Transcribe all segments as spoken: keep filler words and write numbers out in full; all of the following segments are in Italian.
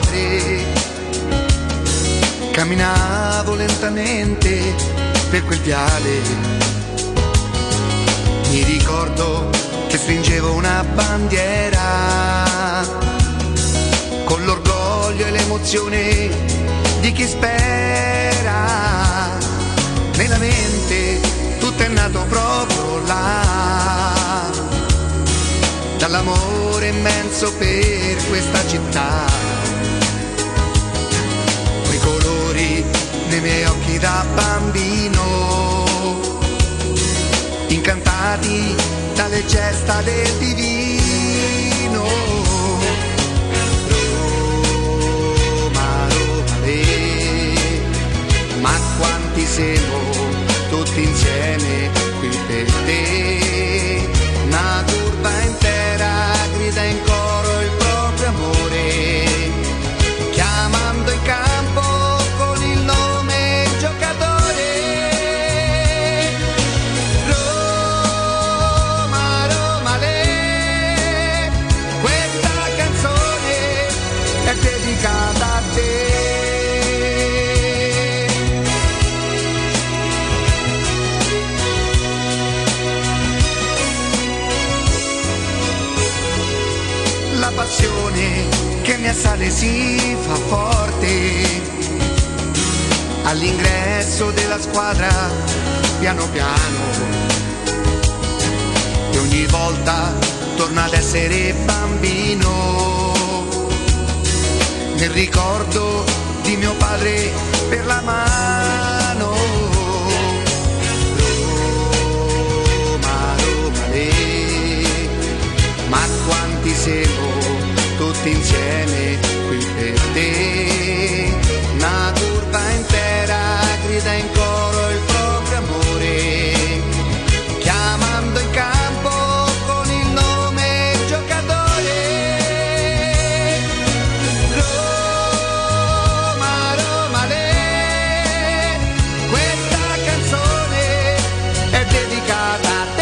padre. Camminavo lentamente per quel viale, mi ricordo che stringevo una bandiera con l'orgoglio e l'emozione di chi spera. Nella mente tutto è nato proprio là, dall'amore immenso per questa città. Quei colori nei miei occhi da bambino, incantati dalle gesta del divino. Roma, Roma, le, ma quanti siamo tutti insieme qui per te. Una curva intera grida in coro il proprio amore, chiamando in campo con il nome giocatore. Roma, Roma, le, questa canzone è dedicata a te. La passione che mi assale si fa forte all'ingresso della squadra, piano piano, e ogni volta torna ad essere bambino nel ricordo di mio padre per la mano. Roma, Roma, le, ma quanti siamo tutti insieme qui per te. Una curva intera grida in coro il proprio amore, chiamando in campo con il nome giocatore. Roma, Roma, le, questa canzone è dedicata a te.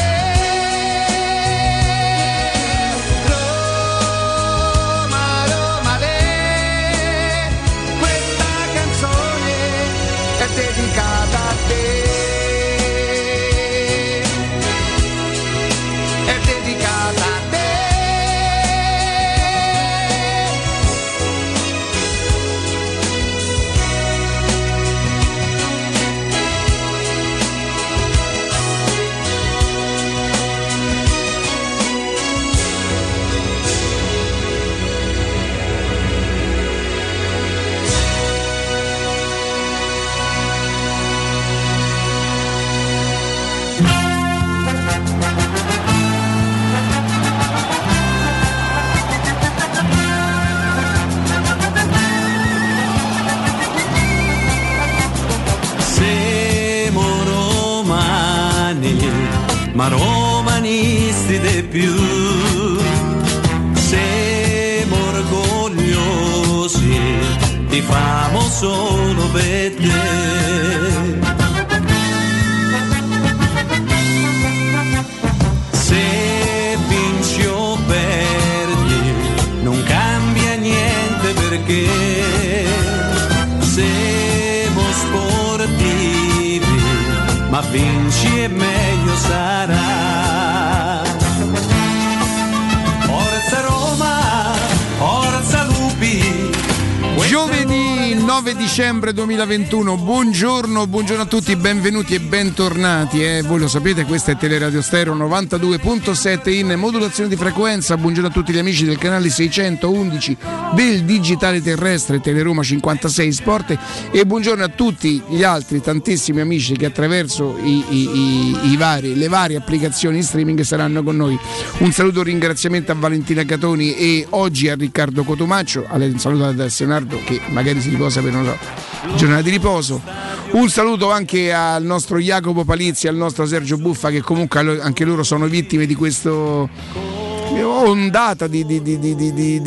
Dedicata a te, è dedicata a te. Ma romanisti di più, siamo orgogliosi, ti famo solo per te. Se vinci o perdi non cambia niente, perché siamo sportivi, ma vinci e meglio sarà. Forza Roma, forza Lupi. Giovedì nove dicembre duemilaventuno, buongiorno, buongiorno a tutti, benvenuti e bentornati. Eh. Voi lo sapete, questa è Teleradio Stereo novantadue virgola sette in modulazione di frequenza. Buongiorno a tutti gli amici del canale seicentoundici del digitale terrestre Teleroma cinquantasei Sport, e buongiorno a tutti gli altri tantissimi amici che attraverso i, i, i, i vari, le varie applicazioni in streaming saranno con noi. Un saluto, un ringraziamento a Valentina Catoni e oggi a Riccardo Cotomaccio. Un saluto ad Leonardo che magari si riposa per una giornata di riposo. Un saluto anche al nostro Jacopo Palizzi, al nostro Sergio Buffa, che comunque anche loro sono vittime di questo ondata di, di, di, di, di, di,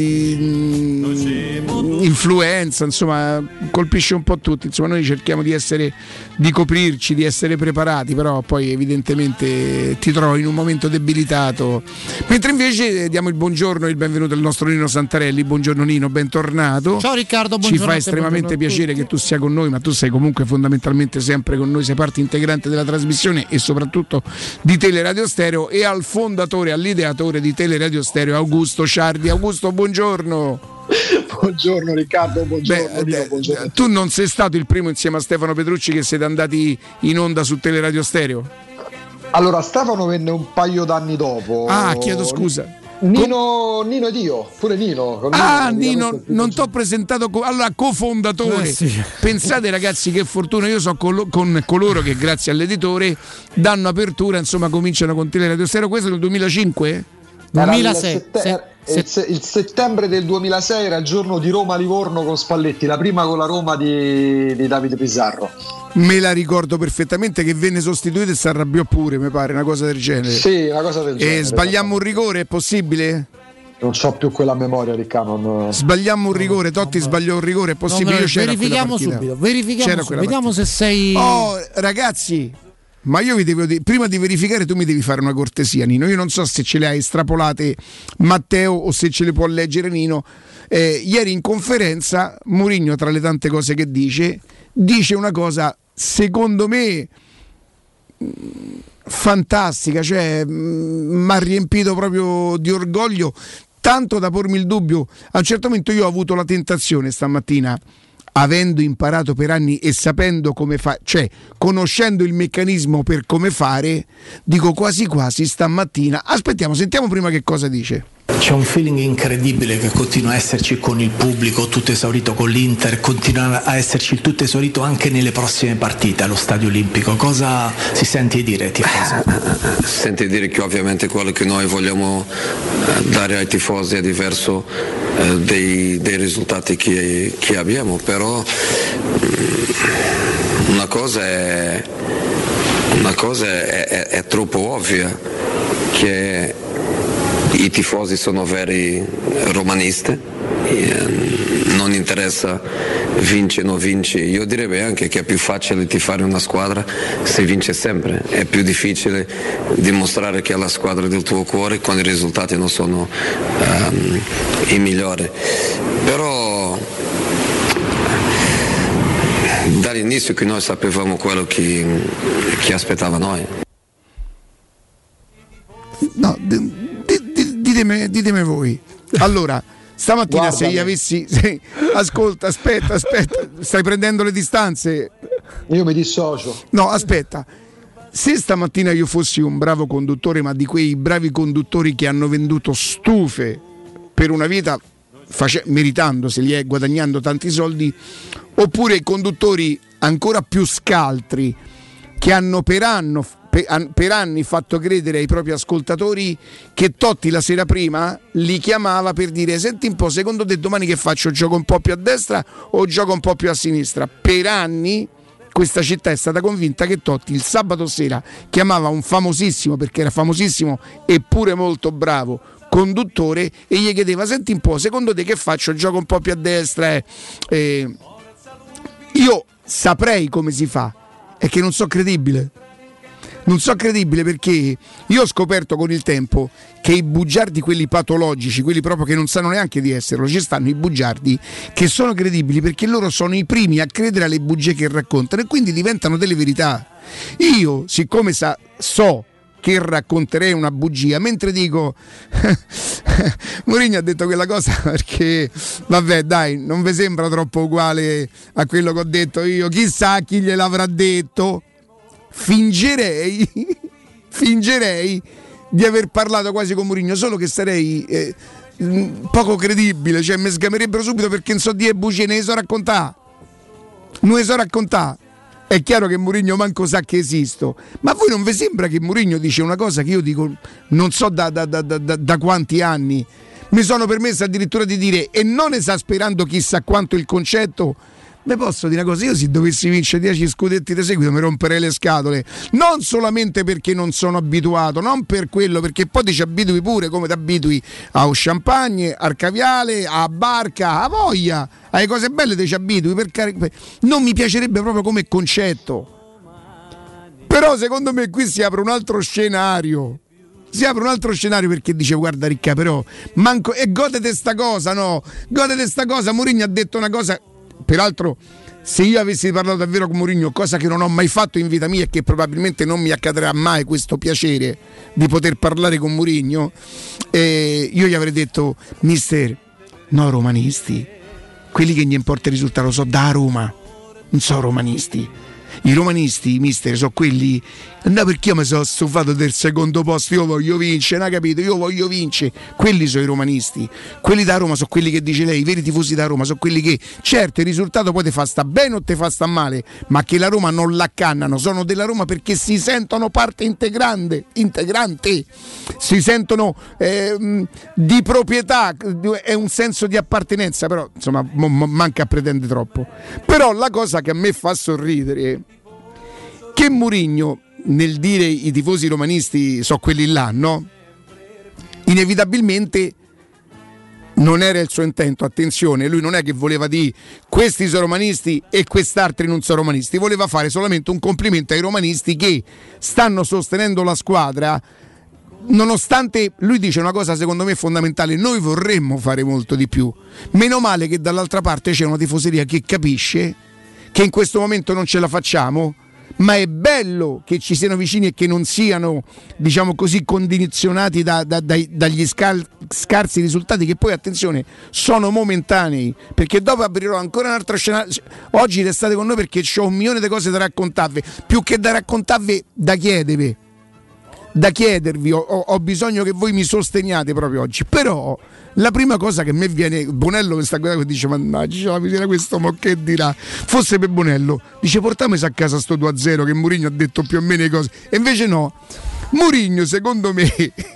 di influenza, insomma, colpisce un po' tutti. Insomma, noi cerchiamo di essere, di coprirci, di essere preparati, però poi evidentemente ti trovi in un momento debilitato. Mentre invece diamo il buongiorno e il benvenuto al nostro Nino Santarelli. Buongiorno Nino, bentornato. Ciao Riccardo, buongiorno. Ci fa estremamente piacere che tu sia con noi, ma tu sei comunque fondamentalmente sempre con noi, sei parte integrante della trasmissione e soprattutto di Teleradio Stereo, e al fondatore, all'ideatore di Teleradio Stereo, Augusto Ciardi. Augusto, buongiorno. Buongiorno Riccardo, buongiorno, Beh, Nino, buongiorno. Tu non sei stato il primo insieme a Stefano Petrucci che siete andati in onda su Teleradio Stereo? Allora, Stefano venne un paio d'anni dopo. Ah, chiedo scusa. Nino, Nino ed io, pure Nino. Con Ah, Nino, Nino, non ti ho presentato co- allora cofondatore. Eh, sì. Pensate ragazzi che fortuna, io so col- con coloro che grazie all'editore danno apertura, insomma cominciano con Teleradio Stereo. Questo è nel duemilacinque? Era il duemilasei. sette- Se- il, se- il settembre del duemilasei era il giorno di Roma-Livorno con Spalletti, la prima con la Roma di, di Davide Pizarro. Me la ricordo perfettamente, che venne sostituito e si arrabbiò pure, mi pare, una cosa del genere. Sì, una cosa del genere. E sbagliamo un rigore, è possibile? Non c'ho più quella memoria, Riccardo. Non... Sbagliamo un rigore, Totti no, sbagliò un rigore, è possibile? No, Io c'ero a verifichiamo quella partita. subito, verifichiamo C'ero a subito. quella Vediamo partita. se sei. Oh, ragazzi, ma io vi devo dire, prima di verificare tu mi devi fare una cortesia, Nino. Io non so se ce le hai estrapolate Matteo o se ce le può leggere Nino. Eh, ieri in conferenza Mourinho, tra le tante cose che dice, dice una cosa secondo me mh, fantastica, cioè mi ha riempito proprio di orgoglio, tanto da pormi il dubbio. A un certo momento io ho avuto la tentazione stamattina, avendo imparato per anni e sapendo come fa, cioè conoscendo il meccanismo per come fare, dico quasi quasi stamattina, aspettiamo, sentiamo prima che cosa dice. C'è un feeling incredibile che continua a esserci con il pubblico, tutto esaurito con l'Inter, continua a esserci il tutto esaurito anche nelle prossime partite allo Stadio Olimpico. Cosa si sente dire, tifoso? Sente dire che ovviamente quello che noi vogliamo dare ai tifosi è diverso eh, dei, dei risultati che, che abbiamo, però una cosa è, una cosa è, è, è troppo ovvia, che i tifosi sono veri romanisti, non interessa vince o non vince. Io direi anche che è più facile tifare una squadra se vince sempre, è più difficile dimostrare che è la squadra del tuo cuore quando i risultati non sono um, i migliori. Però dall'inizio che noi sapevamo quello che, che aspettava noi. No, d- d- ditemi, ditemi voi. Allora, stamattina Guardami. se io avessi se, ascolta, aspetta, aspetta, stai prendendo le distanze? Io mi dissocio. No, aspetta. Se stamattina io fossi un bravo conduttore, ma di quei bravi conduttori che hanno venduto stufe per una vita face- meritandoseli e guadagnando tanti soldi, oppure i conduttori ancora più scaltri che hanno per anno per anni fatto credere ai propri ascoltatori che Totti la sera prima li chiamava per dire: senti un po', secondo te domani che faccio? Gioco un po' più a destra o gioco un po' più a sinistra? Per anni questa città è stata convinta che Totti il sabato sera chiamava un famosissimo, perché era famosissimo eppure molto bravo, conduttore, e gli chiedeva: senti un po', secondo te che faccio? Gioco un po' più a destra? Eh? Eh, io saprei come si fa, è che non so credibile. Non so credibile, perché io ho scoperto con il tempo che i bugiardi, quelli patologici, quelli proprio che non sanno neanche di esserlo, ci stanno i bugiardi che sono credibili perché loro sono i primi a credere alle bugie che raccontano e quindi diventano delle verità. Io, siccome sa, so che racconterei una bugia, mentre dico Mourinho ha detto quella cosa perché vabbè dai, non vi sembra troppo uguale a quello che ho detto io, chissà chi gliel'avrà detto. Fingerei fingerei di aver parlato quasi con Mourinho, solo che sarei eh, poco credibile, cioè mi sgamerebbero subito perché non so dire bugie, ne so raccontare non ne so raccontare. È chiaro che Mourinho manco sa che esisto, ma a voi non vi sembra che Mourinho dice una cosa che io dico non so da, da, da, da, da quanti anni, mi sono permesso addirittura di dire, e non esasperando chissà quanto il concetto, vi posso dire una cosa, io se dovessi vincere dieci scudetti di seguito mi romperei le scatole, non solamente perché non sono abituato, non per quello, perché poi ti ci abitui pure come ti abitui a champagne, al caviale, a barca, a voglia, alle cose belle ti ci abitui, per cari- non mi piacerebbe proprio come concetto. Però secondo me qui si apre un altro scenario. Si apre un altro scenario perché dice guarda Ricca, però manco e godete sta cosa, no? Godete sta cosa. Mourinho ha detto una cosa, peraltro se io avessi parlato davvero con Mourinho, cosa che non ho mai fatto in vita mia e che probabilmente non mi accadrà mai questo piacere di poter parlare con Mourinho, eh, io gli avrei detto mister, no romanisti, quelli che gli importa il risultato so da Roma, non so romanisti. I romanisti, mister, sono quelli. No, perché io mi sono stufato del secondo posto, io voglio vincere, non capito? Io voglio vincere. Quelli sono i romanisti. Quelli da Roma sono quelli che dice lei, i veri tifosi da Roma sono quelli che, certo, il risultato poi te fa sta bene o te fa sta male, ma che la Roma non l'accannano, sono della Roma perché si sentono parte integrante, integrante, si sentono eh, di proprietà, è un senso di appartenenza, però insomma m- m- manca a pretendere troppo. Però la cosa che a me fa sorridere che Mourinho, nel dire i tifosi romanisti sono quelli là, no? Inevitabilmente non era il suo intento, attenzione, lui non è che voleva dire questi sono romanisti e quest'altri non sono romanisti, voleva fare solamente un complimento ai romanisti che stanno sostenendo la squadra, nonostante lui dice una cosa secondo me fondamentale, noi vorremmo fare molto di più, meno male che dall'altra parte c'è una tifoseria che capisce che in questo momento non ce la facciamo, ma è bello che ci siano vicini e che non siano, diciamo così, condizionati da, da, dai, dagli scal- scarsi risultati che poi, attenzione, sono momentanei, perché dopo aprirò ancora un altro scenario. Oggi restate con noi perché ho un milione di cose da raccontarvi, più che da raccontarvi, da chiedervi da chiedervi, ho, ho bisogno che voi mi sosteniate proprio oggi. Però la prima cosa che a me viene, Bonello mi sta guardando e dice mannaggia la miseria, questo mo che dirà, fosse per Bonello dice portamesi a casa sto due a zero che Mourinho ha detto più o meno le cose, e invece no, Mourinho secondo me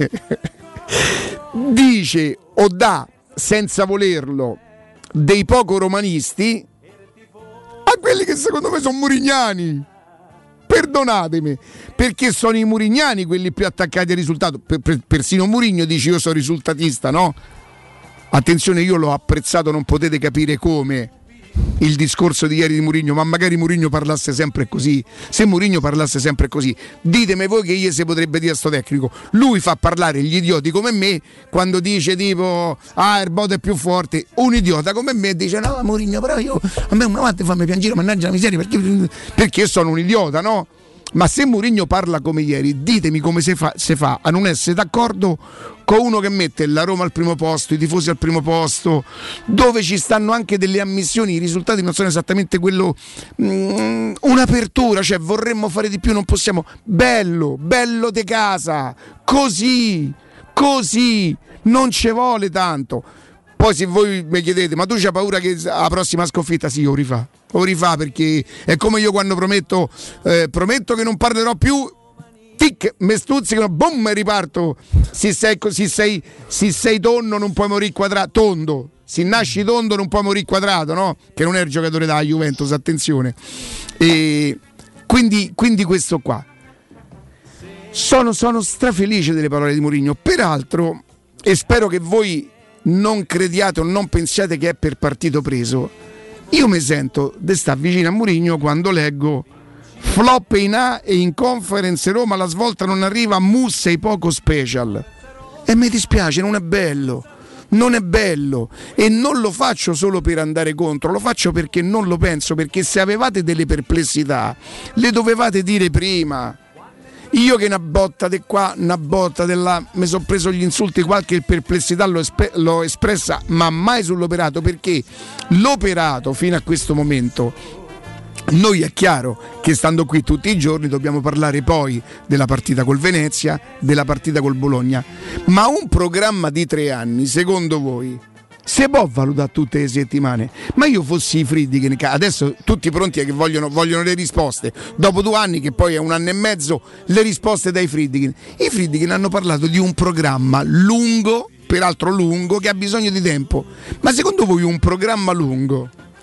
dice o dà senza volerlo dei poco romanisti a quelli che secondo me sono murignani. Perdonatemi, perché sono i murignani quelli più attaccati al risultato. Per, per, persino Mourinho dice io sono risultatista, no? Attenzione, io l'ho apprezzato, non potete capire come, il discorso di ieri di Mourinho, ma magari Mourinho parlasse sempre così. Se Mourinho parlasse sempre così, ditemi voi che gli si potrebbe dire a sto tecnico. Lui fa parlare gli idioti come me quando dice tipo ah il Bodo è più forte. Un idiota come me dice no Mourinho, però io a me una volta fammi piangere, mannaggia la miseria, perché, perché sono un idiota, no? Ma se Mourinho parla come ieri, ditemi come si fa, si fa a non essere d'accordo con uno che mette la Roma al primo posto, i tifosi al primo posto, dove ci stanno anche delle ammissioni, i risultati non sono esattamente quello, mm, un'apertura, cioè vorremmo fare di più, non possiamo. Bello, bello de casa, così, così, non ci vuole tanto. Poi se voi mi chiedete ma tu c'hai paura che la prossima sconfitta, sì, o rifà o rifà perché è come io quando prometto eh, prometto che non parlerò più, tic, me stuzzicano, boom, e riparto. Se sei, se sei, se sei tonno non puoi morire quadrato, tondo, se nasci tondo non puoi morire quadrato, no? Che non è il giocatore della Juventus, attenzione. E quindi, quindi questo qua sono, sono strafelice delle parole di Mourinho, peraltro, e spero che voi non crediate o non pensiate che è per partito preso. Io mi sento di stare vicino a Mourinho quando leggo flop in A e in Conference Roma la svolta non arriva, Mussei poco special, e mi dispiace, non è bello, non è bello, e non lo faccio solo per andare contro, lo faccio perché non lo penso, perché se avevate delle perplessità le dovevate dire prima. Io che una botta di qua, una botta di là, mi sono preso gli insulti, qualche perplessità l'ho, espe- l'ho espressa, ma mai sull'operato, perché l'operato fino a questo momento, noi è chiaro che stando qui tutti i giorni dobbiamo parlare poi della partita col Venezia, della partita col Bologna, ma un programma di tre anni, secondo voi, si può valutare tutte le settimane? Ma io fossi i Friedkin, adesso tutti pronti che vogliono, vogliono le risposte dopo due anni, che poi è un anno e mezzo, le risposte dai Friedkin. I Friedkin hanno parlato di un programma lungo, peraltro lungo, che ha bisogno di tempo. Ma secondo voi un programma lungo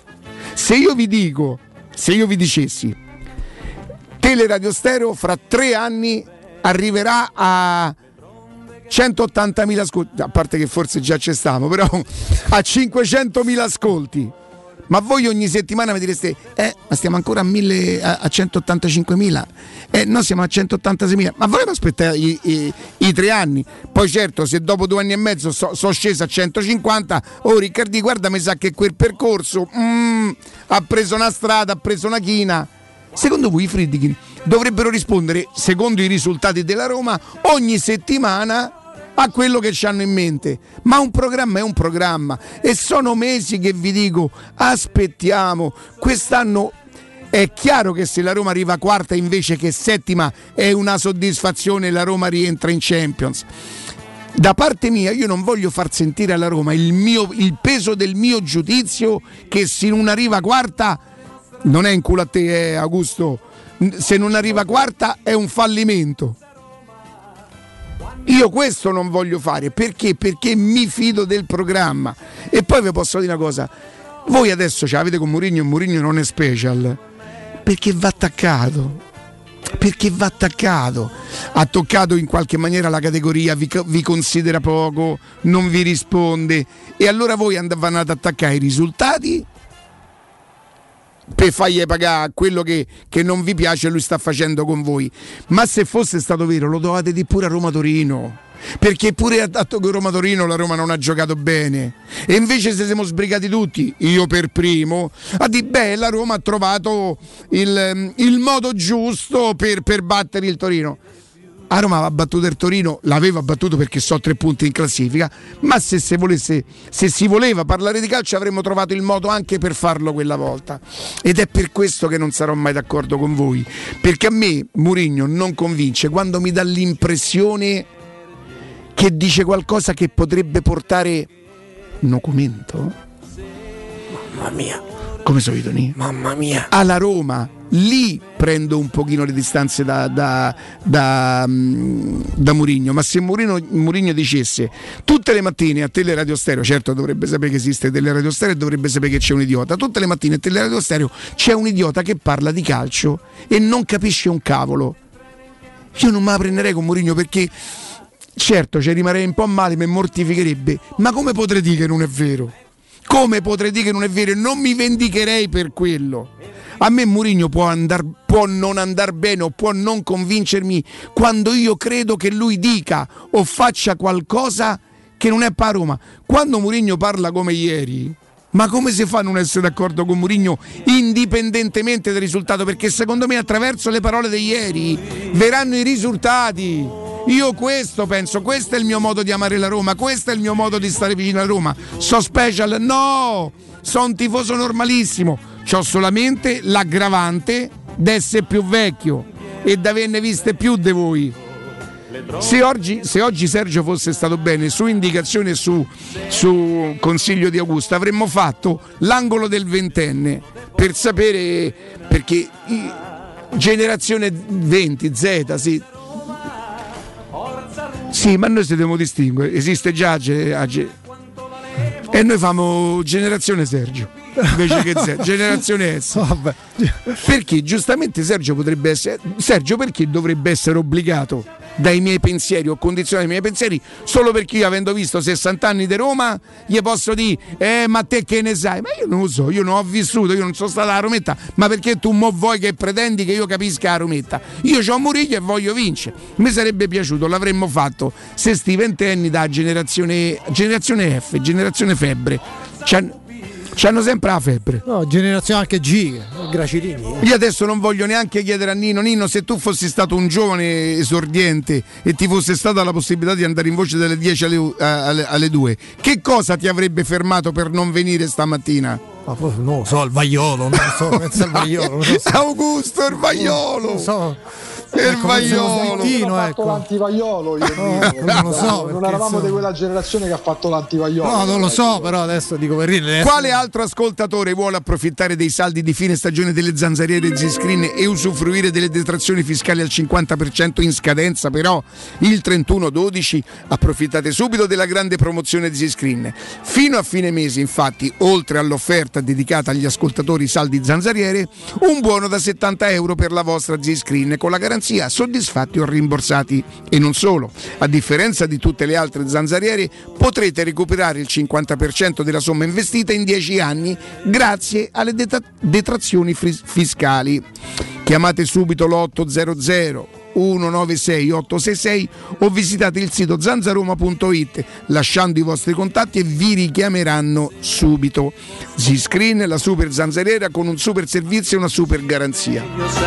Se io vi dico, se io vi dicessi Teleradio Stereo fra tre anni arriverà a centottantamila ascolti, a parte che forse già ci stiamo, però a cinquecentomila ascolti, ma voi ogni settimana mi direste eh ma stiamo ancora a, mille, a, a centottantacinquemila, eh no siamo a centottantaseimila, ma volevamo aspettare i, i, i tre anni. Poi certo, se dopo due anni e mezzo sono so sceso a centocinquanta, oh Riccardi guarda, mi sa che quel percorso mm, ha preso una strada, ha preso una china. Secondo voi i Friedkin dovrebbero rispondere, secondo i risultati della Roma, ogni settimana a quello che ci hanno in mente? Ma un programma è un programma, e sono mesi che vi dico aspettiamo. Quest'anno è chiaro che se la Roma arriva quarta invece che settima è una soddisfazione, la Roma rientra in Champions. Da parte mia io non voglio far sentire alla Roma il, mio, il peso del mio giudizio, che se non arriva quarta non è in culo a te, eh, Augusto, se non arriva quarta è un fallimento. Io questo non voglio fare, perché? Perché mi fido del programma. E poi vi posso dire una cosa, voi adesso ce l'avete con Mourinho, Mourinho non è special perché va attaccato, perché va attaccato, ha toccato in qualche maniera la categoria, vi, vi considera poco, non vi risponde, e allora voi andavano ad attaccare i risultati per fargli pagare quello che, che non vi piace, lui sta facendo con voi. Ma se fosse stato vero lo dovete dire pure a Roma-Torino, perché pure a, a Roma-Torino la Roma non ha giocato bene, e invece se siamo sbrigati tutti, io per primo, a dire beh la Roma ha trovato il, il modo giusto per, per battere il Torino. A Roma aveva battuto il Torino, l'aveva battuto perché so tre punti in classifica, ma se, se, volesse, se si voleva parlare di calcio avremmo trovato il modo anche per farlo quella volta, ed è per questo che non sarò mai d'accordo con voi, perché a me Mourinho non convince quando mi dà l'impressione che dice qualcosa che potrebbe portare no commento, mamma mia, come solito Tony, mamma mia, alla Roma. Lì prendo un pochino le distanze da, da, da, da Mourinho. Ma se Mourinho, Mourinho dicesse tutte le mattine a Teleradio Stereo, certo dovrebbe sapere che esiste Teleradio Stereo e dovrebbe sapere che c'è un idiota, tutte le mattine a Teleradio Stereo c'è un idiota che parla di calcio e non capisce un cavolo, io non me la prenderei con Mourinho, perché certo ci rimarrei un po' male, mi mortificherebbe, ma come potrei dire che non è vero? Come potrei dire che non è vero? E non mi vendicherei per quello. A me Mourinho può, andar, può non andar bene o può non convincermi quando io credo che lui dica o faccia qualcosa che non è per Roma. Quando Mourinho parla come ieri, ma come si fa a non essere d'accordo con Mourinho indipendentemente dal risultato? Perché secondo me attraverso le parole di ieri verranno i risultati. Io questo penso, questo è il mio modo di amare la Roma, questo è il mio modo di stare vicino alla Roma. So special? No! Sono un tifoso normalissimo. C'ho solamente l'aggravante d'essere più vecchio e d'averne viste più di voi. Se oggi, se oggi Sergio fosse stato bene, su indicazione e su, su consiglio di Augusto, avremmo fatto l'angolo del ventenne per sapere, perché generazione venti Z, sì. Sì, ma noi si dobbiamo distinguere, esiste già e noi famo generazione Sergio invece che Z, generazione S. Vabbè. Perché giustamente Sergio potrebbe essere Sergio perché dovrebbe essere obbligato dai miei pensieri o condizionati dai miei pensieri solo perché io, avendo visto sessanta anni di Roma, gli posso dire eh ma te che ne sai? Ma io non lo so, io non ho vissuto, io non sono stata a Rometta, ma perché tu mo vuoi che pretendi che io capisca la Rometta? Io c'ho Mourinho e voglio vincere. Mi sarebbe piaciuto, l'avremmo fatto se sti ventenni da generazione generazione F, generazione febbre c'hanno, c'hanno sempre la febbre. No, generazione anche G, Gracirini. Io adesso non voglio neanche chiedere a Nino, Nino, se tu fossi stato un giovane esordiente e ti fosse stata la possibilità di andare in voce dalle dieci alle, alle, alle due, che cosa ti avrebbe fermato per non venire stamattina? Ma poi non so, il Vaiolo, non so, penso al Vaiolo. Non so. Augusto, il Vaiolo! Non so. il vaiolo. Io ho fatto ecco. l'antivaiolo io No, dico, non lo so, non perché, eravamo insomma, di quella generazione che ha fatto l'antivaiolo. No, non lo so, però adesso dico per ridere. Quale altro ascoltatore vuole approfittare dei saldi di fine stagione delle zanzariere Z-Screen e usufruire delle detrazioni fiscali al cinquanta per cento in scadenza però il trentuno dodici? Approfittate subito della grande promozione Z-Screen. Fino a fine mese, infatti, oltre all'offerta dedicata agli ascoltatori saldi zanzariere, un buono da settanta euro per la vostra Z-Screen con la garanzia soddisfatti o rimborsati. E non solo, a differenza di tutte le altre zanzariere, potrete recuperare il cinquanta per cento della somma investita in dieci anni grazie alle det- detrazioni fris- fiscali. Chiamate subito l'otto zero zero uno nove sei otto sei sei o visitate il sito zanzaroma punto it lasciando i vostri contatti e vi richiameranno subito. Z-Screen, la super zanzariera con un super servizio e una super garanzia.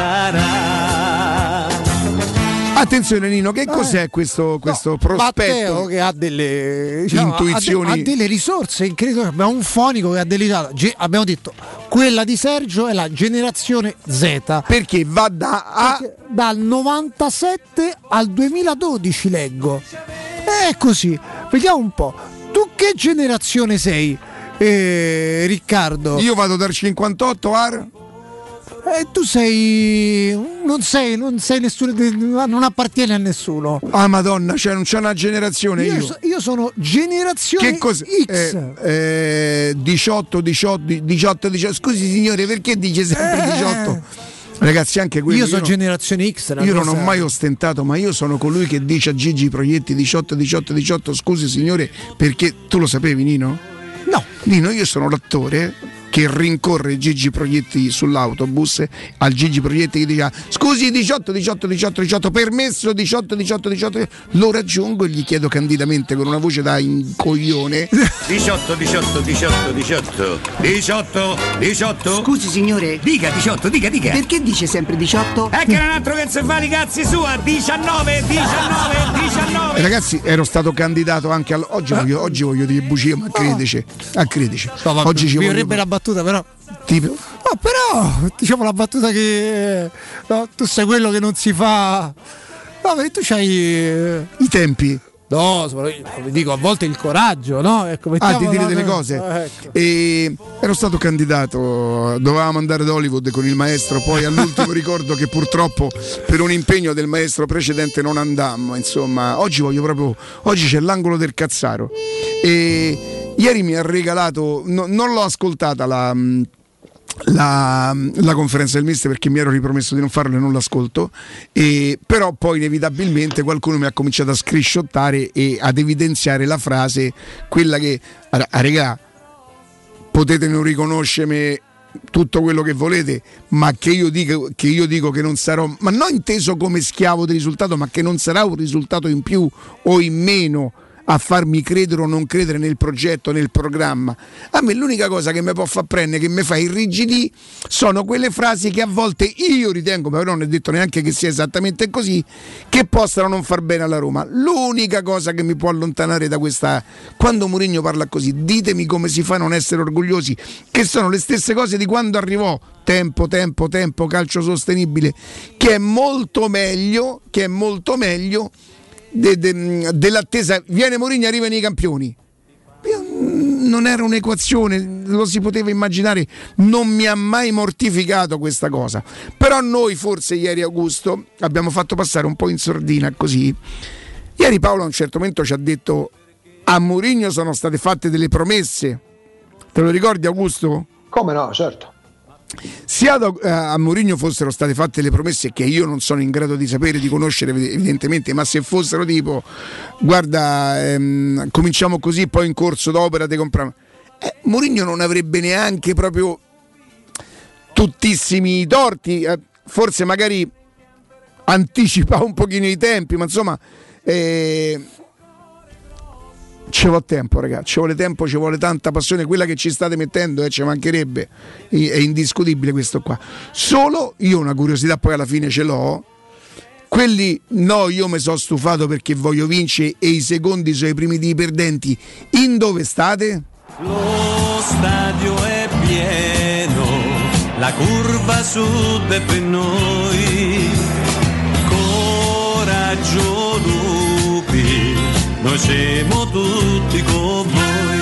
Attenzione Nino, che cos'è questo, questo No, prospetto? Matteo che ha delle diciamo, intuizioni, ha, de- ha delle risorse incredibili. Abbiamo un fonico che ha delicato. Ge- abbiamo detto quella di Sergio è la generazione Z. Perché va da A Perché dal novantasette al duemiladodici leggo. È così. Vediamo un po'. Tu che generazione sei, eh, Riccardo? io vado dal cinquantotto Ar. Eh, tu sei non sei non sei nessuno, non appartieni a nessuno. Ah Madonna, cioè non c'è una generazione io. Io, so- io sono generazione Che cos'è? X. Eh, eh, diciotto, diciotto, diciotto, diciotto. Scusi signore, perché dice sempre Eh. diciotto? Ragazzi, anche quello. Io sono non- generazione X. una Io non cosa- ho mai ostentato, ma io sono colui che dice a Gigi Proietti diciotto, diciotto, diciotto. Scusi signore, perché tu lo sapevi Nino? No. Nino, io sono l'attore che rincorre Gigi Proietti sull'autobus, al Gigi Proietti che dice scusi diciotto, diciotto, diciotto, diciotto, permesso diciotto, diciotto, diciotto, lo raggiungo e gli chiedo candidamente con una voce da incoglione diciotto, diciotto, diciotto, diciotto, diciotto, diciotto. Scusi signore, Dica diciotto, dica, dica. perché dice sempre diciotto? È che non altro che se fa i cazzi sua, diciannove, diciannove, diciannove. E ragazzi, ero stato candidato anche al... oggi voglio, oggi voglio dire bugie, ma credeci, a credeci. No, ma Oggi ci mi voglio... vorrebbe la battuta però. tipo... No, però diciamo la battuta che no, tu sei quello che non si fa. No, perché tu c'hai eh, i tempi. No, vi dico a volte il coraggio, no? Ecco, Ah, di dire no, delle no, cose. no, ecco. E ero stato candidato, dovevamo andare ad Hollywood con il maestro, poi all'ultimo ricordo che purtroppo per un impegno del maestro precedente non andammo. Insomma, oggi voglio proprio. Oggi c'è l'angolo del cazzaro. E ieri mi ha regalato. No, non l'ho ascoltata la. La, la conferenza del mister perché mi ero ripromesso di non farlo e non l'ascolto, e, però poi inevitabilmente qualcuno mi ha cominciato a scrisciottare e ad evidenziare la frase, quella che ah, regà, potete non riconoscermi tutto quello che volete, ma che io dico che io dico che non sarò, ma non inteso come schiavo del risultato, ma che non sarà un risultato in più o in meno a farmi credere o non credere nel progetto, nel programma. A me l'unica cosa che mi può far prendere, che mi fa irrigidire, sono quelle frasi che a volte io ritengo, ma non è detto neanche che sia esattamente così, che possano non far bene alla Roma. L'unica cosa che mi può allontanare da questa, quando Mourinho parla così, ditemi come si fa a non essere orgogliosi, che sono le stesse cose di quando arrivò tempo, tempo, tempo, calcio sostenibile, che è molto meglio, che è molto meglio De, de, dell'attesa, viene Mourinho, arrivano i campioni. Io, non era un'equazione, lo si poteva immaginare, non mi ha mai mortificato questa cosa. Però noi forse ieri, Augusto, abbiamo fatto passare un po' in sordina così. Ieri Paolo a un certo momento ci ha detto a Mourinho sono state fatte delle promesse. Te lo ricordi, Augusto? Come no, certo. Sia da, eh, a Mourinho fossero state fatte le promesse che io non sono in grado di sapere, di conoscere evidentemente, ma se fossero tipo guarda ehm, cominciamo così, poi in corso d'opera te compriamo, eh, Mourinho non avrebbe neanche proprio tuttissimi i torti, eh, forse magari anticipa un pochino i tempi, ma insomma eh, ci vuole tempo, ragazzi, ci vuole tempo, ci vuole tanta passione, quella che ci state mettendo, eh, ci mancherebbe, è indiscutibile questo qua. Solo io una curiosità poi alla fine ce l'ho, quelli no, io mi sono stufato perché voglio vincere e i secondi sono i primi dei perdenti, in dove state? Lo stadio è pieno, la curva sud è per noi, con peggio lupi, noi siamo tutti con voi.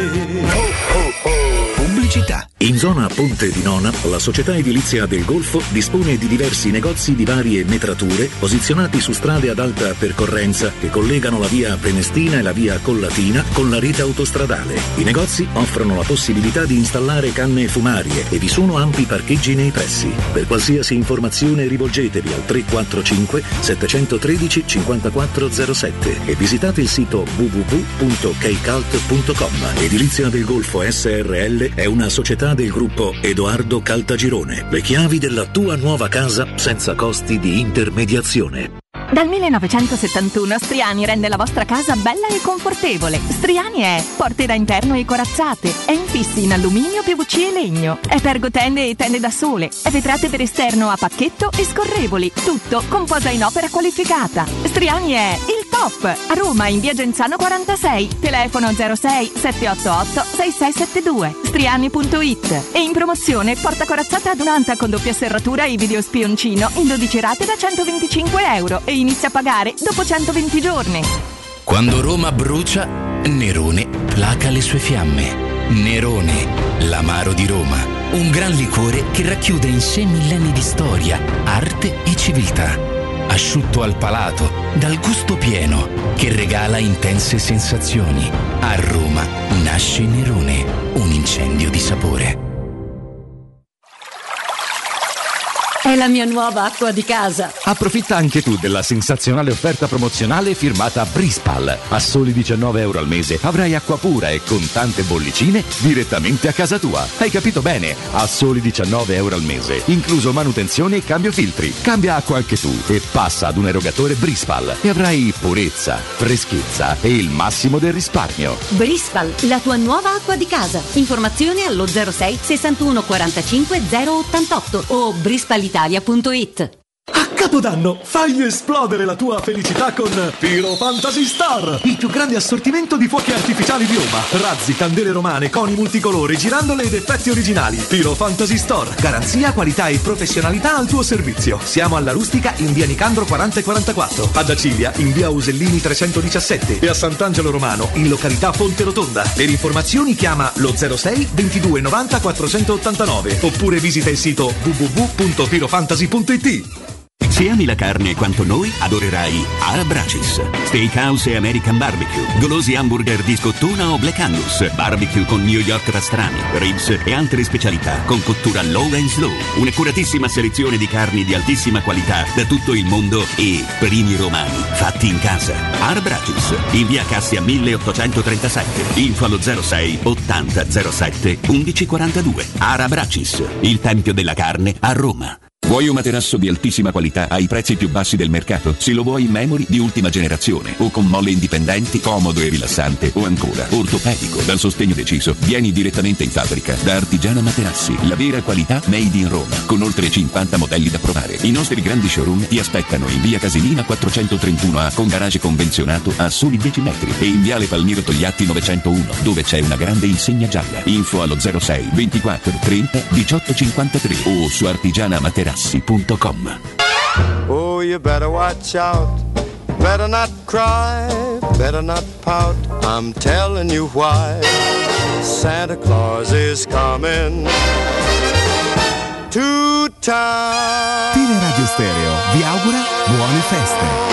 Pubblicità. In zona Ponte di Nona, la società edilizia del Golfo dispone di diversi negozi di varie metrature posizionati su strade ad alta percorrenza che collegano la via Prenestina e la via Collatina con la rete autostradale. I negozi offrono la possibilità di installare canne fumarie e vi sono ampi parcheggi nei pressi. Per qualsiasi informazione rivolgetevi al tre quattro cinque sette uno tre cinque zero sette e visitate il sito w w w punto keycult punto com. Edilizia del Golfo S R L è una società del gruppo Edoardo Caltagirone. Le chiavi della tua nuova casa senza costi di intermediazione. Dal millenovecentosettantuno Striani rende la vostra casa bella e confortevole. Striani è porte da interno e corazzate, è infissi in alluminio, P V C e legno, è pergotende e tende da sole, è vetrate per esterno a pacchetto e scorrevoli, tutto con posa in opera qualificata. Striani è il top! A Roma in via Genzano quarantasei, telefono zero sei sette otto otto sei sei sette due, striani punto it. E in promozione porta corazzata adunata con doppia serratura e video spioncino in dodici rate da centoventicinque euro e inizia a pagare dopo centoventi giorni. Quando Roma brucia, Nerone placa le sue fiamme. Nerone, l'amaro di Roma, un gran liquore che racchiude in sé millenni di storia, arte e civiltà. Asciutto al palato, dal gusto pieno, che regala intense sensazioni. A Roma nasce Nerone, un incendio di sapore. È la mia nuova acqua di casa. Approfitta anche tu della sensazionale offerta promozionale firmata Brispal. A soli diciannove euro al mese avrai acqua pura e con tante bollicine direttamente a casa tua. Hai capito bene? A soli diciannove euro al mese, incluso manutenzione e cambio filtri. Cambia acqua anche tu e passa ad un erogatore Brispal e avrai purezza, freschezza e il massimo del risparmio. Brispal, la tua nuova acqua di casa. Informazioni allo zero sei sessantuno quarantacinque zero ottantotto o brispal italia punto it. A Capodanno fai esplodere la tua felicità con Piro Fantasy Star, il più grande assortimento di fuochi artificiali di Roma. Razzi, candele romane, coni multicolori, girandole ed effetti originali. Piro Fantasy Store, garanzia, qualità e professionalità al tuo servizio. Siamo alla Rustica in via Nicandro quaranta e quarantaquattro, ad Acilia in via Usellini trecentodiciassette e a Sant'Angelo Romano in località Fonte Rotonda. Per informazioni chiama lo zero sei ventidue novanta quattrocentottantanove oppure visita il sito w w w punto pirofantasy punto it. Se ami la carne quanto noi, adorerai Arabracis. Steakhouse e American Barbecue, golosi hamburger di scottuna o Black Angus, barbecue con New York pastrami, ribs e altre specialità con cottura low and slow. Un'accuratissima selezione di carni di altissima qualità da tutto il mondo e primi romani fatti in casa. Arabracis, in via Cassia milleottocentotrentasette, info allo zero sei ottanta zero sette undici quarantadue. Arabracis, il tempio della carne a Roma. Vuoi un materasso di altissima qualità ai prezzi più bassi del mercato? Se lo vuoi in memory di ultima generazione o con molle indipendenti, comodo e rilassante o ancora ortopedico dal sostegno deciso, vieni direttamente in fabbrica da Artigiana Materassi, la vera qualità made in Roma, con oltre cinquanta modelli da provare. I nostri grandi showroom ti aspettano in via Casilina quattrocentotrentuno A con garage convenzionato a soli dieci metri e in viale Palmiro Togliatti novecentouno dove c'è una grande insegna gialla. Info allo zero sei ventiquattro trenta diciotto cinquantatré o su artigiana materassi punto com. Oh, you better watch out, better not cry, better not pout, I'm telling you why. Santa Claus is coming to town. Teleradio Stereo vi augura buone feste.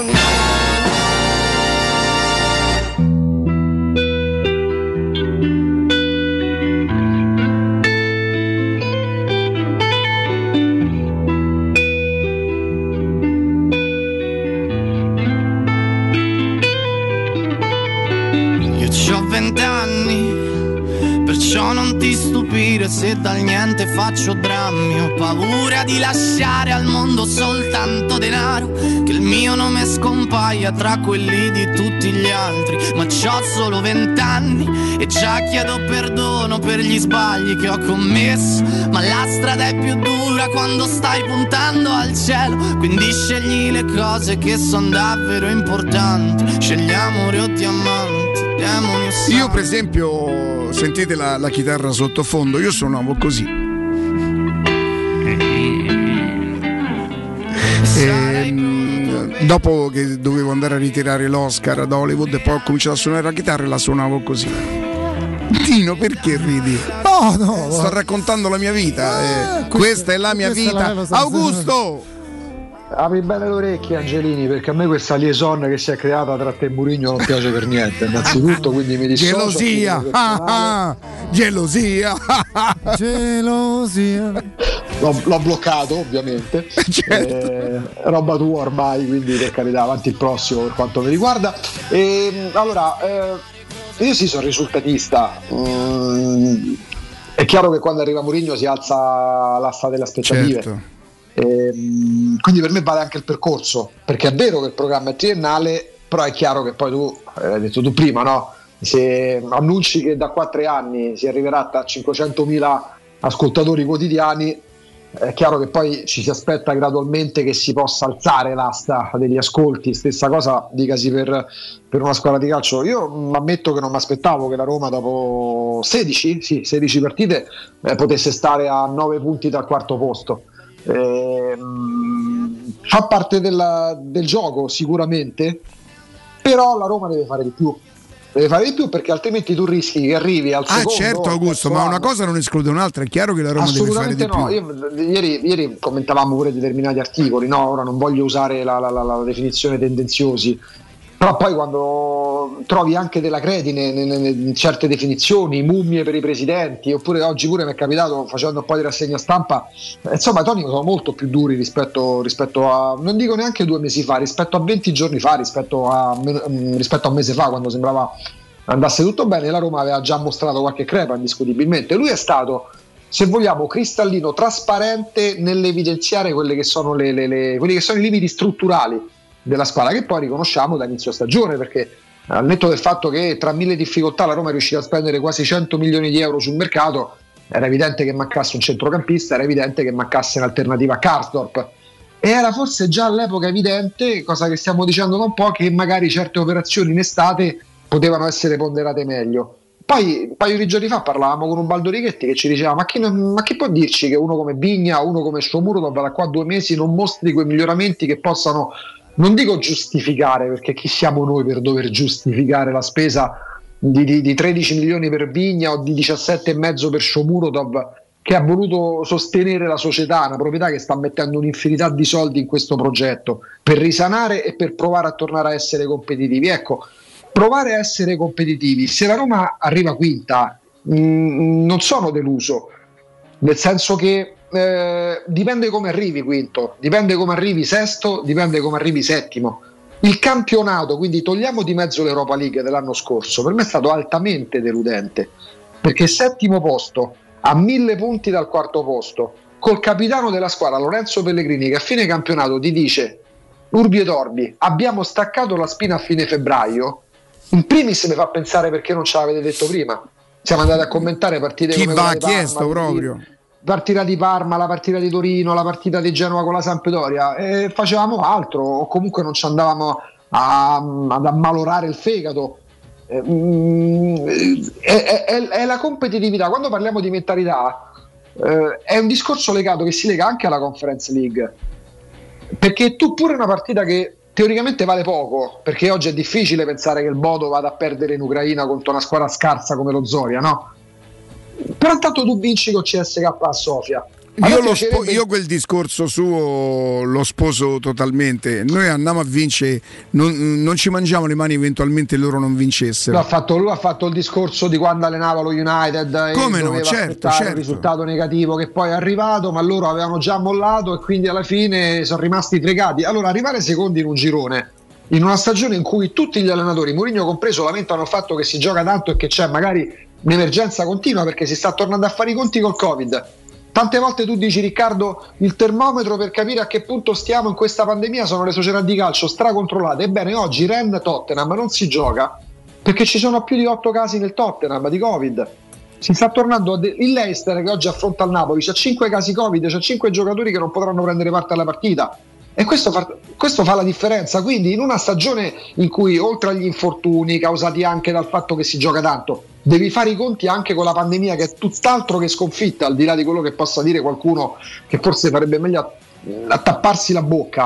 Perciò non ti stupire se dal niente faccio drammi. Ho paura di lasciare al mondo soltanto denaro, che il mio nome scompaia tra quelli di tutti gli altri. Ma c'ho solo vent'anni e già chiedo perdono per gli sbagli che ho commesso. Ma la strada è più dura quando stai puntando al cielo, quindi scegli le cose che sono davvero importanti. Scegli amore o diamanti, demoni o santi. Io per esempio, sentite la, la chitarra sottofondo, io suonavo così. E, Dopo che dovevo andare a ritirare l'Oscar ad Hollywood e poi ho cominciato a suonare la chitarra e la suonavo così. Tino, perché ridi? No, no. Sto raccontando la mia vita. Eh, Eh, questa è la mia questa è vita. la- Augusto! Apri bene le orecchie, Angelini, perché a me questa liaison che si è creata tra te e Mourinho non piace per niente. Innanzitutto, quindi mi dissocio. Gelosia! Ah, ah, gelosia! Gelosia. L'ho, l'ho bloccato, ovviamente. Certo. Eh, roba tua ormai, quindi per carità, avanti il prossimo per quanto mi riguarda. E, allora, eh, io sì sono risultatista. Mm, è chiaro che quando arriva Mourinho si alza l'asta delle aspettative. Certo. Ehm, quindi per me vale anche il percorso, perché è vero che il programma è triennale, però è chiaro che poi tu, eh, hai detto tu prima, no? Se annunci che da quattro anni si arriverà a cinquecentomila ascoltatori quotidiani, è chiaro che poi ci si aspetta gradualmente che si possa alzare l'asta degli ascolti. Stessa cosa dicasi per, per una squadra di calcio. Io ammetto che non mi aspettavo che la Roma dopo sedici, sì, sedici partite eh, potesse stare a nove punti dal quarto posto. Eh, fa parte della, del gioco sicuramente, però la Roma deve fare di più, deve fare di più perché altrimenti tu rischi che arrivi al Ah, secondo. certo, Augusto, ma anno. una cosa non esclude un'altra. È chiaro che la Roma deve fare Assolutamente di no. più. Io, ieri, ieri commentavamo pure determinati articoli, no? Ora non voglio usare la, la, la, la definizione tendenziosi, però poi quando trovi anche della credine in certe definizioni, mummie per i presidenti, oppure oggi pure mi è capitato facendo un po' di rassegna stampa, eh, insomma i toni sono molto più duri rispetto, rispetto a, non dico neanche due mesi fa, rispetto a venti giorni fa, rispetto a, rispetto a un mese fa, quando sembrava andasse tutto bene. La Roma aveva già mostrato qualche crepa indiscutibilmente. Lui è stato, se vogliamo, cristallino, trasparente nell'evidenziare quelle che sono le, le, le, quelli che sono i limiti strutturali della squadra, che poi riconosciamo da inizio stagione, perché al netto del fatto che tra mille difficoltà la Roma è riuscita a spendere quasi cento milioni di euro sul mercato, era evidente che mancasse un centrocampista, era evidente che mancasse un'alternativa a Karsdorp, e era forse già all'epoca evidente, cosa che stiamo dicendo da un po', che magari certe operazioni in estate potevano essere ponderate meglio. Poi un paio di giorni fa parlavamo con un Baldo Righetti che ci diceva: ma chi, ma chi può dirci che uno come Vigna, uno come Shomurodov da qua a due mesi non mostri quei miglioramenti che possano, non dico giustificare, perché chi siamo noi per dover giustificare la spesa di, di, di tredici milioni per Vigna o di diciassette e mezzo per Shomurodov, che ha voluto sostenere la società, una proprietà che sta mettendo un'infinità di soldi in questo progetto per risanare e per provare a tornare a essere competitivi. Ecco, provare a essere competitivi. Se la Roma arriva quinta, mh, non sono deluso, nel senso che eh, dipende come arrivi quinto, dipende come arrivi sesto, dipende come arrivi settimo. Il campionato, quindi togliamo di mezzo l'Europa League dell'anno scorso, per me è stato altamente deludente, perché settimo posto a mille punti dal quarto posto, col capitano della squadra Lorenzo Pellegrini che a fine campionato ti dice urbi et orbi abbiamo staccato la spina a fine febbraio. In primis mi fa pensare perché non ce l'avete detto prima. Siamo andati a commentare partite Chi come va quella ha di Parma, chiesto quindi proprio partita di Parma, la partita di Torino, la partita di Genova con la Sampdoria, e facevamo altro o comunque non ci andavamo a, ad ammalorare il fegato. Eh, mm, è, è, è la competitività. Quando parliamo di mentalità eh, è un discorso legato che si lega anche alla Conference League, perché tu pure una partita che teoricamente vale poco, perché oggi è difficile pensare che il Bodo vada a perdere in Ucraina contro una squadra scarsa come lo Zoria, no? Però intanto tu vinci con C S K a Sofia. Io, lo spo- io quel discorso suo lo sposo totalmente. Noi andiamo a vincere, non, non ci mangiamo le mani eventualmente loro non vincessero. Lui ha, fatto, lui ha fatto il discorso di quando allenava lo United. Come e no, doveva certo, certo. certo. un risultato negativo che poi è arrivato, ma loro avevano già mollato e quindi alla fine sono rimasti fregati. Allora arrivare secondi in un girone, in una stagione in cui tutti gli allenatori, Mourinho compreso, lamentano il fatto che si gioca tanto e che c'è magari un'emergenza continua perché si sta tornando a fare i conti col Covid. Tante volte tu dici, Riccardo, il termometro per capire a che punto stiamo in questa pandemia sono le società di calcio stracontrollate. Ebbene, oggi Rennes Tottenham non si gioca perché ci sono più di otto casi nel Tottenham di Covid. Si sta tornando a de- il Leicester, che oggi affronta il Napoli, c'ha cinque casi Covid, c'ha cinque giocatori che non potranno prendere parte alla partita. E questo fa, questo fa la differenza. Quindi in una stagione in cui, oltre agli infortuni causati anche dal fatto che si gioca tanto, devi fare i conti anche con la pandemia, che è tutt'altro che sconfitta, al di là di quello che possa dire qualcuno che forse farebbe meglio a, a tapparsi la bocca.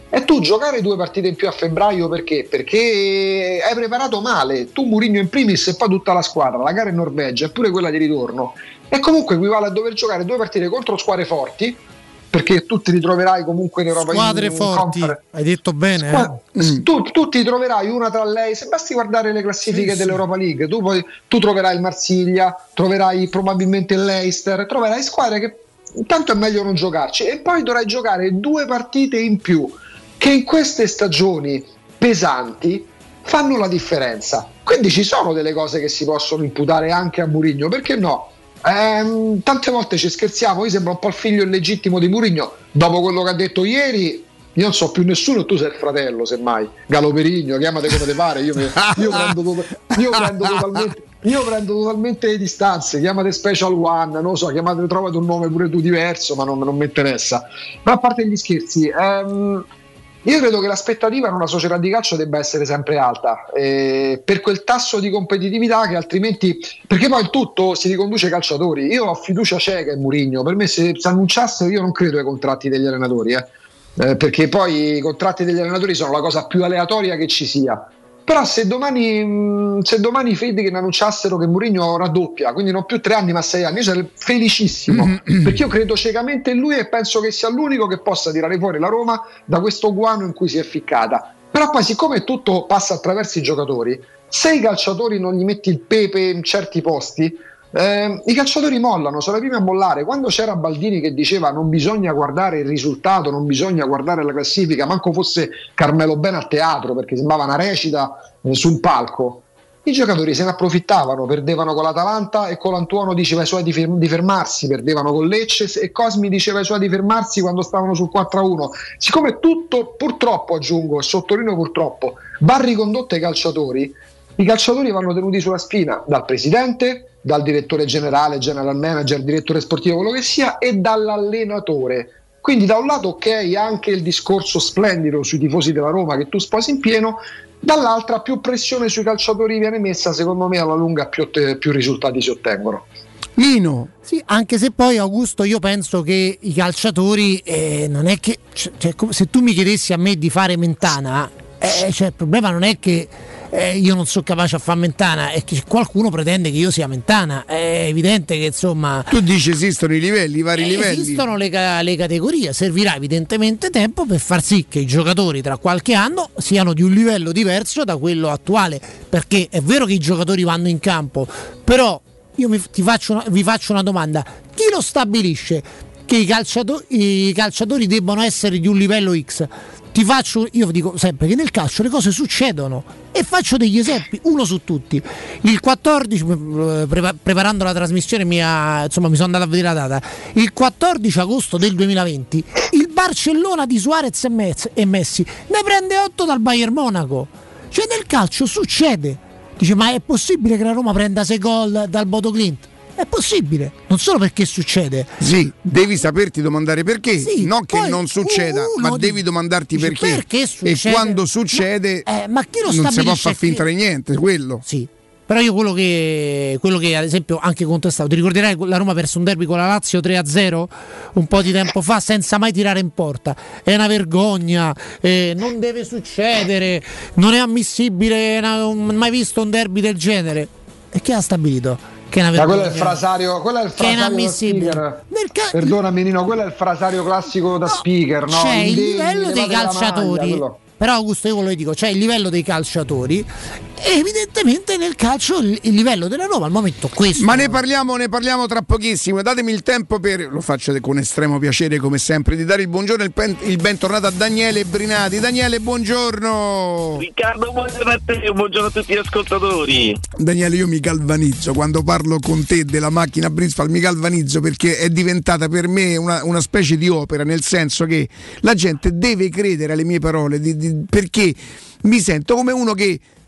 E tu giocare due partite in più a febbraio perché? Perché hai preparato male, tu Mourinho in primis e poi tutta la squadra, la gara in Norvegia e pure quella di ritorno, e comunque equivale a dover giocare due partite contro squadre forti, perché tu ti ritroverai comunque in Europa squadre in, in forti, confer- hai detto bene. Squadre, eh? tu, tu ti troverai una tra lei, se basti guardare le classifiche sì, dell'Europa sì. League, tu, poi, tu troverai il Marsiglia, troverai probabilmente il Leicester, troverai squadre che intanto è meglio non giocarci, e poi dovrai giocare due partite in più che in queste stagioni pesanti fanno la differenza. Quindi ci sono delle cose che si possono imputare anche a Mourinho, perché no? Ehm, tante volte ci scherziamo, io sembra un po' il figlio illegittimo di Mourinho, dopo quello che ha detto ieri. Io non so più nessuno, tu sei il fratello, semmai Galoperigno, chiamate come te pare, io, mi, io, prendo, to- io, prendo totalmente, io prendo totalmente le distanze, chiamate Special One, non lo so, chiamate, trovate un nome pure tu diverso, ma non, non mi interessa. Ma a parte gli scherzi, ehm, io credo che l'aspettativa in una società di calcio debba essere sempre alta, eh, per quel tasso di competitività che altrimenti, perché poi il tutto si riconduce ai calciatori. Io ho fiducia cieca in Mourinho, per me se, se annunciassero, io non credo ai contratti degli allenatori, eh. Eh, perché poi i contratti degli allenatori sono la cosa più aleatoria che ci sia. Però se domani se domani i Friedkin annunciassero che Mourinho raddoppia, quindi non più tre anni ma sei anni, io sarei felicissimo, mm-hmm. perché io credo ciecamente in lui e penso che sia l'unico che possa tirare fuori la Roma da questo guano in cui si è ficcata. Però poi, siccome tutto passa attraverso i giocatori, se i calciatori non gli metti il pepe in certi posti, Eh, i calciatori mollano, sono i primi a mollare. Quando c'era Baldini che diceva non bisogna guardare il risultato, non bisogna guardare la classifica, manco fosse Carmelo Bene a teatro, perché sembrava una recita eh, su un palco, i giocatori se ne approfittavano, perdevano con l'Atalanta e Colantuono diceva ai suoi di, fer- di fermarsi, perdevano con Lecce, e Cosmi diceva ai suoi di fermarsi quando stavano sul quattro a uno. Siccome tutto, purtroppo aggiungo, sottolineo purtroppo, va ricondotto ai calciatori, i calciatori vanno tenuti sulla spina dal presidente, dal direttore generale, general manager, direttore sportivo, quello che sia, e dall'allenatore. Quindi da un lato ok anche il discorso splendido sui tifosi della Roma che tu sposi in pieno, dall'altra più pressione sui calciatori viene messa, secondo me alla lunga più, più risultati si ottengono. Nino. Sì, anche se poi Augusto io penso che i calciatori eh, non è che cioè, se tu mi chiedessi a me di fare Mentana, eh, cioè, il problema non è che Eh, io non sono capace a fare Mentana, è che qualcuno pretende che io sia Mentana. È evidente che insomma tu dici esistono i livelli, i vari eh, livelli, esistono le, le categorie. Servirà evidentemente tempo per far sì che i giocatori tra qualche anno siano di un livello diverso da quello attuale, perché è vero che i giocatori vanno in campo, però io mi, ti faccio una, vi faccio una domanda: chi lo stabilisce che i calciatori, i calciatori debbano essere di un livello X? Ti faccio, io dico sempre che nel calcio le cose succedono e faccio degli esempi, uno su tutti. Il quattordici, pre- preparando la trasmissione mi, ha, insomma, mi sono andato a vedere la data, il quattordici agosto del duemilaventi il Barcellona di Suarez e Messi ne prende otto dal Bayern Monaco. Cioè nel calcio succede. Dice, ma è possibile che la Roma prenda sei gol dal Bodo Glimt? È possibile, non solo perché succede. Sì, devi saperti domandare perché, sì, non che non succeda, ma devi domandarti dice, perché. perché succede? E quando succede ma, eh, ma chi lo non si può far finta che... di niente, quello. Sì. Però io quello che quello che ad esempio anche contestato, ti ricorderai la Roma perso un derby con la Lazio tre a zero un po' di tempo fa senza mai tirare in porta. È una vergogna, eh, non deve succedere, non è ammissibile, non mai visto un derby del genere. E chi ha stabilito? Che è ma quello è il frasario, quello è il frasario da speaker. Ca- Perdonami Nino, quello è il frasario classico da no, speaker, no? C'è il Indegni, livello dei calciatori. Maglia, però Augusto, io quello che dico, c'è il livello dei calciatori e evidentemente nel calcio il, il livello della Roma al momento questo. Ma ne parliamo, ne parliamo tra pochissimo. Datemi il tempo per, lo faccio con estremo piacere come sempre, di dare il buongiorno e il, pen, il bentornato a Daniele Brinati. Daniele, buongiorno. Riccardo, buongiorno a te, buongiorno a tutti gli ascoltatori. Daniele, io mi galvanizzo quando parlo con te della macchina Brispal, mi galvanizzo perché è diventata per me una, una specie di opera, nel senso che la gente deve credere alle mie parole, di, di, perché mi sento come uno che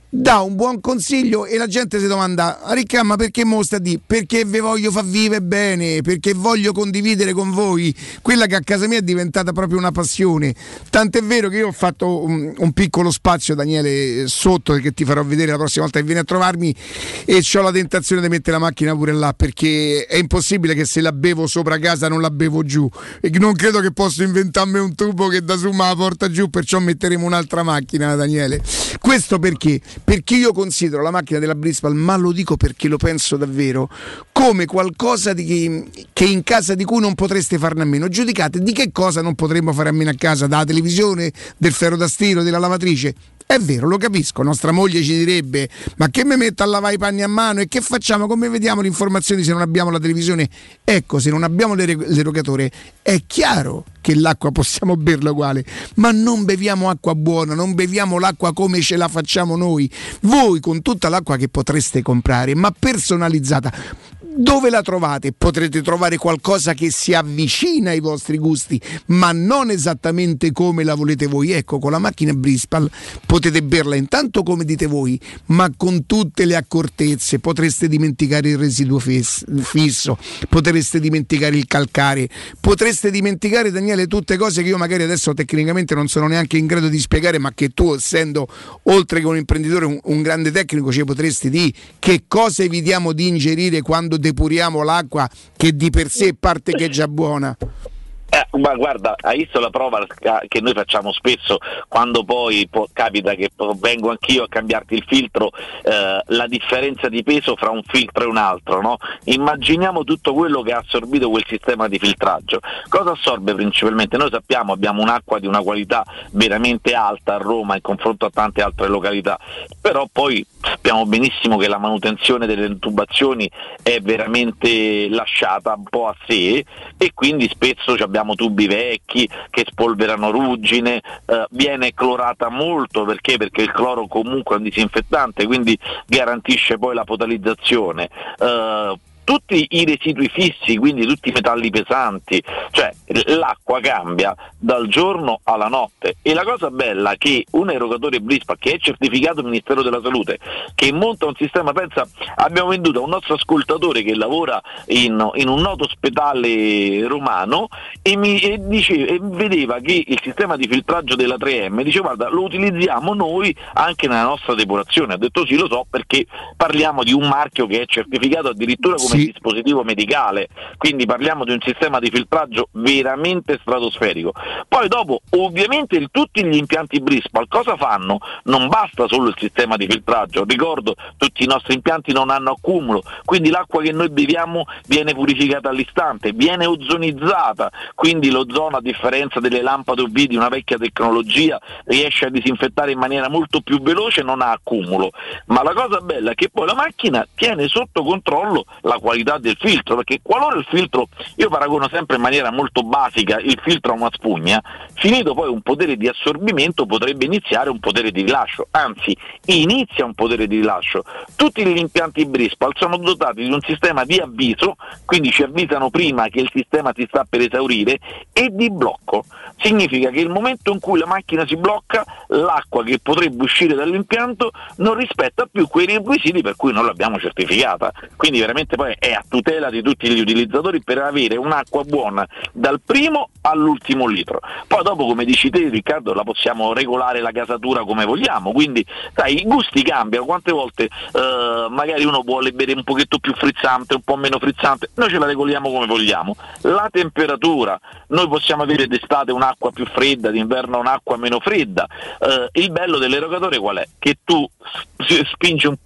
dà un buon consiglio e la gente si domanda: Ricca, ma perché mo sta di? Perché vi voglio far vivere bene, perché voglio condividere con voi quella che a casa mia è diventata proprio una passione. Tant'è vero che io ho fatto un, un piccolo spazio, Daniele, sotto, che ti farò vedere la prossima volta che vieni a trovarmi, e ho la tentazione di mettere la macchina pure là, perché è impossibile che se la bevo sopra casa non la bevo giù, e non credo che posso inventarmi un tubo che da su me la porta giù, perciò metteremo un'altra macchina, Daniele. Questo perché? Perché io considero la macchina della Brispal, ma lo dico perché lo penso davvero, come qualcosa di, che in casa di cui non potreste farne a meno. Giudicate di che cosa non potremmo fare a meno a casa, dalla televisione, del ferro da stiro, della lavatrice. È vero, lo capisco, nostra moglie ci direbbe: ma che mi metto a lavare i panni a mano, e che facciamo, come vediamo le informazioni se non abbiamo la televisione? Ecco, se non abbiamo l'erogatore è chiaro che l'acqua possiamo berla uguale, ma non beviamo acqua buona, non beviamo l'acqua come ce la facciamo noi. Voi, con tutta l'acqua che potreste comprare, ma personalizzata, dove la trovate? Potrete trovare qualcosa che si avvicina ai vostri gusti, ma non esattamente come la volete voi. Ecco, con la macchina Brispal potete berla intanto come dite voi, ma con tutte le accortezze. Potreste dimenticare il residuo fisso, potreste dimenticare il calcare, potreste dimenticare, Daniele, tutte cose che io magari adesso tecnicamente non sono neanche in grado di spiegare, ma che tu, essendo oltre che un imprenditore un, un grande tecnico, ci potresti dire. Che cosa evitiamo di ingerire quando depuriamo l'acqua, che di per sé parte che è già buona? Eh, ma guarda, hai visto la prova che noi facciamo spesso quando poi po- capita che vengo anch'io a cambiarti il filtro, eh, la differenza di peso fra un filtro e un altro, no? Immaginiamo tutto quello che ha assorbito quel sistema di filtraggio. Cosa assorbe principalmente? Noi sappiamo, abbiamo un'acqua di una qualità veramente alta a Roma in confronto a tante altre località, però poi sappiamo benissimo che la manutenzione delle intubazioni è veramente lasciata un po' a sé, e quindi spesso abbiamo tubi vecchi che spolverano ruggine, eh, viene clorata molto, perché? Perché il cloro comunque è un disinfettante, quindi garantisce poi la potalizzazione. Eh, tutti i residui fissi, quindi tutti i metalli pesanti, cioè l'acqua cambia dal giorno alla notte. E la cosa bella è che un erogatore Brispal, che è certificato Ministero della Salute, che monta un sistema, pensa, abbiamo venduto a un nostro ascoltatore che lavora in, in un noto ospedale romano, e mi e dice, e vedeva che il sistema di filtraggio della tre emme, dice: guarda, lo utilizziamo noi anche nella nostra depurazione. Ha detto: sì, lo so, perché parliamo di un marchio che è certificato addirittura come sì. dispositivo medicale, quindi parliamo di un sistema di filtraggio veramente stratosferico. Poi dopo, ovviamente, il, tutti gli impianti Brispal cosa fanno? Non basta solo il sistema di filtraggio, ricordo, tutti i nostri impianti non hanno accumulo, quindi l'acqua che noi beviamo viene purificata all'istante, viene ozonizzata, quindi l'ozono, a differenza delle lampade U V di una vecchia tecnologia, riesce a disinfettare in maniera molto più veloce, non ha accumulo. Ma la cosa bella è che poi la macchina tiene sotto controllo la qualità del filtro, perché qualora il filtro, io paragono sempre in maniera molto basica il filtro a una spugna, finito poi un potere di assorbimento potrebbe iniziare un potere di rilascio, anzi inizia un potere di rilascio. Tutti gli impianti Brispal sono dotati di un sistema di avviso, quindi ci avvisano prima che il sistema si sta per esaurire, e di blocco. Significa che il momento in cui la macchina si blocca, l'acqua che potrebbe uscire dall'impianto non rispetta più quei requisiti per cui non l'abbiamo certificata, quindi veramente poi è a tutela di tutti gli utilizzatori per avere un'acqua buona dal primo all'ultimo litro. Poi dopo, come dici te, Riccardo, la possiamo regolare la gasatura come vogliamo, quindi sai, i gusti cambiano. Quante volte eh, magari uno vuole bere un pochetto più frizzante, un po' meno frizzante, noi ce la regoliamo come vogliamo. La temperatura, noi possiamo avere d'estate un'acqua più fredda, d'inverno un'acqua meno fredda. Eh, il bello dell'erogatore qual è? Che tu spingi un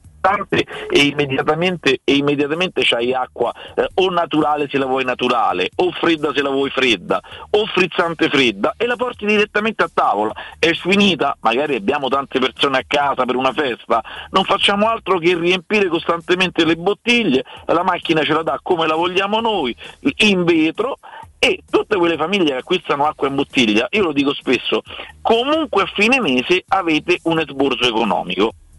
e immediatamente e immediatamente c'hai acqua eh, o naturale se la vuoi naturale, o fredda se la vuoi fredda, o frizzante fredda, e la porti direttamente a tavola. È finita, magari abbiamo tante persone a casa per una festa, non facciamo altro che riempire costantemente le bottiglie, la macchina ce la dà come la vogliamo noi, in vetro. E tutte quelle famiglie che acquistano acqua in bottiglia, io lo dico spesso, comunque a fine mese avete un esborso economico.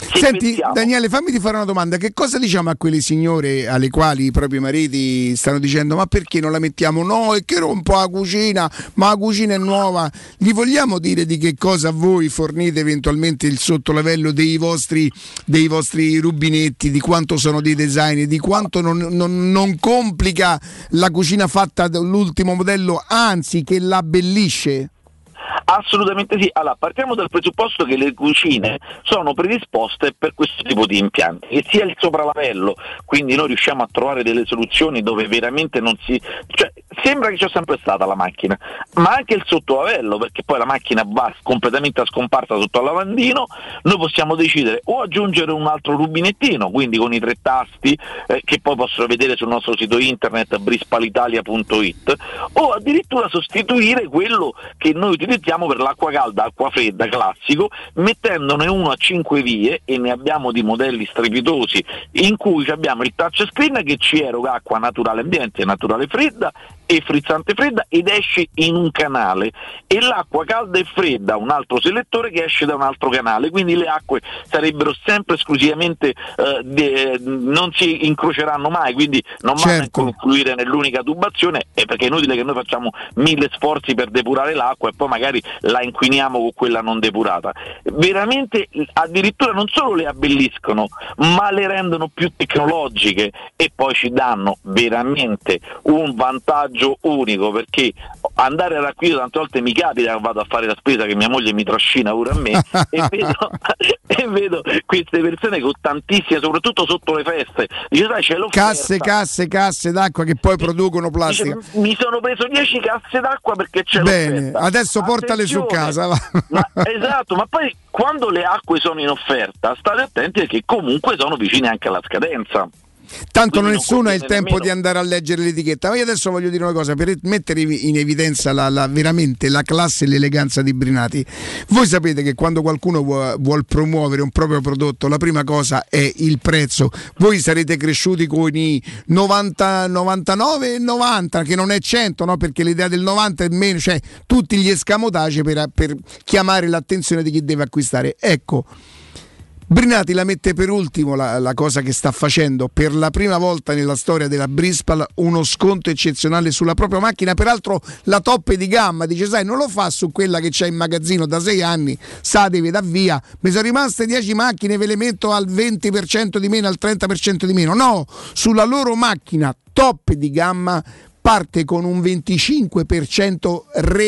Senti pensiamo... Daniele, fammi ti fare una domanda: che cosa diciamo a quelle signore alle quali i propri mariti stanno dicendo ma perché non la mettiamo? No, è che rompo la cucina, ma la cucina è nuova. Gli vogliamo dire di che cosa voi fornite eventualmente il sottolivello dei vostri, dei vostri rubinetti, di quanto sono dei design, di quanto non, non, non complica la cucina fatta dall'ultimo modello, anzi che la abbellisce? Assolutamente sì. Allora, partiamo dal presupposto che le cucine sono predisposte per questo tipo di impianti, che sia il sopralavello, quindi noi riusciamo a trovare delle soluzioni dove veramente non si... cioè sembra che c'è sempre stata la macchina, ma anche il sottolavello, perché poi la macchina va completamente a scomparsa sotto al lavandino, noi possiamo decidere o aggiungere un altro rubinettino, quindi con i tre tasti eh, che poi possono vedere sul nostro sito internet brispalitalia punto it, o addirittura sostituire quello che noi utilizziamo per l'acqua calda, acqua fredda classico, mettendone uno a cinque vie, e ne abbiamo di modelli strepitosi in cui abbiamo il touchscreen che ci eroga acqua naturale ambiente, naturale fredda e frizzante fredda, ed esce in un canale, e l'acqua calda e fredda un altro selettore che esce da un altro canale, quindi le acque sarebbero sempre esclusivamente eh, de, non si incroceranno mai, quindi non vanno certo. a confluire nell'unica tubazione, e perché è inutile che noi facciamo mille sforzi per depurare l'acqua e poi magari la inquiniamo con quella non depurata. Veramente addirittura non solo le abbelliscono, ma le rendono più tecnologiche, e poi ci danno veramente un vantaggio unico, perché andare ad acquisire, tante volte mi capita, vado a fare la spesa che mia moglie mi trascina pure a me e, vedo, e vedo queste persone con tantissime, soprattutto sotto le feste, dice, sai, c'è l'offerta, casse casse casse d'acqua che poi producono plastica. Dice, mi sono preso dieci casse d'acqua perché c'è bene l'offerta. Adesso portale su casa, va. Ma, esatto, ma poi quando le acque sono in offerta state attenti perché comunque sono vicine anche alla scadenza. Tanto Quindi nessuno ha il tempo nemmeno di andare a leggere l'etichetta. Ma io adesso voglio dire una cosa per mettere in evidenza la, la, veramente la classe e l'eleganza di Brinati. Voi sapete che quando qualcuno vuole, vuol promuovere un proprio prodotto, la prima cosa è il prezzo. Voi sarete cresciuti con i novanta, novantanove e novanta, che non è cento, no? Perché l'idea del novanta è meno, cioè tutti gli escamotage per, per chiamare l'attenzione di chi deve acquistare. Ecco, Brinati la mette per ultimo la, la cosa che sta facendo per la prima volta nella storia della Brispal, uno sconto eccezionale sulla propria macchina, peraltro la top di gamma. Dice, sai, non lo fa su quella che c'è in magazzino da sei anni, sa deve da via, mi sono rimaste dieci macchine, ve le metto al venti per cento di meno, al trenta per cento di meno. No, sulla loro macchina top di gamma parte con un venticinque per cento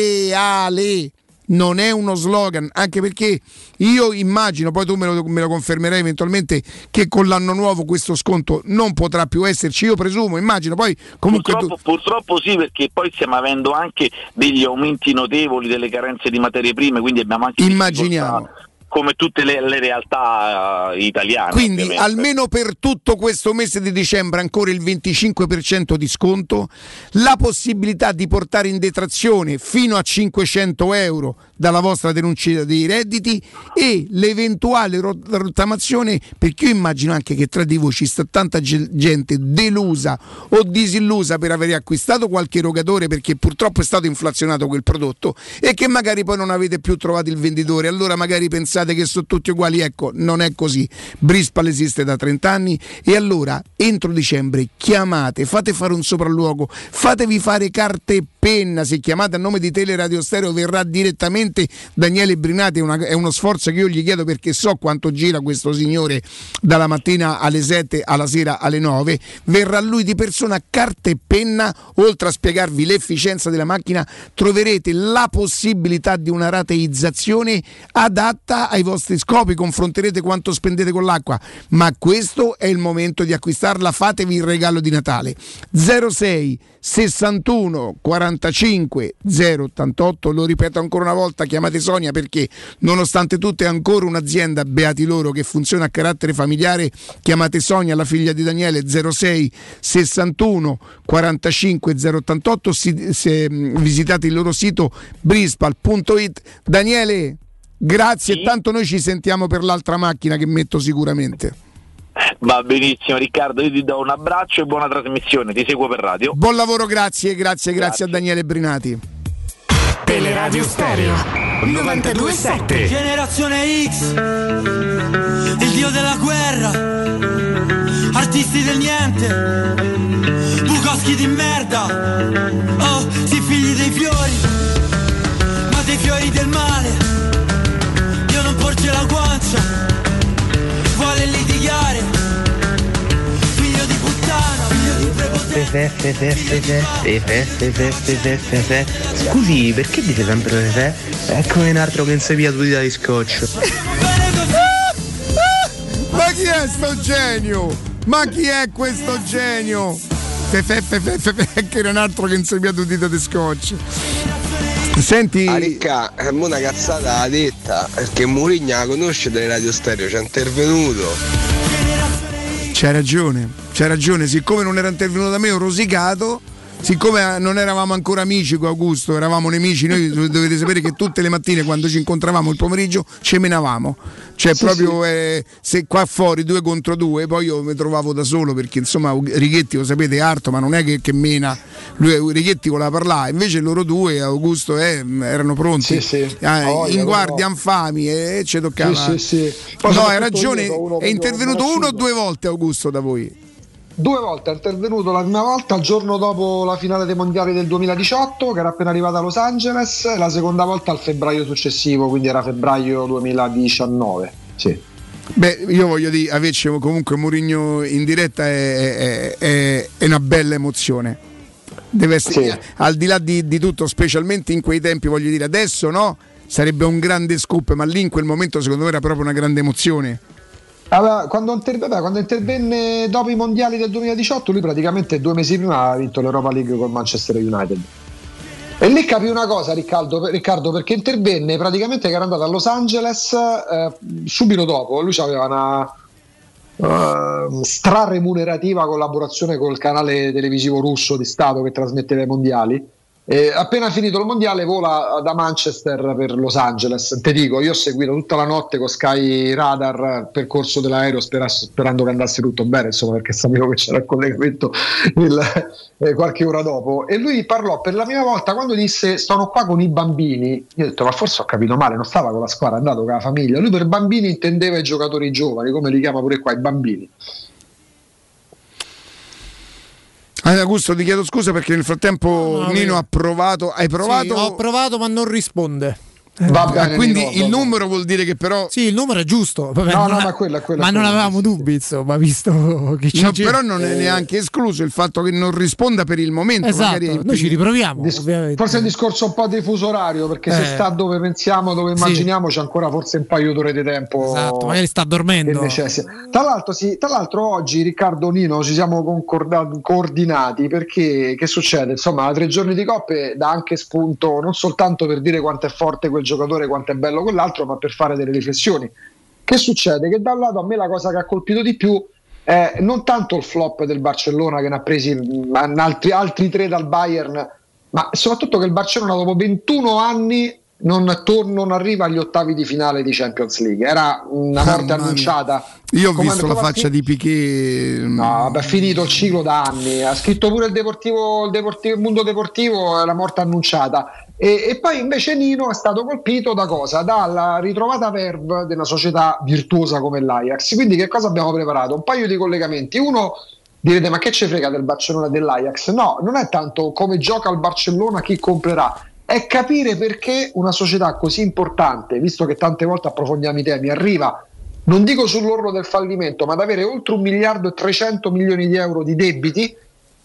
reale. Non è uno slogan, anche perché io immagino, poi tu me lo, me lo confermerai eventualmente, che con l'anno nuovo questo sconto non potrà più esserci, io presumo, immagino. Poi comunque purtroppo, tu... purtroppo sì, perché poi stiamo avendo anche degli aumenti notevoli delle carenze di materie prime, quindi abbiamo anche immaginiamo come tutte le, le realtà uh, italiane. Quindi ovviamente. Almeno per tutto questo mese di dicembre ancora il venticinque per cento di sconto, la possibilità di portare in detrazione fino a cinquecento euro dalla vostra denuncia dei redditi e l'eventuale rottamazione, perché io immagino anche che tra di voi ci sta tanta gente delusa o disillusa per aver acquistato qualche erogatore perché purtroppo è stato inflazionato quel prodotto e che magari poi non avete più trovato il venditore, allora magari pensate che sono tutti uguali. Ecco, non è così. Brispal esiste da trenta anni e allora entro dicembre chiamate, fate fare un sopralluogo, fatevi fare carte e penna. Se chiamate a nome di Teleradio Stereo verrà direttamente Daniele Brinati, è, una, è uno sforzo che io gli chiedo perché so quanto gira questo signore dalla mattina alle sette alla sera alle nove. Verrà lui di persona, carta e penna, oltre a spiegarvi l'efficienza della macchina troverete la possibilità di una rateizzazione adatta ai vostri scopi, confronterete quanto spendete con l'acqua, ma questo è il momento di acquistarla, fatevi il regalo di Natale. zero sei sessantuno quarantacinque zero ottantotto, lo ripeto ancora una volta, chiamate Sonia perché nonostante tutto è ancora un'azienda, beati loro, che funziona a carattere familiare. Chiamate Sonia, la figlia di Daniele, zero sei sessantuno quarantacinque zero ottantotto, si, se, visitate il loro sito brispal punto it. Daniele, grazie, sì. E tanto noi ci sentiamo per l'altra macchina che metto sicuramente. Va benissimo Riccardo, io ti do un abbraccio e buona trasmissione, ti seguo per radio. Buon lavoro, grazie, grazie, grazie, grazie a Daniele Brinati. Teleradio Stereo novantadue sette. Generazione X, il dio della guerra, artisti del niente, Bukowski di merda. Oh, si figli dei fiori, ma dei fiori del male. Io non porge la guancia, vuole litigare, figlio di puttana, figlio di prepotente. Scusi, perché dite sempre Fefe? È come un altro che non si via due dita di scotch. Ma chi è sto genio? Ma chi è questo genio? Fefe, fefe, fefe, che era un altro che non si via due dita di scotch. Senti, ah, Ricca, è una cazzata la detta, perché Mourinho la conosce delle radio stereo, c'è intervenuto. C'hai ragione, c'hai ragione, siccome non era intervenuto da me ho rosicato, siccome non eravamo ancora amici con Augusto, eravamo nemici, noi dovete sapere che tutte le mattine quando ci incontravamo il pomeriggio ci menavamo, cioè sì, proprio sì. Eh, se qua fuori due contro due, poi io mi trovavo da solo perché insomma Righetti lo sapete è arto, ma non è che, che mena, lui Righetti voleva parlare, invece loro due, Augusto eh, erano pronti, sì, sì. Eh, oh, in guardia, infami e ci toccava. Sì, sì, sì. No, hai ragione, è intervenuto uno o due volte Augusto da voi? Due volte, è intervenuto la prima volta il giorno dopo la finale dei mondiali del duemiladiciotto, che era appena arrivata a Los Angeles, e la seconda volta al febbraio successivo, quindi era febbraio duemiladiciannove. Sì. Beh, io voglio dire, averci comunque Mourinho in diretta è, è, è, è una bella emozione. Deve essere, sì. Al di là di, di tutto, specialmente in quei tempi, voglio dire, adesso no, sarebbe un grande scoop, ma lì in quel momento secondo me era proprio una grande emozione. Allora, quando, intervenne, quando intervenne dopo i mondiali del duemiladiciotto, lui praticamente due mesi prima ha vinto l'Europa League con Manchester United. E lì capì una cosa, Riccardo, Riccardo perché intervenne praticamente che era andato a Los Angeles eh, subito dopo. Lui aveva una uh, straremunerativa collaborazione col canale televisivo russo di Stato che trasmetteva i mondiali. E appena finito il mondiale vola da Manchester per Los Angeles. Te dico, io ho seguito tutta la notte con Sky Radar il percorso dell'aereo spera, sperando che andasse tutto bene, insomma, perché sapevo che c'era il collegamento il, eh, qualche ora dopo. E lui parlò per la prima volta quando disse sono qua con i bambini. Io ho detto ma forse ho capito male, non stava con la squadra, è andato con la famiglia. Lui per bambini intendeva i giocatori giovani, come li chiama pure qua i bambini. Augusto, ti chiedo scusa perché nel frattempo no, Nino no. ha provato. Hai provato? Sì, ho provato ma non risponde. Va bene, quindi Nino, il va numero vuol dire che però sì, il numero è giusto. Vabbè, no, no, ha... ma quella, quella, ma quella, non avevamo sì, dubbi, insomma, visto che ci no, però non è neanche escluso il fatto che non risponda per il momento. Esatto, magari noi ci riproviamo. Dis- forse è un discorso un po' di fuso orario, perché eh. se sta dove pensiamo, dove immaginiamo, sì. c'è ancora forse un paio d'ore di tempo. Esatto, magari sta dormendo. Tra l'altro, sì, tra l'altro oggi Riccardo Nino ci siamo concordati, coordinati perché che succede? Insomma, tre giorni di coppe dà anche spunto non soltanto per dire quanto è forte quel giocatore, quanto è bello quell'altro, ma per fare delle riflessioni. Che succede? Che da un lato a me la cosa che ha colpito di più è non tanto il flop del Barcellona che ne ha presi altri, altri tre dal Bayern, ma soprattutto che il Barcellona dopo ventuno anni non, tor- non arriva agli ottavi di finale di Champions League. Era una morte ah, annunciata. Io ho come, visto come la faccia fi- di Piqué. No, vabbè, è finito il ciclo da anni. Ha scritto pure il Deportivo, il, Deportivo, il Mondo Deportivo, è la morte annunciata. E, e poi invece Nino è stato colpito da cosa? Dalla ritrovata verve di una società virtuosa come l'Ajax. Quindi che cosa abbiamo preparato? Un paio di collegamenti. Uno, direte ma che ce frega del Barcellona e dell'Ajax? No, non è tanto come gioca il Barcellona, chi comprerà, è capire perché una società così importante, visto che tante volte approfondiamo i temi, arriva, non dico sull'orlo del fallimento, ma ad avere oltre un miliardo e trecento milioni di euro di debiti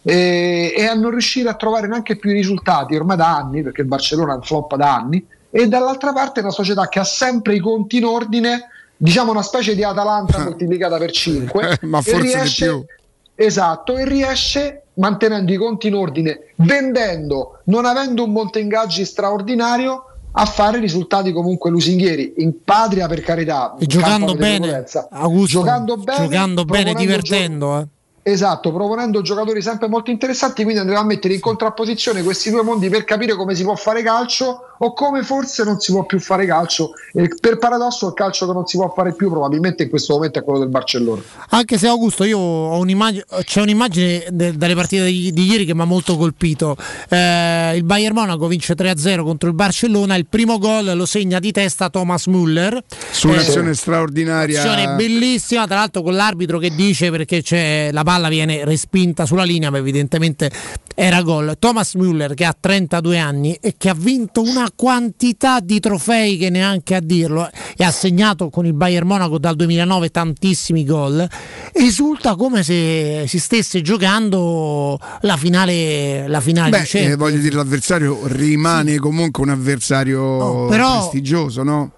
e, e a non riuscire a trovare neanche più i risultati ormai da anni, perché il Barcellona è un flop da anni, e dall'altra parte è una società che ha sempre i conti in ordine, diciamo una specie di Atalanta moltiplicata per cinque, ma forse riesce, di più. Esatto, e riesce, mantenendo i conti in ordine, vendendo, non avendo un monte ingaggi straordinario, a fare risultati comunque lusinghieri in patria, per carità, e giocando bene, Augusto, giocando bene, giocando bene divertendo gio- eh. esatto, proponendo giocatori sempre molto interessanti. Quindi andremo a mettere in contrapposizione questi due mondi per capire come si può fare calcio, o come forse non si può più fare calcio, e per paradosso il calcio che non si può fare più probabilmente in questo momento è quello del Barcellona. Anche se Augusto, io ho un'immagine, c'è un'immagine de, dalle partite di, di ieri che mi ha molto colpito. Eh, il Bayern Monaco vince tre a zero contro il Barcellona, il primo gol lo segna di testa Thomas Müller su un'azione eh, straordinaria, un'azione bellissima, tra l'altro con l'arbitro che dice, perché c'è, la palla viene respinta sulla linea, ma evidentemente era gol. Thomas Müller, che ha trentadue anni e che ha vinto una quantità di trofei che neanche a dirlo, e ha segnato con il Bayern Monaco dal duemilanove tantissimi gol, esulta come se si stesse giocando la finale, la finale Beh, di Champions. Eh, voglio dire, l'avversario rimane sì. comunque un avversario oh, però, prestigioso, no?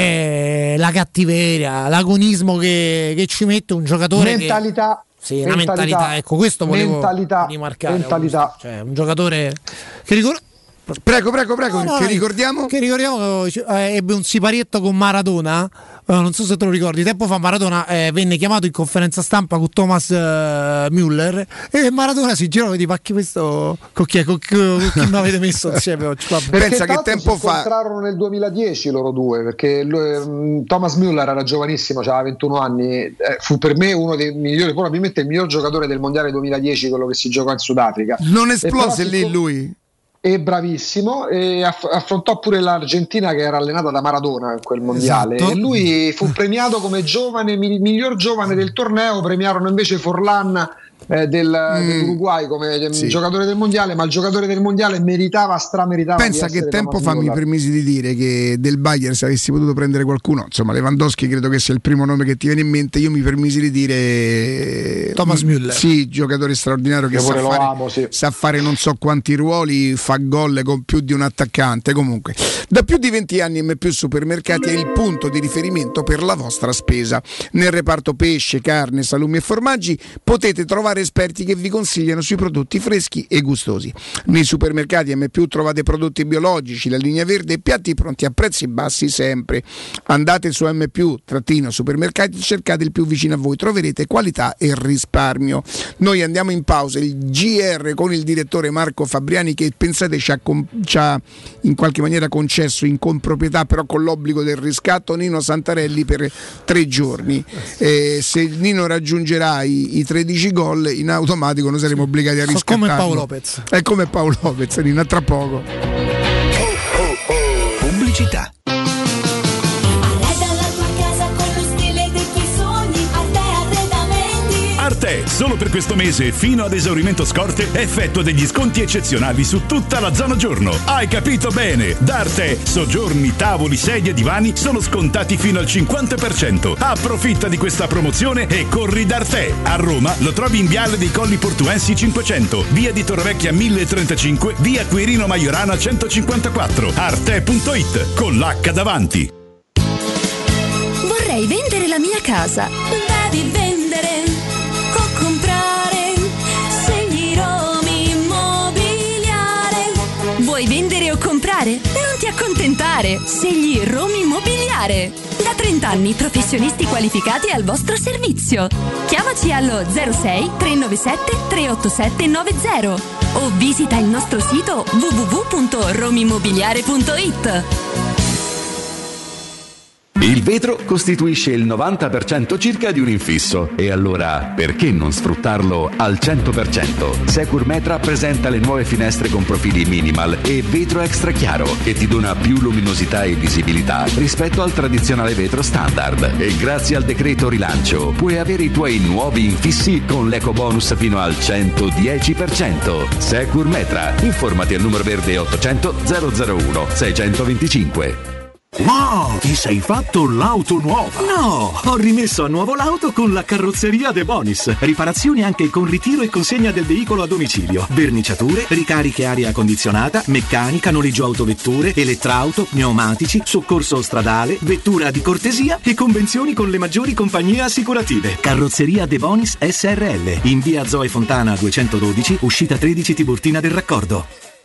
Eh, la cattiveria, l'agonismo che, che ci mette un giocatore, mentalità che, sì, una mentalità, mentalità, ecco, questo volevo mentalità, rimarcare. Mentalità. Cioè, un giocatore che ricorda. Prego, prego, prego, no, no, che ricordiamo? Che ricordiamo eh, ebbe un siparietto con Maradona. Non so se te lo ricordi, tempo fa Maradona eh, venne chiamato in conferenza stampa con Thomas eh, Müller, e Maradona si girò e disse: ma chi questo con chi, con chi, con chi mi avete messo insieme? Pensa che tempo si fa incontrarono nel duemiladieci loro due, perché lui, Thomas Müller era giovanissimo, aveva ventuno anni, eh, fu per me uno dei migliori, probabilmente il miglior giocatore del mondiale duemiladieci, quello che si giocò in Sudafrica. Non esplose lì si... lui? E bravissimo, e aff- affrontò pure l'Argentina, che era allenata da Maradona in quel mondiale, esatto. E lui fu premiato come giovane, miglior giovane del torneo. Premiarono invece Forlan eh, del, mm. dell'Uruguay come sì. giocatore del mondiale, ma il giocatore del mondiale meritava, strameritava. Pensa che tempo fa mi permisi di dire che del Bayern, se avessi potuto prendere qualcuno, insomma Lewandowski credo che sia il primo nome che ti viene in mente, io mi permisi di dire Thomas Müller, sì, giocatore straordinario che sa fare, amo, sì. sa fare non so quanti ruoli, fa gol con più di un attaccante. Comunque da più di venti anni M più Supermercati è il punto di riferimento per la vostra spesa. Nel reparto pesce, carne, salumi e formaggi potete trovare esperti che vi consigliano sui prodotti freschi e gustosi. Nei supermercati M più trovate prodotti biologici, la linea verde e piatti pronti a prezzi bassi sempre. Andate su M più supermercati, cercate il più vicino a voi, troverete qualità e risparmio. Noi andiamo in pausa, il G R con il direttore Marco Fabriani, che pensate ci ha, ci ha in qualche maniera concesso in comproprietà, però con l'obbligo del riscatto, Nino Santarelli per tre giorni. Eh, se Nino raggiungerà i, i tredici gol, in automatico noi saremo obbligati a riscattarlo. Come Paolo Lopez. È come Paolo Lopez, Nino, tra poco. Pubblicità. Arte, solo per questo mese fino ad esaurimento scorte effettua degli sconti eccezionali su tutta la zona giorno. Hai capito bene? Da Arte, soggiorni, tavoli, sedie e divani sono scontati fino al cinquanta per cento. Approfitta di questa promozione e corri da Arte. A Roma lo trovi in Viale dei Colli Portuensi cinquecento, via di Torrevecchia mille e trentacinque, via Quirino Maiorana centocinquantaquattro. Arte punto it con l'H davanti. Vorrei vendere la mia casa. Devi vendere o comprare. Scegli Romi Immobiliare. Vuoi vendere o comprare? Non ti accontentare. Scegli Romi Immobiliare. Da trenta anni professionisti qualificati al vostro servizio. Chiamaci allo zero sei tre nove sette tre otto sette nove zero o visita il nostro sito w w w punto romi immobiliare punto it. Il vetro costituisce il novanta per cento circa di un infisso, e allora perché non sfruttarlo al cento per cento? Securmetra presenta le nuove finestre con profili minimal e vetro extra chiaro, che ti dona più luminosità e visibilità rispetto al tradizionale vetro standard. E grazie al decreto rilancio puoi avere i tuoi nuovi infissi con l'eco bonus fino al centodieci per cento. Securmetra, informati al numero verde ottocento zero zero uno seicentoventicinque. Wow, ti sei fatto l'auto nuova? No, ho rimesso a nuovo l'auto con la carrozzeria De Bonis. Riparazioni anche con ritiro e consegna del veicolo a domicilio. Verniciature, ricariche aria condizionata, meccanica, noleggio autovetture, elettrauto, pneumatici, soccorso stradale, vettura di cortesia e convenzioni con le maggiori compagnie assicurative. Carrozzeria De Bonis S R L in via Zoe Fontana duecentododici, uscita tredici Tiburtina del Raccordo.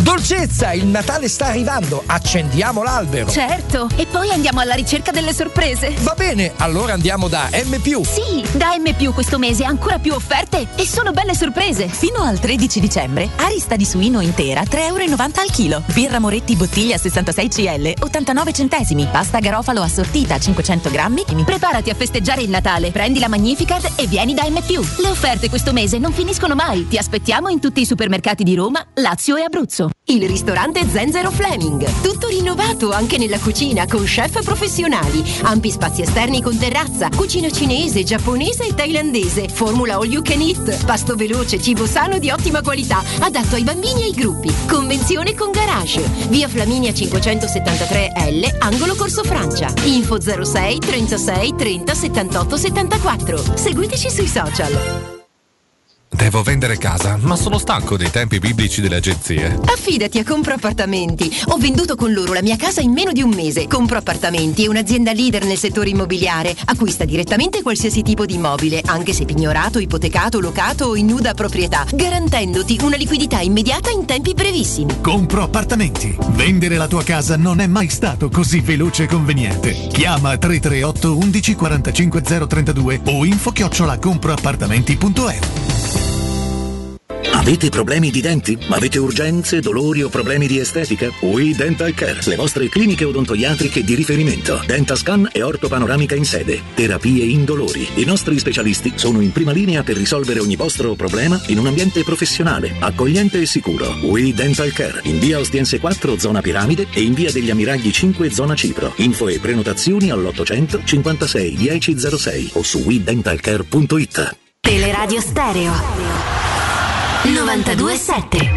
Dolcezza, il Natale sta arrivando, accendiamo l'albero. Certo, e poi andiamo alla ricerca delle sorprese. Va bene, allora andiamo da M+. Sì, da M+, questo mese ancora più offerte e sono belle sorprese. Fino al tredici dicembre, arista di suino intera tre e novanta euro al chilo. Birra Moretti bottiglia sessantasei centilitri ottantanove centesimi. Pasta Garofalo assortita cinquecento grammi. Preparati a festeggiare il Natale, prendi la Magnificard e vieni da M+. Le offerte questo mese non finiscono mai. Ti aspettiamo in tutti i supermercati di Roma, Lazio e Abruzzo. Il ristorante Zenzero Fleming, tutto rinnovato anche nella cucina con chef professionali, ampi spazi esterni con terrazza, cucina cinese, giapponese e thailandese, formula all you can eat, pasto veloce, cibo sano di ottima qualità, adatto ai bambini e ai gruppi, convenzione con garage, via Flaminia cinquecentosettantatré L, angolo Corso Francia, info zero sei trentasei trenta settantotto settantaquattro, seguiteci sui social. Devo vendere casa, ma sono stanco dei tempi biblici delle agenzie. Affidati a Compro Appartamenti. Ho venduto con loro la mia casa in meno di un mese. Compro Appartamenti è un'azienda leader nel settore immobiliare. Acquista direttamente qualsiasi tipo di immobile, anche se pignorato, ipotecato, locato o in nuda proprietà, garantendoti una liquidità immediata in tempi brevissimi. Compro Appartamenti. Vendere la tua casa non è mai stato così veloce e conveniente. Chiama tre tre otto undici quarantacinque zero trentadue o info chiocciola comproappartamenti punto e u. Avete problemi di denti? Avete urgenze, dolori o problemi di estetica? We Dental Care, le vostre cliniche odontoiatriche di riferimento. Dentascan e ortopanoramica in sede. Terapie indolori. I nostri specialisti sono in prima linea per risolvere ogni vostro problema in un ambiente professionale, accogliente e sicuro. We Dental Care, in via Ostiense quattro, zona Piramide, e in via degli Ammiragli cinque, zona Cipro. Info e prenotazioni all'ottocento cinquantasei dieci zero sei o su we dental care punto it. Teleradio Stereo novantadue sette.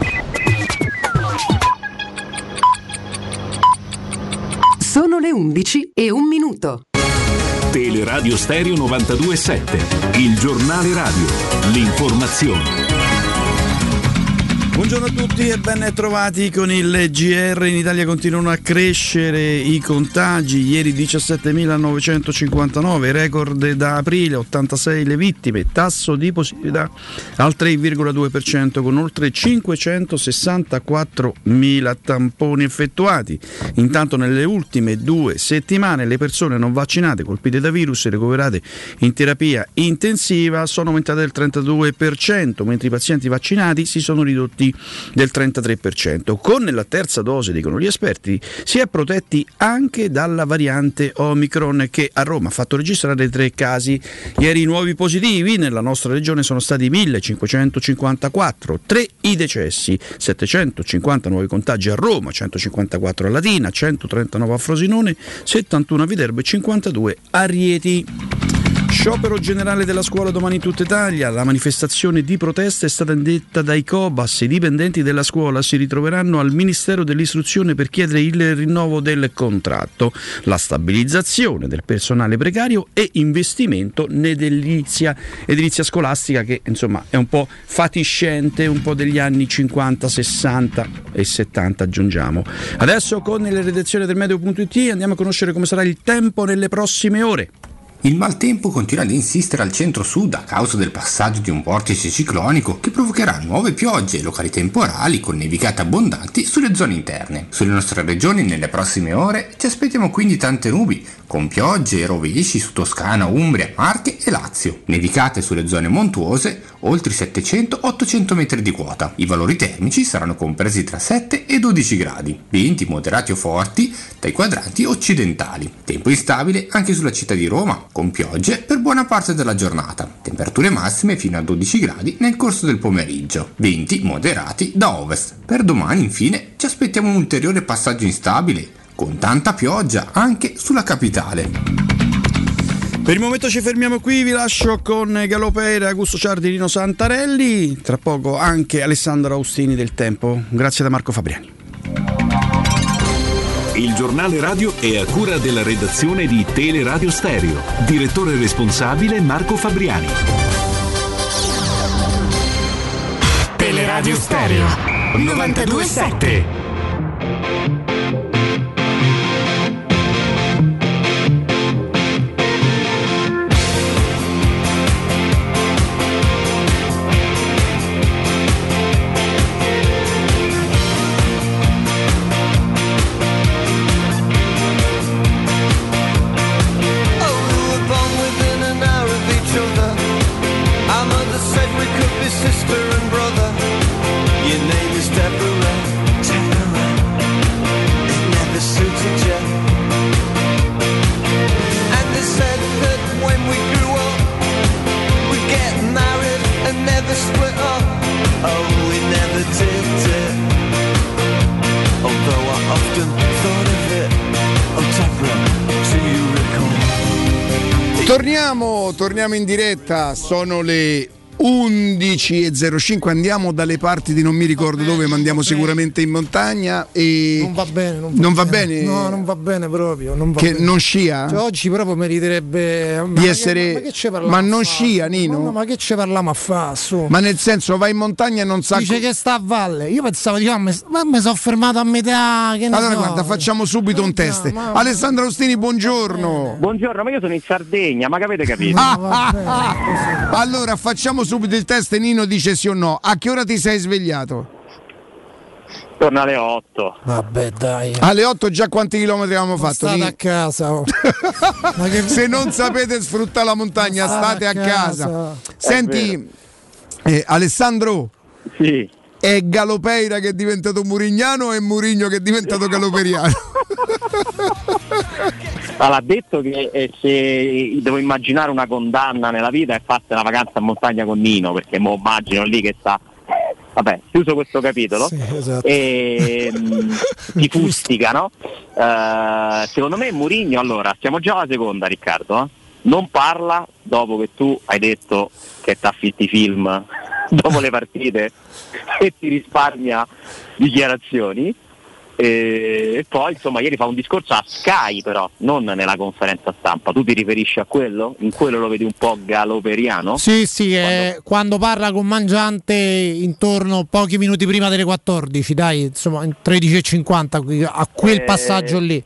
Sono le undici e un minuto. Teleradio Stereo novantadue sette, il giornale radio, l'informazione. Buongiorno a tutti e ben trovati con il G R. In Italia continuano a crescere i contagi, ieri diciassettemilanovecentocinquantanove, record da aprile, ottantasei le vittime, tasso di positività al tre virgola due per cento con oltre cinquecentosessantaquattromila tamponi effettuati. Intanto nelle ultime due settimane le persone non vaccinate colpite da virus e ricoverate in terapia intensiva sono aumentate del trentadue per cento, mentre i pazienti vaccinati si sono ridotti del trentatré per cento. Con la terza dose, dicono gli esperti, si è protetti anche dalla variante Omicron, che a Roma ha fatto registrare tre casi. Ieri i nuovi positivi nella nostra regione sono stati millecinquecentocinquantaquattro, tre i decessi, settecentocinquanta nuovi contagi a Roma, centocinquantaquattro a Latina, centotrentanove a Frosinone, settantuno a Viterbo e cinquantadue a Rieti. Sciopero generale della scuola domani in tutta Italia. La manifestazione di protesta è stata indetta dai Cobas. I dipendenti della scuola si ritroveranno al Ministero dell'Istruzione per chiedere il rinnovo del contratto, la stabilizzazione del personale precario e investimento nell'edilizia edilizia scolastica, che insomma è un po' fatiscente, un po' degli anni cinquanta, sessanta e settanta aggiungiamo. Adesso con la redazione del Meteo punto it andiamo a conoscere come sarà il tempo nelle prossime ore. Il maltempo continua ad insistere al centro-sud a causa del passaggio di un vortice ciclonico che provocherà nuove piogge e locali temporali con nevicate abbondanti sulle zone interne. Sulle nostre regioni nelle prossime ore ci aspettiamo quindi tante nubi, con piogge e rovesci su Toscana, Umbria, Marche e Lazio. Nevicate sulle zone montuose, oltre settecento ottocento metri di quota. I valori termici saranno compresi tra sette e dodici gradi, venti moderati o forti dai quadranti occidentali. Tempo instabile anche sulla città di Roma, con piogge per buona parte della giornata. Temperature massime fino a dodici gradi nel corso del pomeriggio, venti moderati da ovest. Per domani infine ci aspettiamo un ulteriore passaggio instabile, con tanta pioggia anche sulla capitale. Per il momento ci fermiamo qui, vi lascio con Galopera, Augusto Ciardi, Rino Santarelli, tra poco anche Alessandro Austini del Tempo. Grazie da Marco Fabriani. Il giornale radio è a cura della redazione di Teleradio Stereo. Direttore responsabile Marco Fabriani. Teleradio Stereo novantadue sette. Torniamo, torniamo in diretta, sono le undici e zero cinque, andiamo dalle parti di non mi ricordo dove, ma andiamo sicuramente in montagna e non va bene, non va, non va bene. bene. No, non va bene proprio, non va che bene. non scia? Cioè, oggi proprio meriterebbe di essere ma, che, ma, che ma, ma non fa? scia, Nino? Ma, ma che ci parliamo a fa su? Ma nel senso vai in montagna e non sa dice co- che sta a valle. Io pensavo diciamo, ma mi sono fermato a metà, che ne allora so. guarda, facciamo subito un test. No, ma... Alessandro Ostini, buongiorno. Buongiorno, ma io sono in Sardegna, ma che avete capito? Ah, ah, ah. Allora facciamo subito il test. Nino dice sì o no. A che ora ti sei svegliato? Torna alle otto. Vabbè, dai. Alle otto già quanti chilometri avevamo non fatto? State a casa. Oh. Ma che... Se non sapete sfruttare la montagna, non state a casa. casa. Senti, eh, Alessandro. Sì. È Galopeira che è diventato Murignano o è Murigno che è diventato Galoperiano? Allora, ha detto che eh, se devo immaginare una condanna nella vita è farsi una vacanza a montagna con Nino, perché mo immagino lì che sta, vabbè, chiuso questo capitolo, sì, esatto. E mh, ti fustica, no? Uh, secondo me Mourinho, allora, siamo già alla seconda, Riccardo, eh? Non parla dopo che tu hai detto che ti affitti film dopo le partite e ti risparmia dichiarazioni. E poi insomma ieri fa un discorso a Sky, però non nella conferenza stampa. Tu ti riferisci a quello? In quello lo vedi un po' galoperiano? Sì, sì, quando, eh, quando parla con Mangiante intorno pochi minuti prima delle quattordici, dai, insomma tredici e cinquanta, a quel eh, passaggio lì.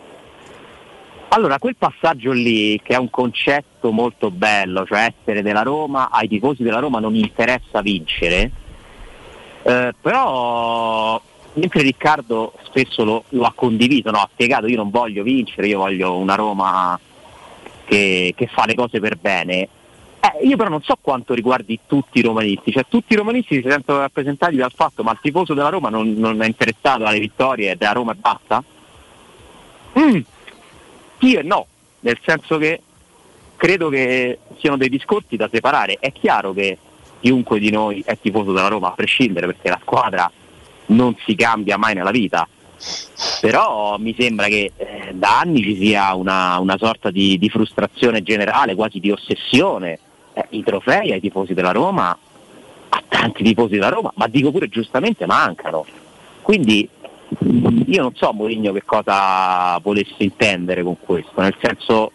Allora, quel passaggio lì, che è un concetto molto bello, cioè essere della Roma, ai tifosi della Roma non interessa vincere, eh, però mentre Riccardo spesso lo, lo ha condiviso, no? Ha spiegato: io non voglio vincere, io voglio una Roma che, che fa le cose per bene. Eh, io però non so quanto riguardi tutti i romanisti, cioè tutti i romanisti si sentono rappresentati dal fatto, ma il tifoso della Roma non, non è interessato alle vittorie della Roma e basta? Mm. Sì e no, nel senso che credo che siano dei discorsi da separare. È chiaro che chiunque di noi è tifoso della Roma, a prescindere, perché la squadra non si cambia mai nella vita, però mi sembra che eh, da anni ci sia una, una sorta di, di frustrazione generale, quasi di ossessione. Eh, i trofei ai tifosi della Roma, a tanti tifosi della Roma, ma dico pure giustamente, mancano. Quindi mh, io non so Mourinho che cosa volesse intendere con questo, nel senso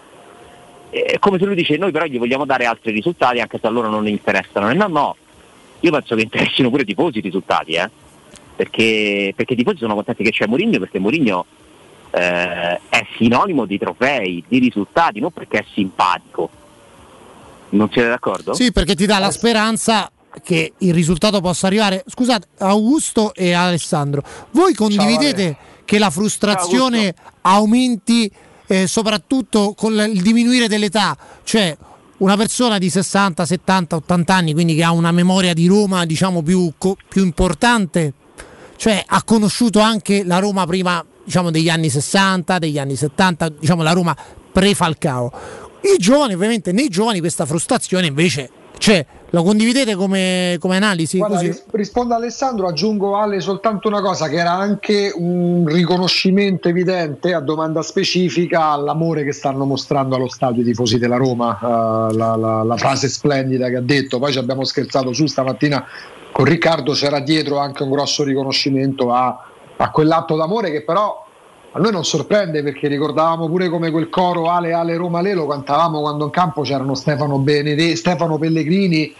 è eh, come se lui dice: noi però gli vogliamo dare altri risultati anche se a loro non interessano. E no, no, io penso che interessino pure i tifosi i risultati, eh Perché, perché i tifosi sono contenti che c'è Mourinho, perché Mourinho eh, è sinonimo di trofei, di risultati, non perché è simpatico. Non siete d'accordo? Sì, perché ti dà la speranza che il risultato possa arrivare. Scusate, Augusto e Alessandro, voi condividete Ciao, che la frustrazione Ciao, aumenti eh, soprattutto con il diminuire dell'età? Cioè una persona di sessanta, settanta, ottanta anni, quindi che ha una memoria di Roma diciamo più, più importante, cioè ha conosciuto anche la Roma prima, diciamo, degli anni sessanta, degli anni settanta, diciamo la Roma pre-Falcao. I giovani, ovviamente, nei giovani questa frustrazione invece c'è. Lo condividete come, come analisi? Guarda, così? Rispondo a Alessandro, aggiungo Ale soltanto una cosa, che era anche un riconoscimento evidente a domanda specifica all'amore che stanno mostrando allo stadio i tifosi della Roma, uh, la, la, la frase splendida che ha detto. Poi ci abbiamo scherzato su stamattina con Riccardo, c'era dietro anche un grosso riconoscimento a, a quell'atto d'amore che però a noi non sorprende, perché ricordavamo pure come quel coro Ale Ale Roma Le lo cantavamo quando in campo c'erano Stefano, Benede- Stefano Pellegrini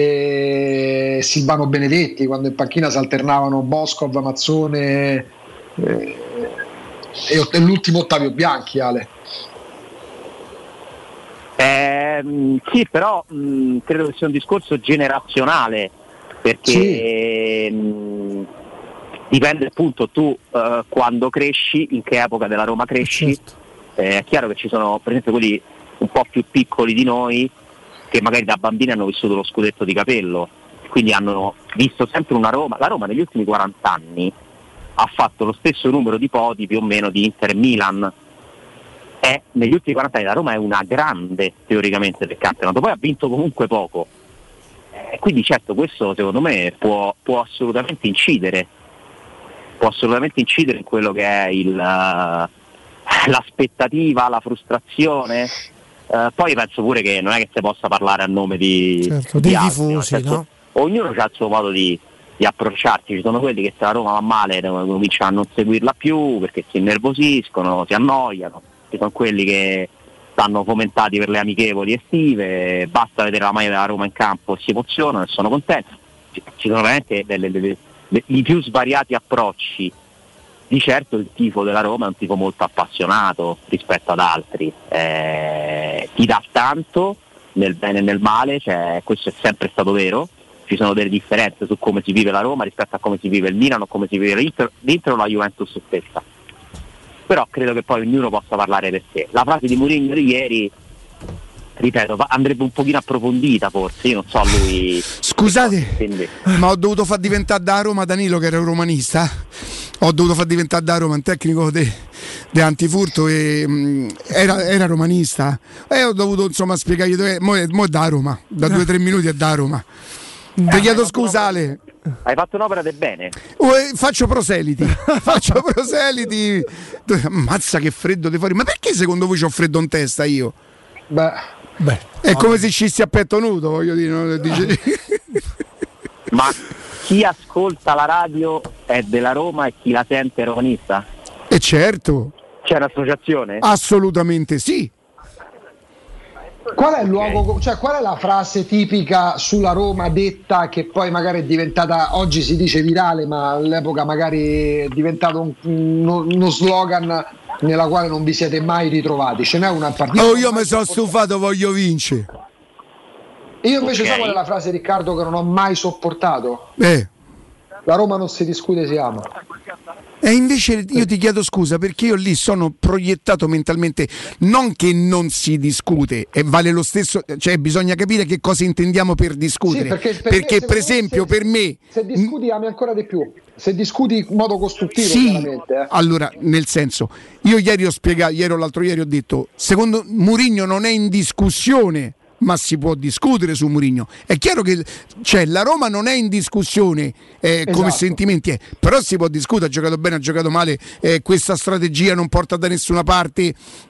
e Silvano Benedetti, quando in panchina si alternavano Boscov, Mazzone eh, e, e l'ultimo Ottavio Bianchi. Ale eh, sì, però mh, credo che sia un discorso generazionale, perché sì. mh, dipende appunto tu uh, quando cresci, in che epoca della Roma cresci. Certo. Eh, è chiaro che ci sono per esempio quelli un po' più piccoli di noi che magari da bambini hanno vissuto lo scudetto di Capello, quindi hanno visto sempre una Roma. La Roma negli ultimi quaranta anni ha fatto lo stesso numero di podi più o meno di Inter e Milan. E negli ultimi quaranta anni la Roma è una grande teoricamente del campionato, poi ha vinto comunque poco. Eh, quindi certo questo secondo me può, può assolutamente incidere. può assolutamente incidere in quello che è il, uh, l'aspettativa, la frustrazione. Uh, poi penso pure che non è che si possa parlare a nome di, certo, di dei altri, tifosi, no? no? Ognuno ha il suo modo di, di approcciarsi. Ci sono quelli che se la Roma va male cominciano a non seguirla più perché si innervosiscono, si annoiano. Ci sono quelli che stanno fomentati per le amichevoli estive, basta vedere la maglia della Roma in campo e si emozionano e sono contenti. Ci, ci sono veramente delle, delle, delle, i più svariati approcci. Di certo il tifo della Roma è un tifo molto appassionato rispetto ad altri, eh, ti dà tanto nel bene e nel male, cioè, questo è sempre stato vero, ci sono delle differenze su come si vive la Roma rispetto a come si vive il Milan o come si vive l'Inter, l'Inter o la Juventus stessa, però credo che poi ognuno possa parlare per sé. La frase di Mourinho di ieri, ripeto, andrebbe un pochino approfondita forse, io non so lui. Scusate, ma ho dovuto far diventare da Roma Danilo che era un romanista, ho dovuto far diventare da Roma un tecnico di antifurto e mh, era, era romanista e ho dovuto insomma spiegargli dove, mo è, mo è da Roma, da due o tre minuti è da Roma. Ti chiedo scusa Ale. Hai fatto un'opera del bene. Oh, eh, faccio proseliti, faccio proseliti. Ammazza che freddo di fuori, ma perché secondo voi c'ho freddo in testa io? Beh, Beh è come me. Se scissi a petto nudo, voglio dire, no? Dice... Ma chi ascolta la radio è della Roma e chi la sente è romanista? E certo. C'è un'associazione? Assolutamente sì. Qual è il luogo, cioè qual è la frase tipica sulla Roma detta che poi magari è diventata, oggi si dice virale, ma all'epoca magari è diventato un, uno, uno slogan nella quale non vi siete mai ritrovati? Ce n'è una partita? Oh, io mi sono stufato, voglio vincere. Io invece okay. so qual è la frase, Riccardo, che non ho mai sopportato? Eh. La Roma non si discute, si ama. E invece io ti chiedo scusa perché io lì sono proiettato mentalmente, non che non si discute, e vale lo stesso, cioè bisogna capire che cosa intendiamo per discutere, sì, perché, per, perché me, per esempio se, per me se discuti ami ancora di più, se discuti in modo costruttivo, sì, chiaramente, eh. Allora nel senso, io ieri ho spiegato, ieri o l'altro ieri ho detto, secondo Mourinho non è in discussione, ma si può discutere su Mourinho. È chiaro che cioè, la Roma non è in discussione eh, esatto. come sentimenti è, però si può discutere, ha giocato bene, ha giocato male, eh, questa strategia non porta da nessuna parte.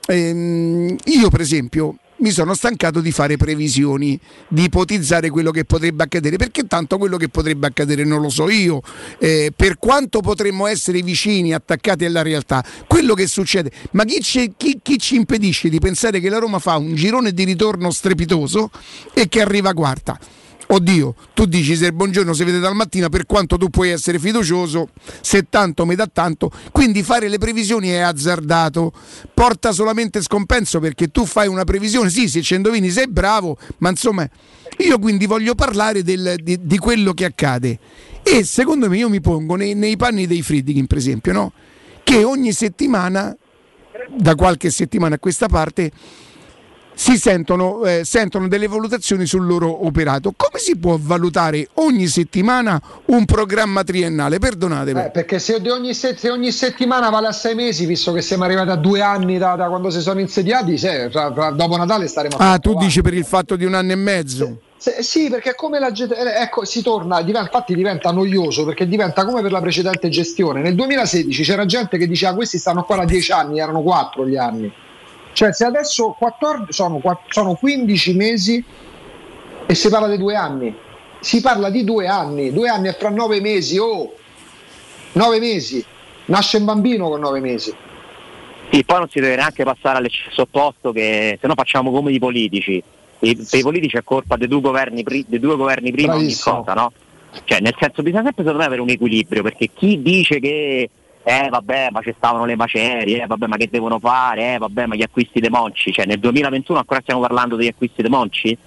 Eh, io per esempio mi sono stancato di fare previsioni, di ipotizzare quello che potrebbe accadere, perché tanto quello che potrebbe accadere non lo so io, eh, per quanto potremmo essere vicini, attaccati alla realtà, quello che succede, ma chi ci, chi, chi ci impedisce di pensare che la Roma fa un girone di ritorno strepitoso e che arriva quarta? Oddio, tu dici se il buongiorno si vede dal mattino, per quanto tu puoi essere fiducioso, se tanto mi dà tanto, quindi fare le previsioni è azzardato, porta solamente scompenso, perché tu fai una previsione, sì, se ci indovini sei bravo, ma insomma io quindi voglio parlare del, di, di quello che accade, e secondo me io mi pongo nei, nei panni dei Friedkin per esempio, no? Che ogni settimana, da qualche settimana a questa parte, si sentono, eh, sentono delle valutazioni sul loro operato. Come si può valutare ogni settimana un programma triennale? Perdonatemi. Eh, perché se ogni, se, se ogni settimana vale a sei mesi, visto che siamo arrivati a due anni da, da quando si sono insediati, se, fra, fra, dopo Natale staremo a Ah, tu dici per il fatto di un anno e mezzo? Se, se, sì, perché come la ecco, si torna, diventa, infatti diventa noioso, perché diventa come per la precedente gestione. Nel duemilasedici c'era gente che diceva questi stanno qua da dieci anni, erano quattro gli anni. Cioè se adesso quattordici, sono, sono quindici mesi e si parla di due anni, si parla di due anni, due anni è fra nove mesi, oh, nove mesi, nasce un bambino con nove mesi. Sì, poi non si deve neanche passare all'eccesso opposto, che se no facciamo come i politici, e, per i politici è colpa dei due governi, dei due governi prima Bravissimo. Ogni cosa, no? Cioè nel senso bisogna sempre secondo me avere un equilibrio, perché chi dice che eh vabbè ma ci stavano le macerie, eh vabbè ma che devono fare, eh vabbè ma gli acquisti dei Monci, cioè nel duemilaventuno ancora stiamo parlando degli acquisti dei Monci?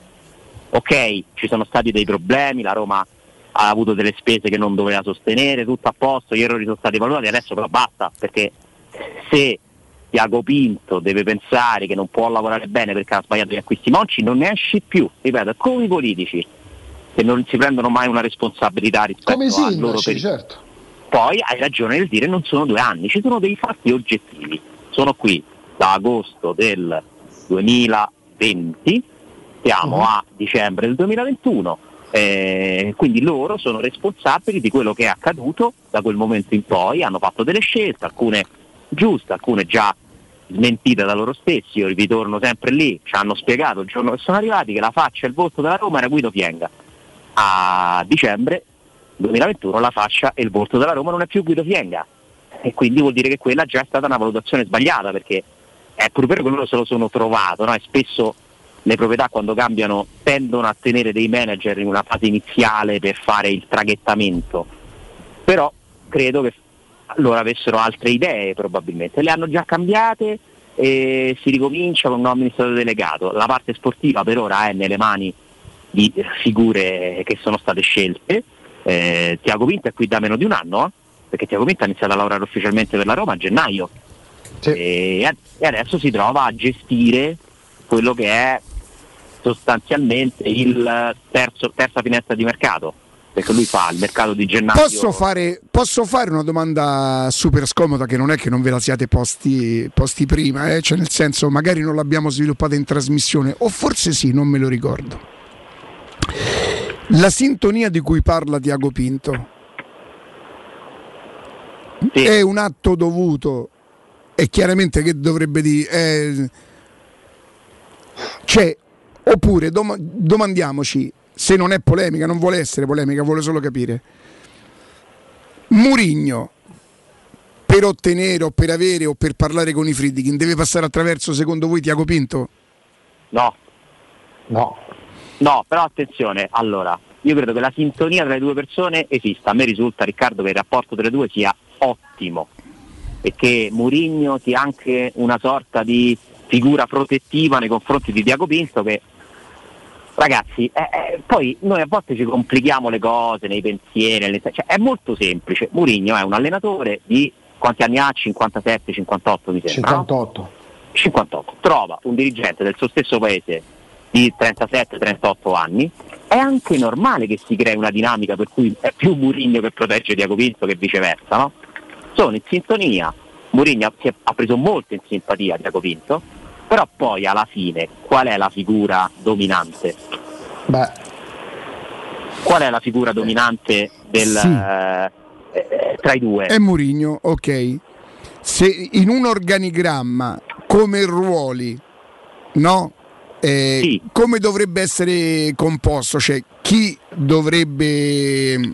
Ok, ci sono stati dei problemi, la Roma ha avuto delle spese che non doveva sostenere, tutto a posto, gli errori sono stati valutati, adesso però basta, perché se Tiago Pinto deve pensare che non può lavorare bene perché ha sbagliato gli acquisti Monci, non ne esci più, ripeto, è come i politici che non si prendono mai una responsabilità rispetto come al sì, loro periodo. Certo. Poi hai ragione nel dire non sono due anni, ci sono dei fatti oggettivi. Sono qui da agosto del duemilaventi, siamo uh-huh. a dicembre del duemilaventuno, eh, quindi loro sono responsabili di quello che è accaduto da quel momento in poi, hanno fatto delle scelte, alcune giuste, alcune già smentita da loro stessi, io ritorno sempre lì, ci hanno spiegato il giorno che sono arrivati che la faccia e il volto della Roma era Guido Fienga. A dicembre duemilaventuno la faccia e il volto della Roma non è più Guido Fienga, e quindi vuol dire che quella già è stata una valutazione sbagliata, perché è pure vero che loro se lo sono trovato, no? E spesso le proprietà quando cambiano tendono a tenere dei manager in una fase iniziale per fare il traghettamento, però credo che loro avessero altre idee, probabilmente le hanno già cambiate e si ricomincia con un nuovo amministratore delegato. La parte sportiva per ora è nelle mani di figure che sono state scelte. eh, Tiago Pinto è qui da meno di un anno, eh? perché Tiago Pinto ha iniziato a lavorare ufficialmente per la Roma a gennaio, sì. e, e adesso si trova a gestire quello che è sostanzialmente il terzo, terza finestra di mercato, perché lui fa il mercato di gennaio. Posso fare, posso fare una domanda super scomoda, che non è che non ve la siate posti, posti prima, eh? Cioè nel senso, magari non l'abbiamo sviluppata in trasmissione, o forse sì, non me lo ricordo. La sintonia di cui parla Tiago Pinto sì. è un atto dovuto, e chiaramente che dovrebbe dire, eh, cioè, oppure dom- domandiamoci, se non è polemica, non vuole essere polemica, vuole solo capire, Mourinho per ottenere o per avere o per parlare con i Friedkin deve passare attraverso, secondo voi, Tiago Pinto? No, no, no, però attenzione, allora, io credo che la sintonia tra le due persone esista. A me risulta, Riccardo, che il rapporto tra le due sia ottimo e che Mourinho sia anche una sorta di figura protettiva nei confronti di Tiago Pinto, che ragazzi, eh, eh, poi noi a volte ci complichiamo le cose nei pensieri, nelle, cioè, è molto semplice. Mourinho è un allenatore di quanti anni ha? cinquantasette cinquantotto mi sembra. cinquantotto. No? cinquantotto. Trova un dirigente del suo stesso paese di trentasette trentotto anni, è anche normale che si crei una dinamica per cui è più Mourinho che protegge Tiago Pinto che viceversa, no? Sono in sintonia, Mourinho si è, ha preso molto in simpatia Tiago Pinto, però poi alla fine qual è la figura dominante? Beh. Qual è la figura dominante del, sì. eh, eh, tra i due? È Mourinho, ok. Se in un organigramma come ruoli, no? Eh, sì. Come dovrebbe essere composto? Cioè, chi dovrebbe,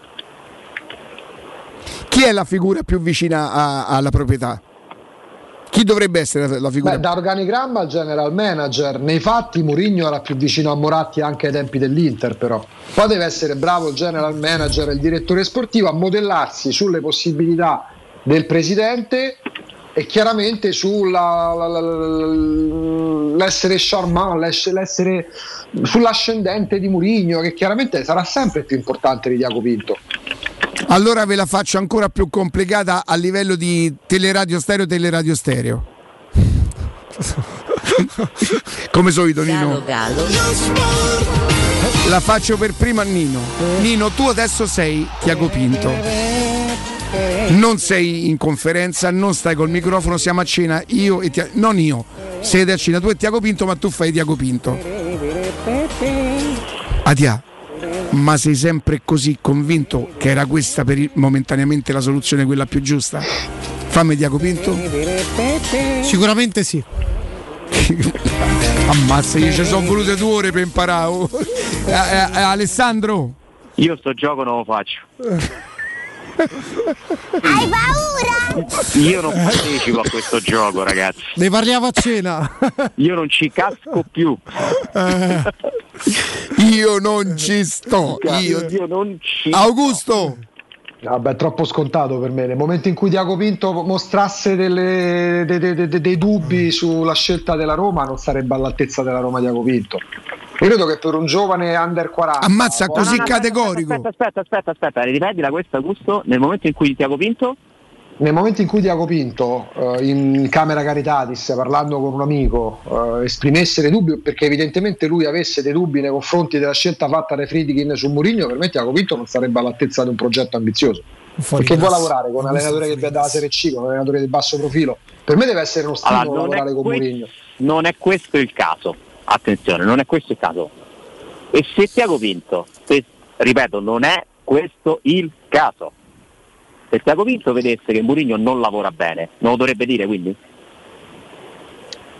chi è la figura più vicina a, alla proprietà? Chi dovrebbe essere la figura? Beh, da organigramma al general manager. Nei fatti Mourinho era più vicino a Moratti anche ai tempi dell'Inter, però poi deve essere bravo il general manager e il direttore sportivo a modellarsi sulle possibilità del presidente e chiaramente sulla la, la, la, l'essere charmant, l'essere sull'ascendente di Mourinho, che chiaramente sarà sempre più importante di Tiago Pinto. Allora ve la faccio ancora più complicata a livello di teleradio stereo, teleradio stereo. Come solito, Nino. Gallo, gallo. La faccio per prima a Nino. Nino, tu adesso sei Tiago Pinto. Non sei in conferenza, non stai col microfono, siamo a cena io e Tiago, non io, siete a cena tu e Tiago Pinto, ma tu fai Tiago Pinto. Atia, ma sei sempre così convinto che era questa per il, momentaneamente la soluzione quella più giusta? Fammi Tiago Pinto. Sicuramente sì. Ammazza, io ci sono volute due ore per imparare. Oh. Eh, eh, Alessandro? Io sto gioco non lo faccio. Hai paura? Io non partecipo a questo gioco, ragazzi. Ne parliamo a cena. Io non ci casco più. Eh, io non ci sto. Io, io non ci Augusto. sto. Vabbè, è troppo scontato per me. Nel momento in cui Tiago Pinto mostrasse delle, dei, dei, dei, dei dubbi sulla scelta della Roma, non sarebbe all'altezza della Roma Tiago Pinto. Io credo che per un giovane under quaranta ammazza così no, no, categorico. Aspetta, aspetta, aspetta, aspetta, ripetila questa, Augusto. Nel momento in cui Tiago Pinto Nel momento in cui Tiago Pinto eh, in Camera Caritatis, parlando con un amico, eh, esprimesse dei dubbi, perché evidentemente lui avesse dei dubbi nei confronti della scelta fatta dai Friedkin su Mourinho, per me Tiago Pinto non sarebbe all'altezza di un progetto ambizioso. Fuori perché vuole lavorare con un allenatore che viene dalla Serie C, con un allenatore di basso profilo. Per me deve essere uno stimolo allora, lavorare con que- Mourinho. Non è questo il caso, attenzione, non è questo il caso. E se Tiago Pinto, se, ripeto, non è questo il caso. Se Tiago Pinto vedesse che Mourinho non lavora bene, non lo dovrebbe dire, quindi?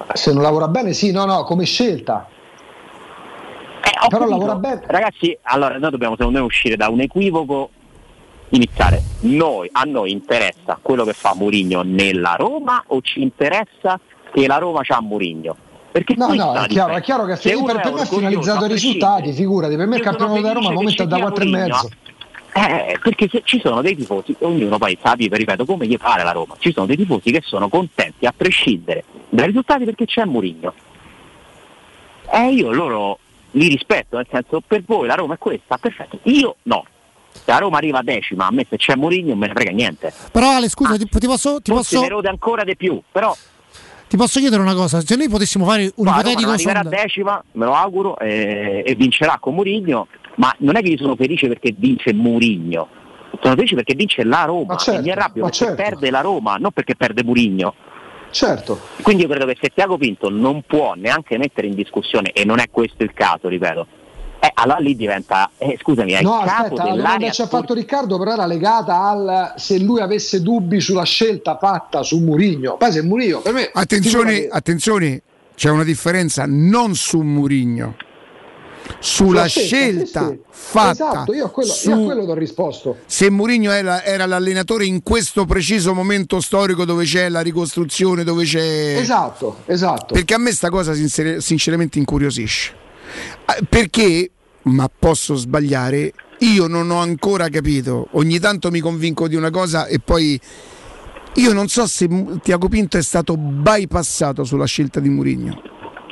Se non lavora bene, sì, no, no, come scelta. Eh, ho Però capito. lavora bene. Ragazzi, allora noi dobbiamo secondo me uscire da un equivoco, iniziare. Noi, a noi interessa quello che fa Mourinho nella Roma o ci interessa che la Roma c'ha Mourinho? Perché No, questa no, è la è chiaro, è differenza. chiaro che Se per, uno per è me è finalizzato orgoglioso, ai a risultati, prescindere, figurati, per me il io sono campionato della Roma al felice momento è che da ci quattro e sia mezzo. Mourinho. Eh, perché se ci sono dei tifosi, ognuno poi sa, ripeto, come gli pare la Roma, ci sono dei tifosi che sono contenti a prescindere dai risultati perché c'è Mourinho. E io loro li rispetto, nel senso, per voi la Roma è questa, perfetto, io no. Se la Roma arriva a decima, a me se c'è Mourinho non me ne frega niente. Però Ale, scusa, ti, ti posso ti Forse posso ne rode ancora di più, però ti posso chiedere una cosa, se noi potessimo fare un no, la Roma ipotetico non arriverà a sondaggio. decima, me lo auguro, e, e vincerà con Mourinho, ma non è che io sono felice perché vince Mourinho, sono felice perché vince la Roma, Ma certo, e mi arrabbio ma perché certo. perde la Roma, non perché perde Mourinho. Certo. Quindi io credo che se Tiago Pinto non può neanche mettere in discussione, e non è questo il caso, ripeto, eh, allora lì diventa, eh, scusami, è No, il capo aspetta, la domanda dell'area che ci ha sport- fatto Riccardo però era legata al se lui avesse dubbi sulla scelta fatta su Mourinho. Poi se Mourinho, per me Attenzione, figurati- attenzione, c'è una differenza non su Mourinho, sulla Sulla scelta, scelta sì, sì. fatta. Esatto, io a quello, su- io a quello ti ho risposto. Se Mourinho era, era l'allenatore in questo preciso momento storico dove c'è la ricostruzione, dove c'è... Esatto, esatto. Perché a me sta cosa sincer- sinceramente incuriosisce. Eh, Perché, ma posso sbagliare, io non ho ancora capito, ogni tanto mi convinco di una cosa e poi io non so se M- Tiago Pinto è stato bypassato sulla scelta di Mourinho.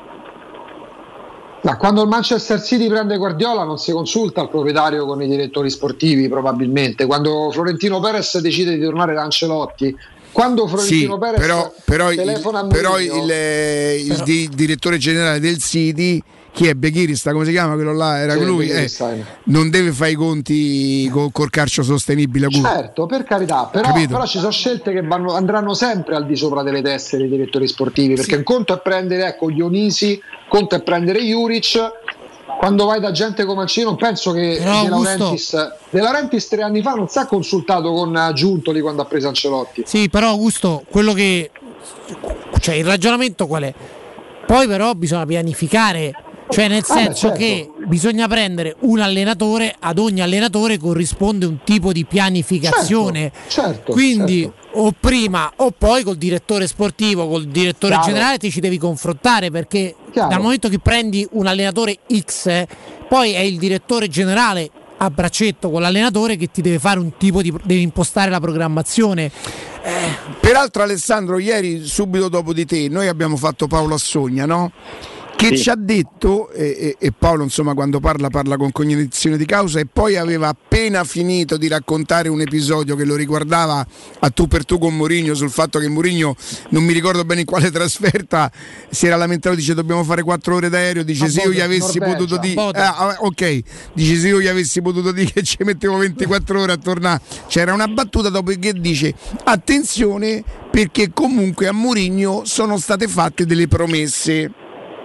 Ma quando il Manchester City prende Guardiola non si consulta il proprietario con i direttori sportivi probabilmente, quando Florentino Perez decide di tornare da Ancelotti, quando Florentino Sì, Perez però, però il, telefona a però Mourinho, il, eh, il di- direttore generale del City, chi è Beghirista, come si chiama quello là? Era Sì, lui, eh, Begiristain. non deve fare i conti co- col calcio sostenibile. Gu. certo, per carità, però, Capito? però ci sono scelte che vanno- andranno sempre al di sopra delle teste dei direttori sportivi, perché un conto è prendere ecco Dionisi, un conto è prendere Juric. Quando vai da gente come Mancini non penso che Però, De Augusto- Laurentiis, De Laurentiis tre anni fa non si è consultato con Giuntoli quando ha preso Ancelotti. Sì, però Augusto, quello che cioè il ragionamento qual è? Poi però bisogna pianificare, cioè nel Ah, beh, senso certo. che bisogna prendere un allenatore, ad ogni allenatore corrisponde un tipo di pianificazione. Certo, certo, Quindi certo. o prima o poi col direttore sportivo, col direttore Chiaro. generale ti ci devi confrontare, perché Chiaro. dal momento che prendi un allenatore X, eh, poi è il direttore generale a braccetto con l'allenatore che ti deve fare un tipo di deve impostare la programmazione. Peraltro Alessandro, ieri subito dopo di te noi abbiamo fatto Paolo Assogna, no? Che Sì. ci ha detto, e, e- e Paolo insomma quando parla parla con cognizione di causa, e poi aveva appena finito di raccontare un episodio che lo riguardava a tu per tu con Mourinho, sul fatto che Mourinho, non mi ricordo bene in quale trasferta, si era lamentato, dice dobbiamo fare quattro ore d'aereo, dice A se io gli Bodø, avessi Norvegia. potuto dire, Bodø. ah, ok, dice se io gli avessi potuto dire che ci mettevo ventiquattro ore a tornare, c'era una battuta dopo che dice attenzione perché comunque a Mourinho sono state fatte delle promesse.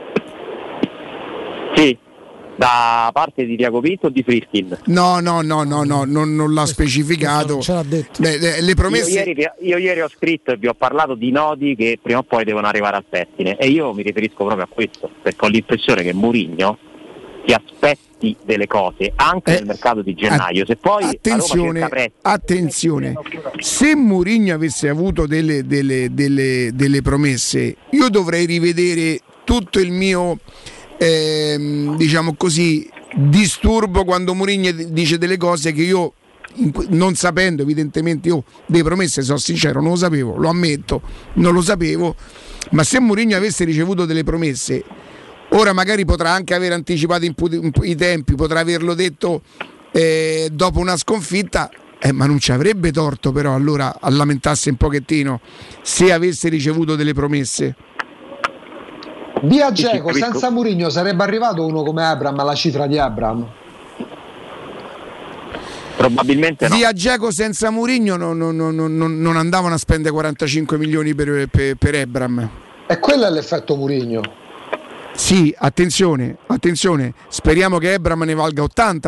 Sì, da parte di Tiago Pinto o di Friskin? No, no, no, no, no, non, non l'ha specificato. Non ce l'ha detto. Beh, le- le Io promesse. ieri, io ieri ho scritto e vi ho parlato di nodi che prima o poi devono arrivare al pettine, e io mi riferisco proprio a questo, perché ho l'impressione che Mourinho si aspetti delle cose anche Eh, nel mercato di gennaio. Se poi la Roma attenzione, cerca prezzi, attenzione, se Mourinho avesse avuto delle, delle, delle, delle promesse, io dovrei rivedere tutto il mio ehm, diciamo così disturbo quando Mourinho dice delle cose che io, in que- non sapendo evidentemente, io delle promesse, sono sincero, non lo sapevo, lo ammetto, non lo sapevo, ma se Mourinho avesse ricevuto delle promesse, ora magari potrà anche aver anticipato in pu- in pu- i tempi, potrà averlo detto eh, dopo una sconfitta, eh, ma non ci avrebbe torto però allora a lamentarsi un pochettino se avesse ricevuto delle promesse. Via Sì, sì, Dzeko, capisco. senza Mourinho sarebbe arrivato uno come Abraham alla cifra di Abraham? probabilmente no. Via Dzeko senza Mourinho non, non- non- non- non andavano a spendere quarantacinque milioni per, per, per Ebram. E quello è l'effetto Mourinho. Sì, attenzione, attenzione, speriamo che Ebram ne valga ottanta però.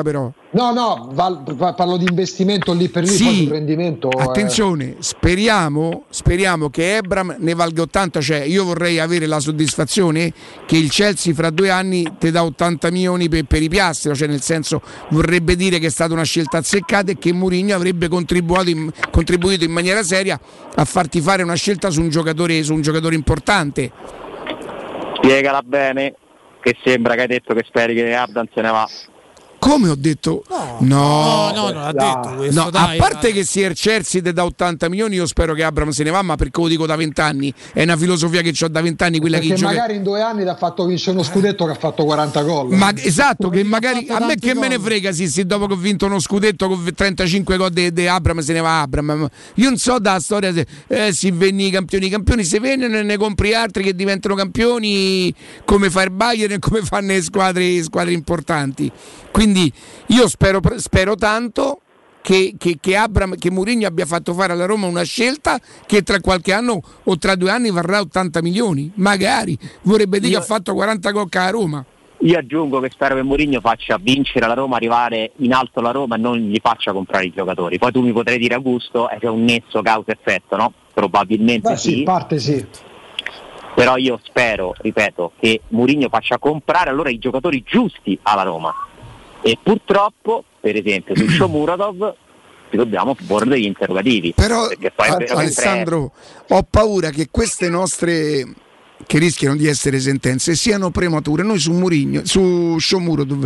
No, no, val, parlo di investimento lì per lì, sì, poi sul rendimento. Attenzione, eh. speriamo, speriamo che Ebram ne valga ottanta, cioè io vorrei avere la soddisfazione che il Chelsea fra due anni ti dà ottanta milioni per, per i piastri, cioè nel senso vorrebbe dire che è stata una scelta azzeccata e che Mourinho avrebbe contribuito in, contribuito in maniera seria a farti fare una scelta su un giocatore, su un giocatore importante. Spiegala bene, che sembra che hai detto che speri che Abdan se ne va. Come ho detto? No, no, no, no, non ha detto questo. No, dai, a parte dai. che se il Chelsea ti dà ottanta milioni, io spero che Abram se ne va, ma perché lo dico da vent'anni, è una filosofia che ho da vent'anni, quella perché che magari gioca... in due anni ti ha fatto vincere uno scudetto che ha fatto quaranta gol. Ma esatto, che magari a me che me ne frega sì, sì, dopo che ho vinto uno scudetto con trentacinque gol di Abram se ne va Abram. Io non so da storia se eh, si venni i campioni, i campioni se vengono e ne compri altri che diventano campioni come fa il Bayern e come fanno le squadre, squadre importanti. Quindi io spero, spero tanto che, che, che, Abram, che Mourinho abbia fatto fare alla Roma una scelta che tra qualche anno o tra due anni varrà ottanta milioni, magari vorrebbe dire io, che ha fatto quaranta gol a Roma. Io aggiungo che spero che Mourinho faccia vincere la Roma, arrivare in alto la Roma e non gli faccia comprare i giocatori. Poi tu mi potrai dire, Augusto, è c'è un nesso causa-effetto, no? Probabilmente. Beh, sì, sì, parte sì. Però io spero, ripeto, che Mourinho faccia comprare allora i giocatori giusti alla Roma. E purtroppo, per esempio, su Shomurodov ci dobbiamo porre degli interrogativi. Però, poi a- Alessandro, è... ho paura che queste nostre, che rischiano di essere sentenze, siano premature. Noi su Mourinho, su Shomurodov,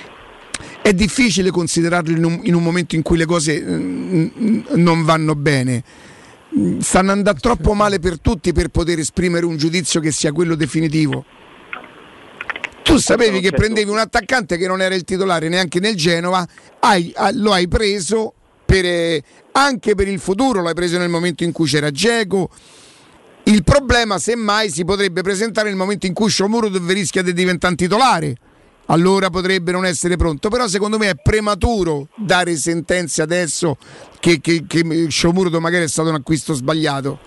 è difficile considerarlo in un, in un momento in cui le cose mm, non vanno bene. Stanno andando troppo male per tutti per poter esprimere un giudizio che sia quello definitivo. Tu sapevi che prendevi un attaccante che non era il titolare neanche nel Genova, hai, lo hai preso per, eh, anche per il futuro, l'hai preso nel momento in cui c'era Dzeko. Il problema semmai si potrebbe presentare nel momento in cui Shomurodov rischia di diventare titolare, allora potrebbe non essere pronto, però secondo me è prematuro dare sentenze adesso che, che, che Shomurodov magari è stato un acquisto sbagliato.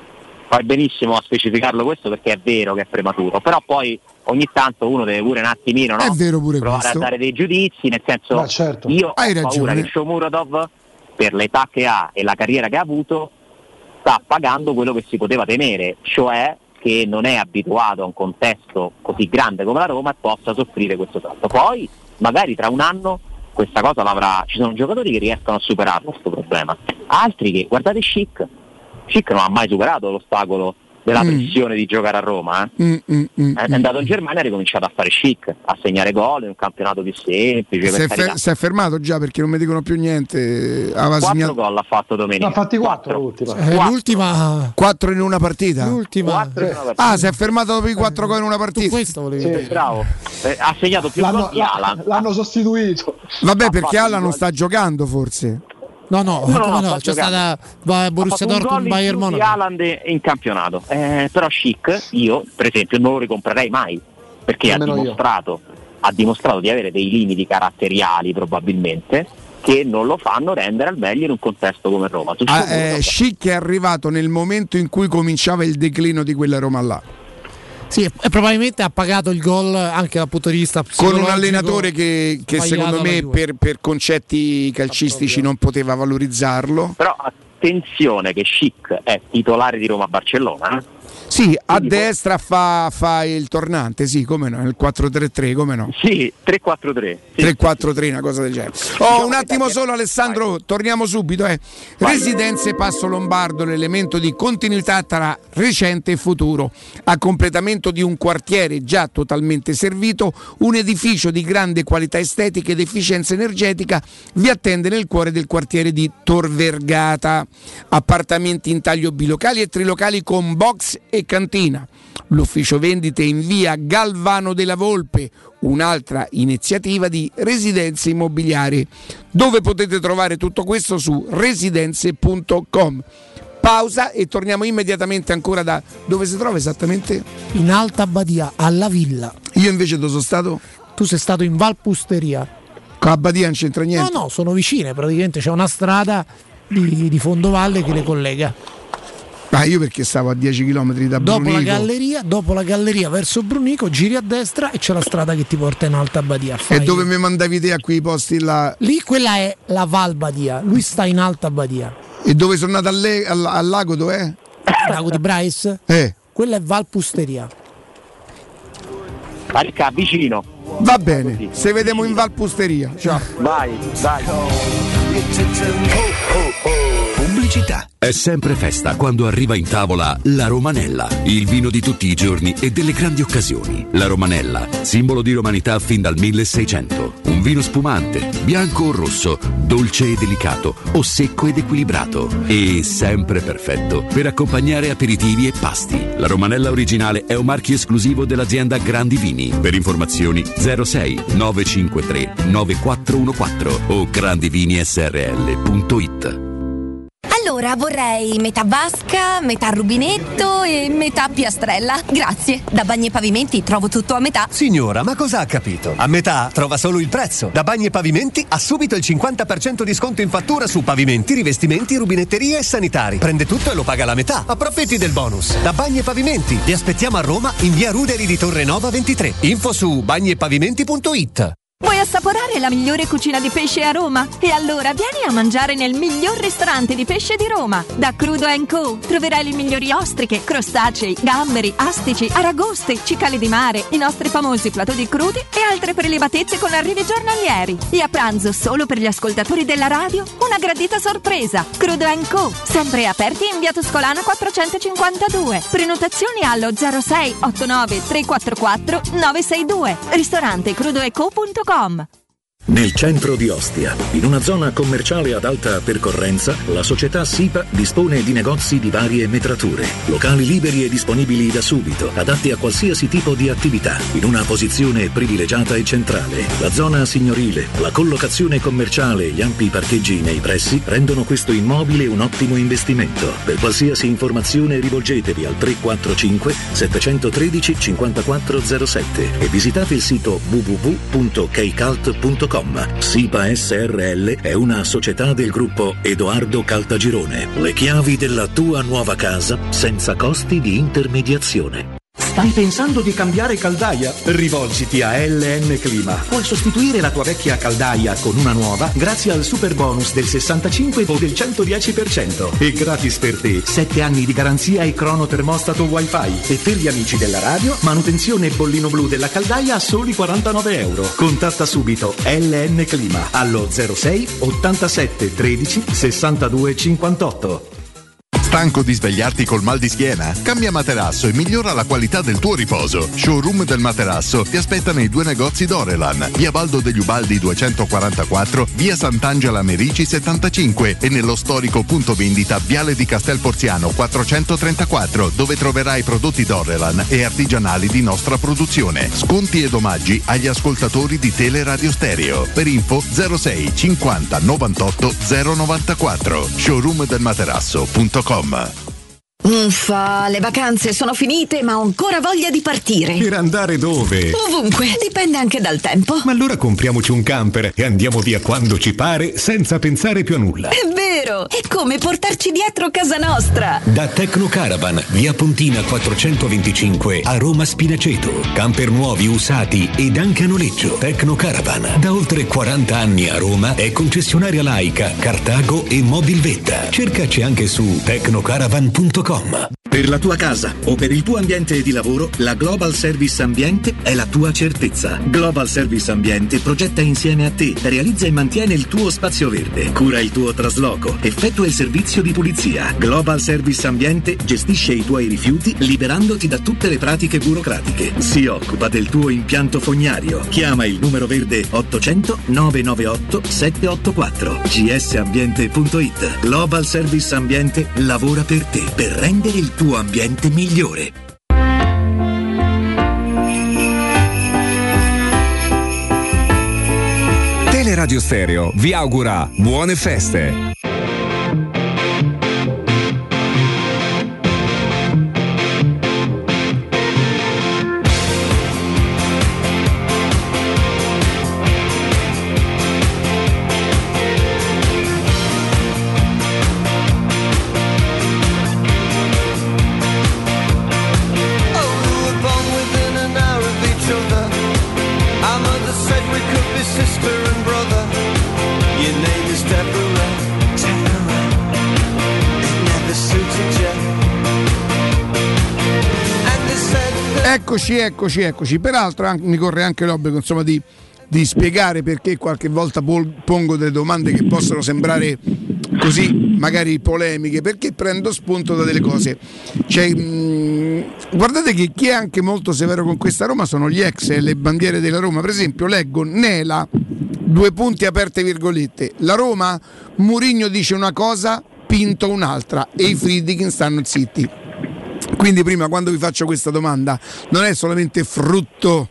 Fai benissimo a specificarlo questo perché è vero che è prematuro, però poi ogni tanto uno deve pure un attimino, no? È vero pure provare questo. a dare dei giudizi, nel senso Ma certo. io Hai ho paura ragione. che Shomurodov, per l'età che ha e la carriera che ha avuto, sta pagando quello che si poteva temere, cioè che non è abituato a un contesto così grande come la Roma e possa soffrire questo tratto. Poi magari tra un anno questa cosa l'avrà, ci sono giocatori che riescono a superarlo questo problema, altri che, guardate Schick Schick non ha mai superato l'ostacolo della pressione mm. di giocare a Roma, eh? mm, mm, mm, è andato in Germania e ha ricominciato a fare Schick, a segnare gol in un campionato più semplice. Si è, fer- si è fermato già perché non mi dicono più niente. Aveva quattro segnato... gol ha fatto domenica. Ne ha fatti quattro l'ultima. Eh, l'ultima quattro in una partita. L'ultima. Quattro in una partita. Ah, si è fermato dopo i quattro gol in una partita. Tu questo volevi Sì, dire. bravo. Eh, ha segnato più L'hanno, gol di Haaland. l'hanno sostituito. Vabbè, Ha perché fatto Alan non gol. sta giocando forse. No, no, No, no, come no, no, sta c'è giocando. stata Borussia Dortmund, Bayern Monaco. Monaco. Haaland in campionato, eh, però Schick io per esempio non lo ricomprerei mai perché ha dimostrato, ha dimostrato di avere dei limiti caratteriali probabilmente che non lo fanno rendere al meglio in un contesto come Roma. Tu Ah, eh, Schick è arrivato nel momento in cui cominciava il declino di quella Roma là. Sì, e probabilmente ha pagato il gol anche dal punto di vista Con psicologico. un allenatore che, che secondo me per, per concetti calcistici non poteva valorizzarlo. Però attenzione che Schick è titolare di Roma-Barcellona, eh? Sì, a destra fa, fa il tornante, sì, come no, il quattro tre tre, come no? Sì, tre quattro tre. Sì, tre quattro tre, una cosa del genere. Oh, un attimo solo Alessandro, torniamo subito. Eh. Residenze Passo Lombardo, l'elemento di continuità tra recente e futuro. A completamento di un quartiere già totalmente servito, un edificio di grande qualità estetica ed efficienza energetica vi attende nel cuore del quartiere di Tor Vergata. Appartamenti in taglio bilocali e trilocali con box e cantina. L'ufficio vendite in via Galvano della Volpe, un'altra iniziativa di Residenze Immobiliari, dove potete trovare tutto questo su residenze punto com. Pausa e torniamo immediatamente ancora da dove si trova esattamente? In Alta Badia, alla Villa. Io invece dove sono stato? Tu sei stato in Valpusteria. Con la Badia non c'entra niente? No, no, sono vicine, praticamente c'è una strada di, di fondovalle che le collega. Ma io perché stavo a dieci chilometri da dopo Brunico. la galleria, dopo la galleria verso Brunico, giri a destra e c'è la strada che ti porta in Alta Badia. Fai... E dove mi mandavi te a quei posti là? Lì quella è la Val Badia, lui sta in Alta Badia. E dove sono andato al, al, al lago dov'è? Il lago di Bryce? Eh. Quella è Val Pusteria. Marca, vicino. Va bene, se vediamo in Val Pusteria. Ciao. Vai, vai. Pubblicità. È sempre festa quando arriva in tavola la Romanella, il vino di tutti i giorni e delle grandi occasioni. La Romanella, simbolo di romanità fin dal milleseicento. Un vino spumante, bianco o rosso, dolce e delicato o secco ed equilibrato. E sempre perfetto per accompagnare aperitivi e pasti. La Romanella originale è un marchio esclusivo dell'azienda Grandi Vini. Per informazioni zero sei nove cinque tre nove quattro uno quattro o grandivini s r l punto it. Allora vorrei metà vasca, metà rubinetto e metà piastrella. Grazie. Da Bagni e Pavimenti trovo tutto a metà. Signora, ma cosa ha capito? A metà trova solo il prezzo. Da Bagni e Pavimenti ha subito il cinquanta per cento di sconto in fattura su pavimenti, rivestimenti, rubinetterie e sanitari. Prende tutto e lo paga la metà. Approfitti del bonus. Da Bagni e Pavimenti. Vi aspettiamo a Roma in via Ruderi di Torre Nova ventitré. Info su bagni e pavimenti punto it. Vuoi assaporare la migliore cucina di pesce a Roma? E allora vieni a mangiare nel miglior ristorante di pesce di Roma. Da Crudo and Co. troverai le migliori ostriche, crostacei, gamberi, astici, aragoste, cicale di mare, i nostri famosi platò di crudi e altre prelibatezze con arrivi giornalieri. E a pranzo, solo per gli ascoltatori della radio, una gradita sorpresa. Crudo and Co. sempre aperti in via Tuscolana quattrocentocinquantadue. Prenotazioni allo zero sei otto nove tre quattro quattro nove sei due. Ristorante crudo e co punto com. Nel centro di Ostia, in una zona commerciale ad alta percorrenza, la società SIPA dispone di negozi di varie metrature, locali liberi e disponibili da subito, adatti a qualsiasi tipo di attività, in una posizione privilegiata e centrale. La zona signorile, la collocazione commerciale e gli ampi parcheggi nei pressi rendono questo immobile un ottimo investimento. Per qualsiasi informazione rivolgetevi al tre quattro cinque sette uno tre cinque zero sette e visitate il sito w w w punto keicalt punto com. SIPA S R L è una società del gruppo Edoardo Caltagirone. Le chiavi della tua nuova casa senza costi di intermediazione. Stai pensando di cambiare caldaia? Rivolgiti a L N Clima. Puoi sostituire la tua vecchia caldaia con una nuova grazie al super bonus del sessantacinque o del centodieci per cento. E gratis per te sette anni di garanzia e cronotermostato wifi. E per gli amici della radio, manutenzione bollino blu della caldaia a soli quarantanove euro. Contatta subito L N Clima allo zero sei ottantasette tredici sessantadue cinquantotto. Stanco di svegliarti col mal di schiena? Cambia materasso e migliora la qualità del tuo riposo. Showroom del materasso ti aspetta nei due negozi Dorelan, via Baldo degli Ubaldi duecentoquarantaquattro, via Sant'Angela Merici settantacinque e nello storico punto vendita Viale di Castel Porziano quattrocentotrentaquattro, dove troverai prodotti Dorelan e artigianali di nostra produzione. Sconti ed omaggi agli ascoltatori di Teleradio Stereo. Per info zero sei cinquanta novantotto zero novantaquattro. showroom del materasso punto com. Uffa, le vacanze sono finite, ma ho ancora voglia di partire. Per andare dove? Ovunque, dipende anche dal tempo. Ma allora compriamoci un camper e andiamo via quando ci pare, senza pensare più a nulla. È vero, è come portarci dietro casa nostra. Da Tecno Caravan, via Pontina quattrocentoventicinque a Roma Spinaceto. Camper nuovi, usati ed anche a noleggio. Tecno Caravan, da oltre quaranta anni a Roma, è concessionaria Laica, Cartago e Mobilvetta. Cercaci anche su tecnocaravan punto com. Per la tua casa o per il tuo ambiente di lavoro, la Global Service Ambiente è la tua certezza. Global Service Ambiente progetta insieme a te, realizza e mantiene il tuo spazio verde, cura il tuo trasloco, effettua il servizio di pulizia. Global Service Ambiente gestisce i tuoi rifiuti liberandoti da tutte le pratiche burocratiche. Si occupa del tuo impianto fognario. Chiama il numero verde ottocento nove nove otto sette otto quattro g s ambiente punto it. Global Service Ambiente lavora per te, per rendere il tuo ambiente migliore. Teleradio Stereo vi augura buone feste. Eccoci, eccoci, eccoci. Peraltro anche, mi corre anche l'obbligo, insomma, di, di spiegare perché qualche volta pol- pongo delle domande che possono sembrare così magari polemiche, perché prendo spunto da delle cose. Cioè, mh, guardate che chi è anche molto severo con questa Roma sono gli ex e le bandiere della Roma. Per esempio leggo Nela, due punti aperte virgolette, la Roma, Mourinho dice una cosa, Pinto un'altra e i Friedkin stanno zitti. Quindi prima, quando vi faccio questa domanda, non è solamente frutto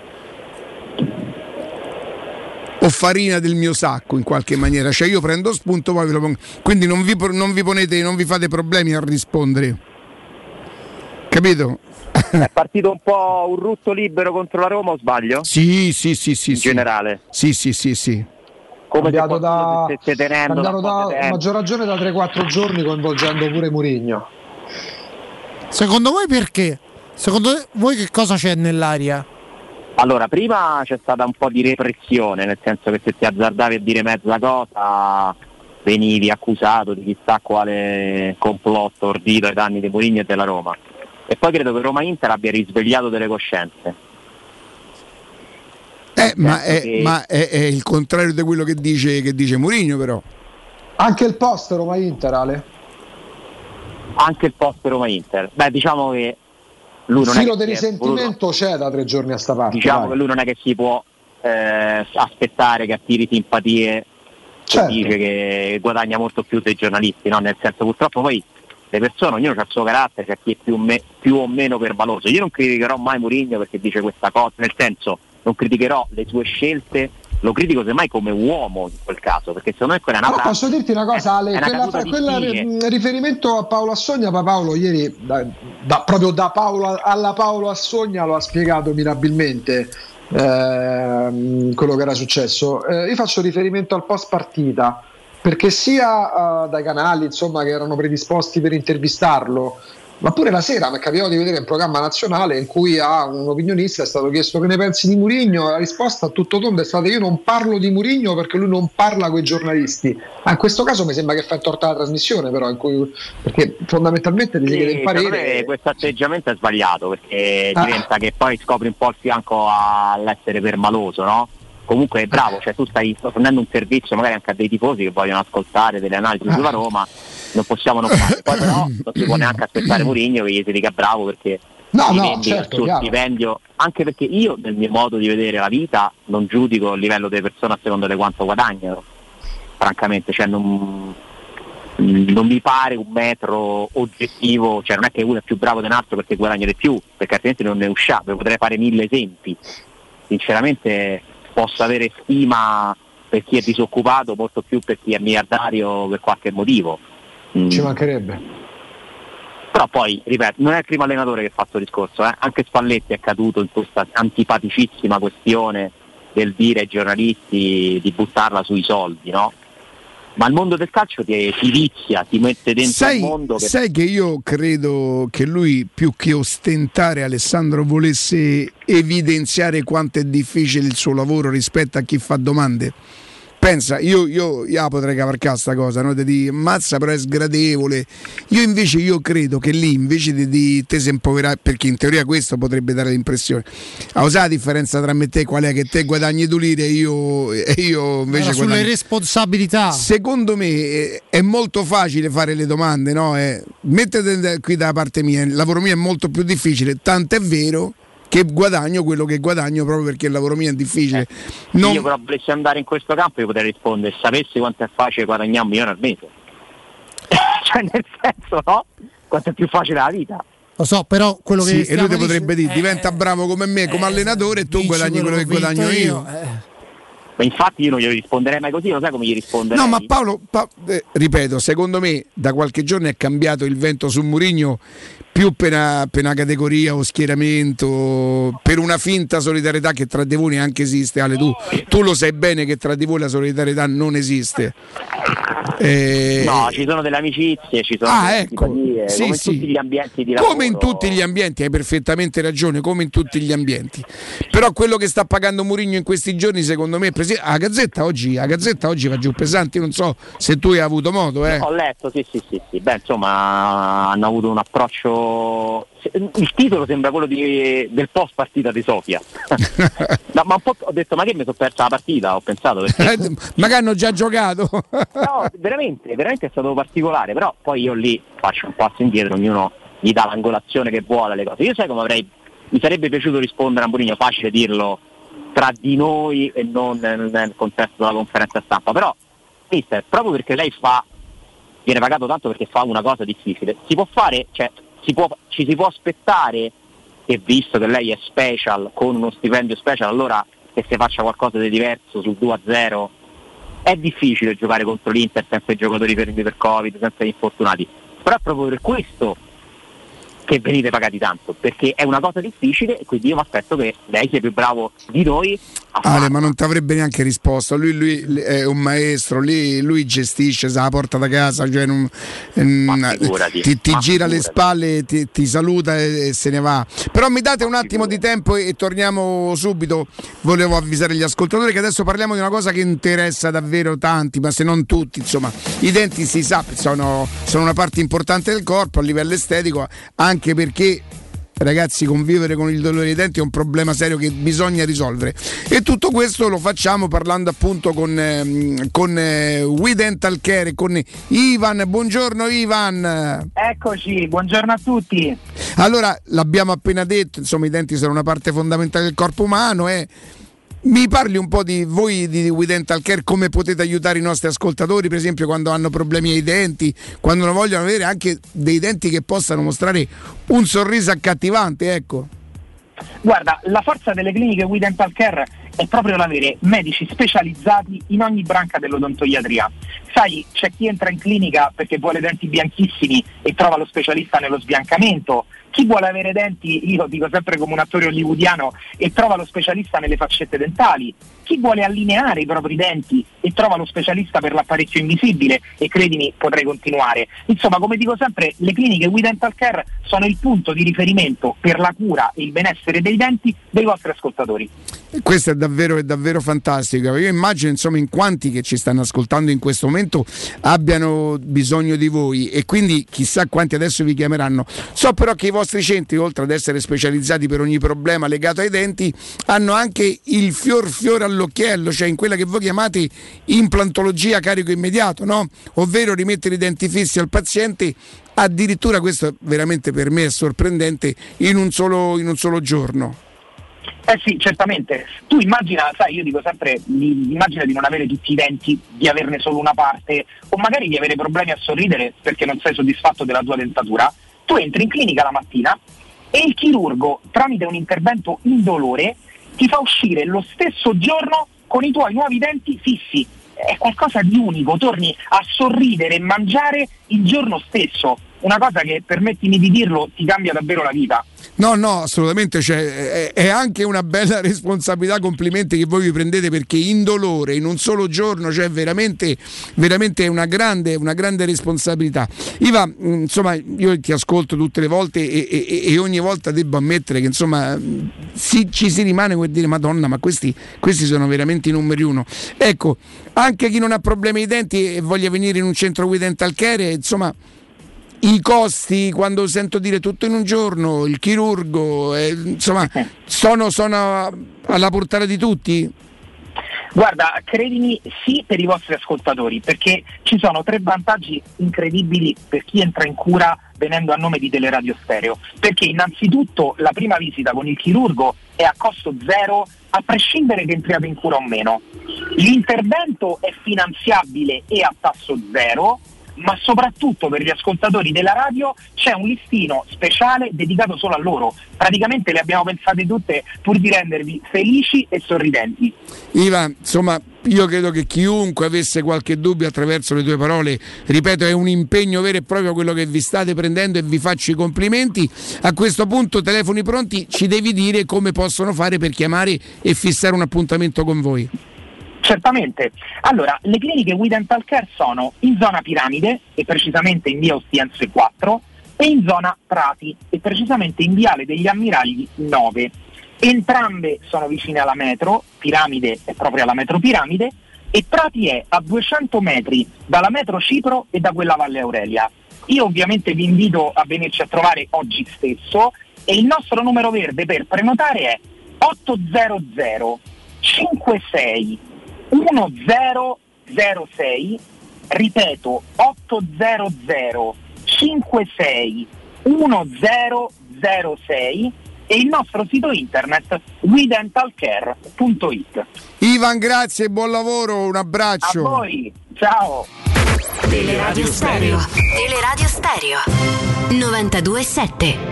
o farina del mio sacco in qualche maniera, cioè io prendo spunto poi ve lo pongo, quindi non vi, non vi ponete, non vi fate problemi a rispondere, capito? È partito un po' un rutto libero contro la Roma, o sbaglio? Sì, sì, sì, sì. In sì. generale? Sì, sì, sì, sì. Come cambiato da, stesse tenendo cambiato da, da a maggior ragione da tre quattro giorni, coinvolgendo pure Mourinho. Secondo voi perché? Secondo voi che cosa c'è nell'aria? Allora, prima c'è stata un po' di repressione, nel senso che se ti azzardavi a dire mezza cosa venivi accusato di chissà quale complotto ordito ai danni di Mourinho e della Roma. E poi credo che Roma-Inter abbia risvegliato delle coscienze. Eh, ma, è, che... ma è, è il contrario di quello che dice, che dice Mourinho, però. Anche il post Roma-Inter, Ale? Anche il post Roma-Inter. Beh, diciamo che lui non il filo è che di risentimento voluto... c'è da tre giorni a sta parte. Diciamo vai. Che lui non è che si può eh, aspettare che attiri simpatie, certo. Dice che guadagna molto più dei giornalisti, no? Nel senso, purtroppo poi le persone, ognuno ha il suo carattere, c'è chi è più, me, più o meno permaloso. Io non criticherò mai Mourinho perché dice questa cosa, nel senso non criticherò le sue scelte, lo critico semmai come uomo in quel caso, perché secondo me quella è una Però posso dirti una cosa, Ale, una quella, quella riferimento a Paolo Assogna, Paolo ieri da, da, proprio da Paolo alla Paolo Assogna lo ha spiegato mirabilmente eh, quello che era successo. Eh, io faccio riferimento al post partita perché sia uh, dai canali insomma che erano predisposti per intervistarlo, ma pure la sera mi è capitato di vedere un programma nazionale in cui a un opinionista è stato chiesto che ne pensi di Mourinho, la risposta a tutto tondo è stata: io non parlo di Mourinho perché lui non parla con i giornalisti. Ah, in questo caso mi sembra che fa torta la trasmissione, però in cui, perché fondamentalmente ti chiede il parere. Questo atteggiamento è sbagliato perché ah. diventa che poi scopri un po' il fianco all'essere permaloso, no? Comunque è bravo, cioè tu stai fornendo un servizio magari anche a dei tifosi che vogliono ascoltare delle analisi ah. sulla Roma, non possiamo non fare. Poi però non si può neanche aspettare Mourinho che gli si dica bravo perché no, no, vendi certo, il suo chiaro. stipendio, anche perché io nel mio modo di vedere la vita non giudico il livello delle persone a seconda di quanto guadagnano, francamente, cioè non, non mi pare un metro oggettivo, cioè non è che uno è più bravo di un altro perché guadagna di più, perché altrimenti non ne usciamo, potrei fare mille esempi. Sinceramente posso avere stima per chi è disoccupato molto più per chi è miliardario per qualche motivo. Mm. Ci mancherebbe. Però poi, ripeto, non è il primo allenatore che fa questo discorso, eh? Anche Spalletti è caduto in questa antipaticissima questione del dire ai giornalisti di buttarla sui soldi, no? Ma il mondo del calcio ti, ti vizia, ti mette dentro sai, il mondo che... Sai che io credo che lui, più che ostentare, Alessandro, volesse evidenziare quanto è difficile il suo lavoro rispetto a chi fa domande. Pensa, io, io, io potrei cavarcare sta cosa, no? Di dire, mazza però è sgradevole. Io invece io credo che lì invece di, di te se impoverare, perché in teoria questo potrebbe dare l'impressione, a usare la differenza tra me e te qual è? Che te guadagni due lire e io, e io invece sulle guadagno. Responsabilità. Secondo me è, è molto facile fare le domande, no? È, mettete qui dalla parte mia, il lavoro mio è molto più difficile, tanto è vero che guadagno quello che guadagno proprio perché il lavoro mio è difficile. Non... Io però volessi andare in questo campo io potrei rispondere: sapessi quanto è facile guadagnare un milione al mese. Cioè nel senso, no? Quanto è più facile la vita. Lo so, però quello che sì, e lui ti potrebbe dice... dire: diventa bravo come me, come eh, allenatore, e tu guadagni quello che guadagno io. io. Eh. Ma infatti io non gli risponderei mai così, non sai come gli risponderei? No, ma Paolo, pa- eh, ripeto, secondo me da qualche giorno è cambiato il vento su Mourinho, più per una, per una categoria o schieramento, per una finta solidarietà che tra di voi neanche esiste. Ale, tu, tu lo sai bene che tra di voi la solidarietà non esiste. Eh... No, ci sono delle amicizie, ci sono ah, delle ecco. simpatie, sì, come sì. in tutti gli ambienti di lavoro. Come in tutti gli ambienti, hai perfettamente ragione, come in tutti gli ambienti. Però quello che sta pagando Mourinho in questi giorni, secondo me, presi- a Gazzetta oggi, a Gazzetta oggi va giù pesante, non so se tu hai avuto modo. Eh. Ho letto, sì, sì, sì, sì. Beh, insomma, hanno avuto un approccio titolo il titolo sembra quello di, del post partita di Sofia. No, ma un po' ho detto, ma che mi sono persa la partita, ho pensato perché... ma che hanno già giocato. No, veramente, veramente è stato particolare, però poi io lì faccio un passo indietro, ognuno gli dà l'angolazione che vuole alle cose. Io sai come avrei, mi sarebbe piaciuto rispondere a Mourinho, facile dirlo tra di noi e non nel contesto della conferenza stampa, però mister, proprio perché lei fa, viene pagato tanto perché fa una cosa difficile, si può fare, cioè si può, ci si può aspettare che, visto che lei è special, con uno stipendio special, allora che si faccia qualcosa di diverso sul due a zero. È difficile giocare contro l'Inter senza i giocatori fermi per Covid, senza gli infortunati, però è proprio per questo che venite pagati tanto, perché è una cosa difficile e quindi io mi aspetto che lei sia più bravo di noi a farlo. Ale, ma non ti avrebbe neanche risposto, lui, lui è un maestro, lui, lui gestisce, se la porta da casa, cioè non, ma figurati, ti, ti ma gira figurati. le spalle, ti, ti saluta e, e se ne va. Però mi date un attimo di tempo e, e torniamo subito. Volevo avvisare gli ascoltatori che adesso parliamo di una cosa che interessa davvero tanti, ma se non tutti, insomma, i denti si sa, sono, sono una parte importante del corpo a livello estetico, anche anche perché, ragazzi, convivere con il dolore dei denti è un problema serio che bisogna risolvere, e tutto questo lo facciamo parlando appunto con, eh, con eh, We Dental Care, con Ivan. Buongiorno Ivan. Eccoci, buongiorno a tutti. Allora, l'abbiamo appena detto, insomma, i denti sono una parte fondamentale del corpo umano. Eh. Mi parli un po' di voi di We Dental Care, come potete aiutare i nostri ascoltatori, per esempio quando hanno problemi ai denti, quando non vogliono avere anche dei denti che possano mostrare un sorriso accattivante, ecco. Guarda, la forza delle cliniche We Dental Care è proprio l'avere medici specializzati in ogni branca dell'odontoiatria. Sai, c'è chi entra in clinica perché vuole denti bianchissimi e trova lo specialista nello sbiancamento, chi vuole avere denti, io dico sempre come un attore hollywoodiano, e trova lo specialista nelle faccette dentali, chi vuole allineare i propri denti e trova lo specialista per l'apparecchio invisibile, e credimi, potrei continuare. Insomma, come dico sempre, le cliniche We Dental Care sono il punto di riferimento per la cura e il benessere dei denti dei vostri ascoltatori. Questo è davvero, è davvero fantastico. Io immagino, insomma, in quanti che ci stanno ascoltando in questo momento abbiano bisogno di voi, e quindi chissà quanti adesso vi chiameranno. So però che i vostri centri, oltre ad essere specializzati per ogni problema legato ai denti, hanno anche il fior fiore all'occhiello, cioè in quella che voi chiamate implantologia carico immediato, no? Ovvero rimettere i denti fissi al paziente, addirittura, questo veramente per me è sorprendente, in un solo, in un solo giorno. Eh sì, certamente. Tu immagina, sai, io dico sempre, immagina di non avere tutti i denti, di averne solo una parte, o magari di avere problemi a sorridere perché non sei soddisfatto della tua dentatura. Tu entri in clinica la mattina e il chirurgo, tramite un intervento indolore, ti fa uscire lo stesso giorno con i tuoi nuovi denti fissi. È qualcosa di unico, torni a sorridere e mangiare il giorno stesso. Una cosa che, permettimi di dirlo, ti cambia davvero la vita. No, no, assolutamente, cioè, è, è anche una bella responsabilità, complimenti che voi vi prendete, perché indolore in un solo giorno, cioè veramente, veramente una grande, una grande responsabilità. Iva, insomma, io ti ascolto tutte le volte e, e, e ogni volta devo ammettere che, insomma, si, ci si rimane per dire, Madonna, ma questi, questi sono veramente i numeri uno. Ecco, anche chi non ha problemi ai denti e voglia venire in un centro We Dental Care, insomma, i costi, quando sento dire tutto in un giorno, il chirurgo, eh, insomma, sono, sono alla portata di tutti? Guarda, credimi, sì, per i vostri ascoltatori, perché ci sono tre vantaggi incredibili per chi entra in cura venendo a nome di Teleradio Stereo. Perché innanzitutto la prima visita con il chirurgo è a costo zero, a prescindere che entriate in cura o meno. L'intervento è finanziabile e a tasso zero, ma soprattutto per gli ascoltatori della radio c'è un listino speciale dedicato solo a loro. Praticamente le abbiamo pensate tutte pur di rendervi felici e sorridenti. Iva, insomma, io credo che chiunque avesse qualche dubbio, attraverso le tue parole, ripeto, è un impegno vero e proprio quello che vi state prendendo, e vi faccio i complimenti. A questo punto, telefoni pronti, ci devi dire come possono fare per chiamare e fissare un appuntamento con voi. Certamente. Allora, le cliniche We Dental Care sono in zona Piramide, e precisamente in via Ostiense quattro, e in zona Prati, e precisamente in viale degli Ammiragli nove. Entrambe sono vicine alla metro, Piramide è proprio alla metro Piramide, e Prati è a duecento metri dalla metro Cipro e da quella Valle Aurelia. Io ovviamente vi invito a venirci a trovare oggi stesso e il nostro numero verde per prenotare è otto zero zero cinque sei uno zero zero sei, ripeto otto zero zero cinque sei uno zero zero sei e il nostro sito internet we dental care punto it. Ivan, grazie, buon lavoro, un abbraccio. A voi, ciao. Teleradio Stereo. Teleradio Stereo novantadue sette.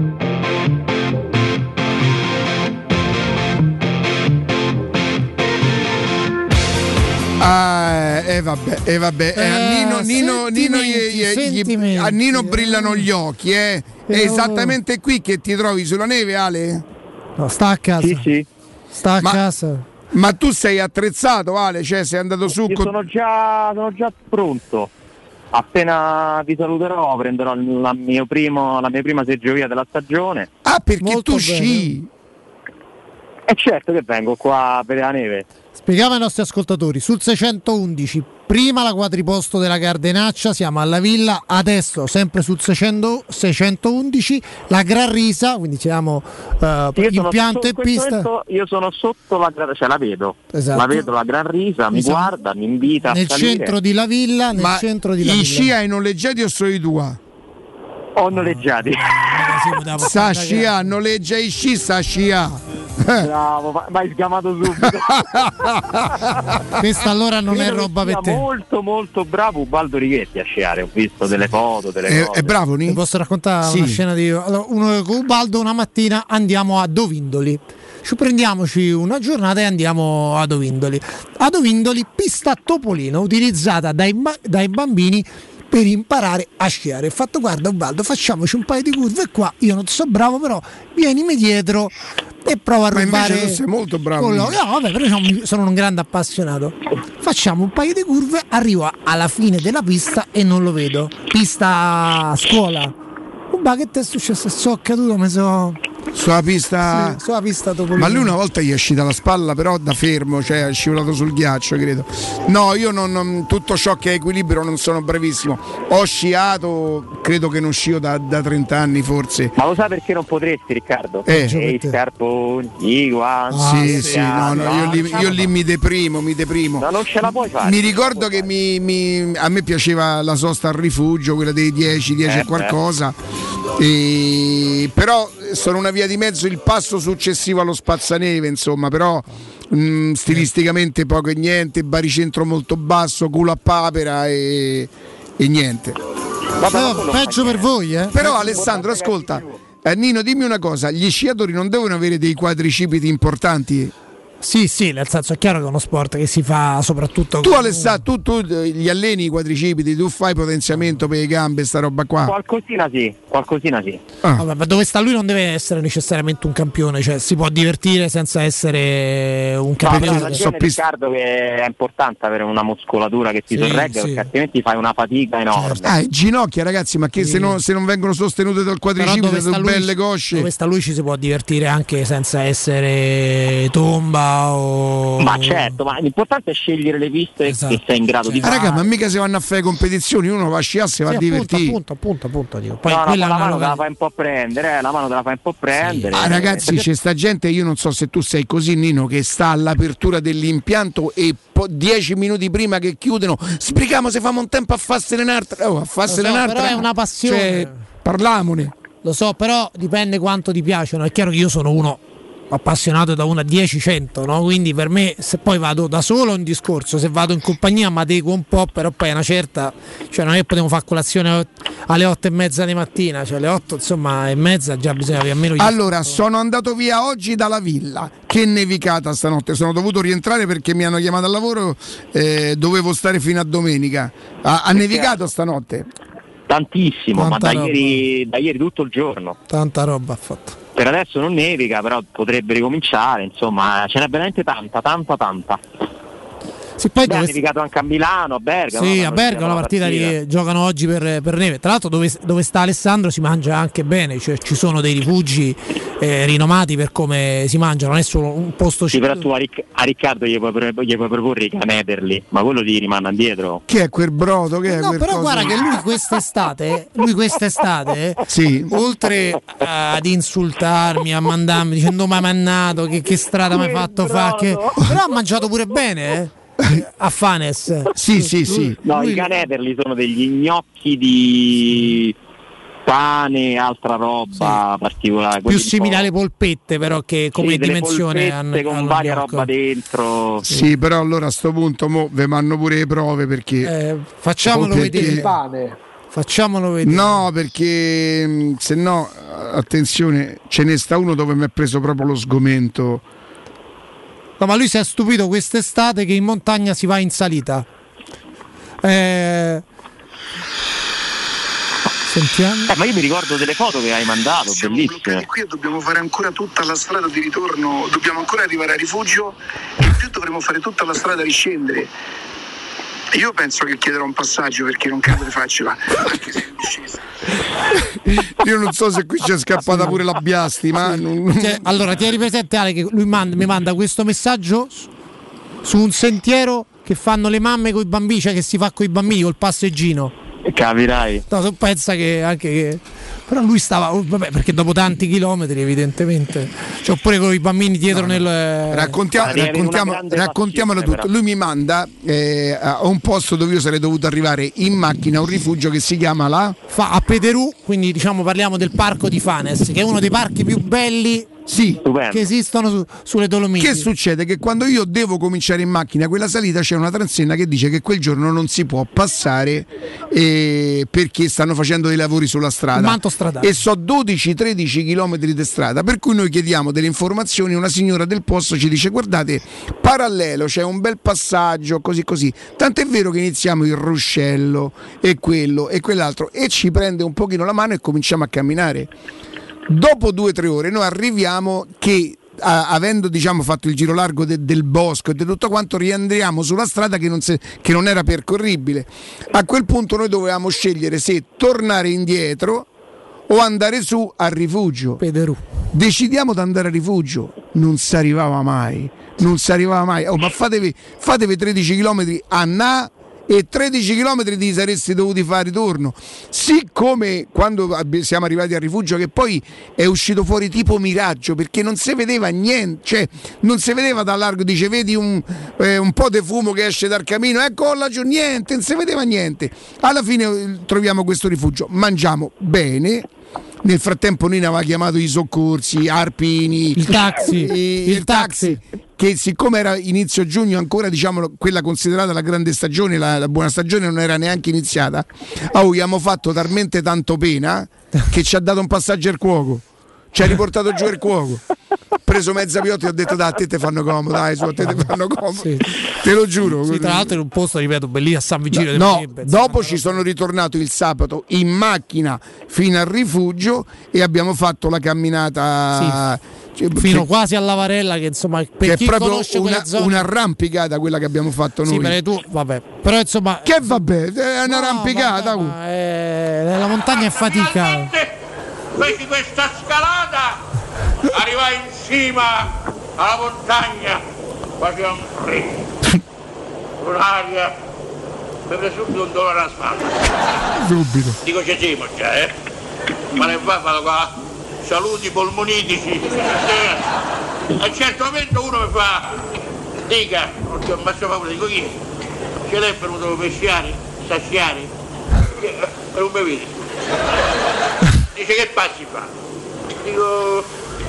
Ah, e eh, vabbè, e eh, vabbè. Eh, a Nino, Nino, Nino gli, gli, gli, a Nino brillano gli occhi, eh. È esattamente qui che ti trovi sulla neve, Ale? No, sta a casa. Sì, sì. Sta a ma, casa. Ma tu sei attrezzato, Ale? Cioè, sei andato su? Io con... sono già sono già pronto. Appena vi saluterò prenderò la, mio primo, la mia prima seggiovia della stagione. Ah, perché Molto tu bene. sci? E certo che vengo qua per la neve. Spieghiamo ai nostri ascoltatori, sul seicentoundici, prima la quadriposto della Gardenaccia, siamo alla Villa, adesso sempre sul seicento, seicentoundici la Gran Risa, quindi siamo uh, impianto e pista. Io sono sotto la Gran, cioè la vedo, esatto. La vedo la Gran Risa, mi esatto. guarda, mi invita nel a salire. centro di La Villa, nel Ma centro di La i Villa. sci hai noleggiati o sono i tua? Ho noleggiati. Sa scia, noleggia i sci, sa scia. Bravo, vai sgamato subito. Questa allora non Credo è roba per te. Molto molto bravo Ubaldo Righetti a sciare, ho visto delle foto, delle È, cose. è bravo, Ni? Ti posso raccontare Sì. una scena di allora, uno con Ubaldo una mattina andiamo a Dovindoli. Ci prendiamoci una giornata e andiamo a Dovindoli. A Dovindoli pista Topolino utilizzata dai, ba- dai bambini per imparare a sciare. Ho fatto guarda Ubaldo, facciamoci un paio di curve qua, io non so bravo però vienimi dietro e prova a Ma rubare. invece tu sei molto bravo. Quello- no, vabbè, però sono, sono un grande appassionato. Facciamo un paio di curve, arrivo alla fine della pista e non lo vedo. Pista a scuola. Ma che ti è successo? Sono caduto, mi so. Sulla pista. Sì, sulla pista Topolino. Ma lui una volta gli è uscita la spalla, però da fermo, cioè è scivolato sul ghiaccio, credo. No, io non, non tutto ciò che è equilibrio non sono bravissimo. Ho sciato, credo che non scio da, da trenta anni forse. Ma lo sai perché non potresti, Riccardo? Eh. E i scarponi, i guanti. Ah, sì, le sì, no, no, io, lì, io lì mi deprimo, mi deprimo. No, non ce la puoi fare. Mi ricordo che mi, mi, a me piaceva la sosta al rifugio, quella dei dieci, dieci Eh, e qualcosa. E, però sono una via di mezzo il passo successivo allo spazzaneve, insomma, però mh, stilisticamente poco e niente, baricentro molto basso, culo a papera e, e niente. No, peggio per voi, eh. Però Alessandro, ascolta, eh, Nino, dimmi una cosa, gli sciatori non devono avere dei quadricipiti importanti? Sì, sì, nel senso è chiaro che è uno sport che si fa soprattutto. Tu Alessandro, tu, tu gli alleni i quadricipiti, tu fai potenziamento per le gambe, sta roba qua? Qualcosina sì, qualcosina sì. Ah. Vabbè, ma dove sta lui non deve essere necessariamente un campione, cioè si può divertire senza essere un No, campione. però hai ragione, Riccardo, che è importante avere una muscolatura che ti Sì, sorregga, sì. perché altrimenti fai una fatica enorme. Ah, ginocchia ragazzi, ma che Sì. se, non, se non vengono sostenute dal Però quadricipite dove sta sono lui- belle cosce. Dove sta lui ci si può divertire anche senza essere tomba o. Ma certo, ma l'importante è scegliere le piste Esatto. che sei in grado di Ah, fare. raga, ma mica se vanno a fare competizioni, uno va a sciare, si va Sì, a appunto, divertire. appunto, appunto, appunto, dico. Poi No, no, quella ma è la una mano te la roba- fai un po' prendere, eh, la mano te la fai un po' prendere. Ah, ragazzi, Perché- c'è sta gente, io non so se tu sei così, Nino, che sta all'apertura dell'impianto e po- dieci minuti prima che chiudono, sbrichiamo se famo un tempo a farsene un'altra. Oh, a farsene Lo so, un'altra. però è una passione. Cioè, parlamone. Lo so, però dipende quanto ti piacciono. È chiaro che io sono uno appassionato da uno a dieci cento, no? Quindi per me, se poi vado da solo è un discorso, se vado in compagnia mi adeguo un po', però poi è una certa, cioè non è che potevo fare colazione alle otto e mezza di mattina, cioè alle otto insomma e mezza già bisogna avere almeno gli Allora, sono andato via oggi dalla villa. Che nevicata stanotte. Sono dovuto rientrare perché mi hanno chiamato al lavoro, eh, dovevo stare fino a domenica. Ha, ha nevicato stanotte? Tantissimo, Tanta ma da roba. ieri, da ieri tutto il giorno. tanta roba ha fatto. Per adesso non nevica, però potrebbe ricominciare, insomma, ce n'è veramente tanta, tanta, tanta. Sì, poi Beh, ha dove- nevicato anche a Milano, a Bergamo. Sì, no? a Bergamo la partita di, giocano oggi per, per neve. Tra l'altro dove, dove sta Alessandro si mangia anche bene, cioè ci sono dei rifugi eh, rinomati per come si mangia, non è solo un posto sì, però tu a, Ric- a Riccardo gli puoi, gli puoi proporre i canederli, ma quello ti rimane indietro. Che è quel brodo? Che è no, quel però coso? guarda che lui quest'estate, lui quest'estate sì. oltre ad insultarmi, a mandarmi dicendo ma mannato, che, che strada mi hai fatto fa, che... però ha mangiato pure bene, eh? A Fanes. Sì, sì, sì. No, lui... i canederli sono degli gnocchi di pane, altra roba sì. particolare. Più simili alle polpette, però, che come sì, dimensione hanno con varia gnocco. Roba dentro. Sì, sì, però allora a sto punto mo ve vanno pure le prove perché eh, facciamolo perché... vedere. Pane. Facciamolo vedere. No, perché se no, attenzione, ce ne sta uno dove mi è preso proprio lo sgomento. No, ma lui si è stupito quest'estate che in montagna si va in salita. Eh... Sentiamo. Eh, ma io mi ricordo delle foto che hai mandato, siamo bellissime. Qui dobbiamo fare ancora tutta la strada di ritorno, dobbiamo ancora arrivare a rifugio e in più dovremo fare tutta la strada a riscendere. Io penso che chiederò un passaggio perché non credo di farcela, anche se è discesa. Io non so se qui c'è scappata pure la Biasti, ma non... allora tieni presente Ale che lui manda, mi manda questo messaggio su un sentiero che fanno le mamme con i bambini, cioè che si fa con i bambini col passeggino. Capirai. No, tu pensa che anche che... però lui stava, vabbè, perché dopo tanti chilometri evidentemente, cioè, oppure con i bambini dietro no, no. nel raccontiamo, raccontiamo, raccontiamolo tutto. Lui mi manda eh, a un posto dove io sarei dovuto arrivare in macchina, un rifugio che si chiama la Fa a Pederù, quindi diciamo parliamo del parco di Fanes, che è uno dei parchi più belli sì, che esistono su, sulle Dolomiti. Che succede? Che quando io devo cominciare in macchina quella salita c'è una transenna che dice che quel giorno non si può passare eh, perché stanno facendo dei lavori sulla strada. Manto stradale. E so dodici tredici chilometri di strada, per cui noi chiediamo delle informazioni, una signora del posto ci dice guardate, parallelo c'è un bel passaggio così così, tant'è vero che iniziamo il ruscello e quello e quell'altro e ci prende un pochino la mano e cominciamo a camminare. Dopo due o tre ore noi arriviamo che a, avendo diciamo fatto il giro largo de, del bosco e di tutto quanto riandriamo sulla strada che non, se, che non era percorribile. A quel punto noi dovevamo scegliere se tornare indietro o andare su al rifugio. Pederù. Decidiamo di andare a rifugio, non si arrivava mai, non si arrivava mai. Oh, ma fatevi, fatevi tredici chilometri a na e tredici chilometri ti saresti dovuti fare ritorno. Siccome quando siamo arrivati al rifugio, che poi è uscito fuori tipo miraggio, perché non si vedeva niente, cioè non si vedeva da largo, dice vedi un, eh, un po' di fumo che esce dal camino, ecco laggiù, niente, non si vedeva niente. Alla fine troviamo questo rifugio, mangiamo bene. Nel frattempo Nina aveva chiamato i soccorsi, Arpini, il taxi, il, il taxi, taxi che siccome era inizio giugno ancora diciamo quella considerata la grande stagione, la, la buona stagione non era neanche iniziata, oh, abbiamo fatto talmente tanto pena che ci ha dato un passaggio al cuoco, ci ha riportato giù il cuoco, preso mezza piotta e ho detto dai, a te te fanno comodo, dai, su a te te fanno comodo, sì. Te lo giuro. Sì, tra l'altro in un posto, ripeto, bellissimo a San Vigilio. No, no dopo ci sono ritornato il sabato in macchina fino al rifugio e abbiamo fatto la camminata sì. fino che, quasi a Lavarella, che insomma per che chi è proprio una, zone... un'arrampicata quella che abbiamo fatto noi. Sì, perché tu, vabbè, però insomma che vabbè, è un'arrampicata. No, vabbè, è... la montagna è fatica. Feci questa scalata, arrivai in cima alla montagna, faceva un freddo, un'aria, mi prese subito un dolore alla spalla. Subito. Dico ci siamo già, eh? Ma ne fa fanno qua saluti polmonitici. A un certo momento uno mi fa, dica, non ti ho ammazzato paura, dico chi? Ce l'è venuto per pesciare, sasciare, per un bevere. Dice che pazzi fa? Dico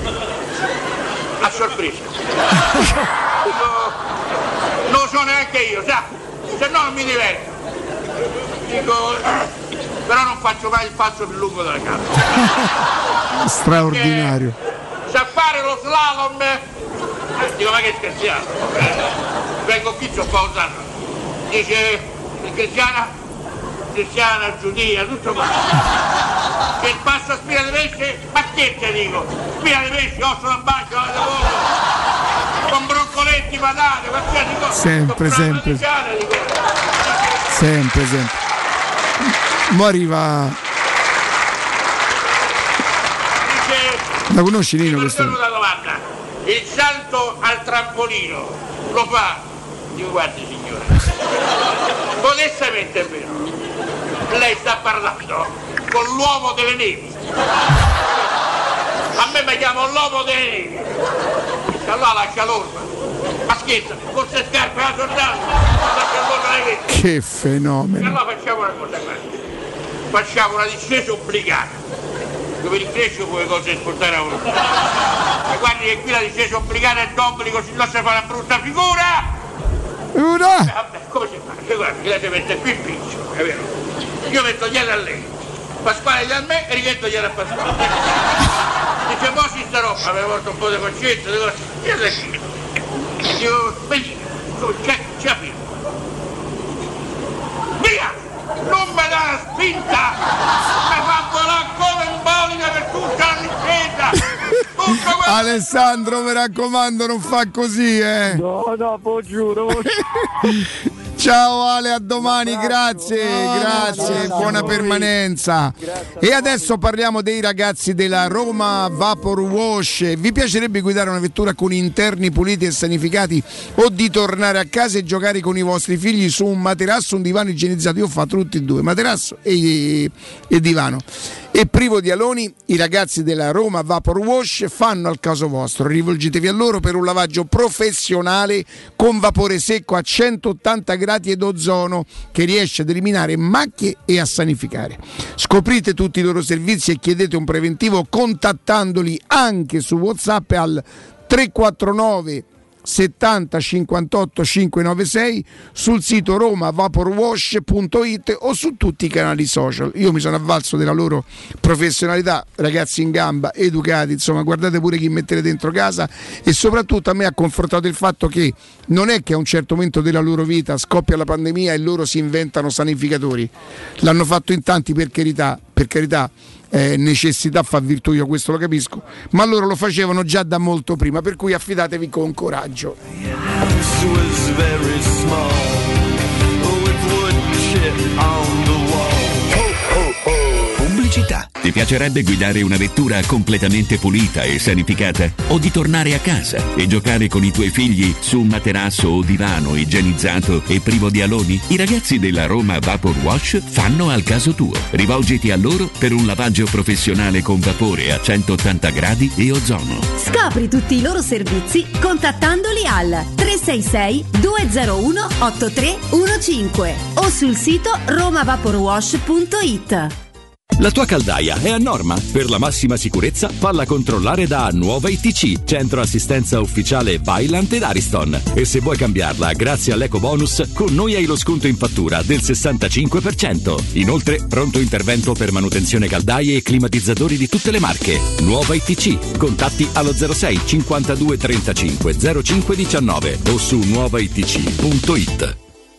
a sorpresa. Dico non lo so neanche io, sa? Se no non mi diverto. Dico però non faccio mai il passo più lungo della casa. Straordinario. Perché sa fare lo slalom. Dico ma che scherziamo? Vengo qui sto pausando. Dice il cristiana? Cristiana, giudia, tutto qua. Che il passo a spina di pesce, ma che te dico? Spina di pesce, osso da banca, con broccoletti, patate, qualsiasi cosa. Sempre, sempre. Cane, dico. Sempre, sempre. Mo arriva. Dice, La conosci Nino questo? Una domanda. Il salto al trampolino lo fa? Dico, guardi signore, modestamente è vero, lei sta parlando con l'uomo delle nevi. A me mi chiamo l'uomo delle nevi. Allora lascia l'orma. Ma scherza, con queste scarpe a soldato, lascia l'orma delle nevi. Che fenomeno. Allora facciamo una cosa, guarda. Facciamo una discesa obbligata. Dove ricresce poi cose portare a uno. E guardi che qui la discesa obbligata è d'obbligo, se no si fa una brutta figura! Una! Eh, vabbè, come si fa? Che guardi, lei si mette qui in piccio, è vero? Io metto dietro a lei, Pasquale dietro a me e rimetto dietro a Pasquale. Dice, mo si sta roba, mi porto un po' di concetto, dico, io da qui. Dico, vedi, c'è, c'è la firma. Via! Non mi dà la spinta! Mi fa volare come un bolide per tutta la difesa! Alessandro, mi raccomando, non fa così, eh! No, no, poi giuro! Ciao Ale, a domani, grazie, grazie, buona permanenza. E adesso parliamo dei ragazzi della Roma Vapor Wash. Vi piacerebbe guidare una vettura con interni puliti e sanificati o di tornare a casa e giocare con i vostri figli su un materasso, un divano igienizzato? Io ho fatto tutti e due, materasso e, e divano. E privo di aloni, i ragazzi della Roma Vapor Wash fanno al caso vostro. Rivolgetevi a loro per un lavaggio professionale con vapore secco a centottanta gradi ed ozono che riesce ad eliminare macchie e a sanificare. Scoprite tutti i loro servizi e chiedete un preventivo contattandoli anche su WhatsApp al tre quattro nove settanta cinquantotto cinquecentonovantasei, sul sito roma vapor wash punto it o su tutti i canali social. Io mi sono avvalso della loro professionalità, ragazzi in gamba, educati, insomma, guardate pure chi mettete dentro casa. E soprattutto a me ha confortato il fatto che non è che a un certo momento della loro vita scoppia la pandemia e loro si inventano sanificatori. L'hanno fatto in tanti, per carità, per carità. Eh, necessità fa virtù, io questo lo capisco, ma loro lo facevano già da molto prima, per cui affidatevi con coraggio. Pubblicità. Ti piacerebbe guidare una vettura completamente pulita e sanificata? O di tornare a casa e giocare con i tuoi figli su un materasso o divano igienizzato e privo di aloni? I ragazzi della Roma Vapor Wash fanno al caso tuo. Rivolgiti a loro per un lavaggio professionale con vapore a centottanta gradi e ozono. Scopri tutti i loro servizi contattandoli al tre sei sei due zero uno otto tre uno cinque o sul sito roma vapor wash punto it. La tua caldaia è a norma? Per la massima sicurezza falla controllare da Nuova I T C, centro assistenza ufficiale Vaillant ed Ariston. E se vuoi cambiarla grazie all'eco bonus, con noi hai lo sconto in fattura del sessantacinque per cento. Inoltre, pronto intervento per manutenzione caldaie e climatizzatori di tutte le marche. Nuova I T C. Contatti allo zero sei cinquantadue trentacinque zero cinque diciannove o su nuova i t c punto it.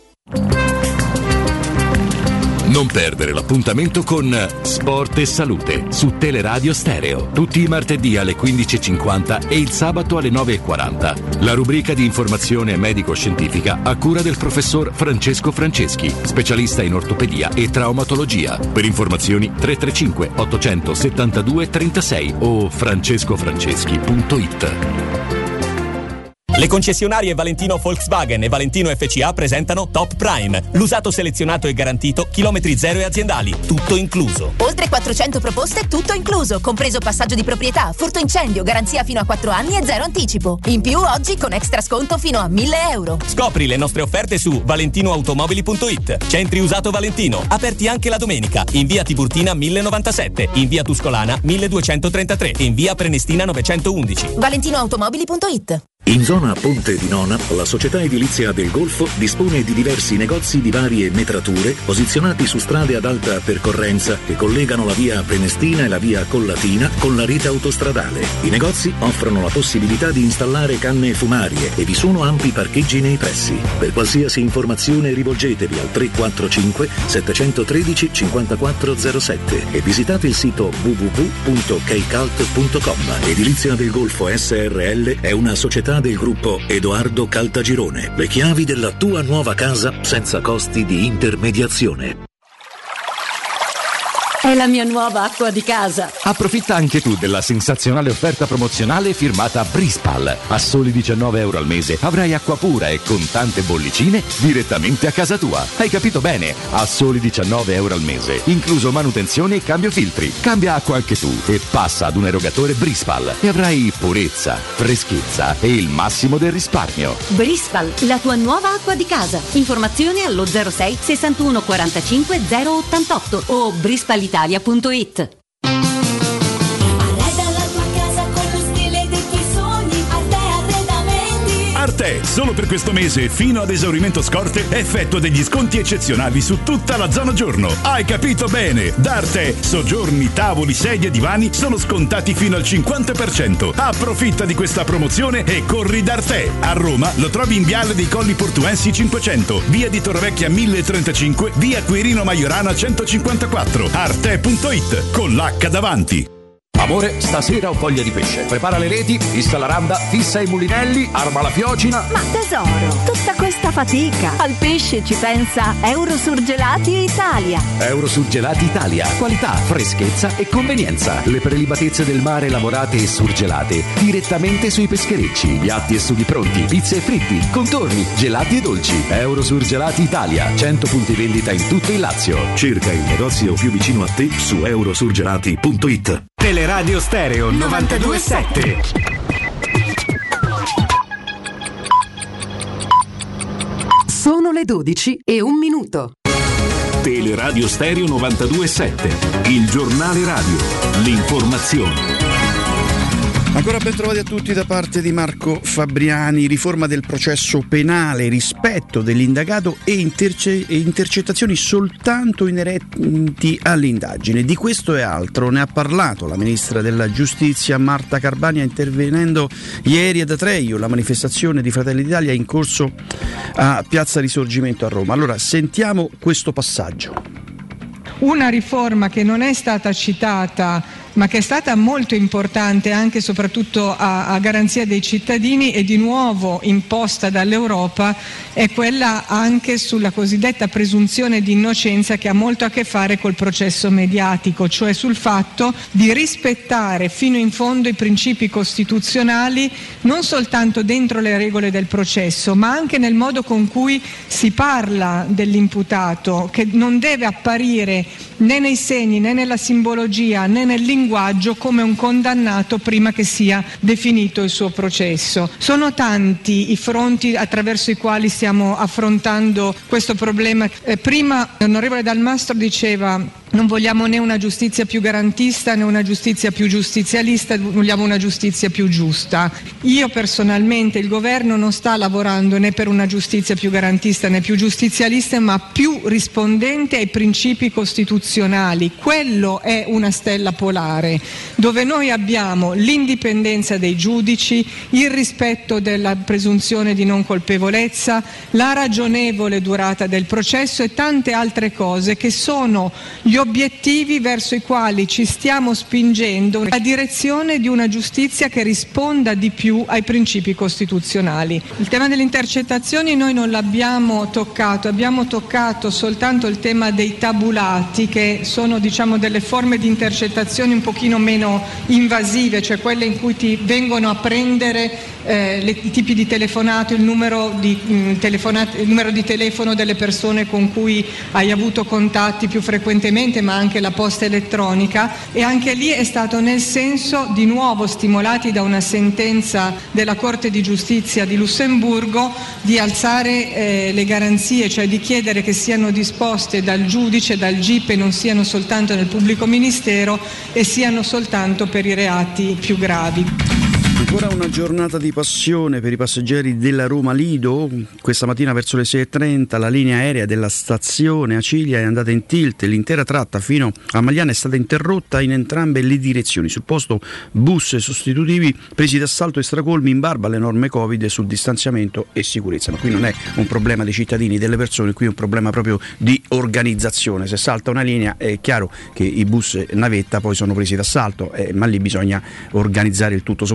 Non perdere l'appuntamento con Sport e Salute su Teleradio Stereo, tutti i martedì alle quindici e cinquanta e il sabato alle nove e quaranta. La rubrica di informazione medico-scientifica a cura del professor Francesco Franceschi, specialista in ortopedia e traumatologia. Per informazioni tre tre cinque ottocentosettantadue trentasei o francescofranceschi punto it. Le concessionarie Valentino Volkswagen e Valentino F C A presentano Top Prime, l'usato selezionato e garantito, chilometri zero e aziendali, tutto incluso. Oltre quattrocento proposte, tutto incluso, compreso passaggio di proprietà, furto incendio, garanzia fino a quattro anni e zero anticipo. In più oggi con extra sconto fino a mille euro. Scopri le nostre offerte su valentinoautomobili punto it. Centri usato Valentino, aperti anche la domenica, in via Tiburtina mille novantasette, in via Tuscolana milleduecentotrentatré e in via Prenestina novecentoundici. valentinoautomobili punto it. In zona Ponte di Nona, la società edilizia del Golfo dispone di diversi negozi di varie metrature posizionati su strade ad alta percorrenza che collegano la via Prenestina e la via Collatina con la rete autostradale. I negozi offrono la possibilità di installare canne fumarie e vi sono ampi parcheggi nei pressi. Per qualsiasi informazione rivolgetevi al tre quattro cinque sette uno tre cinque zero sette e visitate il sito w w w punto keicalt punto com. Edilizia del Golfo S R L è una società del gruppo Edoardo Caltagirone. Le chiavi della tua nuova casa senza costi di intermediazione. È la mia nuova acqua di casa. Approfitta anche tu della sensazionale offerta promozionale firmata Brispal. A soli diciannove euro al mese avrai acqua pura e con tante bollicine direttamente a casa tua. Hai capito bene? A soli diciannove euro al mese, incluso manutenzione e cambio filtri. Cambia acqua anche tu e passa ad un erogatore Brispal e avrai purezza, freschezza e il massimo del risparmio. Brispal, la tua nuova acqua di casa. Informazioni allo zero sei sessantuno quarantacinque zero ottantotto o brispal italia punto it. Arte, solo per questo mese fino ad esaurimento scorte effettua degli sconti eccezionali su tutta la zona giorno. Hai capito bene? Da Arte, soggiorni, tavoli, sedie e divani sono scontati fino al cinquanta per cento. Approfitta di questa promozione e corri da Arte. A Roma lo trovi in Viale dei Colli Portuensi cinquecento, via di Torrevecchia mille e trentacinque, via Quirino Maiorana centocinquantaquattro. arte punto it con l'H davanti. Amore, stasera ho voglia di pesce. Prepara le reti, fissa la randa, fissa i mulinelli, arma la fiocina. Ma tesoro, tutta questa fatica. Al pesce ci pensa Eurosurgelati Italia. Eurosurgelati Italia. Qualità, freschezza e convenienza. Le prelibatezze del mare lavorate e surgelate direttamente sui pescherecci. Piatti e sughi pronti, pizze e fritti, contorni, gelati e dolci. Eurosurgelati Italia. cento punti vendita in tutto il Lazio. Cerca il negozio più vicino a te su eurosurgelati punto it. Teleradio Stereo novantadue sette. Sono le dodici e un minuto. Teleradio Stereo novantadue sette, il giornale radio, l'informazione. Ancora ben trovati a tutti da parte di Marco Fabriani. Riforma del processo penale, rispetto dell'indagato e, interce- e intercettazioni soltanto inerenti all'indagine. Di questo e altro ne ha parlato la ministra della Giustizia Marta Carfagna intervenendo ieri ad Atreio, la manifestazione di Fratelli d'Italia in corso a Piazza Risorgimento a Roma. Allora sentiamo questo passaggio. Una riforma che non è stata citata ma che è stata molto importante anche e soprattutto a, a garanzia dei cittadini e di nuovo imposta dall'Europa è quella anche sulla cosiddetta presunzione di innocenza, che ha molto a che fare col processo mediatico, cioè sul fatto di rispettare fino in fondo i principi costituzionali non soltanto dentro le regole del processo ma anche nel modo con cui si parla dell'imputato, che non deve apparire né nei segni né nella simbologia né nel linguaggio come un condannato prima che sia definito il suo processo. Sono tanti i fronti attraverso i quali stiamo affrontando questo problema. Eh, prima l'onorevole Dal Mastro diceva: non vogliamo né una giustizia più garantista né una giustizia più giustizialista, vogliamo una giustizia più giusta. Io personalmente, il governo non sta lavorando né per una giustizia più garantista né più giustizialista, ma più rispondente ai principi costituzionali. Quello è una stella polare, dove noi abbiamo l'indipendenza dei giudici, il rispetto della presunzione di non colpevolezza, la ragionevole durata del processo e tante altre cose che sono gli obiettivi verso i quali ci stiamo spingendo, la direzione di una giustizia che risponda di più ai principi costituzionali. Il tema delle intercettazioni noi non l'abbiamo toccato, abbiamo toccato soltanto il tema dei tabulati, che sono diciamo delle forme di intercettazioni un pochino meno invasive, cioè quelle in cui ti vengono a prendere eh, le, i tipi di telefonato, il numero di, mh, telefonate, il numero di telefono delle persone con cui hai avuto contatti più frequentemente, ma anche la posta elettronica, e anche lì è stato nel senso, di nuovo stimolati da una sentenza della Corte di Giustizia di Lussemburgo, di alzare eh, le garanzie, cioè di chiedere che siano disposte dal giudice, dal G I P, e non siano soltanto nel pubblico ministero e siano soltanto per i reati più gravi. Ancora una giornata di passione per i passeggeri della Roma Lido. Questa mattina verso le sei e trenta la linea aerea della stazione Acilia è andata in tilt, l'intera tratta fino a Magliana è stata interrotta in entrambe le direzioni. Sul posto bus sostitutivi presi d'assalto e stracolmi in barba alle norme Covid sul distanziamento e sicurezza. Ma qui non è un problema dei cittadini, delle persone, qui è un problema proprio di organizzazione. Se salta una linea è chiaro che i bus navetta poi sono presi d'assalto, eh, ma lì bisogna organizzare il tutto, soprattutto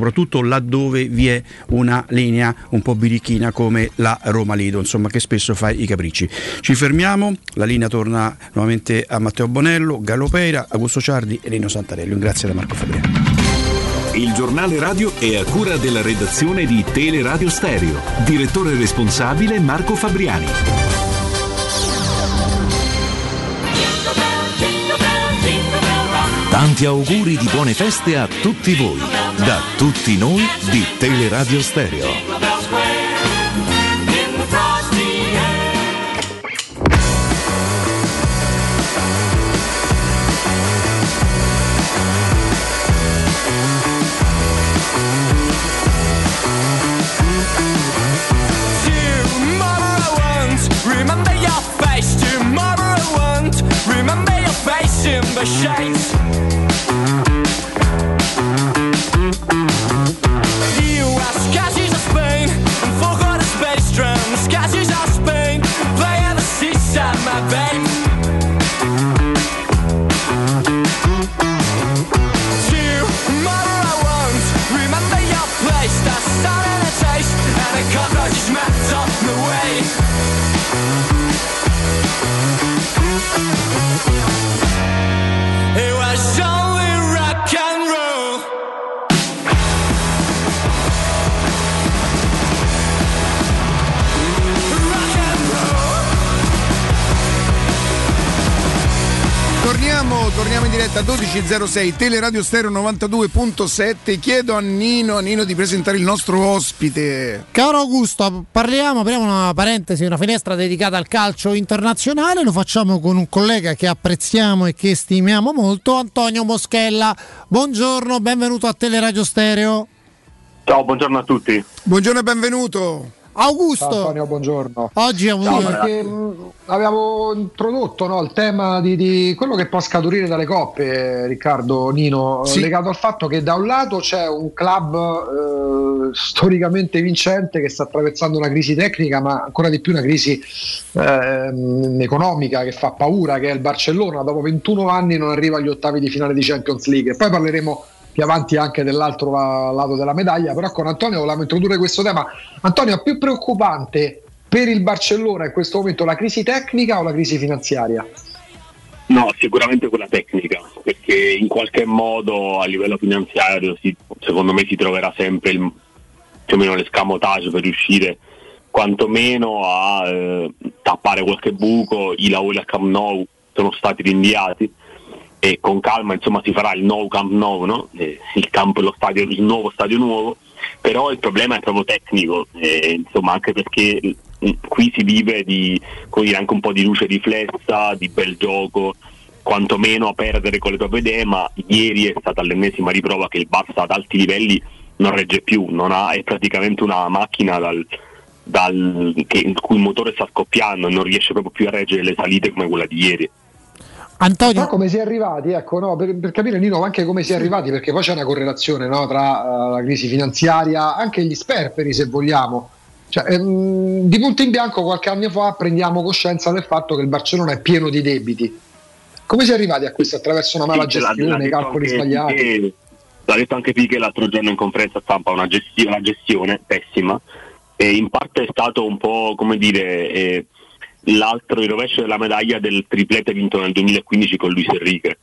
laddove vi è una linea un po' birichina come la Roma Lido, insomma, che spesso fa i capricci. Ci fermiamo, la linea torna nuovamente a Matteo Bonello, Gallo Peira, Augusto Ciardi e Rino Santarelli. Un grazie da Marco Fabriani. Il giornale radio è a cura della redazione di Teleradio Stereo. Direttore responsabile Marco Fabriani. Tanti auguri di buone feste a tutti voi, da tutti noi di Teleradio Stereo. Remember your face, tomorrow I won't remember your face in the shades. You are scratches of Spain and forgot a space drum. Scratches of Spain, play at the seaside, my babe. Tomorrow I won't remember your place. The sun and the taste and the cockroaches mapped up the way. It was only rock and roll. Rock and roll. Torniamo, torniamo in diretta a dodici e zero sei, Teleradio Stereo novantadue virgola sette. Chiedo a Nino, a Nino di presentare il nostro ospite. Caro Augusto, parliamo, apriamo una parentesi, una finestra dedicata al calcio internazionale. Lo facciamo con un collega che apprezziamo e che stimiamo molto, Antonio Moschella. Buongiorno, benvenuto a Teleradio Stereo. Ciao, buongiorno a tutti. Buongiorno e benvenuto. Augusto. Ciao Antonio, buongiorno. Oggi è un no, perché mh, avevo introdotto, no, il tema di, di quello che può scaturire dalle coppe, Riccardo, Nino, sì. Legato al fatto che da un lato c'è un club eh, storicamente vincente che sta attraversando una crisi tecnica, ma ancora di più una crisi eh, economica che fa paura, che è il Barcellona. Dopo ventuno anni non arriva agli ottavi di finale di Champions League. Poi parleremo più avanti anche dell'altro lato della medaglia, però con Antonio volevamo introdurre questo tema. Antonio, è più preoccupante per il Barcellona in questo momento la crisi tecnica o la crisi finanziaria? No, sicuramente quella tecnica, perché in qualche modo a livello finanziario si, secondo me si troverà sempre il, più o meno l'escamotage per riuscire quantomeno a eh, tappare qualche buco. I lavori al Camp Nou sono stati rinviati e con calma insomma si farà il nuovo Camp Nou, no? eh, il campo, lo stadio, il nuovo stadio nuovo, però il problema è proprio tecnico, eh, insomma, anche perché mh, qui si vive di, come dire, anche un po' di luce riflessa, di bel gioco, quantomeno a perdere con le proprie idee, ma ieri è stata l'ennesima riprova che il Barça ad alti livelli non regge più, non ha, è praticamente una macchina dal, dal, che, il cui motore sta scoppiando e non riesce proprio più a reggere le salite come quella di ieri. Antonio, ma come si è arrivati, ecco, no, per, per capire Nino anche come si è arrivati, perché poi c'è una correlazione, no, tra uh, la crisi finanziaria, anche gli sperperi se vogliamo, cioè, ehm, di punto in bianco qualche anno fa prendiamo coscienza del fatto che il Barcellona è pieno di debiti. Come si è arrivati a questo? Attraverso una mala sì, gestione, l'ha, calcoli sbagliati? Piqué, l'ha detto anche Piqué l'altro giorno in conferenza stampa, una gestione, una gestione pessima, e in parte è stato un po', come dire, eh, l'altro, il rovescio della medaglia del triplete vinto nel duemilaquindici con Luis Enrique.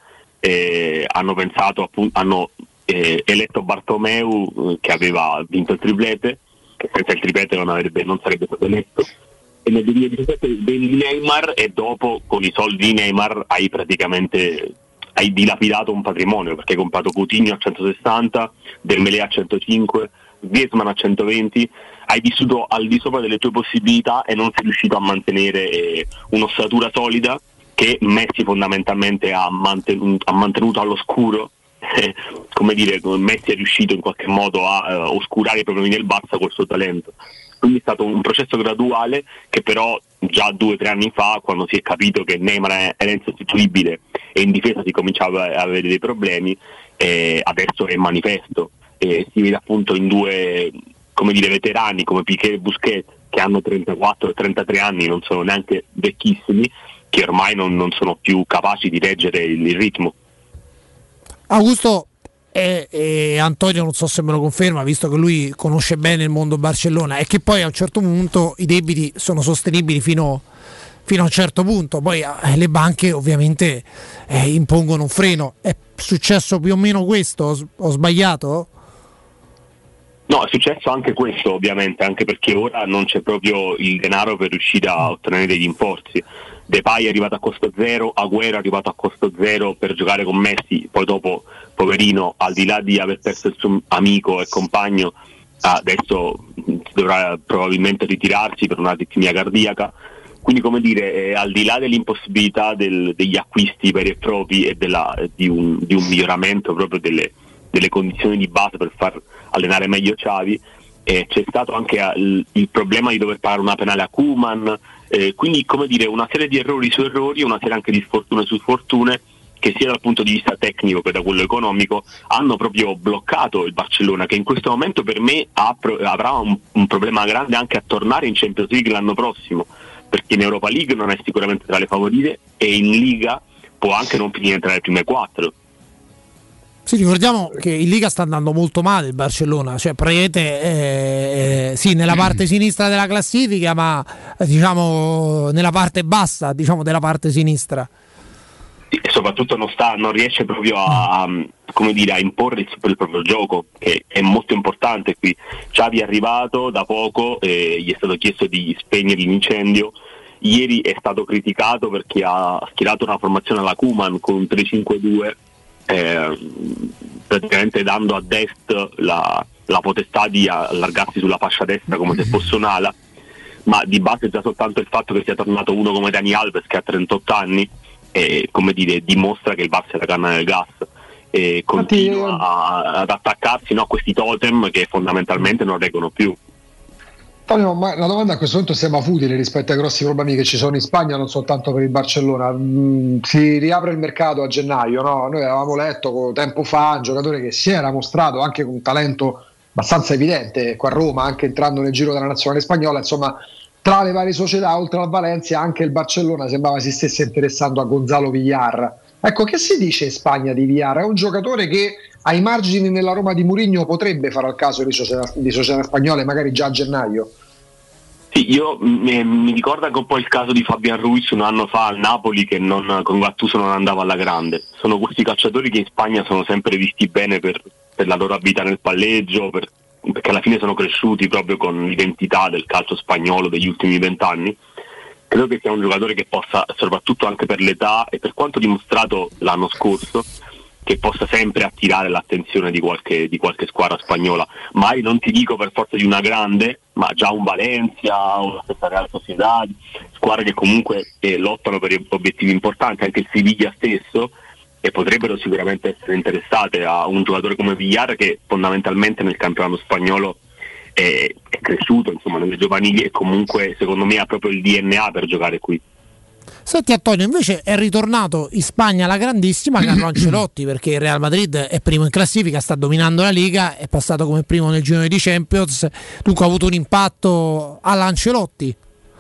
Eh, hanno pensato, appunto, hanno eh, eletto Bartomeu eh, che aveva vinto il triplete, che senza il triplete non, avrebbe, non sarebbe stato eletto, e nel duemiladiciassette vendi Neymar e dopo con i soldi di Neymar hai praticamente hai dilapidato un patrimonio, perché hai comprato Coutinho a centosessanta, Dembélé a centocinque, Griezmann a centoventi, hai vissuto al di sopra delle tue possibilità e non sei riuscito a mantenere eh, un'ossatura solida che Messi fondamentalmente ha mantenuto, ha mantenuto all'oscuro. Eh, come dire, Messi è riuscito in qualche modo a eh, oscurare i problemi del Barça col suo talento. Quindi è stato un processo graduale che però già due o tre anni fa, quando si è capito che Neymar era insostituibile e in difesa si cominciava a avere dei problemi, eh, adesso è manifesto. Eh, si vede appunto in due, come dire, veterani come Piqué e Busquets, che hanno trentaquattro e trentatré anni, non sono neanche vecchissimi, che ormai non, non sono più capaci di reggere il, il ritmo. Augusto, e, e Antonio non so se me lo conferma, visto che lui conosce bene il mondo Barcellona, è che poi a un certo punto i debiti sono sostenibili fino, fino a un certo punto, poi eh, le banche ovviamente eh, impongono un freno. È successo più o meno questo? Ho, ho sbagliato? No, è successo anche questo ovviamente, anche perché ora non c'è proprio il denaro per riuscire a ottenere degli importi. Depay è arrivato a costo zero, Agüero è arrivato a costo zero per giocare con Messi, poi dopo, poverino, al di là di aver perso il suo amico e compagno, adesso dovrà probabilmente ritirarsi per un'aritmia cardiaca. Quindi, come dire, eh, al di là dell'impossibilità del, degli acquisti veri e propri e della, di, un, di un miglioramento proprio delle, delle condizioni di base per far allenare meglio Xavi, eh, c'è stato anche il, il problema di dover pagare una penale a Koeman, eh, quindi, come dire, una serie di errori su errori, una serie anche di sfortune su sfortune, che sia dal punto di vista tecnico che da quello economico hanno proprio bloccato il Barcellona, che in questo momento per me ha, avrà un, un problema grande anche a tornare in Champions League l'anno prossimo, perché in Europa League non è sicuramente tra le favorite e in Liga può anche non finire tra le prime quattro. Sì, ricordiamo che in Liga sta andando molto male il Barcellona, cioè praticamente eh, eh, sì, nella parte sinistra della classifica, ma eh, diciamo nella parte bassa, diciamo della parte sinistra. E soprattutto non, sta, non riesce proprio a, a, come dire, a imporre il, il proprio gioco, che è molto importante qui. Xavi è arrivato da poco, eh, gli è stato chiesto di spegnere l'incendio. Ieri è stato criticato perché ha schierato una formazione alla Koeman con un tre cinque due, eh, praticamente dando a Dest la, la potestà di allargarsi sulla fascia destra come se fosse un'ala, ma di base già soltanto il fatto che sia tornato uno come Dani Alves che ha trentotto anni, e, come dire, dimostra che il Barça è la canna del gas e continua a, ad attaccarsi, no, a questi totem che fondamentalmente non reggono più. Antonio, ma la domanda a questo punto sembra futile rispetto ai grossi problemi che ci sono in Spagna, non soltanto per il Barcellona. Mm, si riapre il mercato a gennaio, no? Noi avevamo letto tempo fa un giocatore che si era mostrato anche con un talento abbastanza evidente qua a Roma, anche entrando nel giro della nazionale spagnola, insomma. Tra le varie società, oltre al Valencia, anche il Barcellona sembrava si stesse interessando a Gonzalo Villar. Ecco, che si dice in Spagna di Villar? È un giocatore che ai margini nella Roma di Mourinho potrebbe fare al caso di società, di società spagnole, magari già a gennaio? Sì, io mi, mi ricordo anche un po' il caso di Fabian Ruiz un anno fa al Napoli, che non, con Gattuso non andava alla grande. Sono questi calciatori che in Spagna sono sempre visti bene per, per la loro vita nel palleggio, per perché alla fine sono cresciuti proprio con l'identità del calcio spagnolo degli ultimi vent'anni. Credo che sia un giocatore che possa, soprattutto anche per l'età e per quanto dimostrato l'anno scorso, che possa sempre attirare l'attenzione di qualche, di qualche squadra spagnola. Mai non ti dico per forza di una grande, ma già un Valencia o la stessa Real Sociedad, squadre che comunque eh, lottano per obiettivi importanti, anche il Siviglia stesso, e potrebbero sicuramente essere interessate a un giocatore come Villar, che fondamentalmente nel campionato spagnolo è, è cresciuto, insomma, nelle giovanili, e comunque secondo me ha proprio il D N A per giocare qui. Senti Antonio, invece è ritornato in Spagna la grandissima Carlo Ancelotti, perché il Real Madrid è primo in classifica, sta dominando la Liga, è passato come primo nel girone di Champions, dunque ha avuto un impatto all'Ancelotti.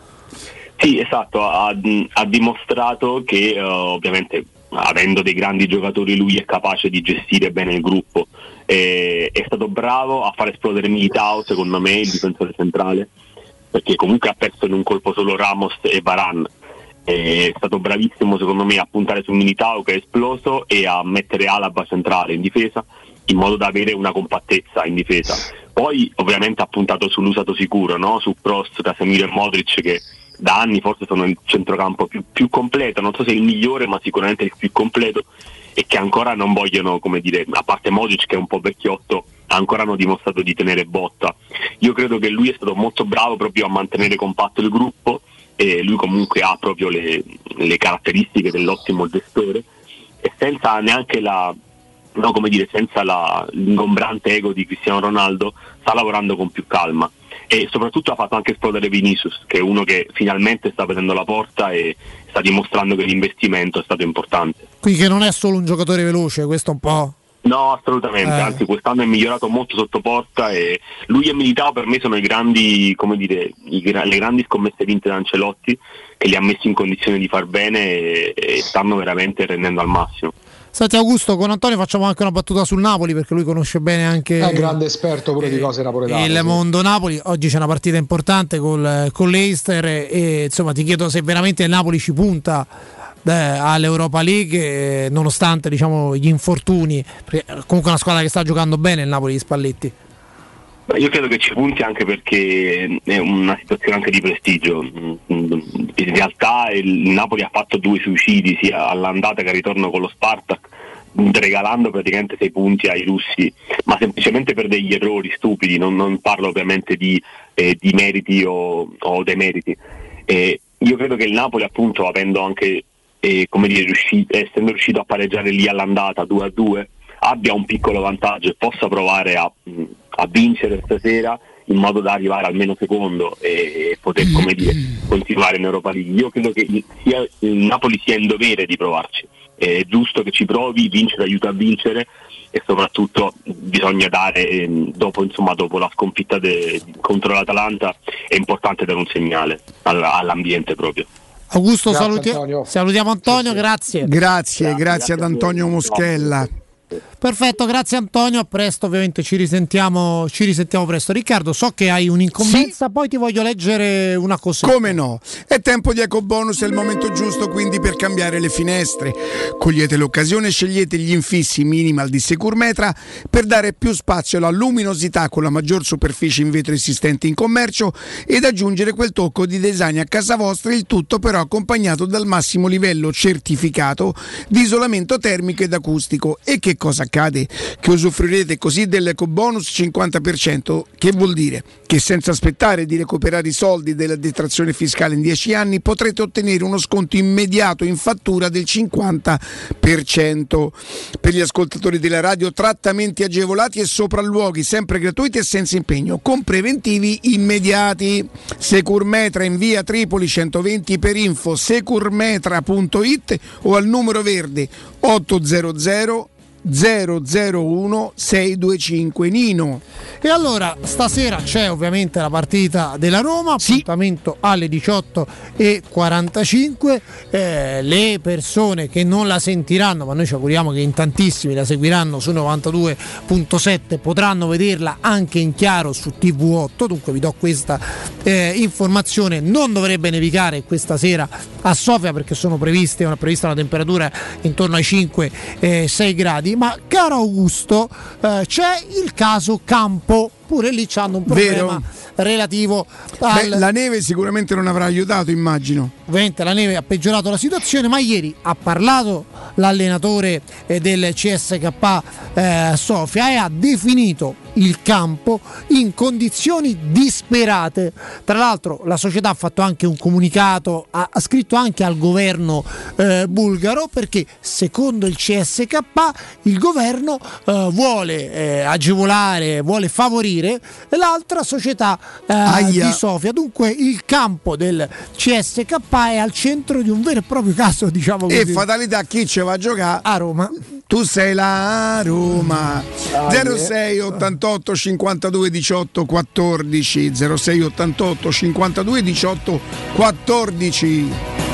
Sì, esatto, ha, ha dimostrato che uh, ovviamente avendo dei grandi giocatori lui è capace di gestire bene il gruppo. E, è stato bravo a far esplodere Militao, secondo me, il difensore centrale, perché comunque ha perso in un colpo solo Ramos e Varane. È stato bravissimo secondo me a puntare su Militao, che è esploso, e a mettere Alaba centrale in difesa, in modo da avere una compattezza in difesa. Poi ovviamente ha puntato sull'usato sicuro, no? Su Prost, Casemiro e Modric, che da anni forse sono il centrocampo più, più completo, non so se il migliore, ma sicuramente il più completo, e che ancora non vogliono, come dire, a parte Modric che è un po' vecchiotto, ancora hanno dimostrato di tenere botta. Io credo che lui è stato molto bravo proprio a mantenere compatto il gruppo, e lui comunque ha proprio le, le caratteristiche dell'ottimo gestore, e senza neanche la, no, come dire, senza la, l'ingombrante ego di Cristiano Ronaldo, sta lavorando con più calma, e soprattutto ha fatto anche esplodere Vinicius, che è uno che finalmente sta vedendo la porta e sta dimostrando che l'investimento è stato importante. Quindi che non è solo un giocatore veloce, questo un po'? No, assolutamente, eh. anzi quest'anno è migliorato molto sotto porta, e lui e Militao per me sono i grandi, come dire, i, le grandi scommesse vinte da Ancelotti, che li ha messi in condizione di far bene e, e stanno veramente rendendo al massimo. Senti Augusto, con Antonio facciamo anche una battuta sul Napoli perché lui conosce bene anche è grande esperto pure eh, di cose napoletane. Il sì. mondo Napoli, oggi c'è una partita importante col, con l'Eister e insomma ti chiedo se veramente il Napoli ci punta eh, all'Europa League eh, nonostante diciamo gli infortuni, perché comunque è una squadra che sta giocando bene il Napoli di Spalletti. Io credo che ci punti anche perché è una situazione anche di prestigio. In realtà il Napoli ha fatto due suicidi sia all'andata che al ritorno con lo Spartak, regalando praticamente sei punti ai russi, ma semplicemente per degli errori stupidi. Non, non parlo ovviamente di, eh, di meriti o, o demeriti. Eh, io credo che il Napoli, appunto, avendo anche eh, come dire, riusci- essendo riuscito a pareggiare lì all'andata due a due, abbia un piccolo vantaggio e possa provare a a vincere stasera in modo da arrivare almeno secondo e, e poter come dire continuare in Europa League. Io credo che sia, il Napoli sia in dovere di provarci, è giusto che ci provi, vincere aiuta a vincere e soprattutto bisogna dare eh, dopo, insomma, dopo la sconfitta de, contro l'Atalanta è importante dare un segnale all, all'ambiente proprio. Augusto, saluti- Antonio. salutiamo Antonio, sì, sì. Grazie. Grazie, grazie, grazie ad Antonio Moschella. Perfetto, grazie Antonio, a presto, ovviamente ci risentiamo, ci risentiamo presto. Riccardo, so che hai un'incombenza, sì. Poi ti voglio leggere una cosa. Come no? È tempo di ecobonus, è il momento giusto quindi per cambiare le finestre. Cogliete l'occasione e scegliete gli infissi minimal di Securmetra per dare più spazio alla luminosità con la maggior superficie in vetro esistente in commercio ed aggiungere quel tocco di design a casa vostra, il tutto però accompagnato dal massimo livello certificato di isolamento termico ed acustico. E che cosa accade? Che usufruirete così dell'ecobonus cinquanta per cento, che vuol dire che senza aspettare di recuperare i soldi della detrazione fiscale in dieci anni potrete ottenere uno sconto immediato in fattura del cinquanta per cento. Per gli ascoltatori della radio, trattamenti agevolati e sopralluoghi sempre gratuiti e senza impegno, con preventivi immediati. Securmetra in via Tripoli centoventi, per info securmetra punto it o al numero verde ottocento zero zero uno sei due cinque. Nino. E allora stasera c'è ovviamente la partita della Roma, appuntamento sì. alle diciotto e quarantacinque. Eh, le persone che non la sentiranno, ma noi ci auguriamo che in tantissimi la seguiranno su novantadue virgola sette, potranno vederla anche in chiaro su T V otto. Dunque vi do questa eh, informazione. Non dovrebbe nevicare questa sera a Sofia perché sono previste, è prevista una temperatura intorno ai cinque sei gradi. Ma caro Augusto, eh, c'è il caso Campo, pure lì c'hanno un problema Vero. relativo al... Beh, la neve sicuramente non avrà aiutato, immagino. Ovviamente la neve ha peggiorato la situazione, ma ieri ha parlato l'allenatore eh, del C S K eh, Sofia e ha definito il campo in condizioni disperate. Tra l'altro la società ha fatto anche un comunicato, ha, ha scritto anche al governo eh, bulgaro, perché secondo il C S K il governo eh, vuole eh, agevolare, vuole favorire l'altra società eh, di Sofia. Dunque il campo del C S K è al centro di un vero e proprio caso, diciamo così. E fatalità, chi ci va a giocare? A Roma. Tu sei la Roma. zero sei ottantotto cinquantadue diciotto quattordici zero sei ottantotto cinquantadue diciotto quattordici.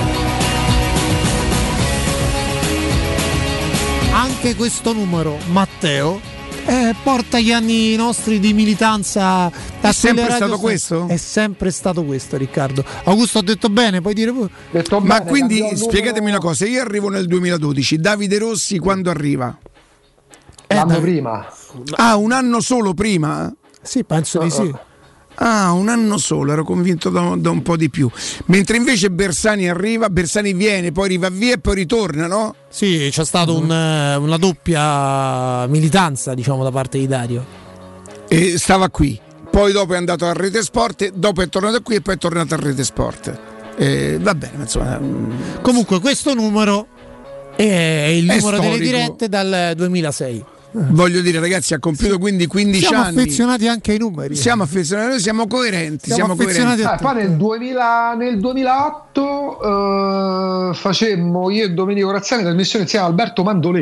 Anche questo numero, Matteo, eh, porta gli anni nostri di militanza. È sempre stato questo? È sempre stato questo, Riccardo. Augusto, ho detto bene, puoi dire pure. Detto Ma bene, quindi spiegatemi numero... una cosa, io arrivo nel duemiladodici, Davide Rossi quando arriva? L'anno eh, prima. Ah, un anno solo prima? Sì, penso di sì. Ah, un anno solo, ero convinto da, da un po' di più. Mentre invece Bersani arriva, Bersani viene, poi arriva via e poi ritorna, no? Sì, c'è stata un, una doppia militanza, diciamo, da parte di Dario. E stava qui, poi dopo è andato a Rete Sport, dopo è tornato qui e poi è tornato a Rete Sport. Eh, va bene, insomma. Comunque questo numero è il è numero storico. Delle dirette dal duemilasei. Voglio dire, ragazzi, ha compiuto quindi quindici siamo anni. Siamo affezionati anche ai numeri. Siamo affezionati, noi siamo coerenti. Siamo, siamo affezionati coerenti. Ah, poi nel, duemila, nel duemilaotto eh, facemmo io e Domenico Graziani trasmissione insieme a Alberto Mandolesi.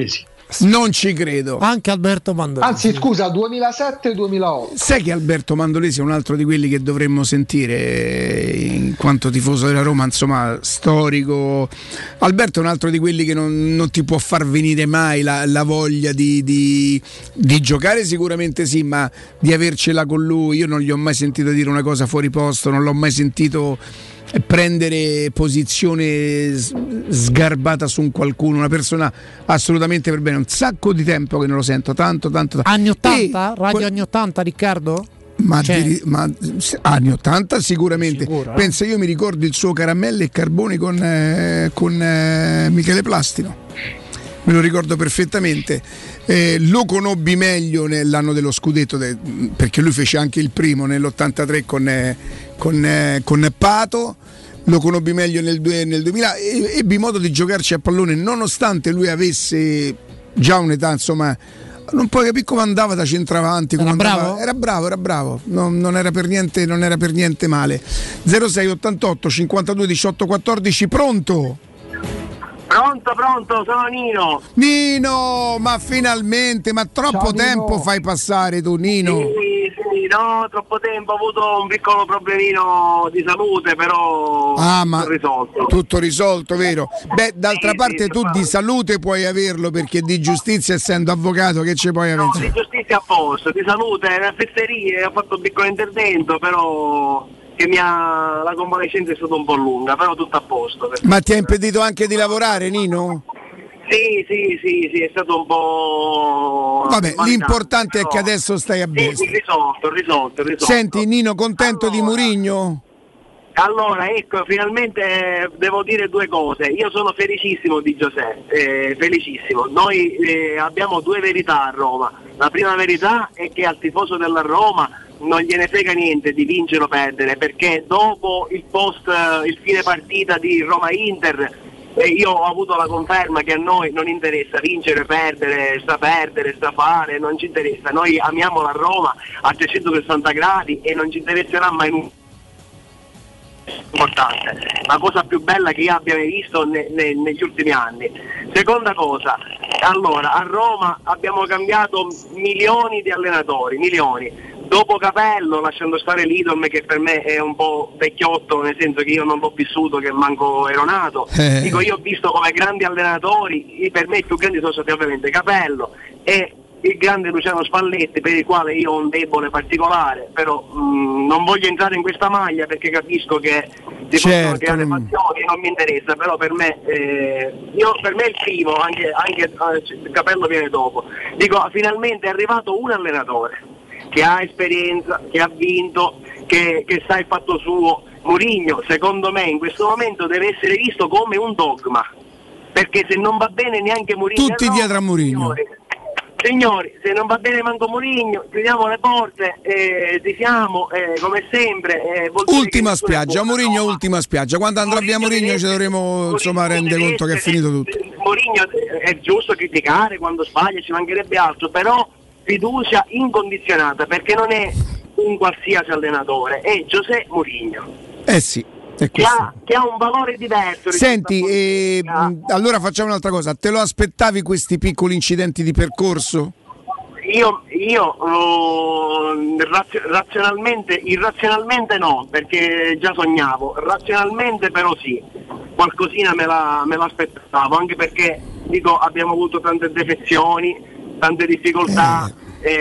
Non ci credo. Anche Alberto Mandolesi. Anzi, scusa, duemilasette duemilaotto. Sai che Alberto Mandolesi è un altro di quelli che dovremmo sentire in quanto tifoso della Roma, insomma, storico. Alberto è un altro di quelli che non, non ti può far venire mai la, la voglia di, di, di giocare, sicuramente sì, ma di avercela con lui. Io non gli ho mai sentito dire una cosa fuori posto, non l'ho mai sentito prendere posizione sgarbata su un qualcuno, una persona assolutamente per bene. Un sacco di tempo che non lo sento, tanto tanto, tanto. Anni ottanta? E, Radio anni ottanta, Riccardo? Ma, cioè, di, ma anni ottanta sicuramente. Sicuro, eh? Pensa, io mi ricordo il suo Caramelle e Carboni con, eh, con eh, Michele Plastino, me lo ricordo perfettamente. Eh, lo conobbi meglio nell'anno dello scudetto, de, perché lui fece anche il primo nell'ottantatré con, eh, con, eh, con Pato. Lo conobbi meglio nel, nel duemila e ebbi modo di giocarci a pallone, nonostante lui avesse già un'età, insomma, non puoi capire come andava da centravanti. Come era andava, bravo? Era bravo, era bravo, non, non, era per niente, non era per niente male. zero sei ottantotto cinquantadue diciotto quattordici, pronto? Pronto, pronto, sono Nino. Nino, ma finalmente, ma troppo Ciao, tempo Nino. fai passare tu, Nino. Sì, sì, no, troppo tempo, ho avuto un piccolo problemino di salute, però Ah, ma risolto. tutto risolto, vero? Beh, d'altra Sì, parte sì, tu di salute puoi averlo, perché di giustizia, essendo avvocato, che ci puoi avere? No, di giustizia a posto, di salute, le fesserie, ho fatto un piccolo intervento, però che mi ha, la convalescenza è stata un po' lunga, però tutto a posto. Ma ti ha impedito anche di lavorare, Nino? Sì, sì, sì, sì, è stato un po'... Vabbè, validante, l'importante però- è che adesso stai a Sì, bestia. sì, risolto, risolto, risolto. Senti, Nino, contento di Murigno? Allora, ecco, finalmente eh, devo dire due cose. Io sono felicissimo di Giuseppe, eh, felicissimo. Noi eh, abbiamo due verità a Roma. La prima verità è che al tifoso della Roma non gliene frega niente di vincere o perdere, perché dopo il post, eh, il fine partita di Roma-Inter, eh, io ho avuto la conferma che a noi non interessa vincere, perdere, sta perdere, sta fare, non ci interessa. Noi amiamo la Roma a trecentosessanta gradi e non ci interesserà mai nulla. Importante, la cosa più bella che io abbia mai visto ne, ne, negli ultimi anni. Seconda cosa, allora a Roma abbiamo cambiato milioni di allenatori, milioni. Dopo Capello, lasciando stare Lidom, che per me è un po' vecchiotto, nel senso che io non l'ho vissuto, che manco ero nato, Eh. dico, io ho visto come grandi allenatori, i- per me i più grandi sono stati ovviamente Capello e il grande Luciano Spalletti, per il quale io ho un debole particolare, però mh, non voglio entrare in questa maglia perché capisco che si possono Certo. creare passioni, non mi interessa, però per me eh, io, per me è il primo, anche, anche eh, il Capello viene dopo. Dico, finalmente è arrivato un allenatore che ha esperienza, che ha vinto, che, che sa il fatto suo. Mourinho, secondo me, in questo momento deve essere visto come un dogma, perché se non va bene neanche Mourinho, Tutti no, dietro a Mourinho. signori, signori, se non va bene manco Mourinho, chiudiamo le porte, eh, tifiamo eh, come sempre. Eh, vuol dire Ultima che nessuno è spiaggia, buono. Mourinho, ultima spiaggia. Quando andrà via Mourinho ci dovremo, insomma, rendere conto che è finito tutto. Mourinho è giusto criticare quando sbaglia, ci mancherebbe altro, però fiducia incondizionata, perché non è un qualsiasi allenatore, è José Mourinho, Eh sì, è che questo. ha, che ha un valore diverso. Senti, eh, mh, allora facciamo un'altra cosa. Te lo aspettavi questi piccoli incidenti di percorso? Io, io oh, razio- razionalmente, irrazionalmente no, perché già sognavo, razionalmente però sì, qualcosina me, la, me l'aspettavo, anche perché dico, abbiamo avuto tante defezioni, tante difficoltà,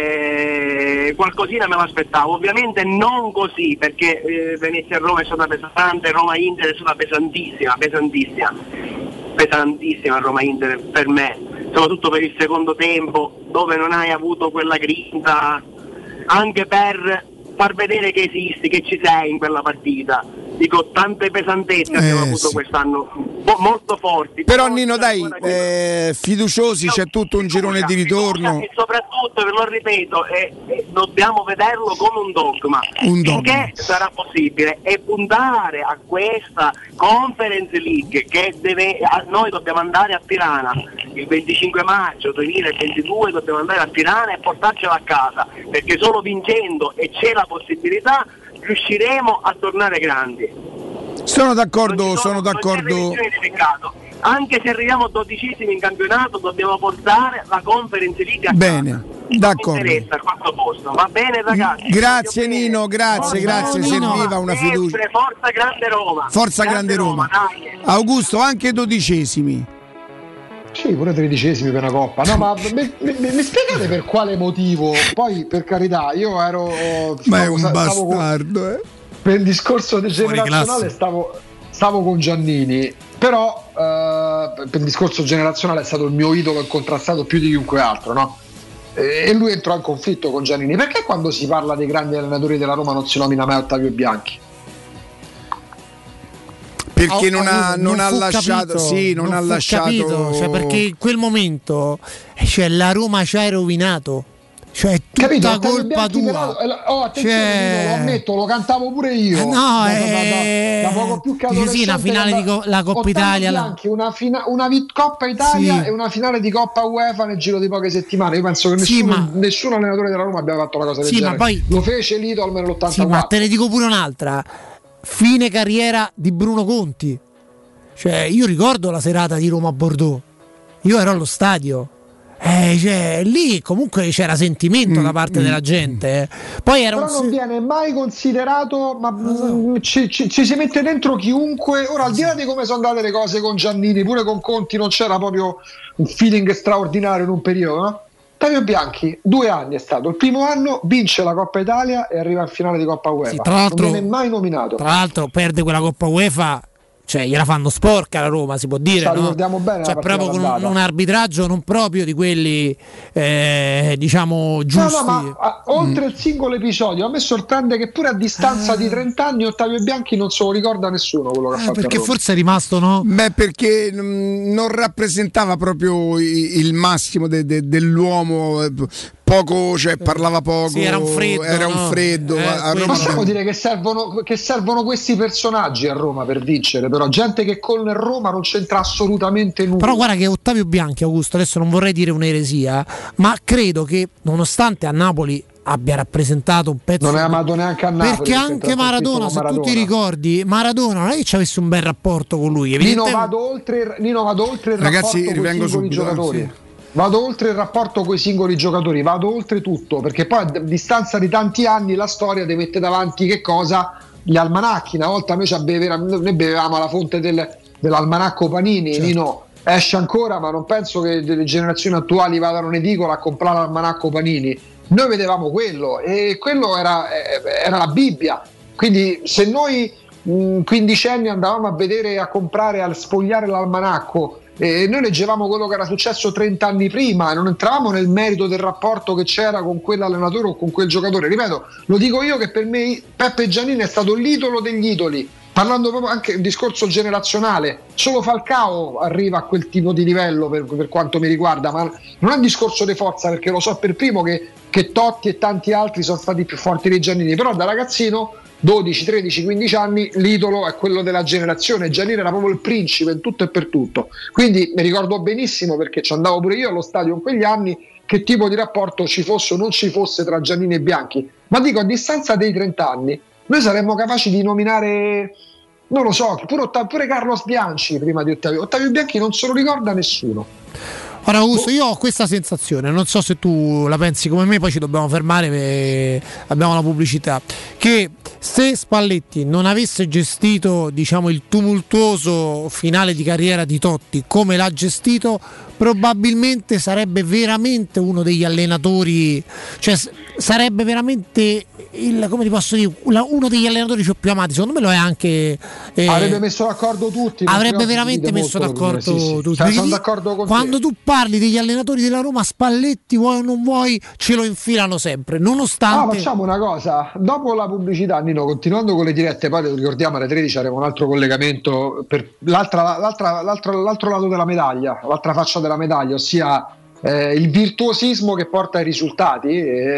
eh, qualcosina me l'aspettavo, ovviamente non così, perché eh, Venezia a Roma è stata pesante, Roma Inter è stata pesantissima, pesantissima, pesantissima Roma Inter per me, soprattutto per il secondo tempo, dove non hai avuto quella grinta anche per far vedere che esisti, che ci sei in quella partita. Dico, tante pesantezze abbiamo Eh, avuto sì. quest'anno, mo- molto forti. Però Nino, dai, eh, fiduciosi, c'è tutto un girone di ritorno. E soprattutto, ve lo ripeto, eh, eh, dobbiamo vederlo come un dogma. Un dogma. Finché sarà possibile, e puntare a questa Conference League che deve, a- noi dobbiamo andare a Tirana il venticinque maggio duemilaventidue, dobbiamo andare a Tirana e portarcela a casa, perché solo vincendo, e c'è la possibilità, riusciremo a tornare grandi. Sono d'accordo, Non ci sono non c'è d'accordo. religione di peccato. anche se arriviamo dodicesimi in campionato dobbiamo portare la Conference League a Bene, casa. d'accordo. Mi interessa il quarto posto, va bene ragazzi? Grazie Nino, grazie, Forza grazie, Nino. serviva una Sempre, fiducia. Forza Grande Roma. Forza Grande Roma. dai. Augusto, anche dodicesimi. Sì, pure tredicesimi per una coppa. No, ma mi, mi, mi spiegate per quale motivo? Poi, per carità, io ero. Ma è stavo- un stavo con- bastardo, eh. per il discorso generazionale classe. stavo, stavo con Giannini, però eh, per il discorso generazionale è stato il mio idolo incontrastato più di chiunque altro, no? E e lui entrò in conflitto con Giannini. Perché quando si parla dei grandi allenatori della Roma non si nomina mai Ottavio Bianchi? Perché Oh, non ha, oh, non ha fu lasciato, capito, sì, non, ha fu lasciato. capito, cioè, perché in quel momento eh, cioè, la Roma ci hai rovinato. Cioè, è tutta Capito? Ottavio colpa Bianchi, tua. però, eh, oh, attenzione, Cioè- Nino, lo ammetto, lo cantavo pure io. Eh, no, da, da- eh, da- da poco più che dice sì, una adolescente, finale da- di co- la Coppa Ottavio Italia, la- Bianchi, una, fina- una vi- Coppa Italia Sì. e una finale di Coppa UEFA nel giro di poche settimane. Io penso che Sì, nessuno, ma- nessun allenatore della Roma abbia fatto una cosa del Sì, ma genere. poi- Lo fece Lidl nell'ottantaquattro. Sì, ma te ne dico pure un'altra. Fine carriera di Bruno Conti. Cioè, io ricordo la serata di Roma-Bordeaux. Io ero allo stadio. Eh, cioè, lì comunque c'era sentimento da parte della gente. eh. Poi era Però un non viene mai considerato, ma mm, ci, ci- ci si mette dentro chiunque. Ora, al di là di come sono andate le cose con Giannini, pure con Conti non c'era proprio un feeling straordinario in un periodo, no? Ottavio Bianchi, due anni è stato. Il primo anno vince la Coppa Italia e arriva in finale di Coppa UEFA. Sì, tra l'altro- non viene mai nominato. Tra l'altro perde quella Coppa UEFA, cioè gliela fanno sporca la Roma, si può dire, Ce la no? ricordiamo bene la Cioè partita proprio con un, d'andata. un arbitraggio non proprio di quelli eh, diciamo No, giusti. no, ma a- oltre il singolo episodio, a me sorprende che pure a distanza di trenta anni Ottavio Bianchi non se lo ricorda nessuno quello che ha Eh, fatto. a perché Roma. forse è rimasto, no? Beh, perché mm, non rappresentava proprio i- il massimo de- de- dell'uomo. eh, Poco, cioè parlava poco. Sì, era un freddo, Era un no? freddo. Eh, a- a quello- Roma Possiamo dire che servono, che servono questi personaggi a Roma per vincere, però gente che con Roma non c'entra assolutamente nulla. Però guarda che Ottavio Bianchi, Augusto, adesso non vorrei dire un'eresia, ma credo che nonostante a Napoli abbia rappresentato un pezzo non è amato neanche a Napoli. perché anche Maradona, se tu ti ricordi, Maradona non è che ci avesse un bel rapporto con lui, Nino, evidentemente. vado oltre, Nino, vado oltre il Ragazzi, rapporto con i rivengo singoli subito, giocatori. sì. Vado oltre il rapporto con i singoli giocatori, vado oltre tutto, perché poi a distanza di tanti anni la storia ti mette davanti che cosa? Gli almanacchi. Una volta noi, ci bevera- noi bevevamo alla fonte del- dell'almanacco Panini, Certo. Nino esce ancora, ma non penso che delle generazioni attuali vadano in edicola a comprare l'almanacco Panini. Noi vedevamo quello e quello era, eh, era la Bibbia. Quindi se noi mh, quindicenni andavamo a vedere, a comprare, a sfogliare l'almanacco, e noi leggevamo quello che era successo trenta anni prima e non entravamo nel merito del rapporto che c'era con quell'allenatore o con quel giocatore. Ripeto, lo dico io che per me Peppe Giannini è stato l'idolo degli idoli, parlando proprio anche del discorso generazionale. Solo Falcao arriva a quel tipo di livello per, per quanto mi riguarda, ma non è un discorso di forza, perché lo so per primo che, che Totti e tanti altri sono stati più forti dei Giannini, però da ragazzino dodici, tredici, quindici anni l'idolo è quello della generazione. Giannini era proprio il principe in tutto e per tutto, quindi mi ricordo benissimo, perché ci andavo pure io allo stadio in quegli anni, che tipo di rapporto ci fosse o non ci fosse tra Giannini e Bianchi. Ma dico, a distanza dei trenta anni noi saremmo capaci di nominare, non lo so, pure, Ottav- pure Carlos Bianchi prima di Ottavio. Ottavio Bianchi non se lo ricorda nessuno. Ora Augusto, io ho questa sensazione, non so se tu la pensi come me, poi ci dobbiamo fermare perché abbiamo la pubblicità, che se Spalletti non avesse gestito, diciamo, il tumultuoso finale di carriera di Totti come l'ha gestito, probabilmente sarebbe veramente uno degli allenatori, cioè s- sarebbe veramente il, come ti posso dire, la- uno degli allenatori più amati. Secondo me lo è anche eh, Avrebbe messo d'accordo tutti. perché avrebbe oggi veramente divide messo molto, d'accordo sì, sì. tutti. Cioè, Perché sono ti- d'accordo con quando te. tu parli degli allenatori della Roma, Spalletti, vuoi o non vuoi, ce lo infilano sempre, Ah, nonostante facciamo una cosa, dopo la pubblicità, Nino, continuando con le dirette, poi ricordiamo alle tredici avremo un altro collegamento per l'altra, l'altra, l'altro, l'altro lato della medaglia, l'altra faccia della medaglia, ossia eh, il virtuosismo che porta ai risultati.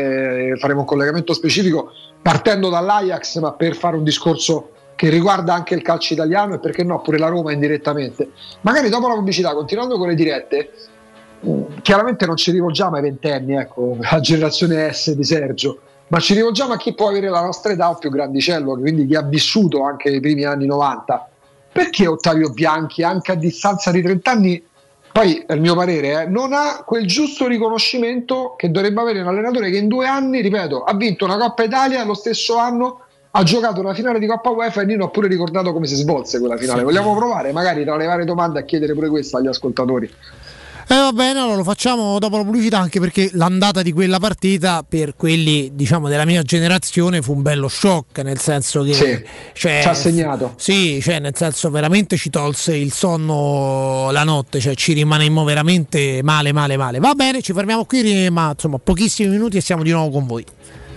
E faremo un collegamento specifico partendo dall'Ajax, ma per fare un discorso che riguarda anche il calcio italiano e perché no pure la Roma indirettamente. Magari dopo la pubblicità, continuando con le dirette, chiaramente non ci rivolgiamo ai ventenni, ecco, la generazione S di Sergio, ma ci rivolgiamo a chi può avere la nostra età o più grandicello, quindi chi ha vissuto anche i primi anni novanta. perché Ottavio Bianchi, anche a distanza di trenta anni, poi è il mio parere, eh, non ha quel giusto riconoscimento che dovrebbe avere un allenatore che in due anni, ripeto, ha vinto una Coppa Italia, lo stesso anno ha giocato una finale di Coppa UEFA e Nino ha pure ricordato come si svolse quella finale. Vogliamo provare magari tra le varie domande a chiedere pure questo agli ascoltatori? Eh, va bene, allora lo facciamo dopo la pubblicità, anche perché l'andata di quella partita per quelli, diciamo, della mia generazione fu un bello shock, nel senso che sì, cioè, ci ha segnato. Sì, cioè nel senso veramente ci tolse il sonno la notte, cioè ci rimanemmo veramente male male male. Va bene, ci fermiamo qui, ma insomma pochissimi minuti e siamo di nuovo con voi.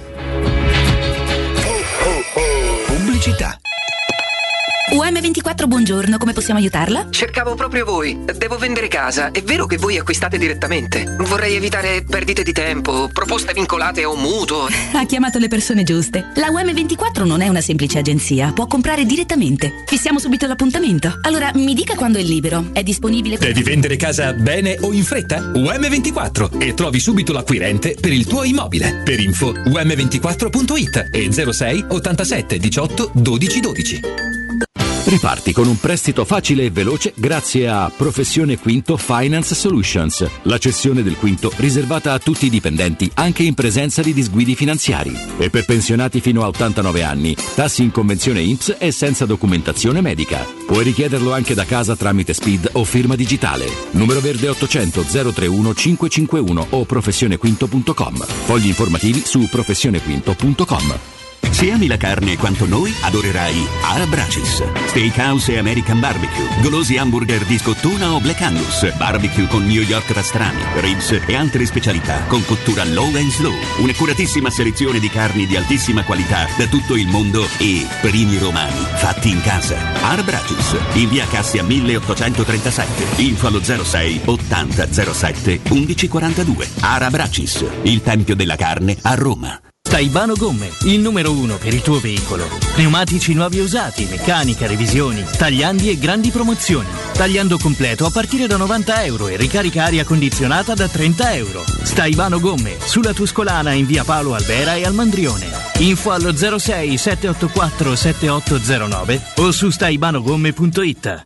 Pubblicità. U M ventiquattro, buongiorno, come possiamo aiutarla? Cercavo proprio voi. Devo vendere casa. È vero che voi acquistate direttamente? Vorrei evitare perdite di tempo, proposte vincolate a un mutuo. Ha chiamato le persone giuste. La U M ventiquattro non è una semplice agenzia, può comprare direttamente. Fissiamo subito l'appuntamento. Allora, mi dica quando è libero. È disponibile... Devi vendere casa bene o in fretta? U M ventiquattro e trovi subito l'acquirente per il tuo immobile. Per info u m ventiquattro punto it e zero sei ottantasette diciotto dodici dodici. Riparti con un prestito facile e veloce grazie a Professione Quinto Finance Solutions, la cessione del quinto riservata a tutti i dipendenti anche in presenza di disguidi finanziari. E per pensionati fino a ottantanove anni, tassi in convenzione I N P S e senza documentazione medica. Puoi richiederlo anche da casa tramite S P I D o firma digitale. Numero verde ottocento zero trentuno cinquecentocinquantuno o professionequinto punto com. Fogli informativi su professionequinto punto com. Se ami la carne quanto noi, adorerai Arabracis. Steakhouse e American Barbecue, golosi hamburger di scottuna o Black Angus, barbecue con New York pastrami, ribs e altre specialità con cottura low and slow. Un'accuratissima selezione di carni di altissima qualità da tutto il mondo e primi romani fatti in casa. Arabracis, in via Cassia milleottocentotrentasette, info allo zero sei ottanta zero sette undici quarantadue. Arabracis, il tempio della carne a Roma. Staibano Gomme, il numero uno per il tuo veicolo. Pneumatici nuovi e usati, meccanica, revisioni, tagliandi e grandi promozioni. Tagliando completo a partire da novanta euro e ricarica aria condizionata da trenta euro. Staibano Gomme, sulla Tuscolana in via Paolo Albera e al Mandrione. Info allo zero sei sette otto quattro sette otto zero nove o su staibanogomme punto it.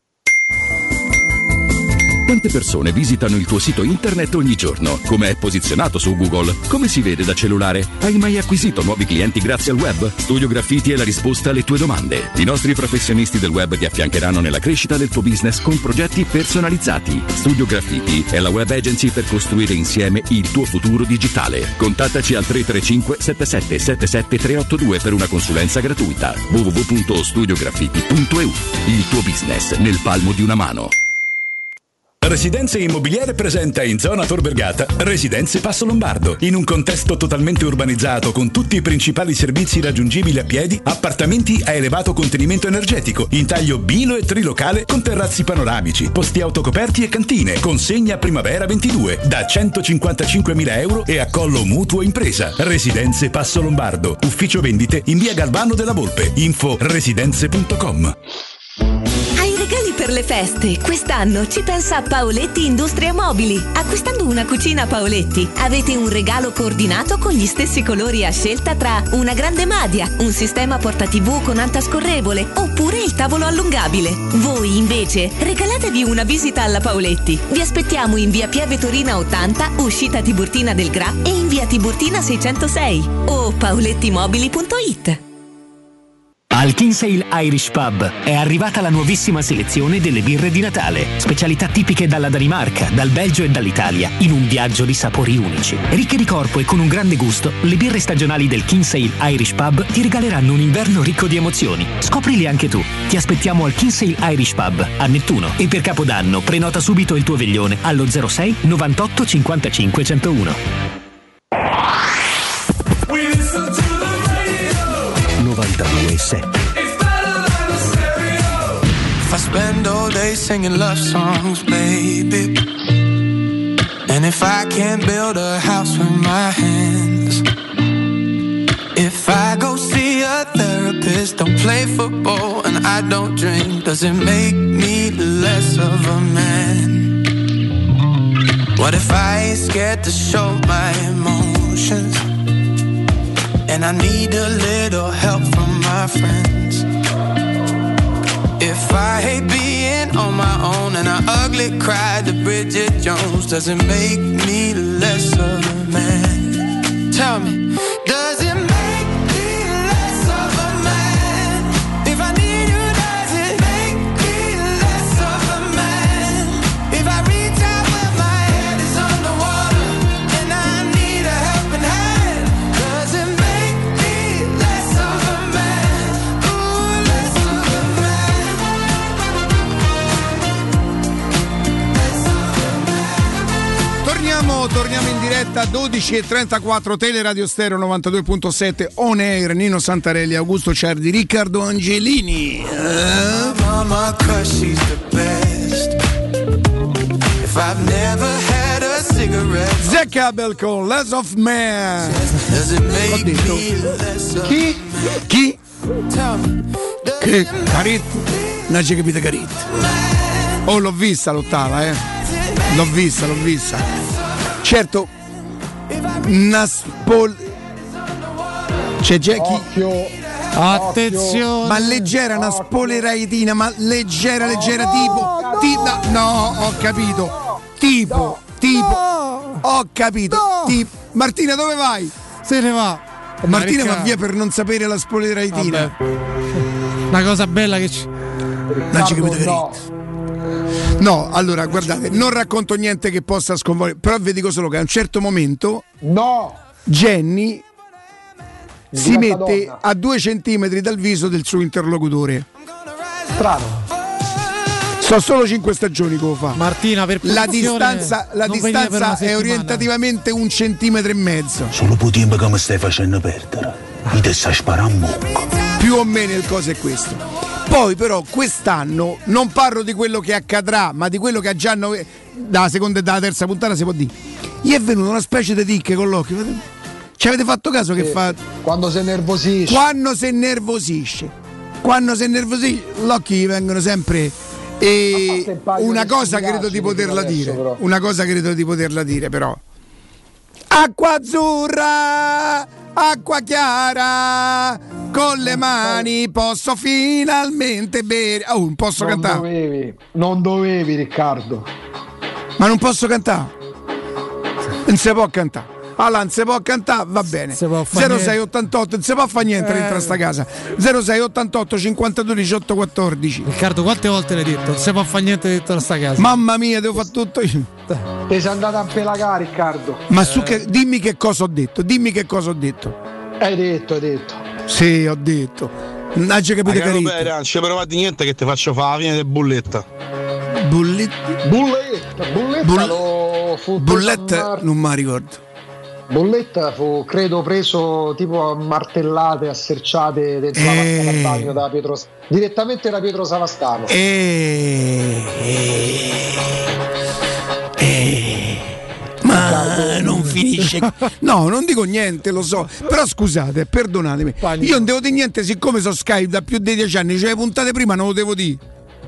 Quante persone visitano il tuo sito internet ogni giorno? Come è posizionato su Google? Come si vede da cellulare? Hai mai acquisito nuovi clienti grazie al web? Studio Graffiti è la risposta alle tue domande. I nostri professionisti del web ti affiancheranno nella crescita del tuo business con progetti personalizzati. Studio Graffiti è la web agency per costruire insieme il tuo futuro digitale. Contattaci al tre tre cinque sette sette sette sette tre otto due per una consulenza gratuita. w w w punto studio graffiti punto e u. Il tuo business nel palmo di una mano. Residenze Immobiliare presenta in zona Tor Vergata Residenze Passo Lombardo, in un contesto totalmente urbanizzato con tutti i principali servizi raggiungibili a piedi, appartamenti a elevato contenimento energetico, in taglio bilo e trilocale con terrazzi panoramici, posti autocoperti e cantine, consegna primavera ventidue da centocinquantacinquemila euro e accollo mutuo impresa. Residenze Passo Lombardo, ufficio vendite in via Galvano della Volpe, info residenze punto com. Hai regali per le feste? Quest'anno ci pensa Paoletti Industria Mobili. Acquistando una cucina Paoletti avete un regalo coordinato con gli stessi colori a scelta tra una grande madia, un sistema porta tivù con alta scorrevole oppure il tavolo allungabile. Voi invece regalatevi una visita alla Paoletti. Vi aspettiamo in via Pieve Torina ottanta, uscita Tiburtina del Gra e in via Tiburtina seicentosei o paolettimobili punto it. Al Kinsale Irish Pub è arrivata la nuovissima selezione delle birre di Natale, specialità tipiche dalla Danimarca, dal Belgio e dall'Italia, in un viaggio di sapori unici. Ricche di corpo e con un grande gusto, le birre stagionali del Kinsale Irish Pub ti regaleranno un inverno ricco di emozioni. Scoprili anche tu. Ti aspettiamo al Kinsale Irish Pub a Nettuno e per Capodanno prenota subito il tuo veglione allo zero sei novantotto cinquantacinque centouno. novantadue sette. If I spend all day singing love songs, baby, and if I can't build a house with my hands, if I go see a therapist, don't play football and I don't drink, does it make me less of a man? What if I ain't scared to show my emotions, and I need a little help from my friends? If I hate ugly cry to Bridget Jones doesn't make me less of a man. Tell me, does it make me less of a man? If I need you, does it make me less of a man? If I reach out when my head is underwater and I need a helping hand, does it make me less of a man? Ooh, less of a man. Torniamo, torniamo in diretta dodici e trentaquattro, Teleradio Stereo novantadue virgola sette on air. Nino Santarelli, Augusto Ciardi, Riccardo Angelini. Eh? Mama, 'cause she's the best. If I've never had a cigarette. Zac Abel con Less of Man. Does it make me less of Chi? Chi? Che? Carit? Non c'è capito Carit. Oh, l'ho vista l'ottava, eh. L'ho vista, l'ho vista. Certo, una spol... C'è Jackie. Attenzione. Ma leggera, una spoleraitina, ma leggera, leggera, tipo. tipo no, ho capito. Tipo, tipo. Ho capito. Tipo. Martina, dove vai? Se ne va. Martina Marca. va via per non sapere la spoleraitina. Una cosa bella che ci... Non ci capito Carit. No, allora guardate, non racconto niente che possa sconvolgere, però vi dico solo che a un certo momento no, Jenny si Diventa mette donna. a due centimetri dal viso del suo interlocutore. Strano. So solo cinque stagioni come fa. Martina, per La punizione, distanza, la non venire per una distanza è settimana. orientativamente un centimetro e mezzo. Solo più tempo che mi stai facendo perdere. Mi te sta sparando. Più o meno il coso è questo. Poi però quest'anno non parlo di quello che accadrà, ma di quello che ha già no- dalla seconda e dalla terza puntata si può dire. Gli è venuta una specie di ticche con l'occhio. Ci avete fatto caso che Sì, fa? Quando si innervosisce. Quando si innervosisce. Quando si innervosisce, gli occhi gli vengono sempre. E una cosa credo di poterla dire. Una cosa credo di poterla dire, però. Acqua azzurra, acqua chiara, con le mani posso finalmente bere. Oh, non posso non cantare. Dovevi, non dovevi, Riccardo. Ma non posso cantare. Non si può cantare. Allora, non si può cantare, va bene. zero sei ottantotto, non si può fare niente Eh. dentro a sta casa. zero sei ottantotto cinquantadue diciotto quattordici. Riccardo, quante volte l'hai detto? Non si può fare niente dentro a sta casa. Mamma mia, devo fare tutto io. Ti sei andata a pelagare, Riccardo. Ma su che, dimmi che cosa ho detto, dimmi che cosa ho detto. Hai detto, hai detto. Sì, ho detto. Non hai capito Carito. Non ci provate niente che ti faccio fare la fine del bulletta. Bulletta? Bulletta, bulletta Bull- lo fu Bulletta non mi ricordo. Bolletta fu credo preso tipo a martellate, a serciate dentro la Eh. vasca da bagno da Pietro, direttamente da Pietro Savastano. Eh, eh, ma non finisce. No, non dico niente, lo so. Però scusate, perdonatemi. Io non devo dire niente, siccome so Skype da più di dieci anni, cioè le puntate prima non lo devo dire.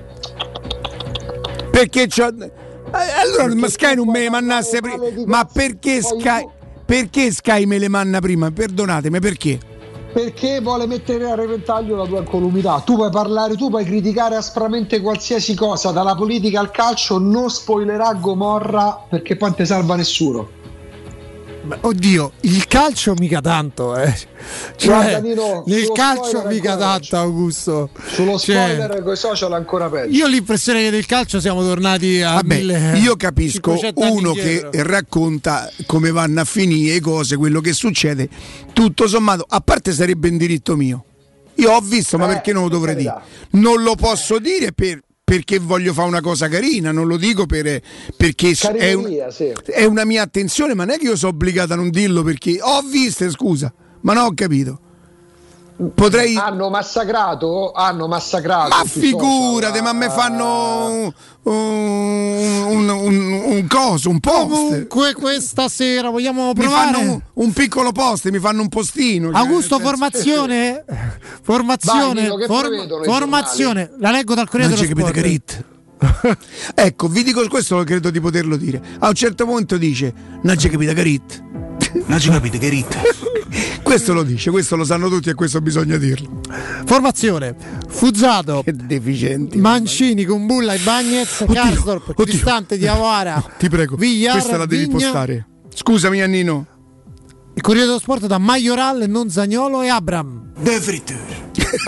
Perché c'ho. eh, Allora ma Sky non me le mannasse prima. Ma perché Sky? Perché Sky me le manna prima? Perdonatemi, perché? Perché vuole mettere a repentaglio la tua incolumità. Tu puoi parlare, tu puoi criticare aspramente qualsiasi cosa, dalla politica al calcio, non spoilerà Gomorra perché poi non ti salva nessuno. Oddio, il calcio mica tanto, eh. Cioè, Guarda, Nino, nel sullo calcio spoiler mica ancora tanto, Augusto. Sullo Cioè, spoiler coi social ancora peggio. io ho l'impressione che nel calcio siamo tornati a Vabbè, mille, io capisco cinquecento anni uno che indietro. racconta come vanno a finire le cose, quello che succede. Tutto sommato, a parte sarebbe in diritto mio. Io ho visto, ma Eh, perché non lo per dovrei carità. dire? Non lo posso dire per- perché voglio fare una cosa carina, non lo dico per, perché è, un- Carineria, sì. è una mia attenzione, ma non è che io sono obbligato a non dirlo perché ho visto, scusa, ma non ho capito. Potrei. Hanno massacrato, hanno massacrato. Ma sui figurate, social, ma mi fanno un, un, un, un coso, un post. Comunque questa sera vogliamo Mi provare fanno un, un piccolo post, mi fanno un postino. cioè, Augusto, nel senso- formazione formazione Vai, Nino, che form- prevedono i formazione la leggo dal Corriere Non dello ci capite, Sport. Carit? Ecco, vi dico questo, lo credo di poterlo dire. A un certo punto dice: non ci capite, Carit? Non ci capite che ritta. Questo lo dice, questo lo sanno tutti e questo bisogna dirlo. Formazione: Fuzzato, che deficienti, Mancini, Kumbulla e Bagnez, Karsdorp, Cristante, Diawara, ti prego, Villar, questa la devi Vigna. postare. Scusami Annino. Il Corriere dello Sport da Majoral, non Zaniolo e Abram. De Fritteur.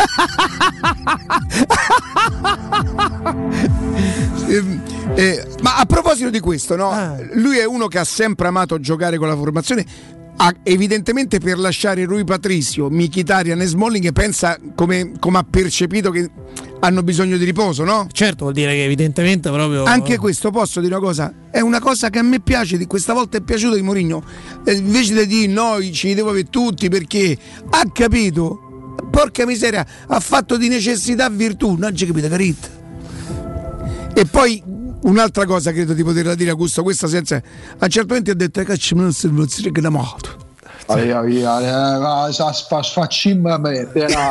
eh, eh, ma a proposito di questo, no? Ah. Lui è uno che ha sempre amato giocare con la formazione. Ah, evidentemente per lasciare Rui Patricio, Mkhitaryan e Smalling pensa come, come ha percepito che hanno bisogno di riposo, no? Certo, vuol dire che evidentemente proprio anche questo, posso dire una cosa, è una cosa che a me piace, di questa volta è piaciuto di Mourinho, eh, invece di dire no, ci devo avere tutti, perché ha capito, porca miseria, ha fatto di necessità virtù, non c'è capito, Carit. E poi un'altra cosa credo di poterla dire, Augusto, questa senza, a un certo punto ha detto che ci non si è amato. Via, via, sfaccimma me,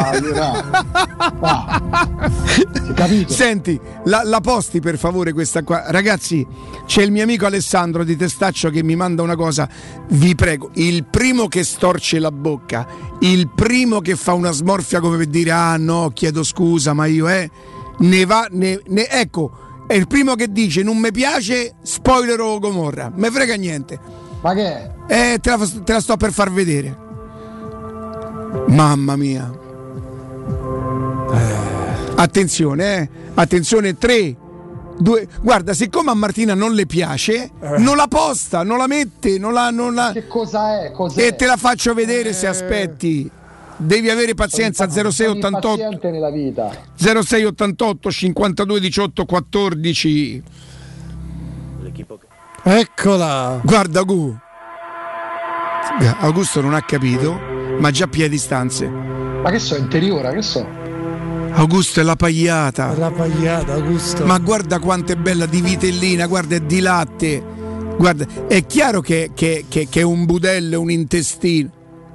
capito? Senti, la, la posti per favore questa qua, ragazzi. C'è il mio amico Alessandro di Testaccio che mi manda una cosa, vi prego, il primo che storce la bocca, il primo che fa una smorfia come per dire ah no, chiedo scusa, ma io eh ne va, ne, ne ecco, è il primo che dice non mi piace, spoiler o Gomorra, me frega niente. Ma che è? Eh, te la, te la sto per far vedere. Mamma mia. Eh. Attenzione, eh. Attenzione, tre, due. Guarda, siccome a Martina non le piace, eh. non la posta, non la mette, non la, non la... Che cosa è? Cos'è? E te la faccio vedere eh. se aspetti. Devi avere pazienza. Zero sei ottantotto nella vita. zero sei ottantotto cinquantadue diciotto quattordici. Eccola. Guarda Gu. Augusto non ha capito, ma già piedi stanze. Ma che so, interiora, che so? Augusto è la pagliata. È la pagliata, Augusto. Ma guarda quanto è bella, di vitellina, guarda, è di latte. Guarda, è chiaro che, che, che, che è un budello, un intestino.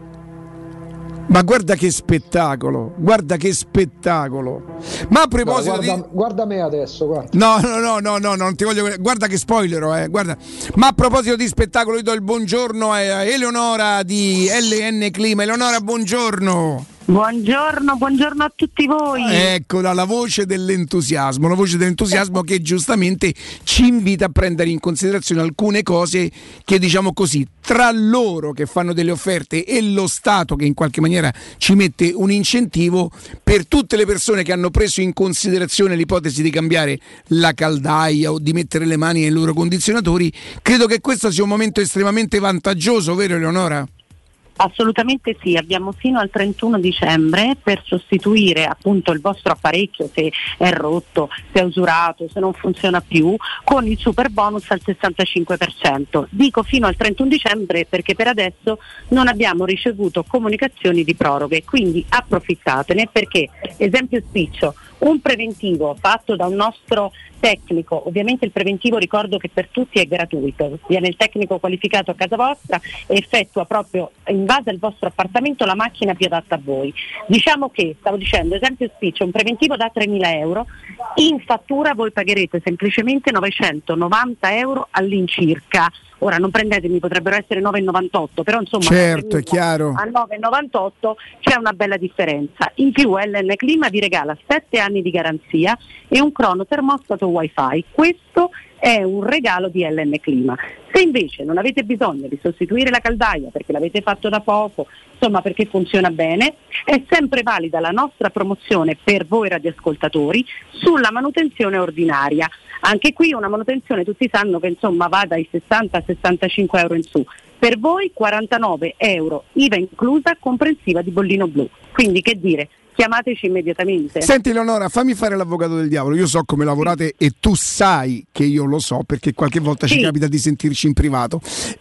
Ma guarda che spettacolo, guarda che spettacolo. Ma a proposito guarda, di... guarda me adesso, guarda. No, no, no, no, no, non ti voglio. Guarda che spoilerò, eh, guarda. Ma a proposito di spettacolo, io do il buongiorno a Eleonora di L N Clima. Eleonora, buongiorno. Buongiorno, buongiorno a tutti voi. Eccola, la voce dell'entusiasmo, la voce dell'entusiasmo che giustamente ci invita a prendere in considerazione alcune cose che, diciamo così, tra loro che fanno delle offerte e lo Stato che in qualche maniera ci mette un incentivo, per tutte le persone che hanno preso in considerazione l'ipotesi di cambiare la caldaia o di mettere le mani nei loro condizionatori, credo che questo sia un momento estremamente vantaggioso, vero Eleonora? Assolutamente sì, abbiamo fino al trentuno dicembre per sostituire appunto il vostro apparecchio se è rotto, se è usurato, se non funziona più, con il super bonus al sessantacinque per cento. Dico fino al trentuno dicembre perché per adesso non abbiamo ricevuto comunicazioni di proroghe, quindi approfittatene, perché esempio spiccio, un preventivo fatto da un nostro tecnico, ovviamente il preventivo ricordo che per tutti è gratuito, viene il tecnico qualificato a casa vostra e effettua proprio in base al vostro appartamento la macchina più adatta a voi. Diciamo che, stavo dicendo, esempio spiccio, un preventivo da tremila euro, in fattura voi pagherete semplicemente novecentonovanta euro all'incirca. Ora non prendetemi, potrebbero essere nove virgola novantotto, però insomma certo, è chiaro. A nove virgola novantotto c'è una bella differenza. In più L N Clima vi regala sette anni di garanzia e un crono termostato wifi. Questo è un regalo di L N Clima. Se invece non avete bisogno di sostituire la caldaia perché l'avete fatto da poco, insomma perché funziona bene, è sempre valida la nostra promozione per voi radioascoltatori sulla manutenzione ordinaria. Anche qui una manutenzione, tutti sanno che insomma va dai sessanta a sessantacinque euro in su. Per voi quarantanove euro, I V A inclusa, comprensiva di bollino blu. Quindi che dire? Chiamateci immediatamente. Senti Leonora, fammi fare l'avvocato del diavolo. Io so come lavorate e tu sai che io lo so perché qualche volta sì. ci capita di sentirci in privato.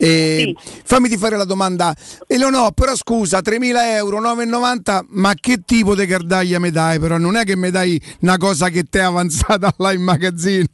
E sì. Fammi ti fare la domanda. Eleonora, però scusa, tremila euro, nove virgola novanta, ma che tipo di cardaglia mi dai? Però non è che mi dai una cosa che ti è avanzata là in magazzino.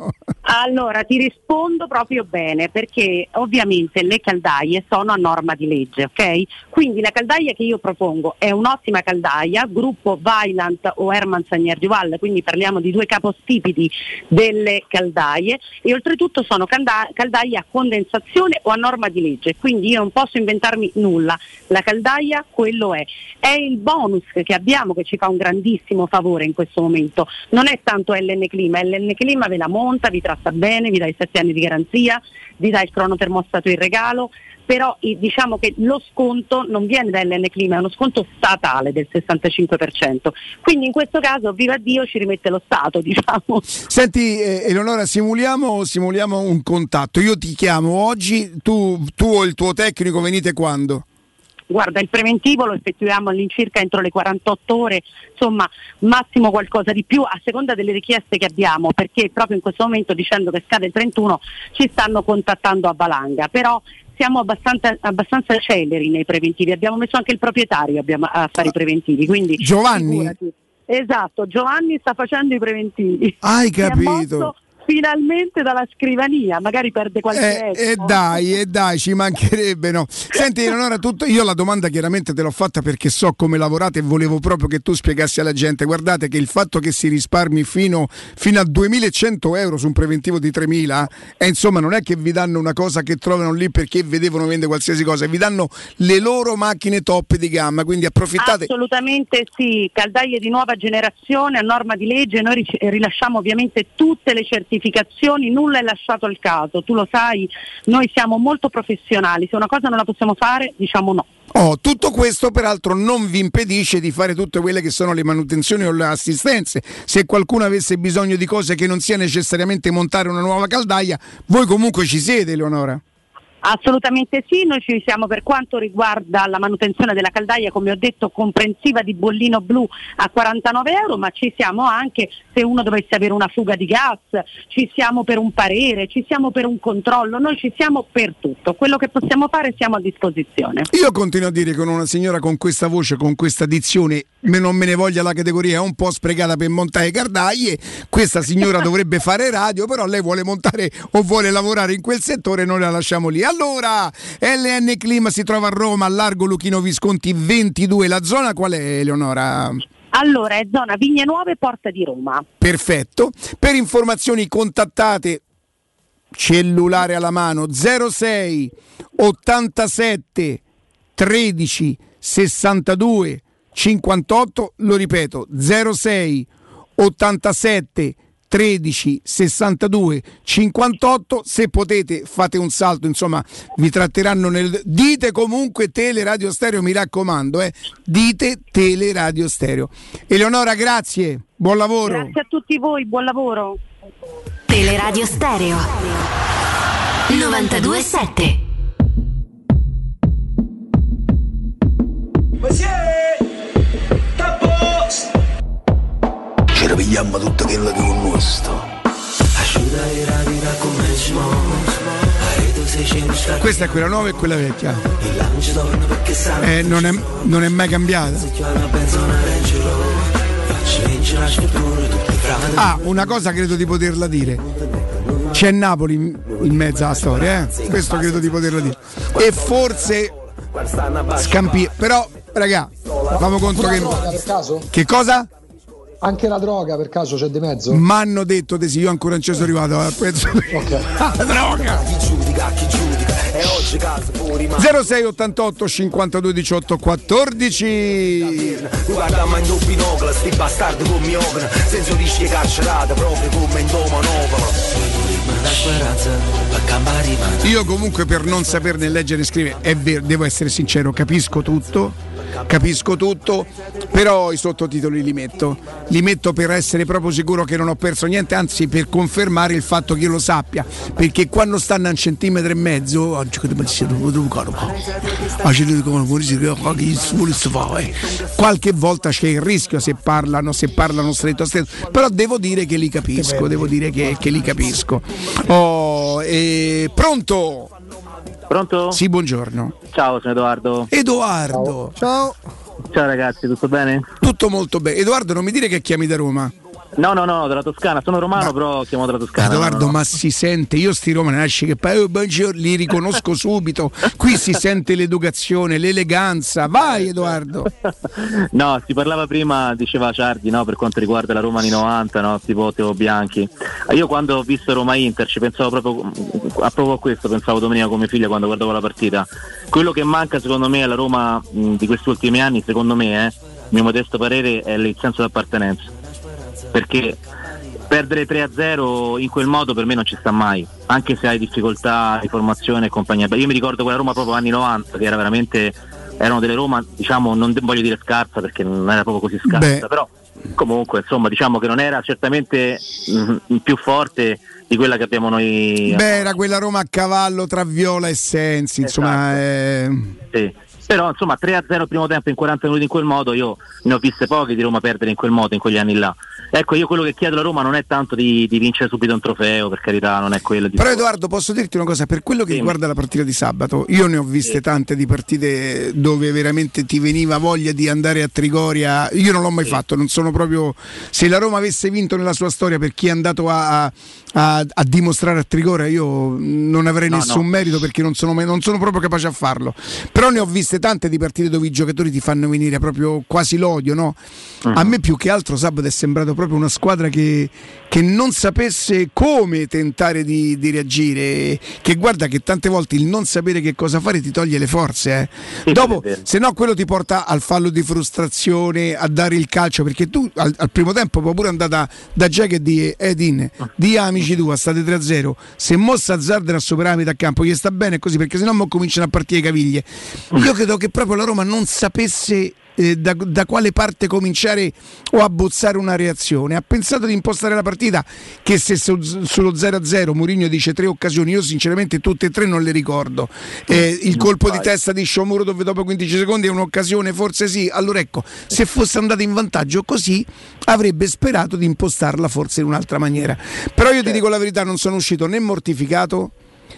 Allora ti rispondo proprio bene, perché ovviamente le caldaie sono a norma di legge, ok? Quindi la caldaia che io propongo è un'ottima caldaia, gruppo Vaillant o Herman Sagnier Duval, quindi parliamo di due capostipiti delle caldaie, e oltretutto sono calda- caldaie a condensazione o a norma di legge, quindi io non posso inventarmi nulla, la caldaia quello è. È il bonus che abbiamo che ci fa un grandissimo favore in questo momento, non è tanto L N Clima, L N Clima ve la monta, vi tratta bene, vi dà i sette anni di garanzia, vi dà il cronotermostato in regalo, però diciamo che lo sconto non viene da L N Clima, è uno sconto statale del sessantacinque per cento, quindi in questo caso viva Dio ci rimette lo Stato, diciamo. Senti eh, Eleonora, simuliamo, simuliamo un contatto, io ti chiamo oggi, tu, tu o il tuo tecnico venite quando? Guarda, il preventivo lo effettuiamo all'incirca entro le quarantotto ore, insomma massimo qualcosa di più a seconda delle richieste che abbiamo, perché proprio in questo momento, dicendo che scade il trentuno, ci stanno contattando a valanga, però siamo abbastanza, abbastanza celeri nei preventivi, abbiamo messo anche il proprietario abbiamo, a fare i preventivi, quindi Giovanni? Figurati. Esatto, Giovanni sta facendo i preventivi. Hai capito? Finalmente dalla scrivania, magari perde qualche E eh, eh dai, e eh dai, ci mancherebbe, no? Senti Eleonora, tutto, io la domanda chiaramente te l'ho fatta perché so come lavorate e volevo proprio che tu spiegassi alla gente, guardate che il fatto che si risparmi fino, fino a duemilacento euro su un preventivo di tremila, e insomma non è che vi danno una cosa che trovano lì perché vedevano vendere qualsiasi cosa, vi danno le loro macchine top di gamma, quindi approfittate. Assolutamente sì, caldaie di nuova generazione a norma di legge, noi rilasciamo ovviamente tutte le certificazioni, nulla è lasciato al caso, tu lo sai, noi siamo molto professionali, se una cosa non la possiamo fare diciamo no. Oh, tutto questo peraltro non vi impedisce di fare tutte quelle che sono le manutenzioni o le assistenze. Se qualcuno avesse bisogno di cose che non sia necessariamente montare una nuova caldaia, voi comunque ci siete, Eleonora? Assolutamente sì, noi ci siamo per quanto riguarda la manutenzione della caldaia, come ho detto, comprensiva di bollino blu a quarantanove euro, ma ci siamo anche se uno dovesse avere una fuga di gas, ci siamo per un parere, ci siamo per un controllo, noi ci siamo per tutto, quello che possiamo fare siamo a disposizione. Io continuo a dire che una signora con questa voce, con questa dizione, non me ne voglia la categoria, è un po' sprecata per montare caldaie, questa signora dovrebbe fare radio, però lei vuole montare o vuole lavorare in quel settore, noi la lasciamo lì. Allora, L N Clima si trova a Roma, a Largo Luchino Visconti ventidue. La zona qual è, Eleonora? Allora, è zona Vigne Nuove, Porta di Roma. Perfetto. Per informazioni contattate, cellulare alla mano, zero sei ottantasette tredici sessantadue cinquantotto, lo ripeto, zero sei ottantasette tredici sessantadue cinquantotto. Se potete fate un salto, insomma vi tratteranno nel... dite comunque Teleradio Stereo, mi raccomando, eh. dite Teleradio Stereo. Eleonora, grazie, buon lavoro. Grazie a tutti voi, buon lavoro. Teleradio Stereo novantadue sette. Ci ripigliamo tutto quello che è un nostro. Questa è quella nuova e quella vecchia. Eh, non, è, non è mai cambiata. Ah, una cosa credo di poterla dire. C'è Napoli in mezzo alla storia, eh? Questo credo di poterla dire. E forse Scampi. Però, raga, famo conto che. Per caso? Che cosa? Anche la droga per caso c'è di mezzo? M'hanno detto di sì, io ancora non ci sono arrivato, eh, penso. Ok. Ah, droga! zero sei ottantotto cinquantadue diciotto quattordici. Guardammo in due binocoli, sti bastardi con mio senza rischi carcerata proprio come in domonopolo. Io comunque, per non saperne leggere e scrivere, è vero, devo essere sincero, capisco tutto. Capisco tutto, però i sottotitoli li metto, li metto per essere proprio sicuro che non ho perso niente, anzi per confermare il fatto che io lo sappia, perché quando stanno a un centimetro e mezzo, qualche volta c'è il rischio se parlano, se parlano stretto a stretto, però devo dire che li capisco, devo dire che, che li capisco. Oh, e... Pronto? Pronto? Sì, buongiorno. Ciao, sono Edoardo. Edoardo. Ciao. Ciao ragazzi, tutto bene? Tutto molto bene. Edoardo, non mi dire che chiami da Roma. No, no, no, della Toscana, sono romano, ma, però chiamo della Toscana. Edoardo, no, no, no. ma si sente, io sti romani nasci che poi oh, buongiorno, li riconosco subito. Qui si sente l'educazione, l'eleganza. Vai Edoardo. No, si parlava prima, diceva Ciardi, no, per quanto riguarda la Roma anni novanta, no, tipo Teo Bianchi. Io quando ho visto Roma Inter ci pensavo proprio a proprio a questo, pensavo domenica con mia figlia quando guardavo la partita. Quello che manca secondo me alla Roma mh, di questi ultimi anni, secondo me, eh, mio modesto parere, è il senso d'appartenenza. Perché perdere tre a zero in quel modo per me non ci sta mai, anche se hai difficoltà di formazione e compagnia. Io mi ricordo quella Roma proprio anni novanta, che era veramente, erano delle Roma, diciamo, non voglio dire scarsa perché non era proprio così scarsa, Beh. però comunque insomma diciamo che non era certamente mh, più forte di quella che abbiamo noi. Beh, era quella Roma a cavallo tra Viola e Sensi, esatto. insomma è... sì. Però insomma tre a zero il primo tempo in quaranta minuti in quel modo, io ne ho viste poche di Roma perdere in quel modo in quegli anni là. Ecco, io quello che chiedo alla Roma non è tanto di, di vincere subito un trofeo, per carità, non è quello di... Però Edoardo, posso dirti una cosa, per quello che sì. riguarda la partita di sabato, io ne ho viste sì. tante di partite dove veramente ti veniva voglia di andare a Trigoria. Io non l'ho mai sì. fatto, non sono proprio... Se la Roma avesse vinto nella sua storia, per chi è andato a, a, a dimostrare a Trigoria, io non avrei no, nessun no. merito, perché non sono, mai, non sono proprio capace a farlo. Però ne ho viste tante di partite dove i giocatori ti fanno venire proprio quasi l'odio, no? Uh-huh. A me più che altro sabato è sembrato proprio una squadra che, che non sapesse come tentare di, di reagire, che guarda che tante volte il non sapere che cosa fare ti toglie le forze, eh. Dopo, se no quello ti porta al fallo di frustrazione, a dare il calcio, perché tu al, al primo tempo puoi pure andare da, da Jack e di Edin, di amici tua, state tre a zero, se mossa Azzardera a superare a metà campo gli sta bene così, perché sennò mo cominciano a partire le caviglie. Io credo che proprio la Roma non sapesse eh, da, da quale parte cominciare o abbozzare una reazione. Ha pensato di impostare la partita, che se su, sullo zero a zero Mourinho dice tre occasioni, io sinceramente tutte e tre non le ricordo. Eh, il colpo di testa di Sciomuro dove dopo quindici secondi è un'occasione, forse sì. Allora ecco, se fosse andato in vantaggio così avrebbe sperato di impostarla forse in un'altra maniera. Però io ti dico la verità, non sono uscito né mortificato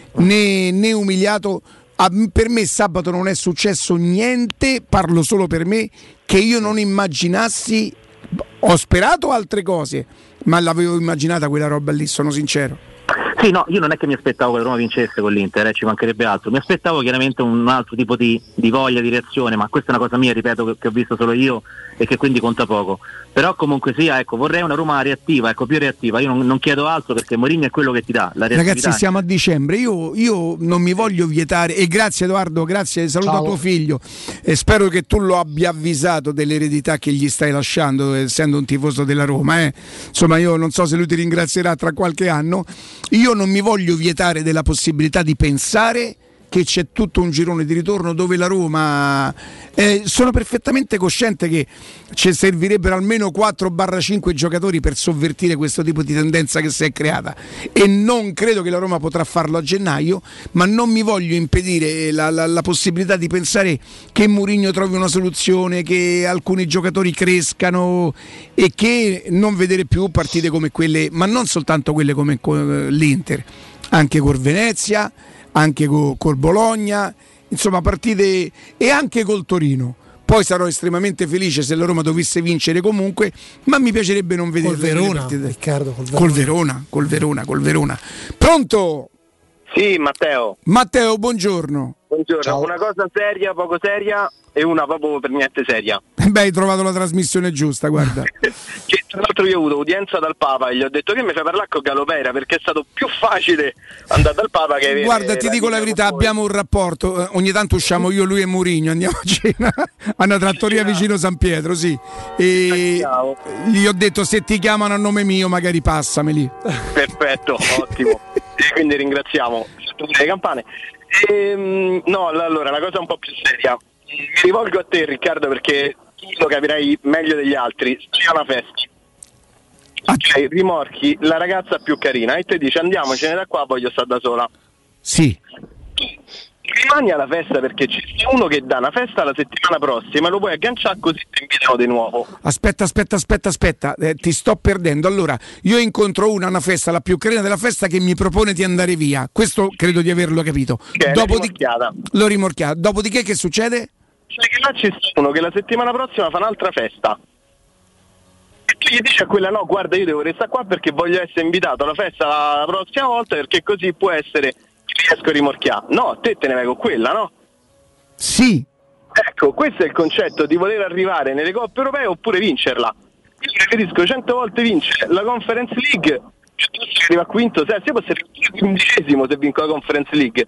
né, né umiliato. Per me sabato non è successo niente, parlo solo per me, che io non immaginassi. Ho sperato altre cose, ma l'avevo immaginata quella roba lì, sono sincero. Sì, no, io non è che mi aspettavo che la Roma vincesse con l'Inter, eh, ci mancherebbe altro. Mi aspettavo chiaramente un altro tipo di, di voglia, di reazione, ma questa è una cosa mia, ripeto, che, che ho visto solo io e che quindi conta poco. Però comunque sia, ecco, vorrei una Roma reattiva, ecco, più reattiva. Io non, non chiedo altro, perché Mourinho è quello che ti dà la reattività. Ragazzi, siamo a dicembre, io, io non mi voglio vietare, e grazie Edoardo, grazie, saluto Ciao. a tuo figlio, e spero che tu lo abbia avvisato dell'eredità che gli stai lasciando, essendo un tifoso della Roma, eh. Insomma, io non so se lui ti ringrazierà tra qualche anno. Io non mi voglio vietare della possibilità di pensare che c'è tutto un girone di ritorno dove la Roma, eh, sono perfettamente cosciente che ci servirebbero almeno quattro cinque giocatori per sovvertire questo tipo di tendenza che si è creata, e non credo che la Roma potrà farlo a gennaio, ma non mi voglio impedire la, la, la possibilità di pensare che Mourinho trovi una soluzione, che alcuni giocatori crescano e che non vedere più partite come quelle, ma non soltanto quelle come l'Inter, anche col Venezia, anche col, col Bologna, insomma partite, e anche col Torino. Poi sarò estremamente felice se la Roma dovesse vincere comunque, ma mi piacerebbe non vedere col Verona, Riccardo, col Verona. Col Verona, col Verona, col Verona. Pronto? Sì, Matteo. Matteo, buongiorno. Buongiorno. Ciao. Una cosa seria, poco seria, e una proprio per niente seria. Beh, hai trovato la trasmissione giusta, guarda. Che tra l'altro io ho avuto udienza dal Papa e gli ho detto che mi fai parlare con Galopera, perché è stato più facile andare dal Papa che avere. Guarda, ti dico la verità, abbiamo un rapporto, ogni tanto usciamo io, lui e Mourinho, andiamo a cena a una trattoria vicino San Pietro, sì. E gli ho detto, se ti chiamano a nome mio magari passameli. Perfetto, ottimo. E quindi ringraziamo le campane. E, no, allora, la cosa un po' più seria. Mi rivolgo a te, Riccardo, perché tu lo capirai meglio degli altri. C'è una festa, ok, rimorchi la ragazza più carina e te dici andiamocene da qua, voglio stare da sola. Sì. Rimani alla festa, perché c'è uno che dà una festa la settimana prossima e lo puoi agganciare, così ti invitano di nuovo. Aspetta, aspetta, aspetta, aspetta, eh, ti sto perdendo. Allora, io incontro una, una festa, la più carina della festa, che mi propone di andare via. Questo credo di averlo capito. Okay, Dopodiché l'ho rimorchiata. Dopodiché che succede? Cioè che là c'è uno che la settimana prossima fa un'altra festa. tu gli dici a quella no, guarda, io devo restare qua perché voglio essere invitato alla festa la prossima volta, perché così può essere che riesco a rimorchiare. No, te te ne vai con quella, no? Sì. Ecco, questo è il concetto di voler arrivare nelle coppe europee oppure vincerla. Io preferisco cento volte vincere la Conference League piuttosto che arriva a quinto, sesto, io posso arrivare quindicesimo se vinco la Conference League.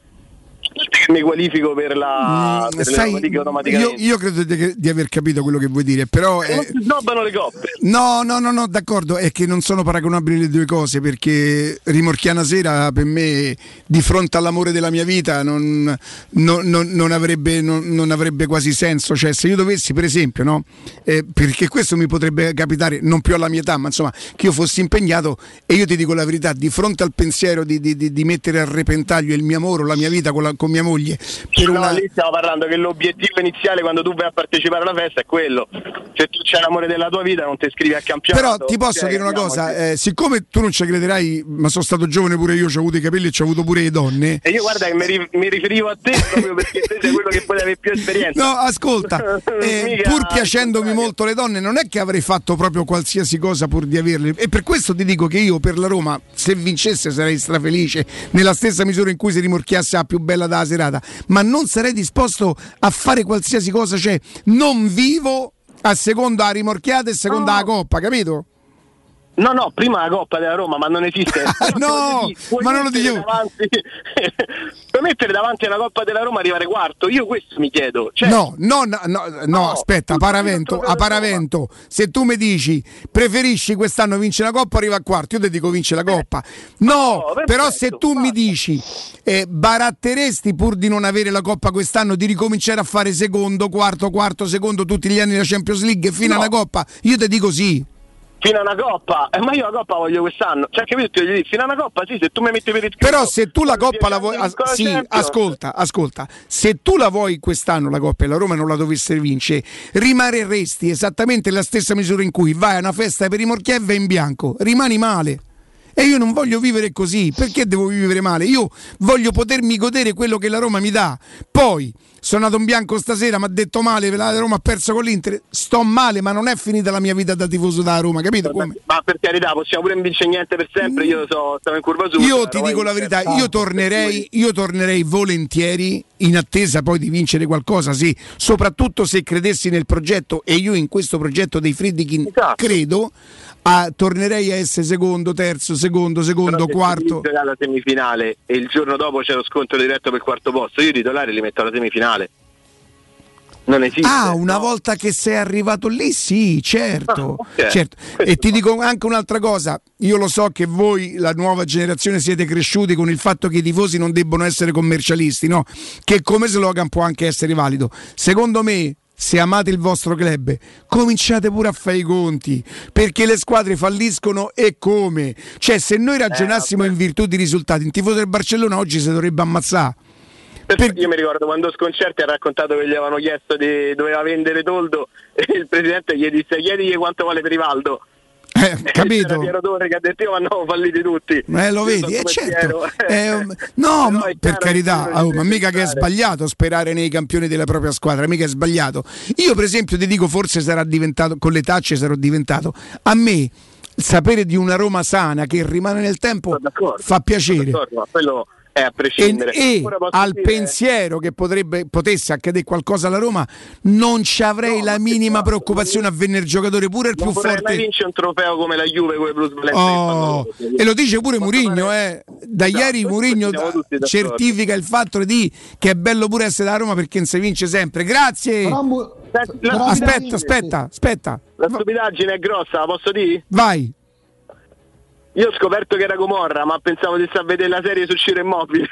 Che mi qualifico per la, Mm, per sai, le io, automaticamente. io credo di, di aver capito quello che vuoi dire, però Non eh, si snobbano le coppe. no, no, no, no, d'accordo, è che non sono paragonabili le due cose, perché rimorchiare una sera per me di fronte all'amore della mia vita non, non- non- non avrebbe, non- non avrebbe quasi senso. Cioè, se io dovessi, per esempio, no, eh, perché questo mi potrebbe capitare non più alla mia età, ma insomma, che io fossi impegnato e io ti dico la verità, di fronte al pensiero di, di- di- di mettere a repentaglio il mio amore o la mia vita con, la- con mia moglie per No, una... lì stiamo parlando che l'obiettivo iniziale quando tu vai a partecipare alla festa è quello. Se tu c'è l'amore della tua vita non ti iscrivi al campionato. Però ti posso Cioè, dire una andiamoci. cosa, eh, siccome tu non ci crederai, ma sono stato giovane pure io, ho avuto i capelli e ho avuto pure le donne. E io guarda che mi, ri- mi riferivo a te proprio perché te sei quello che poi avere più esperienza. No, ascolta, eh, Mica- pur piacendomi molto le donne, non è che avrei fatto proprio qualsiasi cosa pur di averle. E per questo ti dico che io per la Roma, se vincesse, sarei strafelice, nella stessa misura in cui si rimorchiasse la più bella della serata. Ma non sarei disposto a fare qualsiasi cosa, cioè non vivo a seconda la rimorchiata e seconda la coppa, capito? No, no, prima la Coppa della Roma, ma non esiste. No, Puoi ma non lo mettere dicevo. davanti- Puoi mettere davanti alla Coppa della Roma e arrivare quarto? Io questo mi chiedo. Cioè, No, no, no, no, no, aspetta, a paravento, a paravento. Se tu mi dici preferisci quest'anno vincere la Coppa, arriva a quarto, io ti dico vince la Coppa. No, però se tu mi dici eh, baratteresti pur di non avere la Coppa quest'anno, di ricominciare a fare secondo, quarto, quarto, secondo tutti gli anni della Champions League fino No. alla Coppa, io ti dico sì. fino a una Coppa, eh, ma io la Coppa voglio quest'anno. Cioè, capito? Ti voglio dire, fino a una Coppa, sì, se tu mi metti per il Però se tu la Coppa la vuoi, as- sì, ascolta, ascolta, se tu la vuoi quest'anno la Coppa e la Roma non la dovesse vincere, rimarresti esattamente nella stessa misura in cui vai a una festa per rimorchiare e vai in bianco, rimani male. E io non voglio vivere così, perché devo vivere male? Io voglio potermi godere quello che la Roma mi dà. Poi sono andato in bianco stasera, mi ha detto male, la Roma ha perso con l'Inter, sto male, ma non è finita la mia vita da tifoso della Roma, capito? Come? Ma per carità, possiamo pure non vincere niente per sempre. Io so, stavo in curva su. Io ti dico la verità, io tornerei, io tornerei volentieri in attesa poi di vincere qualcosa, sì, soprattutto se credessi nel progetto, e io in questo progetto dei Friedkin credo, a, tornerei a essere secondo, terzo, secondo, secondo, quarto. Se la semifinale e il giorno dopo c'è lo scontro diretto per il quarto posto, io i titolari li metto alla semifinale. Non esiste. Ah, una volta che sei arrivato lì, sì, certo, Ah, ok. certo. E ti dico anche un'altra cosa, io lo so che voi, la nuova generazione, siete cresciuti con il fatto che i tifosi non debbono essere commercialisti, no? Che come slogan può anche essere valido. Secondo me, se amate il vostro club, cominciate pure a fare i conti, perché le squadre falliscono e come? Cioè, se noi ragionassimo in virtù di risultati, un tifoso del Barcellona oggi si dovrebbe ammazzare. Per... Io mi ricordo quando Sconcerti ha raccontato che gli avevano chiesto di doveva vendere Toldo e il presidente gli disse chiedigli quanto vale per Rivaldo. Eh, capito? C'era Piero Torre che ha detto io ma no, falliti tutti. Eh, lo vedi, Io eh, so come certo. Piero. Eh, um, no, ma per chiaro carità, che oh, ma mica che è sbagliato sperare nei campioni della propria squadra, mica è sbagliato. Io per esempio ti dico, forse sarà diventato, con le tacce sarò diventato, a me sapere di una Roma sana che rimane nel tempo fa piacere. Ma quello è a prescindere. E, e Ora posso al dire- pensiero che potrebbe potesse accadere qualcosa alla Roma non ci avrei la minima preoccupazione a venire il giocatore pure il non più vorrei mai forte. vince un trofeo come la Juve con i Blues Valencia. Oh, e lo dice pure Mourinho, eh. Da ieri Mourinho siamo tutti d'accordo. certifica il fatto di che è bello pure essere da Roma perché non si vince sempre. Grazie. La Aspetta, stupidaggine- aspetta, aspetta. La stupidaggine è grossa, la posso dire? Vai. Io ho scoperto che era Gomorra, ma pensavo di stare a vedere la serie su Ciro Immobile.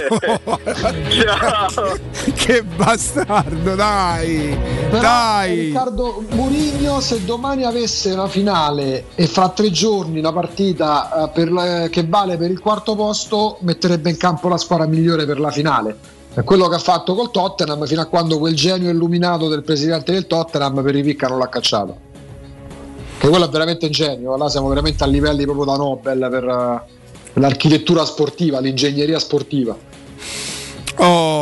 Ciao. Che bastardo, dai. Però, Dai. Riccardo Mourinho, se domani avesse la finale e fra tre giorni la partita eh, per la- che vale per il quarto posto, metterebbe in campo la squadra migliore per la finale. È quello che ha fatto col Tottenham fino a quando quel genio illuminato del presidente del Tottenham per i picca non l'ha cacciato. Che quello è veramente un genio, là siamo veramente a livelli proprio da Nobel per eh, l'architettura sportiva, l'ingegneria sportiva. Oh,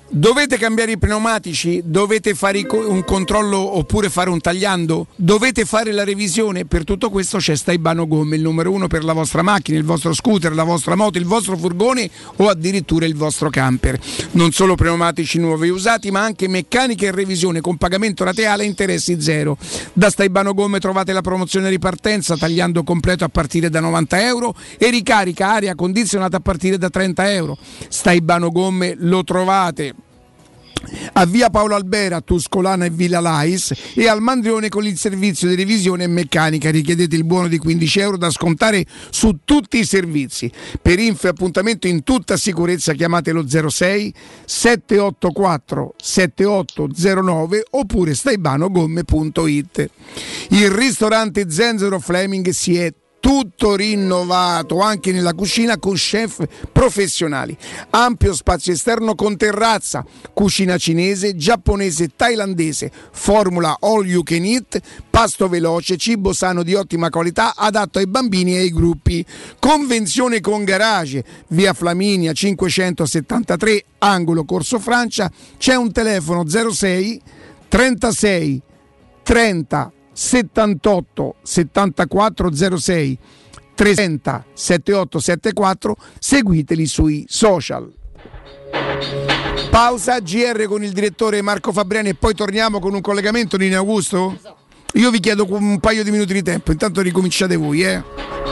Dovete cambiare i pneumatici? Dovete fare i co- un controllo oppure fare un tagliando? Dovete fare la revisione? Per tutto questo c'è Staibano Gomme, il numero uno per la vostra macchina, il vostro scooter, la vostra moto, il vostro furgone o addirittura il vostro camper. Non solo pneumatici nuovi e usati, ma anche meccanica e revisione con pagamento rateale e interessi zero. Da Staibano Gomme trovate la promozione ripartenza, tagliando completo a partire da novanta euro e ricarica aria condizionata a partire da trenta euro. Staibano Gomme lo trovate a via Paolo Albera, Tuscolana e Villa Lais, e al Mandrione con il servizio di revisione e meccanica. Richiedete il buono di quindici euro da scontare su tutti i servizi. Per info e appuntamento in tutta sicurezza chiamate lo zero sei sette otto quattro sette otto zero nove oppure staibanogomme punto it. Il ristorante Zenzero Fleming si è tutto rinnovato anche nella cucina con chef professionali, ampio spazio esterno con terrazza, cucina cinese, giapponese, thailandese, formula all you can eat, pasto veloce, cibo sano di ottima qualità adatto ai bambini e ai gruppi. Convenzione con garage, via Flaminia cinquecentosettantatré, angolo Corso Francia. C'è un telefono zero sei trentasei trenta settantotto settantaquattro zero sei trecento settantotto settantaquattro. Seguiteli sui social. Pausa, G R con il direttore Marco Fabriani e poi torniamo con un collegamento di Augusto. Io vi chiedo un paio di minuti di tempo, intanto ricominciate voi, eh.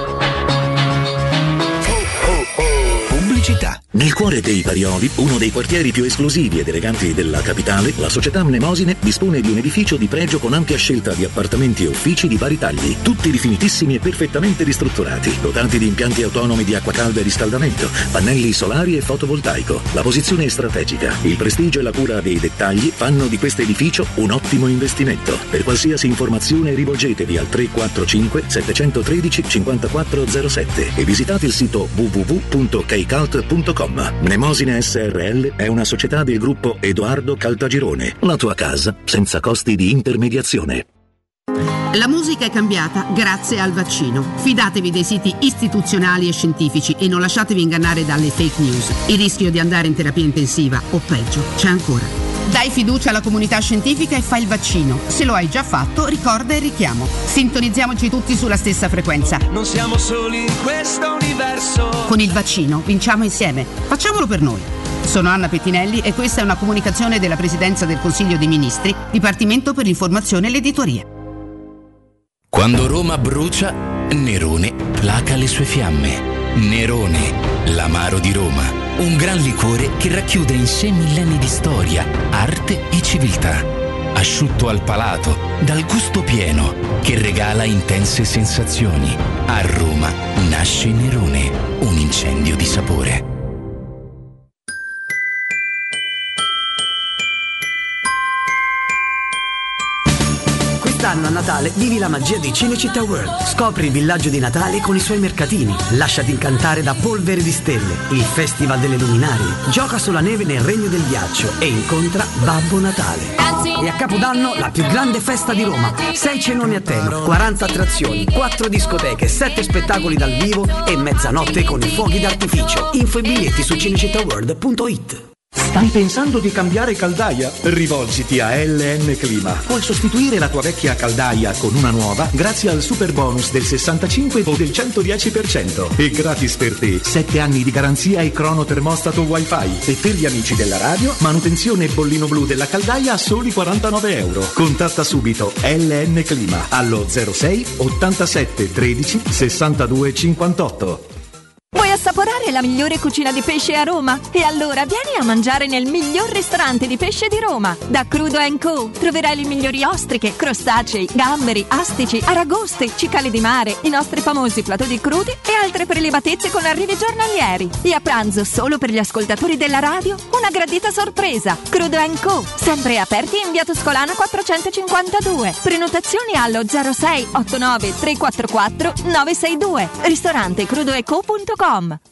Pubblicità. Nel cuore dei Parioli, uno dei quartieri più esclusivi ed eleganti della capitale, la società Mnemosine dispone di un edificio di pregio con ampia scelta di appartamenti e uffici di vari tagli, tutti rifinitissimi e perfettamente ristrutturati, dotati di impianti autonomi di acqua calda e riscaldamento, pannelli solari e fotovoltaico. La posizione è strategica, il prestigio e la cura dei dettagli fanno di questo edificio un ottimo investimento. Per qualsiasi informazione rivolgetevi al tre quattro cinque sette uno tre cinque zero sette e visitate il sito w w w punto kcult punto com. Mnemosine S R L è una società del gruppo Edoardo Caltagirone. La tua casa senza costi di intermediazione. La musica è cambiata grazie al vaccino. Fidatevi dei siti istituzionali e scientifici e non lasciatevi ingannare dalle fake news. Il rischio di andare in terapia intensiva o peggio c'è ancora. Dai fiducia alla comunità scientifica e fai il vaccino. Se lo hai già fatto, ricorda il richiamo. Sintonizziamoci tutti sulla stessa frequenza. Non siamo soli in questo universo. Con il vaccino vinciamo insieme. Facciamolo per noi. Sono Anna Pettinelli e questa è una comunicazione della Presidenza del Consiglio dei Ministri, Dipartimento per l'Informazione e l'Editoria. Quando Roma brucia, Nerone placa le sue fiamme. Nerone, l'amaro di Roma. Un gran liquore che racchiude in sé millenni di storia, arte e civiltà. Asciutto al palato, dal gusto pieno, che regala intense sensazioni. A Roma nasce Nerone, un incendio di sapore. Quest'anno a Natale vivi la magia di Cinecittà World. Scopri il villaggio di Natale con i suoi mercatini. Lasciati incantare da Polvere di Stelle, il festival delle luminarie. Gioca sulla neve nel regno del ghiaccio e incontra Babbo Natale. E a Capodanno la più grande festa di Roma. sei cenoni a tema, quaranta attrazioni, quattro discoteche, sette spettacoli dal vivo e mezzanotte con i fuochi d'artificio. Info e biglietti su cinecittàworld punto it. Stai pensando di cambiare caldaia? Rivolgiti a L N Clima. Puoi sostituire la tua vecchia caldaia con una nuova grazie al super bonus del sessantacinque o del centodieci per cento. E gratis per te sette anni di garanzia e cronotermostato wifi. E per gli amici della radio, manutenzione e bollino blu della caldaia a soli quarantanove euro. Contatta subito L N Clima allo zero sei ottantasette tredici sessantadue cinquantotto. Vuoi assaporare la migliore cucina di pesce a Roma? E allora vieni a mangiare nel miglior ristorante di pesce di Roma. Da Crudo and Co. troverai le migliori ostriche, crostacei, gamberi, astici, aragoste, cicale di mare, i nostri famosi platò di crudi e altre prelibatezze con arrivi giornalieri. E a pranzo, solo per gli ascoltatori della radio, una gradita sorpresa. Crudo and Co. sempre aperti in via Tuscolana quattrocentocinquantadue. Prenotazioni allo zero sei ottantanove tre quattro quattro nove sei due. Ristorante crudo e co punto com.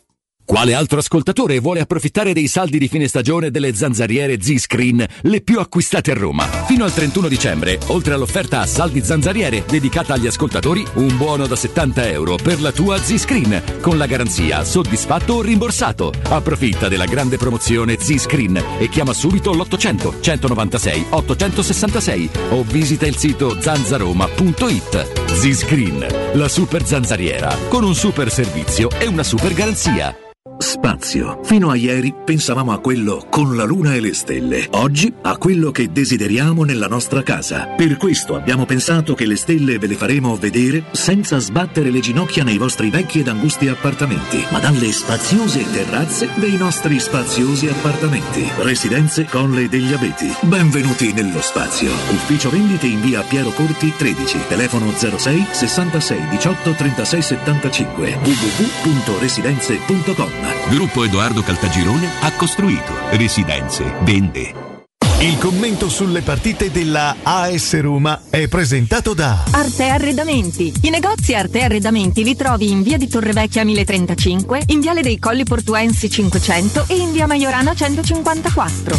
Quale altro ascoltatore vuole approfittare dei saldi di fine stagione delle zanzariere Z-Screen, le più acquistate a Roma? Fino al trentuno dicembre, oltre all'offerta a saldi zanzariere dedicata agli ascoltatori, un buono da settanta euro per la tua Z-Screen, con la garanzia soddisfatto o rimborsato. Approfitta della grande promozione Z-Screen e chiama subito l'ottocento centonovantasei ottocentosessantasei o visita il sito zanzaroma punto it. Z-Screen, la super zanzariera, con un super servizio e una super garanzia. Spazio. Fino a ieri pensavamo a quello con la luna e le stelle. Oggi a quello che desideriamo nella nostra casa. Per questo abbiamo pensato che le stelle ve le faremo vedere senza sbattere le ginocchia nei vostri vecchi ed angusti appartamenti, ma dalle spaziose terrazze dei nostri spaziosi appartamenti. Residenze Colle degli Abeti. Benvenuti nello spazio. Ufficio vendite in via Piero Corti tredici. Telefono zero sei sessantasei diciotto trentasei settantacinque. w w w punto residenze punto com. Gruppo Edoardo Caltagirone ha costruito, residenze, vende. Il commento sulle partite della A S Roma è presentato da Arte Arredamenti. I negozi Arte Arredamenti li trovi in via di Torrevecchia mille trentacinque, in viale dei Colli Portuensi cinquecento e in via Maiorana centocinquantaquattro.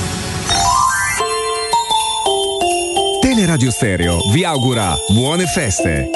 Teleradio Stereo vi augura buone feste.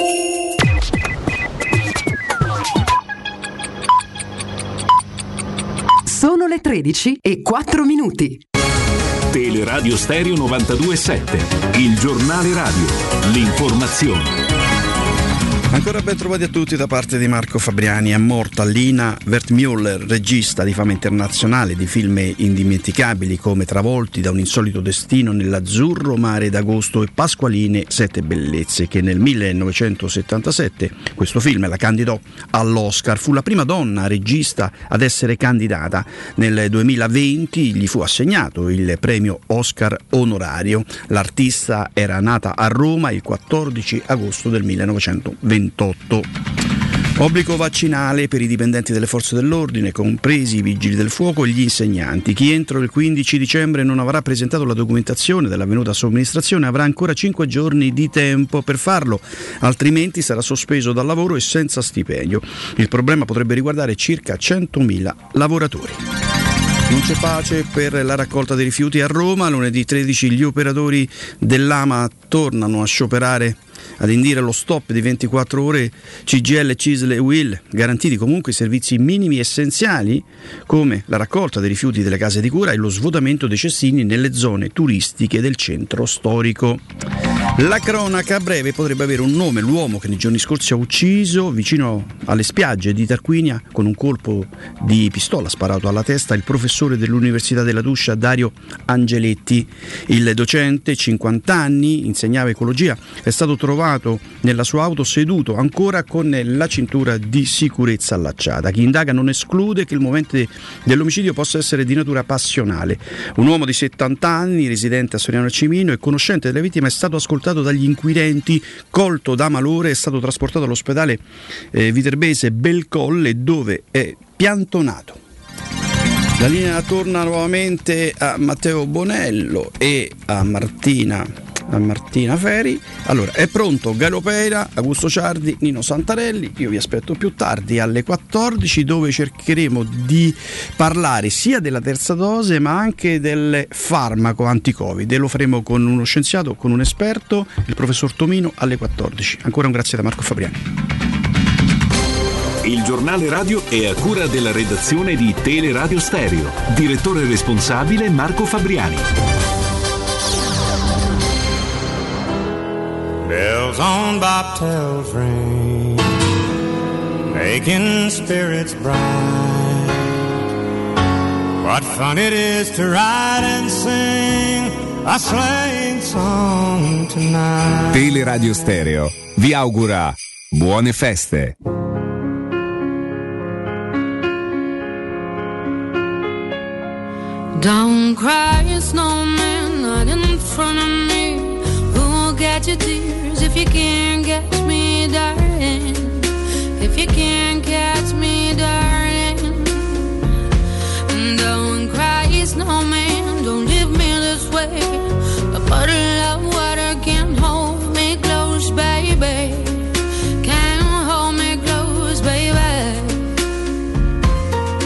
Sono le tredici e quattro minuti. Teleradio Stereo novantadue virgola sette, il giornale radio, l'informazione. Ancora ben trovati a tutti da parte di Marco Fabriani. È morta Lina Wertmüller, regista di fama internazionale di film indimenticabili come Travolti da un insolito destino, Nell'azzurro mare d'agosto e Pasqualine sette bellezze, che nel millenovecentosettantasette questo film la candidò all'Oscar. Fu la prima donna regista ad essere candidata. Nel duemilaventi gli fu assegnato il premio Oscar onorario. L'artista era nata a Roma il quattordici agosto del millenovecentoventotto. Obbligo vaccinale per i dipendenti delle forze dell'ordine, compresi i vigili del fuoco e gli insegnanti. Chi entro il quindici dicembre non avrà presentato la documentazione dell'avvenuta somministrazione avrà ancora cinque giorni di tempo per farlo, altrimenti sarà sospeso dal lavoro e senza stipendio. Il problema potrebbe riguardare circa centomila lavoratori. Non c'è pace per la raccolta dei rifiuti a Roma. Lunedì tredici gli operatori dell'Ama tornano a scioperare ad indire lo stop di ventiquattro ore. C G I L, C I S L e U I L garantiti comunque i servizi minimi essenziali come la raccolta dei rifiuti delle case di cura e lo svuotamento dei cestini nelle zone turistiche del centro storico. La cronaca a breve potrebbe avere un nome: l'uomo che nei giorni scorsi ha ucciso vicino alle spiagge di Tarquinia con un colpo di pistola sparato alla testa il professore dell'Università della Tuscia Dario Angeletti. Il docente, cinquanta anni, insegnava ecologia, è stato trovato nella sua auto seduto ancora con la cintura di sicurezza allacciata. Chi indaga non esclude che il movente dell'omicidio possa essere di natura passionale. Un uomo di settanta anni, residente a Soriano Cimino e conoscente delle vittime, è stato ascoltato dagli inquirenti, colto da malore, è stato trasportato all'ospedale eh, viterbese Belcolle, dove è piantonato. La linea torna nuovamente a Matteo Bonello e a Martina a Martina Feri. Allora, è pronto Gailo Peira, Augusto Ciardi, Nino Santarelli. Io vi aspetto più tardi alle quattordici, dove cercheremo di parlare sia della terza dose ma anche del farmaco anti-Covid, e lo faremo con uno scienziato, con un esperto, il professor Tomino, alle quattordici. Ancora un grazie da Marco Fabriani. Il giornale radio è a cura della redazione di Teleradio Stereo. Direttore responsabile Marco Fabriani. Bells on bobtails ring, making spirits bright. What fun it is to ride and sing a sleighing song tonight. Teleradio Stereo vi augura buone feste. Don't cry, snowman, not in front of me. Who'll get your tears if you can't catch me, darling? If you can't catch me, darling. Don't cry, snowman, don't leave me this way. A bottle of water can't hold me close, baby. Can't hold me close, baby.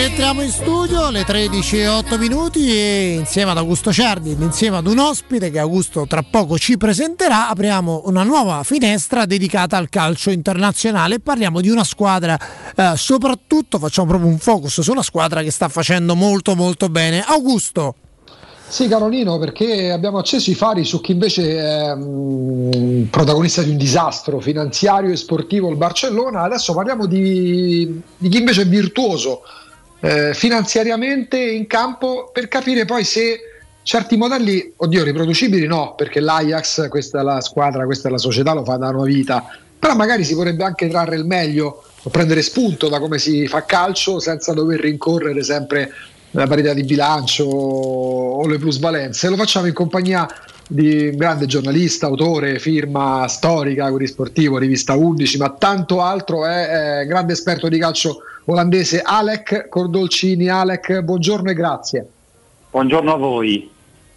Rientriamo in studio alle tredici e otto minuti e insieme ad Augusto Ciardi ed insieme ad un ospite che Augusto tra poco ci presenterà apriamo una nuova finestra dedicata al calcio internazionale e parliamo di una squadra, eh, soprattutto facciamo proprio un focus su una squadra che sta facendo molto molto bene. Augusto. Sì, Carolino, perché abbiamo acceso i fari su chi invece è um, protagonista di un disastro finanziario e sportivo, il Barcellona. Adesso parliamo di, di chi invece è virtuoso eh, finanziariamente in campo, per capire poi se certi modelli, oddio, riproducibili no, perché l'Ajax, questa è la squadra, questa è la società, lo fa da una vita, però magari si potrebbe anche trarre il meglio o prendere spunto da come si fa calcio senza dover rincorrere sempre la parità di bilancio o le plusvalenze. Lo facciamo in compagnia di un grande giornalista, autore, firma storica, Corrisportivo, Rivista undici, ma tanto altro. È, è grande esperto di calcio olandese, Alec Cordolcini. Alec, buongiorno e grazie. Buongiorno a voi.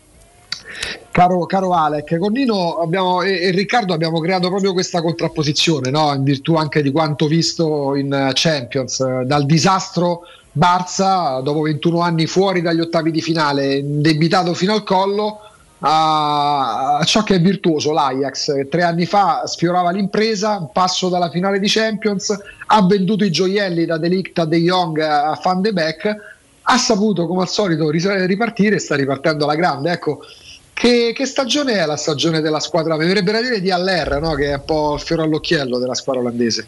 Caro, caro Alec, con Nino abbiamo, e, e Riccardo abbiamo creato proprio questa contrapposizione, no? In virtù anche di quanto visto in Champions, dal disastro Barça, dopo ventuno anni fuori dagli ottavi di finale, indebitato fino al collo, a ciò che è virtuoso, l'Ajax, che tre anni fa sfiorava l'impresa, un passo dalla finale di Champions, ha venduto i gioielli da De Ligt a De Jong a Van de Beek, ha saputo come al solito ripartire e sta ripartendo alla grande. Ecco, che, che stagione è la stagione della squadra? Mi verrebbe da dire di Haller, no? Che è un po' il fiore all'occhiello della squadra olandese.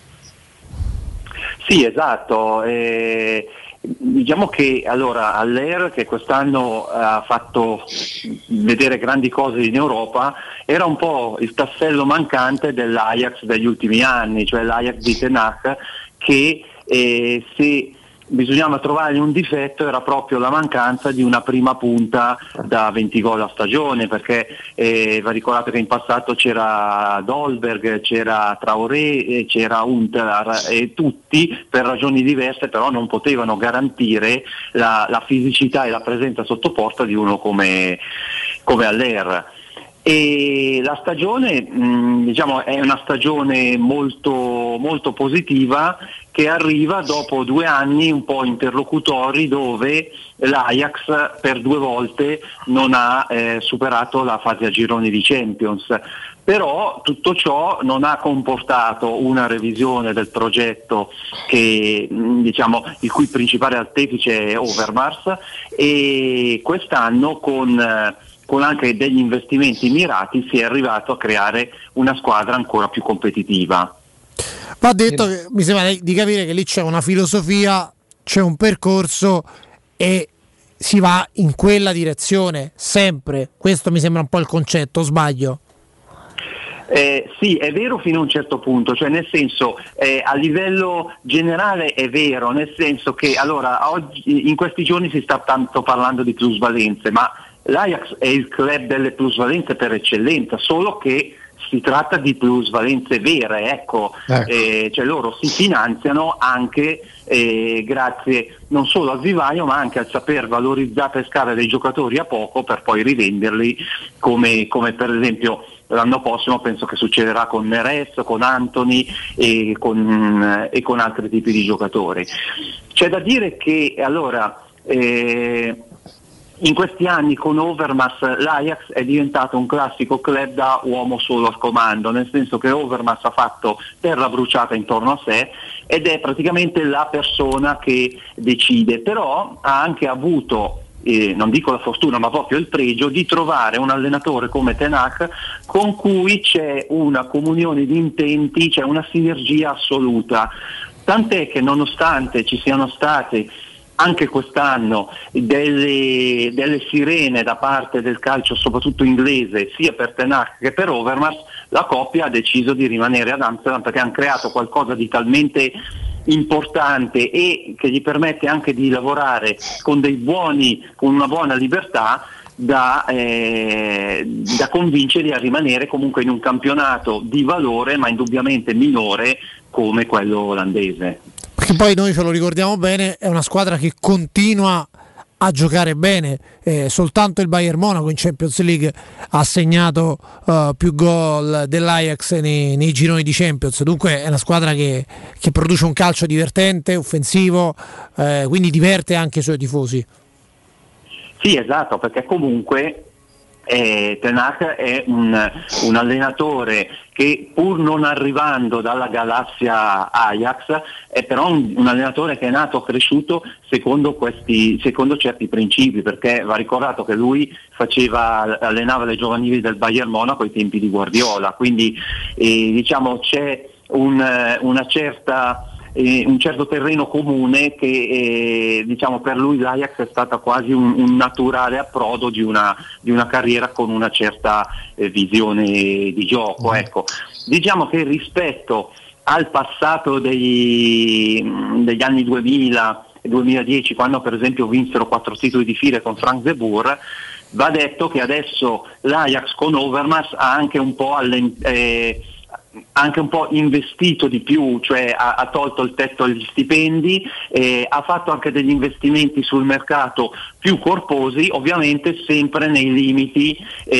Sì, esatto. Eh... Diciamo che allora Haller, che quest'anno ha fatto vedere grandi cose in Europa, era un po' il tassello mancante dell'Ajax degli ultimi anni, cioè l'Ajax di Ten Hag, che eh, se bisognava trovare un difetto era proprio la mancanza di una prima punta da venti gol a stagione, perché eh, va ricordato che in passato c'era Dolberg, c'era Traoré, c'era Huntelaar e tutti per ragioni diverse però non potevano garantire la, la fisicità e la presenza sotto porta di uno come, come Haller. E la stagione mh, diciamo è una stagione molto, molto positiva, che arriva dopo due anni un po' interlocutori dove l'Ajax per due volte non ha eh, superato la fase a gironi di Champions, però tutto ciò non ha comportato una revisione del progetto che, diciamo, il cui principale artefice è Overmars, e quest'anno con eh, con anche degli investimenti mirati si è arrivato a creare una squadra ancora più competitiva. Va detto che mi sembra di capire che lì c'è una filosofia, c'è un percorso e si va in quella direzione sempre. Questo mi sembra un po' il concetto, o sbaglio? Eh, sì, è vero fino a un certo punto, cioè nel senso eh, a livello generale è vero, nel senso che allora oggi, in questi giorni si sta tanto parlando di plusvalenze, ma l'Ajax è il club delle plusvalenze per eccellenza, solo che si tratta di plusvalenze vere, ecco, ecco. Eh, cioè loro si finanziano anche eh, grazie non solo al vivaio ma anche al saper valorizzare, pescare dei giocatori a poco per poi rivenderli, come, come per esempio l'anno prossimo penso che succederà con Neres, con Antony e con, e con altri tipi di giocatori. C'è da dire che allora eh, in questi anni con Overmars l'Ajax è diventato un classico club da uomo solo al comando, nel senso che Overmars ha fatto terra bruciata intorno a sé ed è praticamente la persona che decide, però ha anche avuto, eh, non dico la fortuna ma proprio il pregio di trovare un allenatore come Ten Hag con cui c'è una comunione di intenti, c'è una sinergia assoluta, tant'è che nonostante ci siano state anche quest'anno delle, delle sirene da parte del calcio soprattutto inglese sia per Ten Hag che per Overmars, la coppia ha deciso di rimanere ad Amsterdam perché hanno creato qualcosa di talmente importante e che gli permette anche di lavorare con dei buoni, con una buona libertà da, eh, da convincerli a rimanere comunque in un campionato di valore ma indubbiamente minore come quello olandese. Perché poi noi ce lo ricordiamo bene, è una squadra che continua a giocare bene, eh, soltanto il Bayern Monaco in Champions League ha segnato uh, più gol dell'Ajax nei, nei gironi di Champions, dunque è una squadra che, che produce un calcio divertente, offensivo, eh, quindi diverte anche i suoi tifosi. Sì, esatto, perché comunque eh, Ten Hag è un, un allenatore che, pur non arrivando dalla galassia Ajax, è però un, un allenatore che è nato, cresciuto secondo questi, secondo certi principi, perché va ricordato che lui faceva, allenava le giovanili del Bayern Monaco ai tempi di Guardiola, quindi eh, diciamo c'è un, una certa Eh, un certo terreno comune che eh, diciamo per lui l'Ajax è stata quasi un, un naturale approdo di una, di una carriera con una certa eh, visione di gioco. Ecco. Diciamo che rispetto al passato dei, degli anni duemila e duemiladieci, quando per esempio vinsero quattro titoli di fila con Frank de Boer, va detto che adesso l'Ajax con Overmars ha anche un po' allen- eh, anche un po' investito di più, cioè ha, ha tolto il tetto agli stipendi, eh, ha fatto anche degli investimenti sul mercato più corposi, ovviamente sempre nei limiti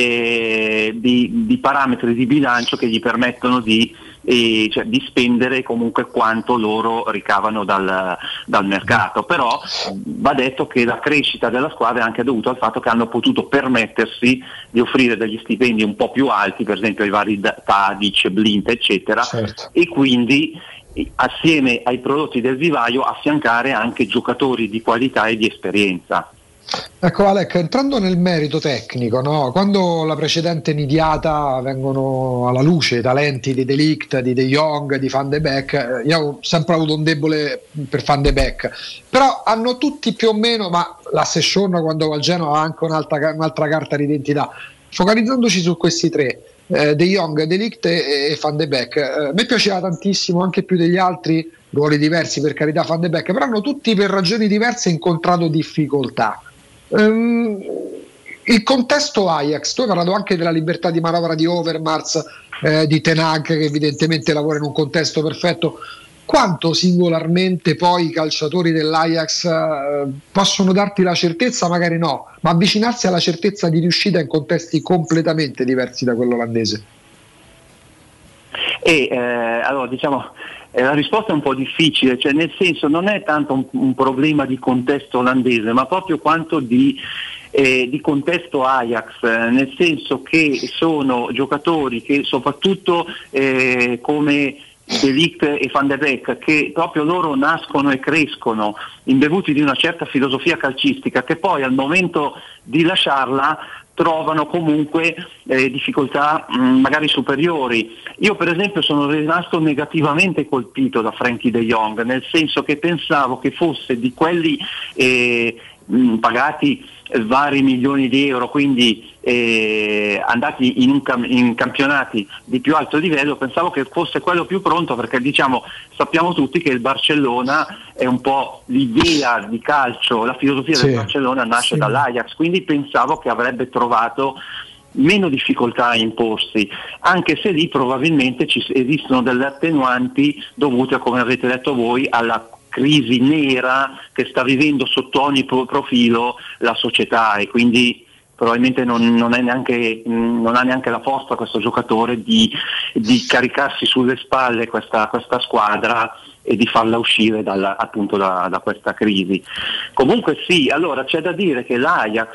eh, di, di parametri di bilancio che gli permettono di, eh, cioè, di spendere comunque quanto loro ricavano dal, dal mercato. Però va detto che la crescita della squadra è anche dovuta al fatto che hanno potuto permettersi di offrire degli stipendi un po' più alti, per esempio ai vari Tadic, Blind eccetera, certo. E quindi assieme ai prodotti del vivaio affiancare anche giocatori di qualità e di esperienza. Ecco Alec, entrando nel merito tecnico, no? Quando la precedente nidiata vengono alla luce i talenti di De Ligt, di De Jong, di Van de Beek, io ho sempre avuto un debole per Van de Beek, però hanno tutti più o meno, ma la Session quando va al Genoa ha anche un'altra, un'altra carta d'identità. Focalizzandoci su questi tre, eh, De Jong, De Ligt e, e Van de Beek, eh, a me piaceva tantissimo, anche più degli altri, ruoli diversi per carità Van de Beek, però hanno tutti per ragioni diverse incontrato difficoltà. Um, il contesto Ajax, tu hai parlato anche della libertà di manovra di Overmars, eh, di Ten Hag che evidentemente lavora in un contesto perfetto. Quanto singolarmente poi i calciatori dell'Ajax eh, possono darti la certezza, magari no, ma avvicinarsi alla certezza di riuscita in contesti completamente diversi da quello olandese? E eh, allora diciamo eh, la risposta è un po' difficile, cioè nel senso non è tanto un, un problema di contesto olandese, ma proprio quanto di Eh, di contesto Ajax, eh, nel senso che sono giocatori che soprattutto eh, come De Ligt e Van de Beek, che proprio loro nascono e crescono imbevuti di una certa filosofia calcistica, che poi al momento di lasciarla trovano comunque eh, difficoltà mh, magari superiori. Io per esempio sono rimasto negativamente colpito da Frenkie de Jong, nel senso che pensavo che fosse di quelli eh, mh, pagati vari milioni di euro, quindi eh, andati in, un cam- in campionati di più alto livello, pensavo che fosse quello più pronto, perché diciamo sappiamo tutti che il Barcellona è un po' l'idea di calcio, la filosofia sì, del Barcellona nasce sì. dall'Ajax, quindi pensavo che avrebbe trovato meno difficoltà a imporsi, anche se lì probabilmente ci esistono delle attenuanti dovute, come avete detto voi, alla crisi nera che sta vivendo sotto ogni profilo la società, e quindi probabilmente non, non, è neanche, non ha neanche la forza questo giocatore di, di caricarsi sulle spalle questa, questa squadra e di farla uscire dalla, appunto da, da questa crisi. Comunque sì, allora c'è da dire che l'Ajax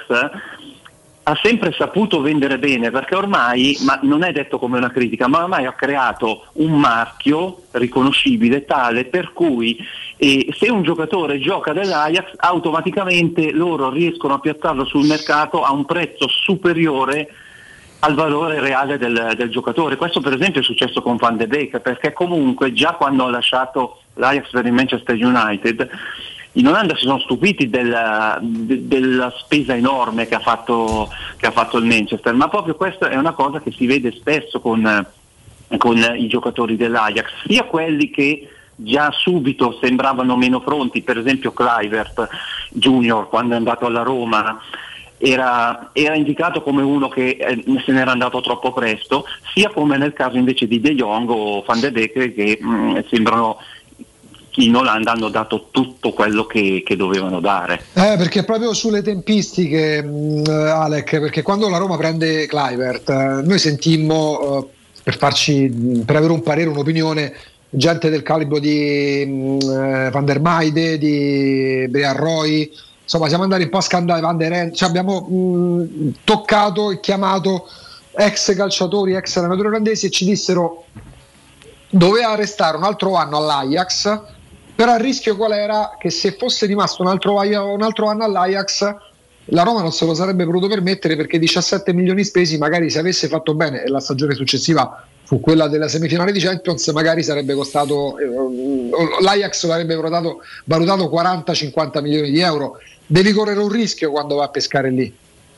ha sempre saputo vendere bene, perché ormai, ma non è detto come una critica, ma ormai ha creato un marchio riconoscibile tale per cui eh, se un giocatore gioca dell'Ajax automaticamente loro riescono a piazzarlo sul mercato a un prezzo superiore al valore reale del, del giocatore. Questo per esempio è successo con Van de Beek, perché comunque già quando ha lasciato l'Ajax per il Manchester United in Olanda si sono stupiti della, de, della spesa enorme che ha, fatto, che ha fatto il Manchester, ma proprio questa è una cosa che si vede spesso con, con i giocatori dell'Ajax, sia quelli che già subito sembravano meno pronti, per esempio Kluivert Junior quando è andato alla Roma era, era indicato come uno che eh, se n'era andato troppo presto, sia come nel caso invece di De Jong o Van de Beek che mh, sembrano in Olanda hanno dato tutto quello che, che dovevano dare. Eh, perché proprio sulle tempistiche, mh, Alec, perché quando la Roma prende Kluivert, eh, noi sentimmo, eh, per farci, per avere un parere, un'opinione, gente del calibro di mh, Van der Meijde, di Brian Roy, insomma siamo andati un po' a scandare Van der Ren, cioè abbiamo mh, toccato e chiamato ex calciatori, ex allenatori olandesi, e ci dissero doveva restare un altro anno all'Ajax, però il rischio qual era? Che se fosse rimasto un altro, un altro anno all'Ajax la Roma non se lo sarebbe potuto permettere, perché diciassette milioni spesi, magari se avesse fatto bene, e la stagione successiva fu quella della semifinale di Champions, magari sarebbe costato, eh, l'Ajax l'avrebbe valutato, valutato quaranta cinquanta milioni di euro. Devi correre un rischio quando va a pescare lì.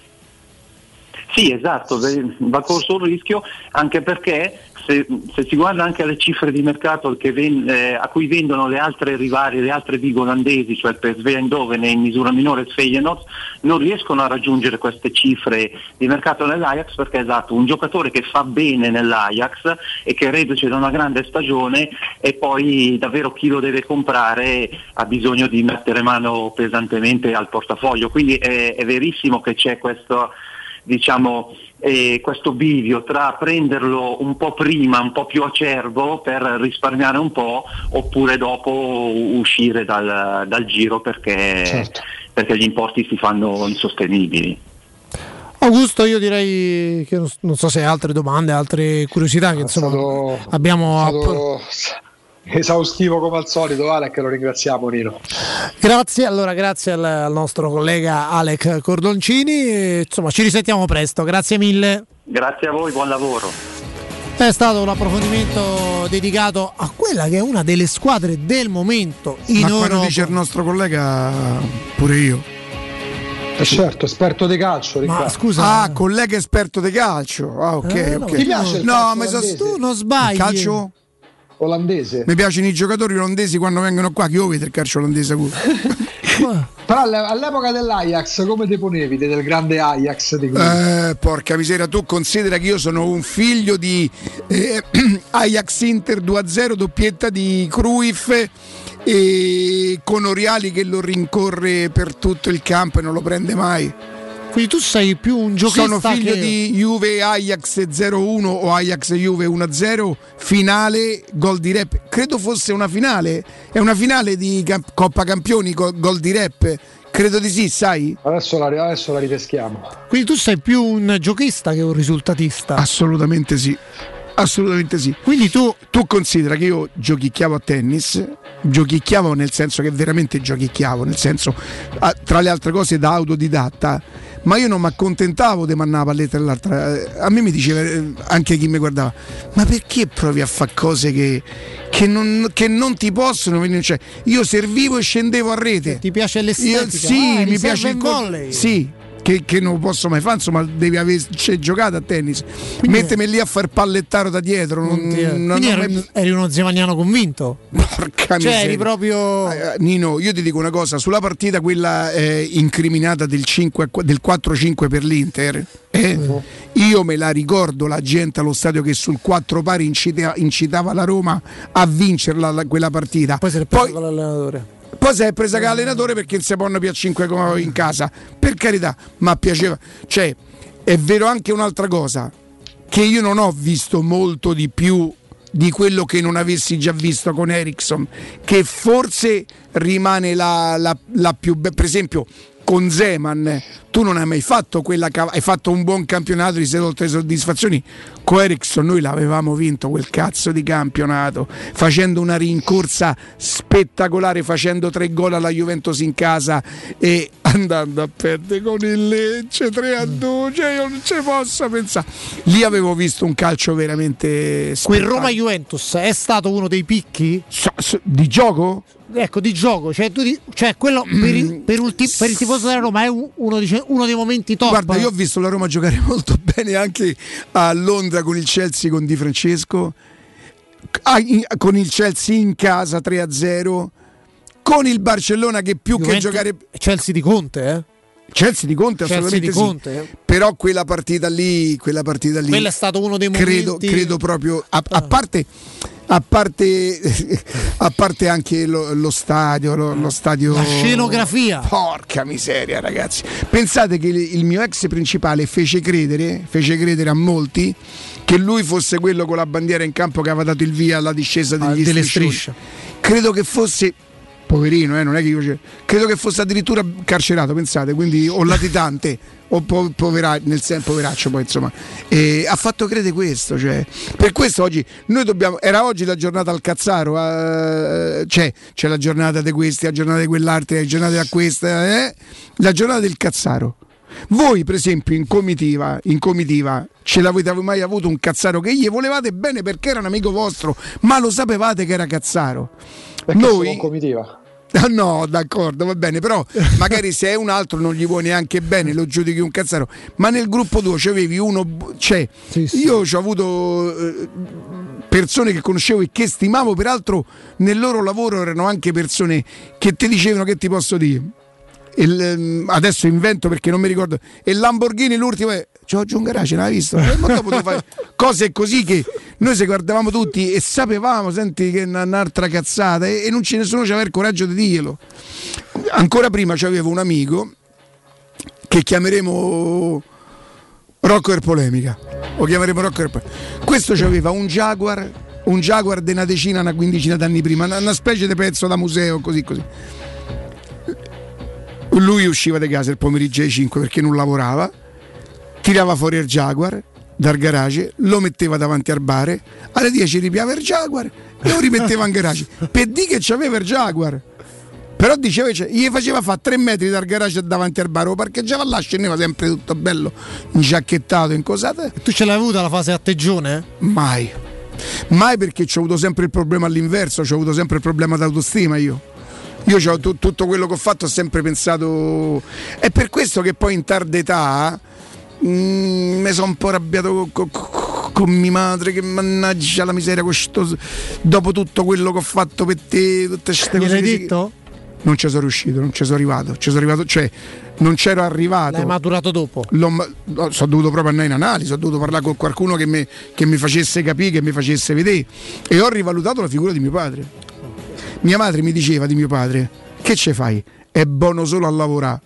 Sì, esatto, va corso un rischio, anche perché se, se si guarda anche alle cifre di mercato che ven, eh, a cui vendono le altre rivali, le altre big olandesi, cioè il P S V Eindhoven e in misura minore il Feyenoord, non riescono a raggiungere queste cifre di mercato nell'Ajax, perché esatto, un giocatore che fa bene nell'Ajax e che reduce da una grande stagione, e poi davvero chi lo deve comprare ha bisogno di mettere mano pesantemente al portafoglio, quindi è, è verissimo che c'è questo, diciamo, eh, questo bivio tra prenderlo un po' prima, un po' più acerbo per risparmiare un po', oppure dopo uscire dal, dal giro perché, certo. perché gli importi si fanno insostenibili. Augusto, io direi che non so se hai altre domande, altre curiosità che insomma stato, abbiamo stato esaustivo come al solito, Alec, lo ringraziamo, Nino. Grazie, allora grazie al, al nostro collega Alec Cordoncini, e, insomma ci risentiamo presto, grazie mille. Grazie a voi, buon lavoro. È stato un approfondimento dedicato a quella che è una delle squadre del momento in Ma Europa. quando dice il nostro collega, pure io. Eh certo, esperto di calcio. Ma scusa, ah, collega esperto di calcio. Ah, ok, eh, no, ok. Ti piace il no, calcio ma so, tu non sbagli. Il calcio olandese? Mi piacciono i giocatori olandesi quando vengono qua, che io vedo il calcio olandese. Però all'epoca dell'Ajax come te ponevi del grande Ajax di eh, porca miseria, tu considera che io sono un figlio di eh, Ajax Inter due a zero, doppietta di Cruyff, e con Oriali che lo rincorre per tutto il campo e non lo prende mai. Quindi tu sei più un giocista. Sono figlio che... di Juve Ajax zero uno o Ajax Juve uno a zero, finale, gol di rap. Credo fosse una finale, è una finale di Camp- Coppa Campioni, go- gol di rap. Credo di sì, sai? Adesso la, adesso la ripeschiamo. Quindi tu sei più un giochista che un risultatista? Assolutamente sì. Assolutamente sì. Quindi tu, tu considera che io giochicchiavo a tennis, giochicchiavo nel senso che veramente giochicchiavo, nel senso, tra le altre cose da autodidatta, ma io non mi accontentavo di mandare la palletta all'altra. A me mi diceva, anche chi mi guardava, ma perché provi a fare cose che, che, non, che non ti possono venire? Cioè, io servivo e scendevo a rete. Ti piace l'estetica? Io, sì, ah, mi piace il volley. Sì. Che, che non posso mai fare, insomma, devi averci giocato a tennis. Quindi mettemi lì a far pallettaro da dietro. Non, non ti, non, quindi non eri, mai... eri uno zemagnano convinto. Porca cioè miseria. eri proprio eh, Nino, io ti dico una cosa, sulla partita quella eh, incriminata del, cinque, del quattro cinque per l'Inter, eh, uh-huh. io me la ricordo, la gente allo stadio che sul quattro pari incitava, incitava la Roma a vincerla la, quella partita. Poi se ne poi con l'allenatore. Poi si è presa con l'allenatore perché non si possono più a cinque in casa, per carità, ma piaceva. Cioè, è vero anche un'altra cosa, che io non ho visto molto di più di quello che non avessi già visto con Eriksson, che forse rimane la, la, la più bella. Per esempio con Zeman tu non hai mai fatto quella, hai fatto un buon campionato, ti sei tolto le soddisfazioni. Con Eriksson noi l'avevamo vinto quel cazzo di campionato, facendo una rincorsa spettacolare, facendo tre gol alla Juventus in casa e andando a perdere con il Lecce tre a due, cioè io non ci posso pensare. Lì avevo visto un calcio veramente quel Roma-Juventus è stato uno dei picchi? So, so, di gioco? Ecco, di gioco, cioè, tu di, cioè quello mm. per, il, per, ulti, per il tifoso della Roma è uno, dice, uno dei momenti top. Guarda, io ho visto la Roma giocare molto bene anche a Londra con il Chelsea con Di Francesco, con il Chelsea in casa tre a zero, con il Barcellona che più Juventus, che giocare Chelsea di Conte, eh? Chelsea di Conte, Chelsea assolutamente di sì. Conte, eh. Però quella partita lì, quella partita lì, quello è stato uno dei credo, momenti. credo proprio a, a parte a parte a parte anche lo, lo stadio, lo, lo stadio, la scenografia. Porca miseria, ragazzi. Pensate che il, il mio ex principale fece credere, fece credere a molti che lui fosse quello con la bandiera in campo che aveva dato il via alla discesa degli Ah, delle striscioni. strisce. Credo che fosse poverino, eh, non è che io credo che fosse addirittura carcerato, pensate, quindi o latitante o po- povera- nel senso poveraccio poi insomma. E ha fatto credere questo, cioè per questo oggi noi dobbiamo, era oggi la giornata al Cazzaro, eh, c'è, c'è la giornata di questi, la giornata di quell'altro, la giornata di questa, eh, la giornata del Cazzaro. Voi per esempio in comitiva, in comitiva ce l'avete mai avuto un Cazzaro che gli volevate bene perché era un amico vostro, ma lo sapevate che era Cazzaro? Perché Noi sono comitiva. Ah, no, d'accordo, va bene, però magari se è un altro non gli vuoi neanche bene, lo giudichi un Cazzaro, ma nel gruppo tuo c'avevi uno, cioè sì, sì. Io ho avuto eh, persone che conoscevo e che stimavo, peraltro nel loro lavoro erano anche persone che ti dicevano, che ti posso dire, il, adesso invento perché non mi ricordo, e Lamborghini l'ultimo è Giorgio un garage, l'hai visto? E dopo tu fai cose così che noi se guardavamo tutti e sapevamo, senti, che è un'altra cazzata, e, e non ce nessuno aveva il coraggio di dirlo. Ancora prima c'avevo un amico che chiameremo Rocco er Polemica, o chiameremo Rocco er Polemica. Questo c'aveva un Jaguar, un Jaguar di una decina, una quindicina d'anni prima, una, una specie di pezzo da museo, così così. Lui usciva di casa il pomeriggio alle cinque perché non lavorava, tirava fuori il Jaguar dal garage, lo metteva davanti al bar, alle dieci ripiava il Jaguar e lo rimetteva in garage per dire che c'aveva il Jaguar, però diceva, cioè, gli faceva fare tre metri dal garage davanti al bar, lo parcheggiava là, scendeva sempre tutto bello ingiacchettato, incosato. Tu ce l'hai avuta la fase a teggione? Mai mai, perché c'ho avuto sempre il problema all'inverso, c'ho avuto sempre il problema d'autostima. Io Io c'ho t- tutto quello che ho fatto, ho sempre pensato. È per questo che poi in tarda età mm, mi sono un po' arrabbiato con, con, con mia madre, che mannaggia la miseria, questo, dopo tutto quello che ho fatto per te, tutte queste cose. Gliel'hai detto? Non ci sono riuscito, non ci sono arrivato, ci sono arrivato, cioè non c'ero arrivato. L'hai maturato dopo? L'ho, sono dovuto proprio andare in analisi, ho dovuto parlare con qualcuno che mi, che mi facesse capire, che mi facesse vedere, e ho rivalutato la figura di mio padre. Mia madre mi diceva di mio padre: che ce fai? È buono solo a lavorare.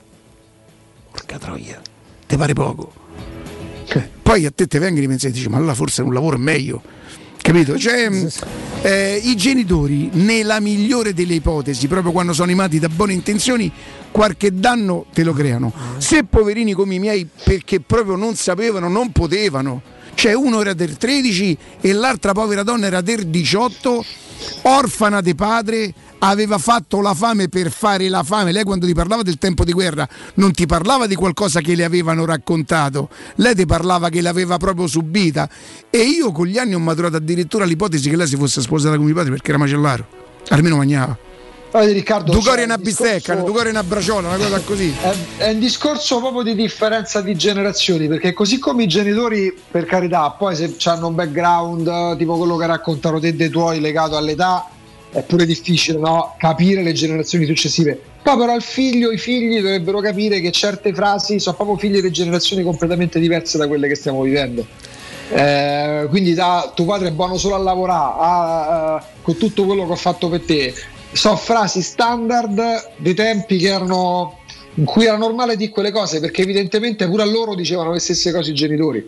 Porca troia, te pare poco? Poi a te te vengono i pensieri e dici: ma allora forse un lavoro è meglio, capito? Cioè, eh, i genitori, nella migliore delle ipotesi, proprio quando sono animati da buone intenzioni, qualche danno te lo creano. Se poverini come i miei, perché proprio non sapevano, non potevano, cioè uno era del tredici e l'altra povera donna era del diciotto, orfana di padre, aveva fatto la fame per fare la fame. Lei quando ti parlava del tempo di guerra non ti parlava di qualcosa che le avevano raccontato, lei ti parlava che l'aveva proprio subita, e io con gli anni ho maturato addirittura l'ipotesi che lei si fosse sposata con mio padre perché era macellaro, almeno mangiava. Allora, Riccardo, due cori e una discorso... bistecca, due cori e una braciola, una cosa così. È, è un discorso proprio di differenza di generazioni, perché così come i genitori, per carità, poi se hanno un background tipo quello che raccontano te dei tuoi legato all'età, è pure difficile, no? Capire le generazioni successive. Poi però il figlio, i figli dovrebbero capire che certe frasi sono proprio figli di generazioni completamente diverse da quelle che stiamo vivendo. Eh, quindi da tuo padre è buono solo a lavorare, a, a, con tutto quello che ho fatto per te, sono frasi standard dei tempi che erano, in cui era normale dire quelle cose, perché evidentemente pure a loro dicevano le stesse cose i genitori.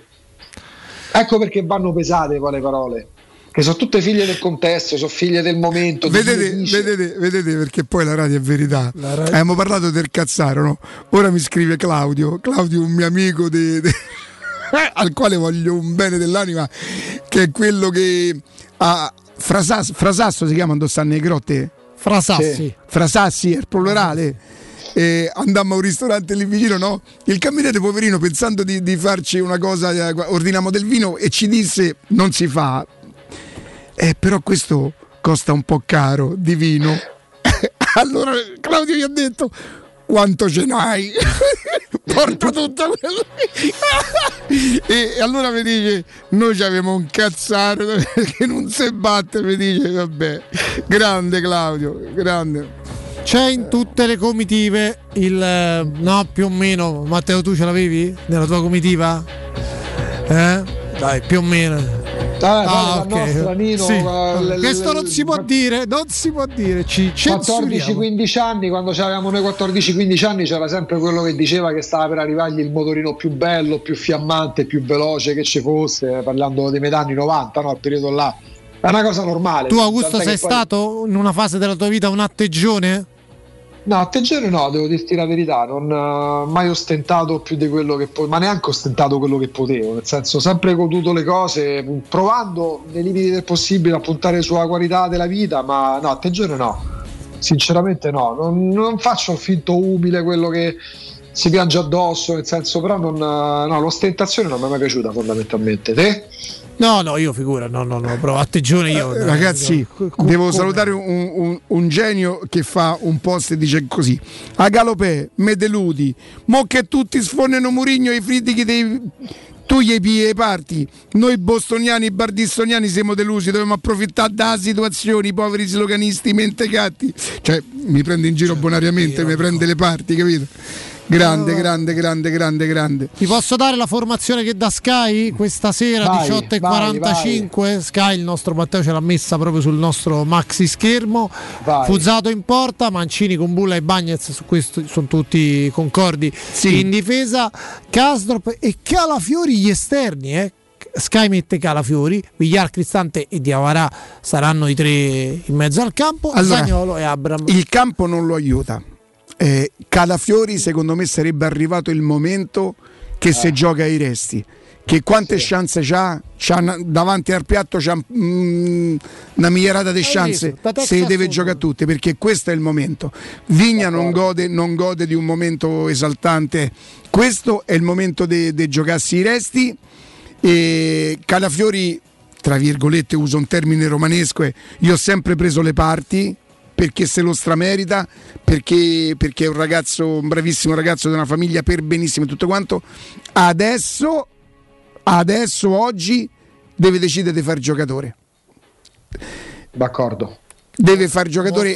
Ecco perché vanno pesate poi le parole, che sono tutte figlie del contesto, sono figlie del momento. Vedete, vedete, vedete, perché poi la radio è verità. Radio... Abbiamo parlato del Cazzaro, no? Ora mi scrive Claudio, Claudio un mio amico de, de... al quale voglio un bene dell'anima, che è quello che a Frasasso, Frasasso si chiama quando stanno nei grotte? Frasassi. Sì. Frasassi è il plurale. Eh, andammo a un ristorante lì vicino, no? Il cameriere poverino, pensando di, di farci una cosa, eh, ordiniamo del vino e ci disse: non si fa, eh, però questo costa un po' caro di vino. Allora Claudio gli ha detto: quanto ce n'hai? Porta tutto quello. E allora mi dice: noi c'avevamo un Cazzaro che non si batte, mi dice. Vabbè, grande Claudio, grande. C'è in tutte le comitive il no, più o meno. Matteo, tu ce l'avevi nella tua comitiva? Eh? Dai, più o meno. Ah, ah, okay. nostra, Nino, sì. l- questo non si può dire, non si può dire. Ci quattordici quindici anni, quando avevamo noi quattordici quindici anni, c'era sempre quello che diceva che stava per arrivargli il motorino più bello, più fiammante, più veloce che ci fosse, parlando dei metà anni novanta, no? Il periodo là. È una cosa normale. Tu, Augusto, sei poi... stato in una fase della tua vita un atteggione? No, atteggione no, devo dirti la verità, non ho uh, mai ostentato più di quello che potevo, ma neanche ostentato quello che potevo, nel senso sempre goduto le cose, provando nei limiti del possibile a puntare sulla qualità della vita, ma no, atteggione no, sinceramente no, non, non faccio il finto umile, quello che si piange addosso, nel senso, però non, no, l'ostentazione non mi è mai piaciuta fondamentalmente. Te? No, no, io figura, no, no, no, però atteggione io. Eh, ragazzi, no. devo salutare un, un, un genio che fa un post e dice così: a Galopè, me deludi, mo che tutti sfornano Murigno i critichi dei tu gli pie parti, noi bostoniani, bardistoniani siamo delusi, dobbiamo approfittare della situazione, i poveri sloganisti mentecatti, cioè mi prende in giro cioè, bonariamente, mi prende le parti, capito? Grande, grande, grande, grande, grande. Ti posso dare la formazione che da Sky questa sera, vai, diciotto e quarantacinque. Vai. Sky, il nostro Matteo ce l'ha messa proprio sul nostro maxi schermo. Vai. Fuzzato in porta, Mancini con Bulla e Bagnez, su questo sono tutti concordi. Sì. In difesa Karsdorp e Calafiori gli esterni, eh. Sky mette Calafiori, Villar, Cristante e Diawara saranno i tre in mezzo al campo. Allora, Zaniolo e Abram. Il campo non lo aiuta. Eh, Calafiori, secondo me sarebbe arrivato il momento che eh. se gioca ai resti, che quante sì. chance c'ha, c'ha davanti al piatto c'ha mm, una migliaia di chance, se deve giocare tutte, perché questo è il momento. Vigna non gode, non gode di un momento esaltante, questo è il momento di giocarsi i resti. E Calafiori, tra virgolette, uso un termine romanesco, io ho sempre preso le parti perché se lo stramerita, perché, perché è un ragazzo, un bravissimo ragazzo di una famiglia per benissimo e tutto quanto. Adesso, adesso oggi deve decidere di fare giocatore. D'accordo. Deve fare giocatore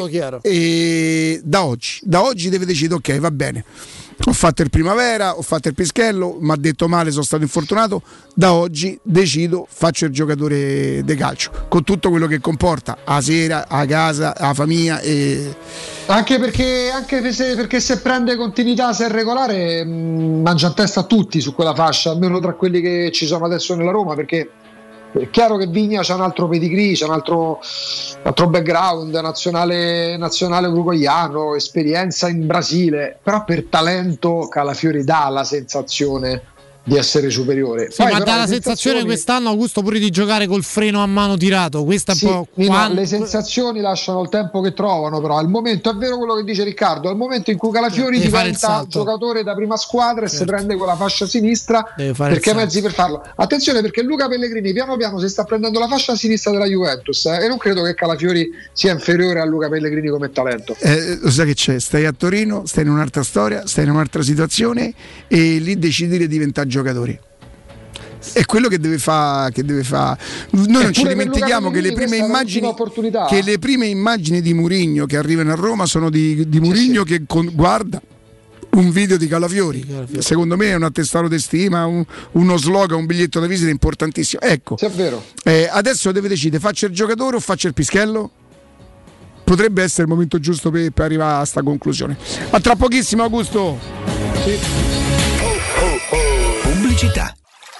e da oggi, da oggi deve decidere, ok, va bene. Ho fatto il Primavera, ho fatto il Pischello, mi ha detto male, sono stato infortunato. Da oggi decido, faccio il giocatore di calcio, con tutto quello che comporta, a sera, a casa, a famiglia. E... Anche perché, anche se, perché se prende continuità, se è regolare, mh, mangia a testa a tutti su quella fascia, almeno tra quelli che ci sono adesso nella Roma, perché è chiaro che Vigna c'ha un altro pedigree, c'ha un altro, un altro background, nazionale, nazionale uruguaiano, esperienza in Brasile, però per talento Calafiori dà la sensazione di essere superiore. Sì, Poi, ma dà la sensazione quest'anno, Augusto, pure di giocare col freno a mano tirato. Questa sì, è un po' no, quando... le sensazioni lasciano il tempo che trovano, però al momento è vero quello che dice Riccardo, al momento in cui Calafiori deve diventa giocatore da prima squadra, certo, e si prende quella fascia sinistra, perché ha mezzi per farlo. Attenzione, perché Luca Pellegrini piano piano si sta prendendo la fascia sinistra della Juventus, eh, e non credo che Calafiori sia inferiore a Luca Pellegrini come talento. Eh, lo sai che c'è? Stai a Torino, stai in un'altra storia, stai in un'altra situazione e lì decidi di diventare giocatori. È quello che deve fare, che deve fa. Noi non ci dimentichiamo che le prime immagini che le prime immagini di Mourinho che arrivano a Roma sono di, di Mourinho, sì, sì, che con, guarda un video di Calafiori. Calafiori. Secondo me è un attestato di stima, un, uno slogan, un biglietto da visita importantissimo. Ecco, sì, è vero. Eh, adesso deve decidere: faccio il giocatore o faccio il Pischello? Potrebbe essere il momento giusto per, per arrivare a questa conclusione. Ma tra pochissimo, Augusto. Sì. Pubblicità.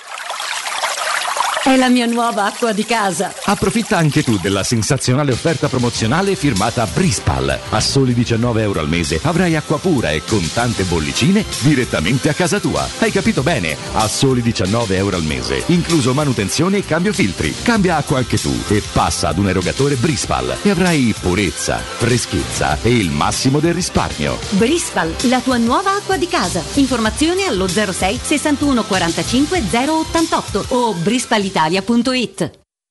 È la mia nuova acqua di casa. Approfitta anche tu della sensazionale offerta promozionale firmata Brispal. A soli diciannove euro al mese avrai acqua pura e con tante bollicine direttamente a casa tua. Hai capito bene? A soli diciannove euro al mese, incluso manutenzione e cambio filtri. Cambia acqua anche tu e passa ad un erogatore Brispal e avrai purezza, freschezza e il massimo del risparmio. Brispal, la tua nuova acqua di casa. Informazioni allo zero sei sessantuno quarantacinque zero ottantotto o brispal italia punto it.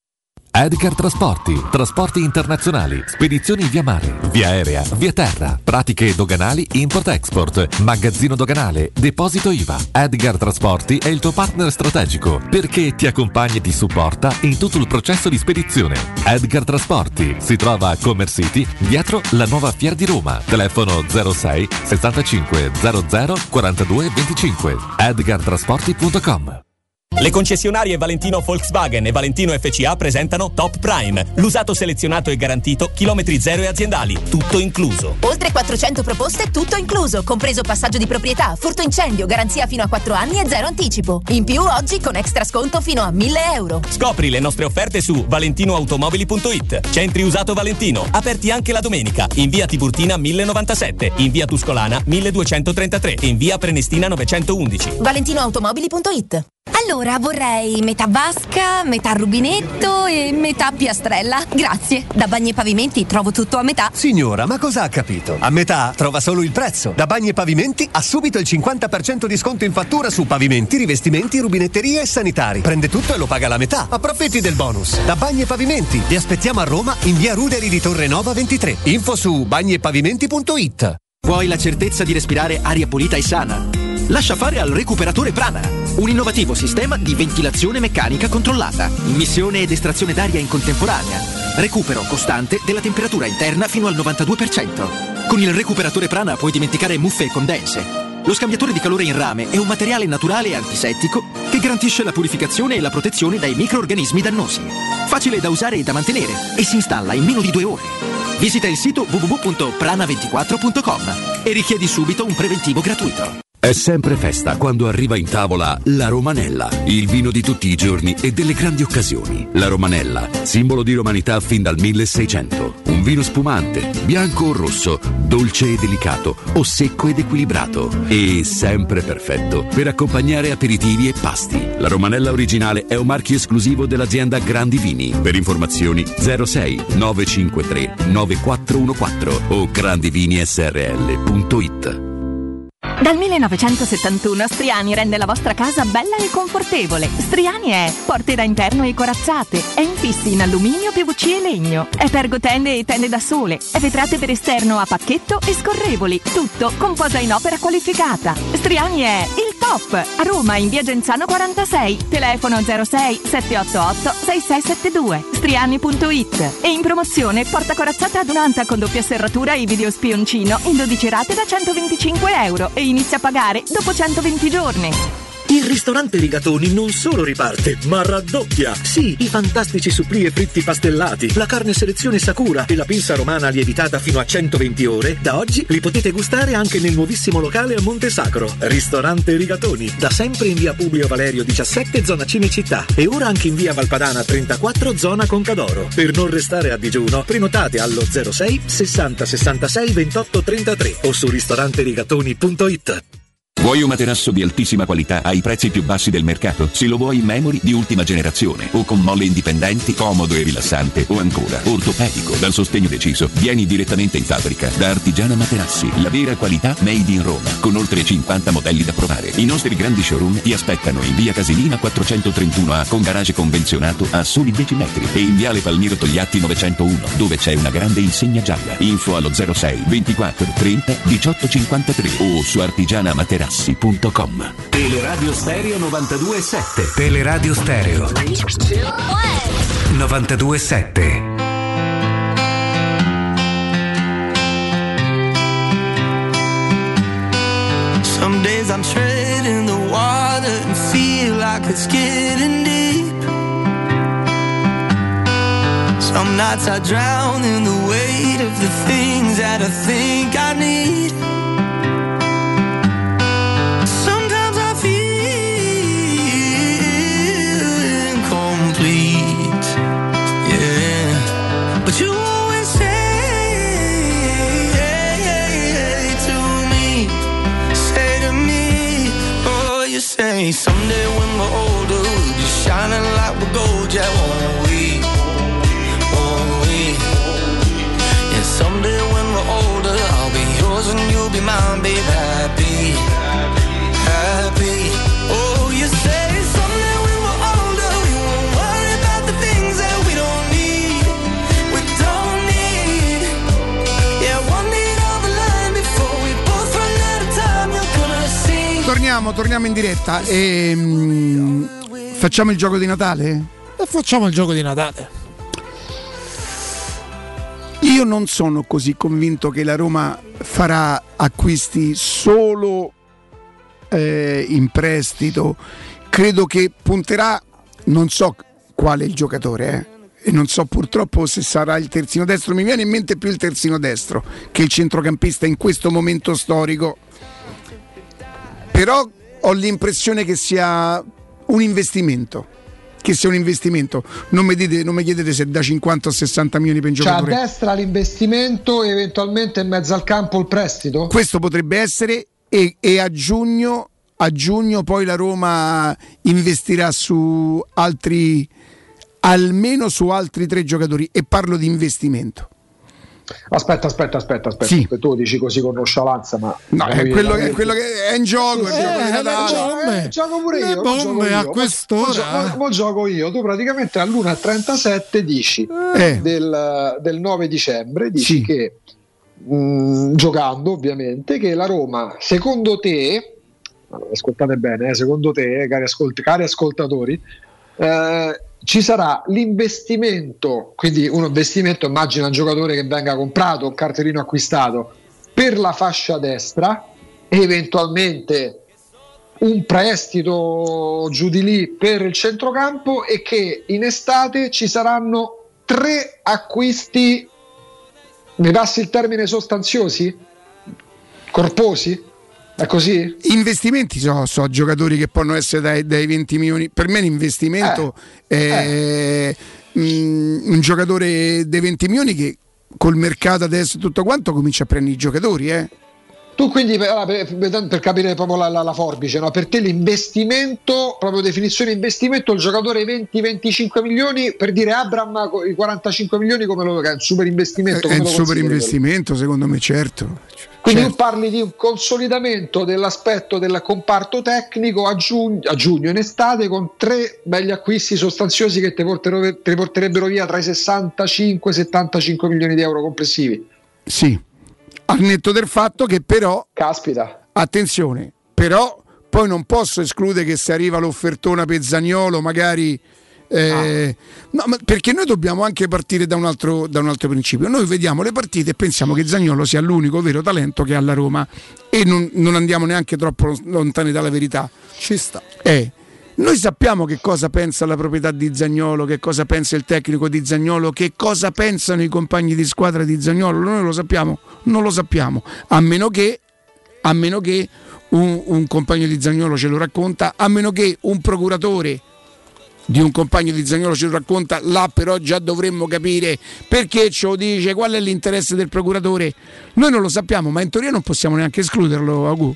Edgar Trasporti, trasporti internazionali, spedizioni via mare, via aerea, via terra, pratiche doganali import-export, magazzino doganale, deposito I V A. Edgar Trasporti è il tuo partner strategico perché ti accompagna e ti supporta in tutto il processo di spedizione. Edgar Trasporti si trova a Commerce City, dietro la nuova Fiera di Roma. Telefono zero sei sessantacinque zero zero quarantadue venticinque. edgar trasporti punto com. Le concessionarie Valentino Volkswagen e Valentino F C A presentano Top Prime, l'usato selezionato e garantito, chilometri zero e aziendali, tutto incluso. Oltre quattrocento proposte, tutto incluso, compreso passaggio di proprietà, furto incendio, garanzia fino a quattro anni e zero anticipo. In più oggi con extra sconto fino a mille euro. Scopri le nostre offerte su valentinoautomobili punto it. Centri usato Valentino, aperti anche la domenica, in via Tiburtina mille novantasette, in via Tuscolana milleduecentotrentatré e in via Prenestina novecentoundici. valentinoautomobili punto it. Allora vorrei metà vasca, metà rubinetto e metà piastrella. Grazie. Da Bagni e Pavimenti trovo tutto a metà. Signora, ma cosa ha capito? A metà trova solo il prezzo. Da Bagni e Pavimenti ha subito il cinquanta per cento di sconto in fattura su pavimenti, rivestimenti, rubinetteria e sanitari. Prende tutto e lo paga la metà. Approfitti del bonus. Da Bagni e Pavimenti. Vi aspettiamo a Roma in via Ruderi di Torrenova ventitré. Info su bagni e pavimenti punto it. Vuoi la certezza di respirare aria pulita e sana? Lascia fare al recuperatore Prana, un innovativo sistema di ventilazione meccanica controllata, immissione ed estrazione d'aria in contemporanea, recupero costante della temperatura interna fino al novantadue per cento. Con il recuperatore Prana puoi dimenticare muffe e condense. Lo scambiatore di calore in rame è un materiale naturale e antisettico che garantisce la purificazione e la protezione dai microrganismi dannosi. Facile da usare e da mantenere e si installa in meno di due ore. Visita il sito w w w punto prana ventiquattro punto com e richiedi subito un preventivo gratuito. È sempre festa quando arriva in tavola la Romanella, il vino di tutti i giorni e delle grandi occasioni. La Romanella, simbolo di romanità fin dal milleseicento. Un vino spumante, bianco o rosso, dolce e delicato o secco ed equilibrato. E sempre perfetto per accompagnare aperitivi e pasti. La Romanella originale è un marchio esclusivo dell'azienda Grandi Vini. Per informazioni zero sei nove cinque tre nove quattro uno quattro o grandivini s r l punto it. Dal millenovecentosettantuno Striani rende la vostra casa bella e confortevole. Striani è porte da interno e corazzate, è infissi in alluminio, P V C e legno, è pergotende e tende da sole, è vetrate per esterno a pacchetto e scorrevoli, tutto con posa in opera qualificata. Striani è il top! A Roma in via Genzano quarantasei, telefono zero sei sette otto otto sei sei sette due, striani punto it. E in promozione porta corazzata adunata con doppia serratura e video spioncino in dodici rate da centoventicinque euro e inizia a pagare dopo centoventi giorni. Il ristorante Rigatoni non solo riparte, ma raddoppia! Sì, i fantastici supplì e fritti pastellati, la carne selezione Sakura e la pinza romana lievitata fino a centoventi ore, da oggi li potete gustare anche nel nuovissimo locale a Monte Sacro. Ristorante Rigatoni, da sempre in via Publio Valerio diciassette, zona Cinecittà, e ora anche in via Valpadana trentaquattro, zona Concadoro. Per non restare a digiuno, prenotate allo zero sei sessanta sessantasei ventotto trentatré o su ristoranterigatoni punto it. Vuoi un materasso di altissima qualità ai prezzi più bassi del mercato? Se lo vuoi in memory di ultima generazione o con molle indipendenti, comodo e rilassante, o ancora ortopedico dal sostegno deciso, vieni direttamente in fabbrica da Artigiana Materassi, la vera qualità made in Roma, con oltre cinquanta modelli da provare. I nostri grandi showroom ti aspettano in via Casilina quattrocentotrentuno A con garage convenzionato a soli dieci metri e in viale Palmiro Togliatti novecentouno, dove c'è una grande insegna gialla. Info allo zero sei ventiquattro trenta diciotto cinquantatré o su artigiana materassi punto com. Teleradio Stereo novantadue e sette. Teleradio Stereo novantadue e sette. Some days I'm treading the water and feel like it's getting deep. Some nights I drown in the weight of the things that I think I need. Sometimes I feel incomplete, yeah. But you always say to me, say to me, oh, you say someday when we're older we'll be shining like we're gold, yeah, won't we? Won't we? Yeah, someday when we're older I'll be yours and you'll be mine, babe, happy, happy. Oh, you say someday when we're older we won't worry about the things that we don't torniamo, torniamo in diretta e mm, facciamo il gioco di Natale? E facciamo il gioco di Natale. Io non sono così convinto che la Roma farà acquisti solo eh, in prestito. Credo che punterà, non so quale il giocatore eh, e non so purtroppo se sarà il terzino destro. Mi viene in mente più il terzino destro che il centrocampista in questo momento storico, però ho l'impressione che sia un investimento, che sia un investimento. Non mi dite, non mi chiedete se da cinquanta o sessanta milioni per un giocatore. Cioè a destra l'investimento e eventualmente in mezzo al campo il prestito? Questo potrebbe essere, e, e a giugno a giugno poi la Roma investirà su altri, almeno su altri tre giocatori, e parlo di investimento. Aspetta, aspetta, aspetta, aspetta. Sì. Tu dici così con nonchalanza, ma no, è quello, che, è quello che è in gioco. Sì, è gioco eh, di Natale. Eh, gioco pure io. bombe Gioco io. a quest'ora. Mo, mo, mo gioco io. Tu praticamente all'una e trentasette dici eh. del, del nove dicembre dici sì. che mh, giocando ovviamente che la Roma, secondo te, ascoltate bene, eh, secondo te, cari, ascolt- cari ascoltatori, eh, ci sarà l'investimento, quindi un investimento, immagina un giocatore che venga comprato, un cartellino acquistato per la fascia destra, eventualmente un prestito giù di lì per il centrocampo, e che in estate ci saranno tre acquisti, mi passi il termine, sostanziosi? Corposi? È così? Investimenti so, so giocatori che possono essere dai, dai venti milioni. Per me l'investimento eh, è eh. mh, un giocatore dei venti milioni che col mercato adesso e tutto quanto comincia a prendere i giocatori, eh. Tu quindi per, per, per capire proprio la, la, la forbice, no? Per te l'investimento, proprio definizione investimento, il giocatore venti venticinque milioni, per dire Abram i quarantacinque milioni, come lo è un super investimento? È un super investimento, secondo me, certo. Quindi certo. Tu parli di un consolidamento dell'aspetto del comparto tecnico a giugno, a giugno in estate, con tre belli acquisti sostanziosi che ti porterebbero via tra i sessantacinque e settantacinque milioni di euro complessivi. Sì, al netto del fatto che però, caspita, attenzione, però poi non posso escludere che se arriva l'offertona per Zaniolo magari eh, ah. no, ma perché noi dobbiamo anche partire da un altro, da un altro principio. Noi vediamo le partite e pensiamo che Zaniolo sia l'unico vero talento che ha la Roma, e non, non andiamo neanche troppo lontani dalla verità. Ci sta. Eh, noi sappiamo che cosa pensa la proprietà di Zaniolo, che cosa pensa il tecnico di Zaniolo, che cosa pensano i compagni di squadra di Zaniolo. Noi lo sappiamo? Non lo sappiamo, a meno che a meno che un, un compagno di Zaniolo ce lo racconta, a meno che un procuratore di un compagno di Zaniolo ce lo racconta. Là però già dovremmo capire perché ce lo dice, qual è l'interesse del procuratore. Noi non lo sappiamo, ma in teoria non possiamo neanche escluderlo, Agu.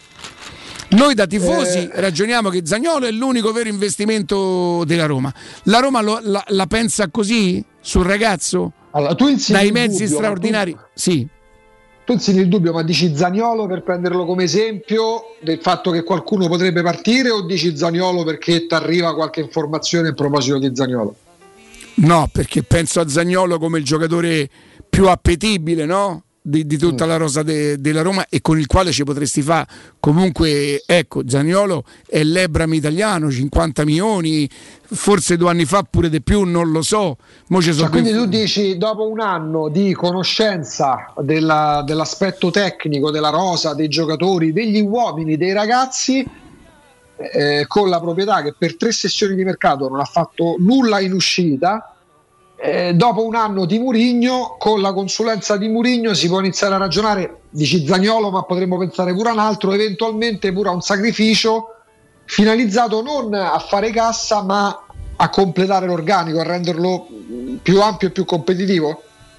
Noi da tifosi eh. ragioniamo che Zaniolo è l'unico vero investimento della Roma. La Roma lo, la, la pensa così sul ragazzo? Allora, tu dai mezzi dubbio, straordinari? Tu... Sì. Tu insegni il dubbio, ma dici Zaniolo per prenderlo come esempio del fatto che qualcuno potrebbe partire, o dici Zaniolo perché ti arriva qualche informazione a proposito di Zaniolo? No, perché penso a Zaniolo come il giocatore più appetibile, no? Di, di tutta mm. la rosa de, della Roma, e con il quale ci potresti fare comunque. Ecco, Zaniolo è l'Ebram italiano, cinquanta milioni, forse due anni fa pure di più, non lo so. Mo ci cioè, so quindi più... tu dici, dopo un anno di conoscenza della, dell'aspetto tecnico della rosa, dei giocatori, degli uomini, dei ragazzi, eh, con la proprietà che per tre sessioni di mercato non ha fatto nulla in uscita, Eh, dopo un anno di Mourinho, con la consulenza di Mourinho si può iniziare a ragionare, dici Zaniolo, ma potremmo pensare pure a un altro, eventualmente pure a un sacrificio finalizzato non a fare cassa ma a completare l'organico, a renderlo più ampio e più competitivo?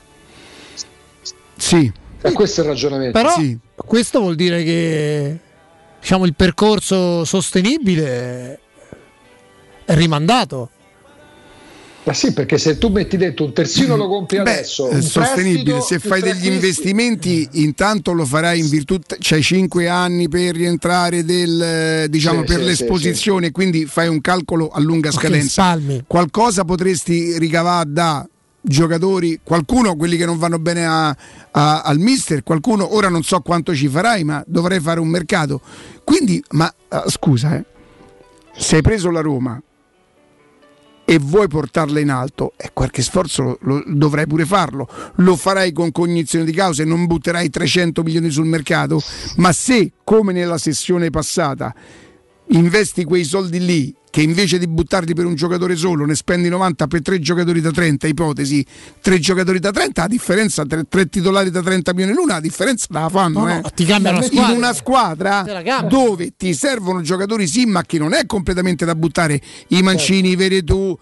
Sì. E questo è il ragionamento. Però sì. Questo vuol dire che, diciamo, il percorso sostenibile è rimandato. Ma sì, perché se tu metti dentro un terzino lo compri Beh, adesso, è un sostenibile. Se fai degli acquisti, investimenti, intanto lo farai in virtù, c'hai cinque anni per rientrare del, diciamo, sì, per sì, l'esposizione, sì, sì. Quindi fai un calcolo a lunga Ma scadenza. Qualcosa potresti ricavare da giocatori, qualcuno quelli che non vanno bene a, a, al mister, qualcuno ora non so quanto ci farai, ma dovrei fare un mercato. Quindi, ma uh, scusa, eh, se hai preso la Roma e vuoi portarla in alto, e qualche sforzo lo, lo dovrai pure farlo, lo farai con cognizione di causa e non butterai trecento milioni sul mercato. Ma se, come nella sessione passata, investi quei soldi lì, che invece di buttarli per un giocatore solo ne spendi novanta per tre giocatori da trenta, ipotesi, tre giocatori da trenta, a differenza, tre, tre titolari da trenta milioni l'una, la differenza la fanno, no, eh. no, ti cambiano la squadra. In una squadra dove ti servono giocatori sì, ma che non è completamente da buttare, i Mancini, i Veretù,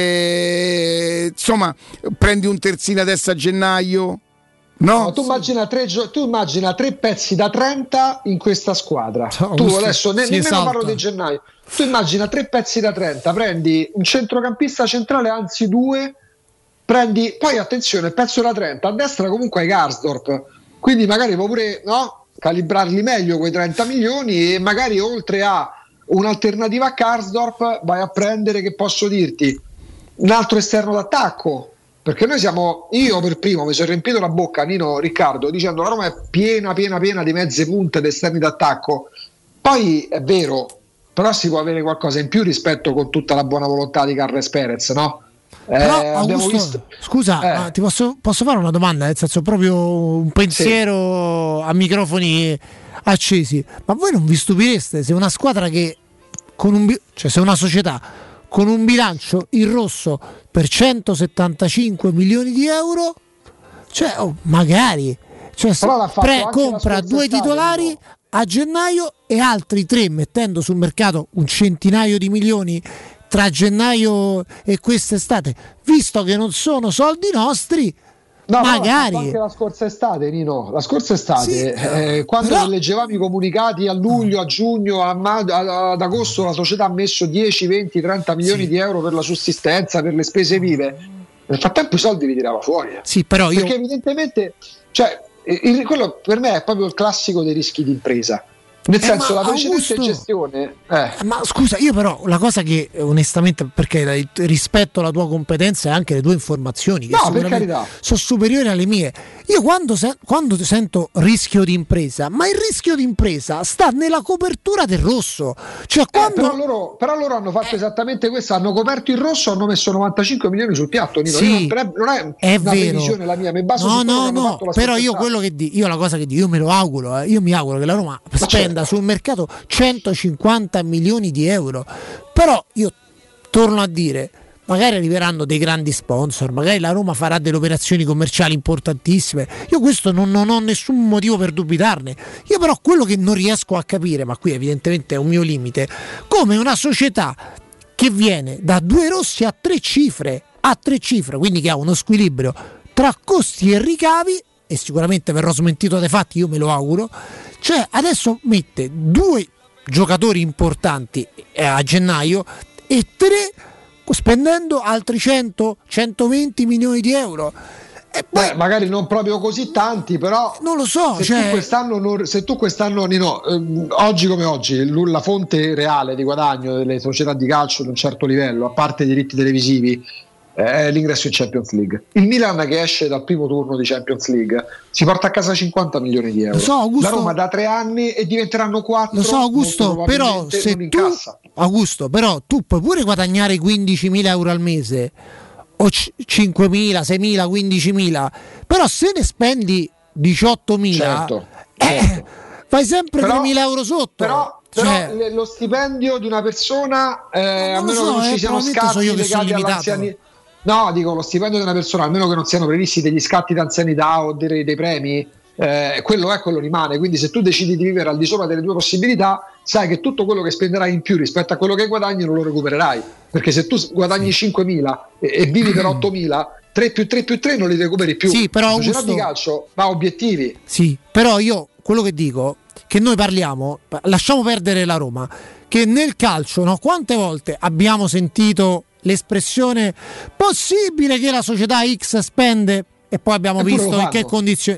eh, insomma, prendi un terzino adesso a gennaio. No, no, tu, immagina tre, tu immagina tre pezzi da trenta in questa squadra. No, tu adesso ne, nemmeno esalta. Parlo di gennaio. Tu immagina tre pezzi da trenta, prendi un centrocampista centrale, anzi due, prendi poi attenzione, pezzo da trenta, a destra comunque hai Karsdorp, quindi magari puoi pure no, calibrarli meglio quei trenta milioni e magari oltre a un'alternativa a Karsdorp vai a prendere, che posso dirti, un altro esterno d'attacco. Perché noi siamo, io per primo mi sono riempito la bocca, Nino, Riccardo, dicendo la Roma è piena piena piena di mezze punte ed esterni d'attacco. Poi è vero, però si può avere qualcosa in più rispetto con tutta la buona volontà di Carles Perez, no? Però, eh, Augusto, visto... scusa, eh. ma ti posso, posso fare una domanda? Nel senso, proprio un pensiero sì. a microfoni accesi. Ma voi non vi stupireste se una squadra che con un cioè se una società con un bilancio in rosso per centosettantacinque milioni di euro, cioè oh, magari cioè, pre- compra due titolari no? a gennaio e altri tre mettendo sul mercato un centinaio di milioni tra gennaio e quest'estate, visto che non sono soldi nostri. No, magari anche la scorsa estate, Nino, la scorsa estate sì, eh, quando però... leggevamo i comunicati a luglio, a giugno, a ma- ad agosto la società ha messo dieci, venti, trenta milioni sì. di euro per la sussistenza, per le spese vive. Nel frattempo i soldi li tirava fuori. Sì, però io... Perché evidentemente, cioè, il, quello per me è proprio il classico dei rischi di impresa. Nel eh, senso, la precedente gestione. Eh. Ma scusa, io però la cosa che onestamente, perché rispetto alla tua competenza e anche le tue informazioni, che no, per carità, sono superiori alle mie. Io quando, se, quando sento rischio di impresa, ma il rischio di impresa sta nella copertura del rosso. Cioè, quando... eh, però, loro, però loro hanno fatto esattamente questo: hanno coperto il rosso, hanno messo novantacinque milioni sul piatto. Nino. Sì, non, non è, è una vero. previsione la mia, mi baso no, su no, no. Fatto la però io quello che dico, io la cosa che dico, io me lo auguro, eh, io mi auguro che la Roma ma spenda certo. sul mercato centocinquanta milioni di euro. Però io torno a dire, magari arriveranno dei grandi sponsor, magari la Roma farà delle operazioni commerciali importantissime, io questo non, non ho nessun motivo per dubitarne. Io però quello che non riesco a capire, ma qui evidentemente è un mio limite, come una società che viene da due rossi a tre cifre a tre cifre, quindi che ha uno squilibrio tra costi e ricavi, e sicuramente verrò smentito dai fatti, io me lo auguro, cioè adesso mette due giocatori importanti a gennaio e tre spendendo altri cento centoventi milioni di euro. E poi, Beh, magari non proprio così tanti, però non lo so, se, cioè... tu quest'anno non, se tu quest'anno Nino, ehm, oggi come oggi la fonte reale di guadagno delle società di calcio di un certo livello, a parte i diritti televisivi, è l'ingresso in Champions League. Il Milan che esce dal primo turno di Champions League si porta a casa cinquanta milioni di euro. Lo so, Augusto, la Roma da tre anni e diventeranno quattro. Lo so, Augusto, però se tu, Augusto, però tu puoi pure guadagnare quindicimila euro al mese o cinquemila, seimila, quindicimila, però se ne spendi diciottomila, certo, eh, certo. fai sempre però, tremila euro sotto. Però Cioè, però lo stipendio di una persona, eh, a meno so, che non ci eh, siano scatti so legati all'anzianità. No, dico lo stipendio di una persona, almeno che non siano previsti degli scatti d'anzianità o dei, dei premi, eh, quello è, quello rimane. Quindi se tu decidi di vivere al di sopra delle tue possibilità, sai che tutto quello che spenderai in più rispetto a quello che guadagni non lo recupererai. Perché se tu guadagni cinquemila e, e vivi per ottomila, tre più tre più tre non li recuperi più. Sì, però la società di calcio va a obiettivi. Sì, però io quello che dico, che noi parliamo, lasciamo perdere la Roma, che nel calcio, no, quante volte abbiamo sentito l'espressione possibile che la società X spende e poi abbiamo Eppure visto in che condizioni.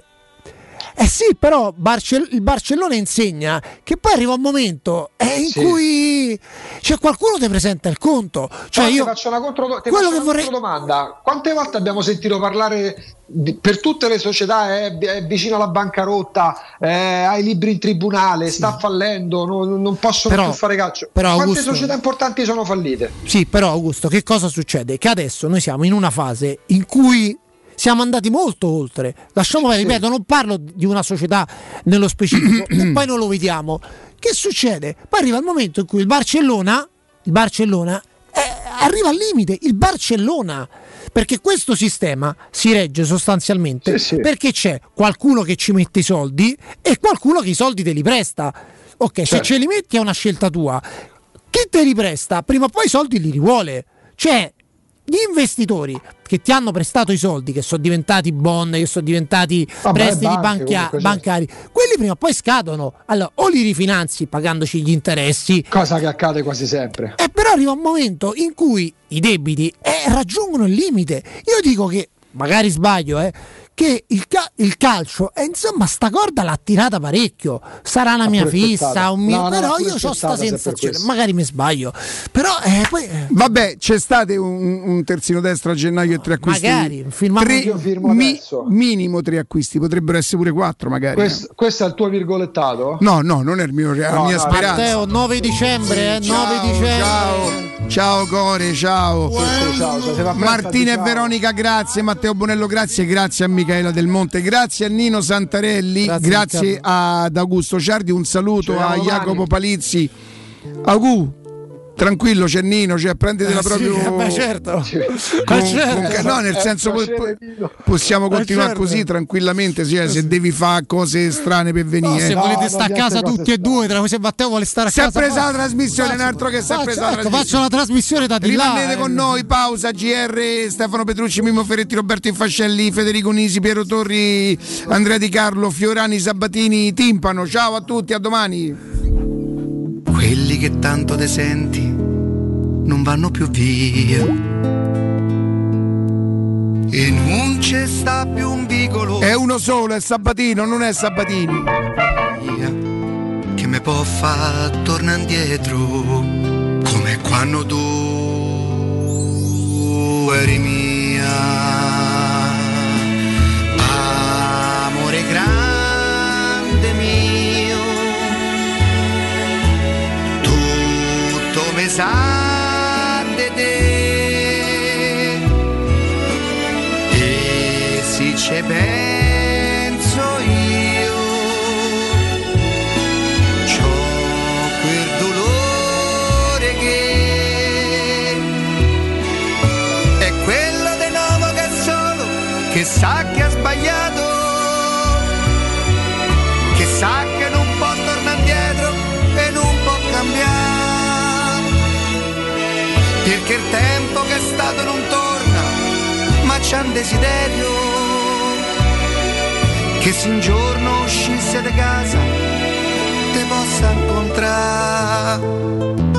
Eh sì, però Barcell- il Barcellona insegna che poi arriva un momento eh, in sì. cui C'è qualcuno che presenta il conto. Cioè Però io ti faccio una contro, ti quello faccio che una vorrei controdomanda. Quante volte abbiamo sentito parlare di, per tutte le società è, è vicino alla bancarotta, eh, ha i libri in tribunale, sì. sta fallendo, non, non possono però, più fare calcio. Però, Quante Augusto, società importanti sono fallite? Sì, però Augusto, che cosa succede? Che adesso noi siamo in una fase in cui siamo andati molto oltre. Lasciamo sì. ripeto, non parlo di una società nello specifico e poi non lo vediamo. Che succede? Poi arriva il momento in cui il Barcellona il Barcellona eh, arriva al limite, il Barcellona, perché questo sistema si regge sostanzialmente sì, sì. perché c'è qualcuno che ci mette i soldi e qualcuno che i soldi te li presta. Ok, certo. Se ce li metti è una scelta tua. Chi te li presta, prima o poi i soldi li rivuole. Cioè, gli investitori che ti hanno prestato i soldi, che sono diventati bond, che sono diventati Vabbè, prestiti banche, banca- bancari, quelli prima o poi scadono. Allora, o li rifinanzi pagandoci gli interessi, cosa che accade quasi sempre. E però arriva un momento in cui i debiti eh, raggiungono il limite. Io dico che, magari sbaglio, eh, che il, ca- il calcio, eh, insomma, sta corda l'ha tirata parecchio. Sarà una mia fissa, un mio, no, però no, io ho sta sensazione, magari mi sbaglio. Però eh, poi eh. Vabbè, c'è stato un, un terzino destro a gennaio e tre acquisti. Magari tre, io firmo mi, minimo tre acquisti, potrebbero essere pure quattro, magari. Questo, questo è il tuo virgolettato? No, no, non è il mio, è la no, mia no, speranza. Matteo, nove dicembre, eh, ciao, nove dicembre. Ciao. Ciao Core, ciao. Sì, sì, ciao, ciao. Martina e Veronica, grazie. Matteo Bonello, grazie. Grazie a Michaela Del Monte, grazie a Nino Santarelli, grazie, grazie ad Augusto Ciardi. Un saluto a Jacopo Palizzi. Augu, tranquillo, c'è Nino, cioè prendetela eh, proprio. Sì, beh, certo. Con, certo. Con, no, nel senso po- possiamo continuare certo. così tranquillamente. Cioè, se devi fare cose strane per venire, no, se no, volete stare a casa tutti e due, tra se Matteo vuole stare a si casa, si è presa la trasmissione, un altro che si è presa la trasmissione. Faccio la trasmissione da di là. Rimanete eh. con noi. Pausa. G R, Stefano Petrucci, Mimmo Ferretti, Roberto Infascelli, Federico Nisi, Piero Torri, Andrea Di Carlo, Fiorani, Sabatini, Timpano. Ciao a tutti, a domani. Quelli che tanto te senti non vanno più via e non c'è sta più un vicolo. È uno solo, è Sabatino, non è Sabatini. Che me può far tornare indietro come quando tu eri mia. Amore grande mio, tutto mi sa e se ci penso io c'ho quel dolore che è quello di nuovo che solo che sa che ha sbagliato, che sa che non può tornare indietro e non può cambiare, perché il tempo che è stato non torna, ma c'è un desiderio che se un giorno uscisse da casa te possa incontrare.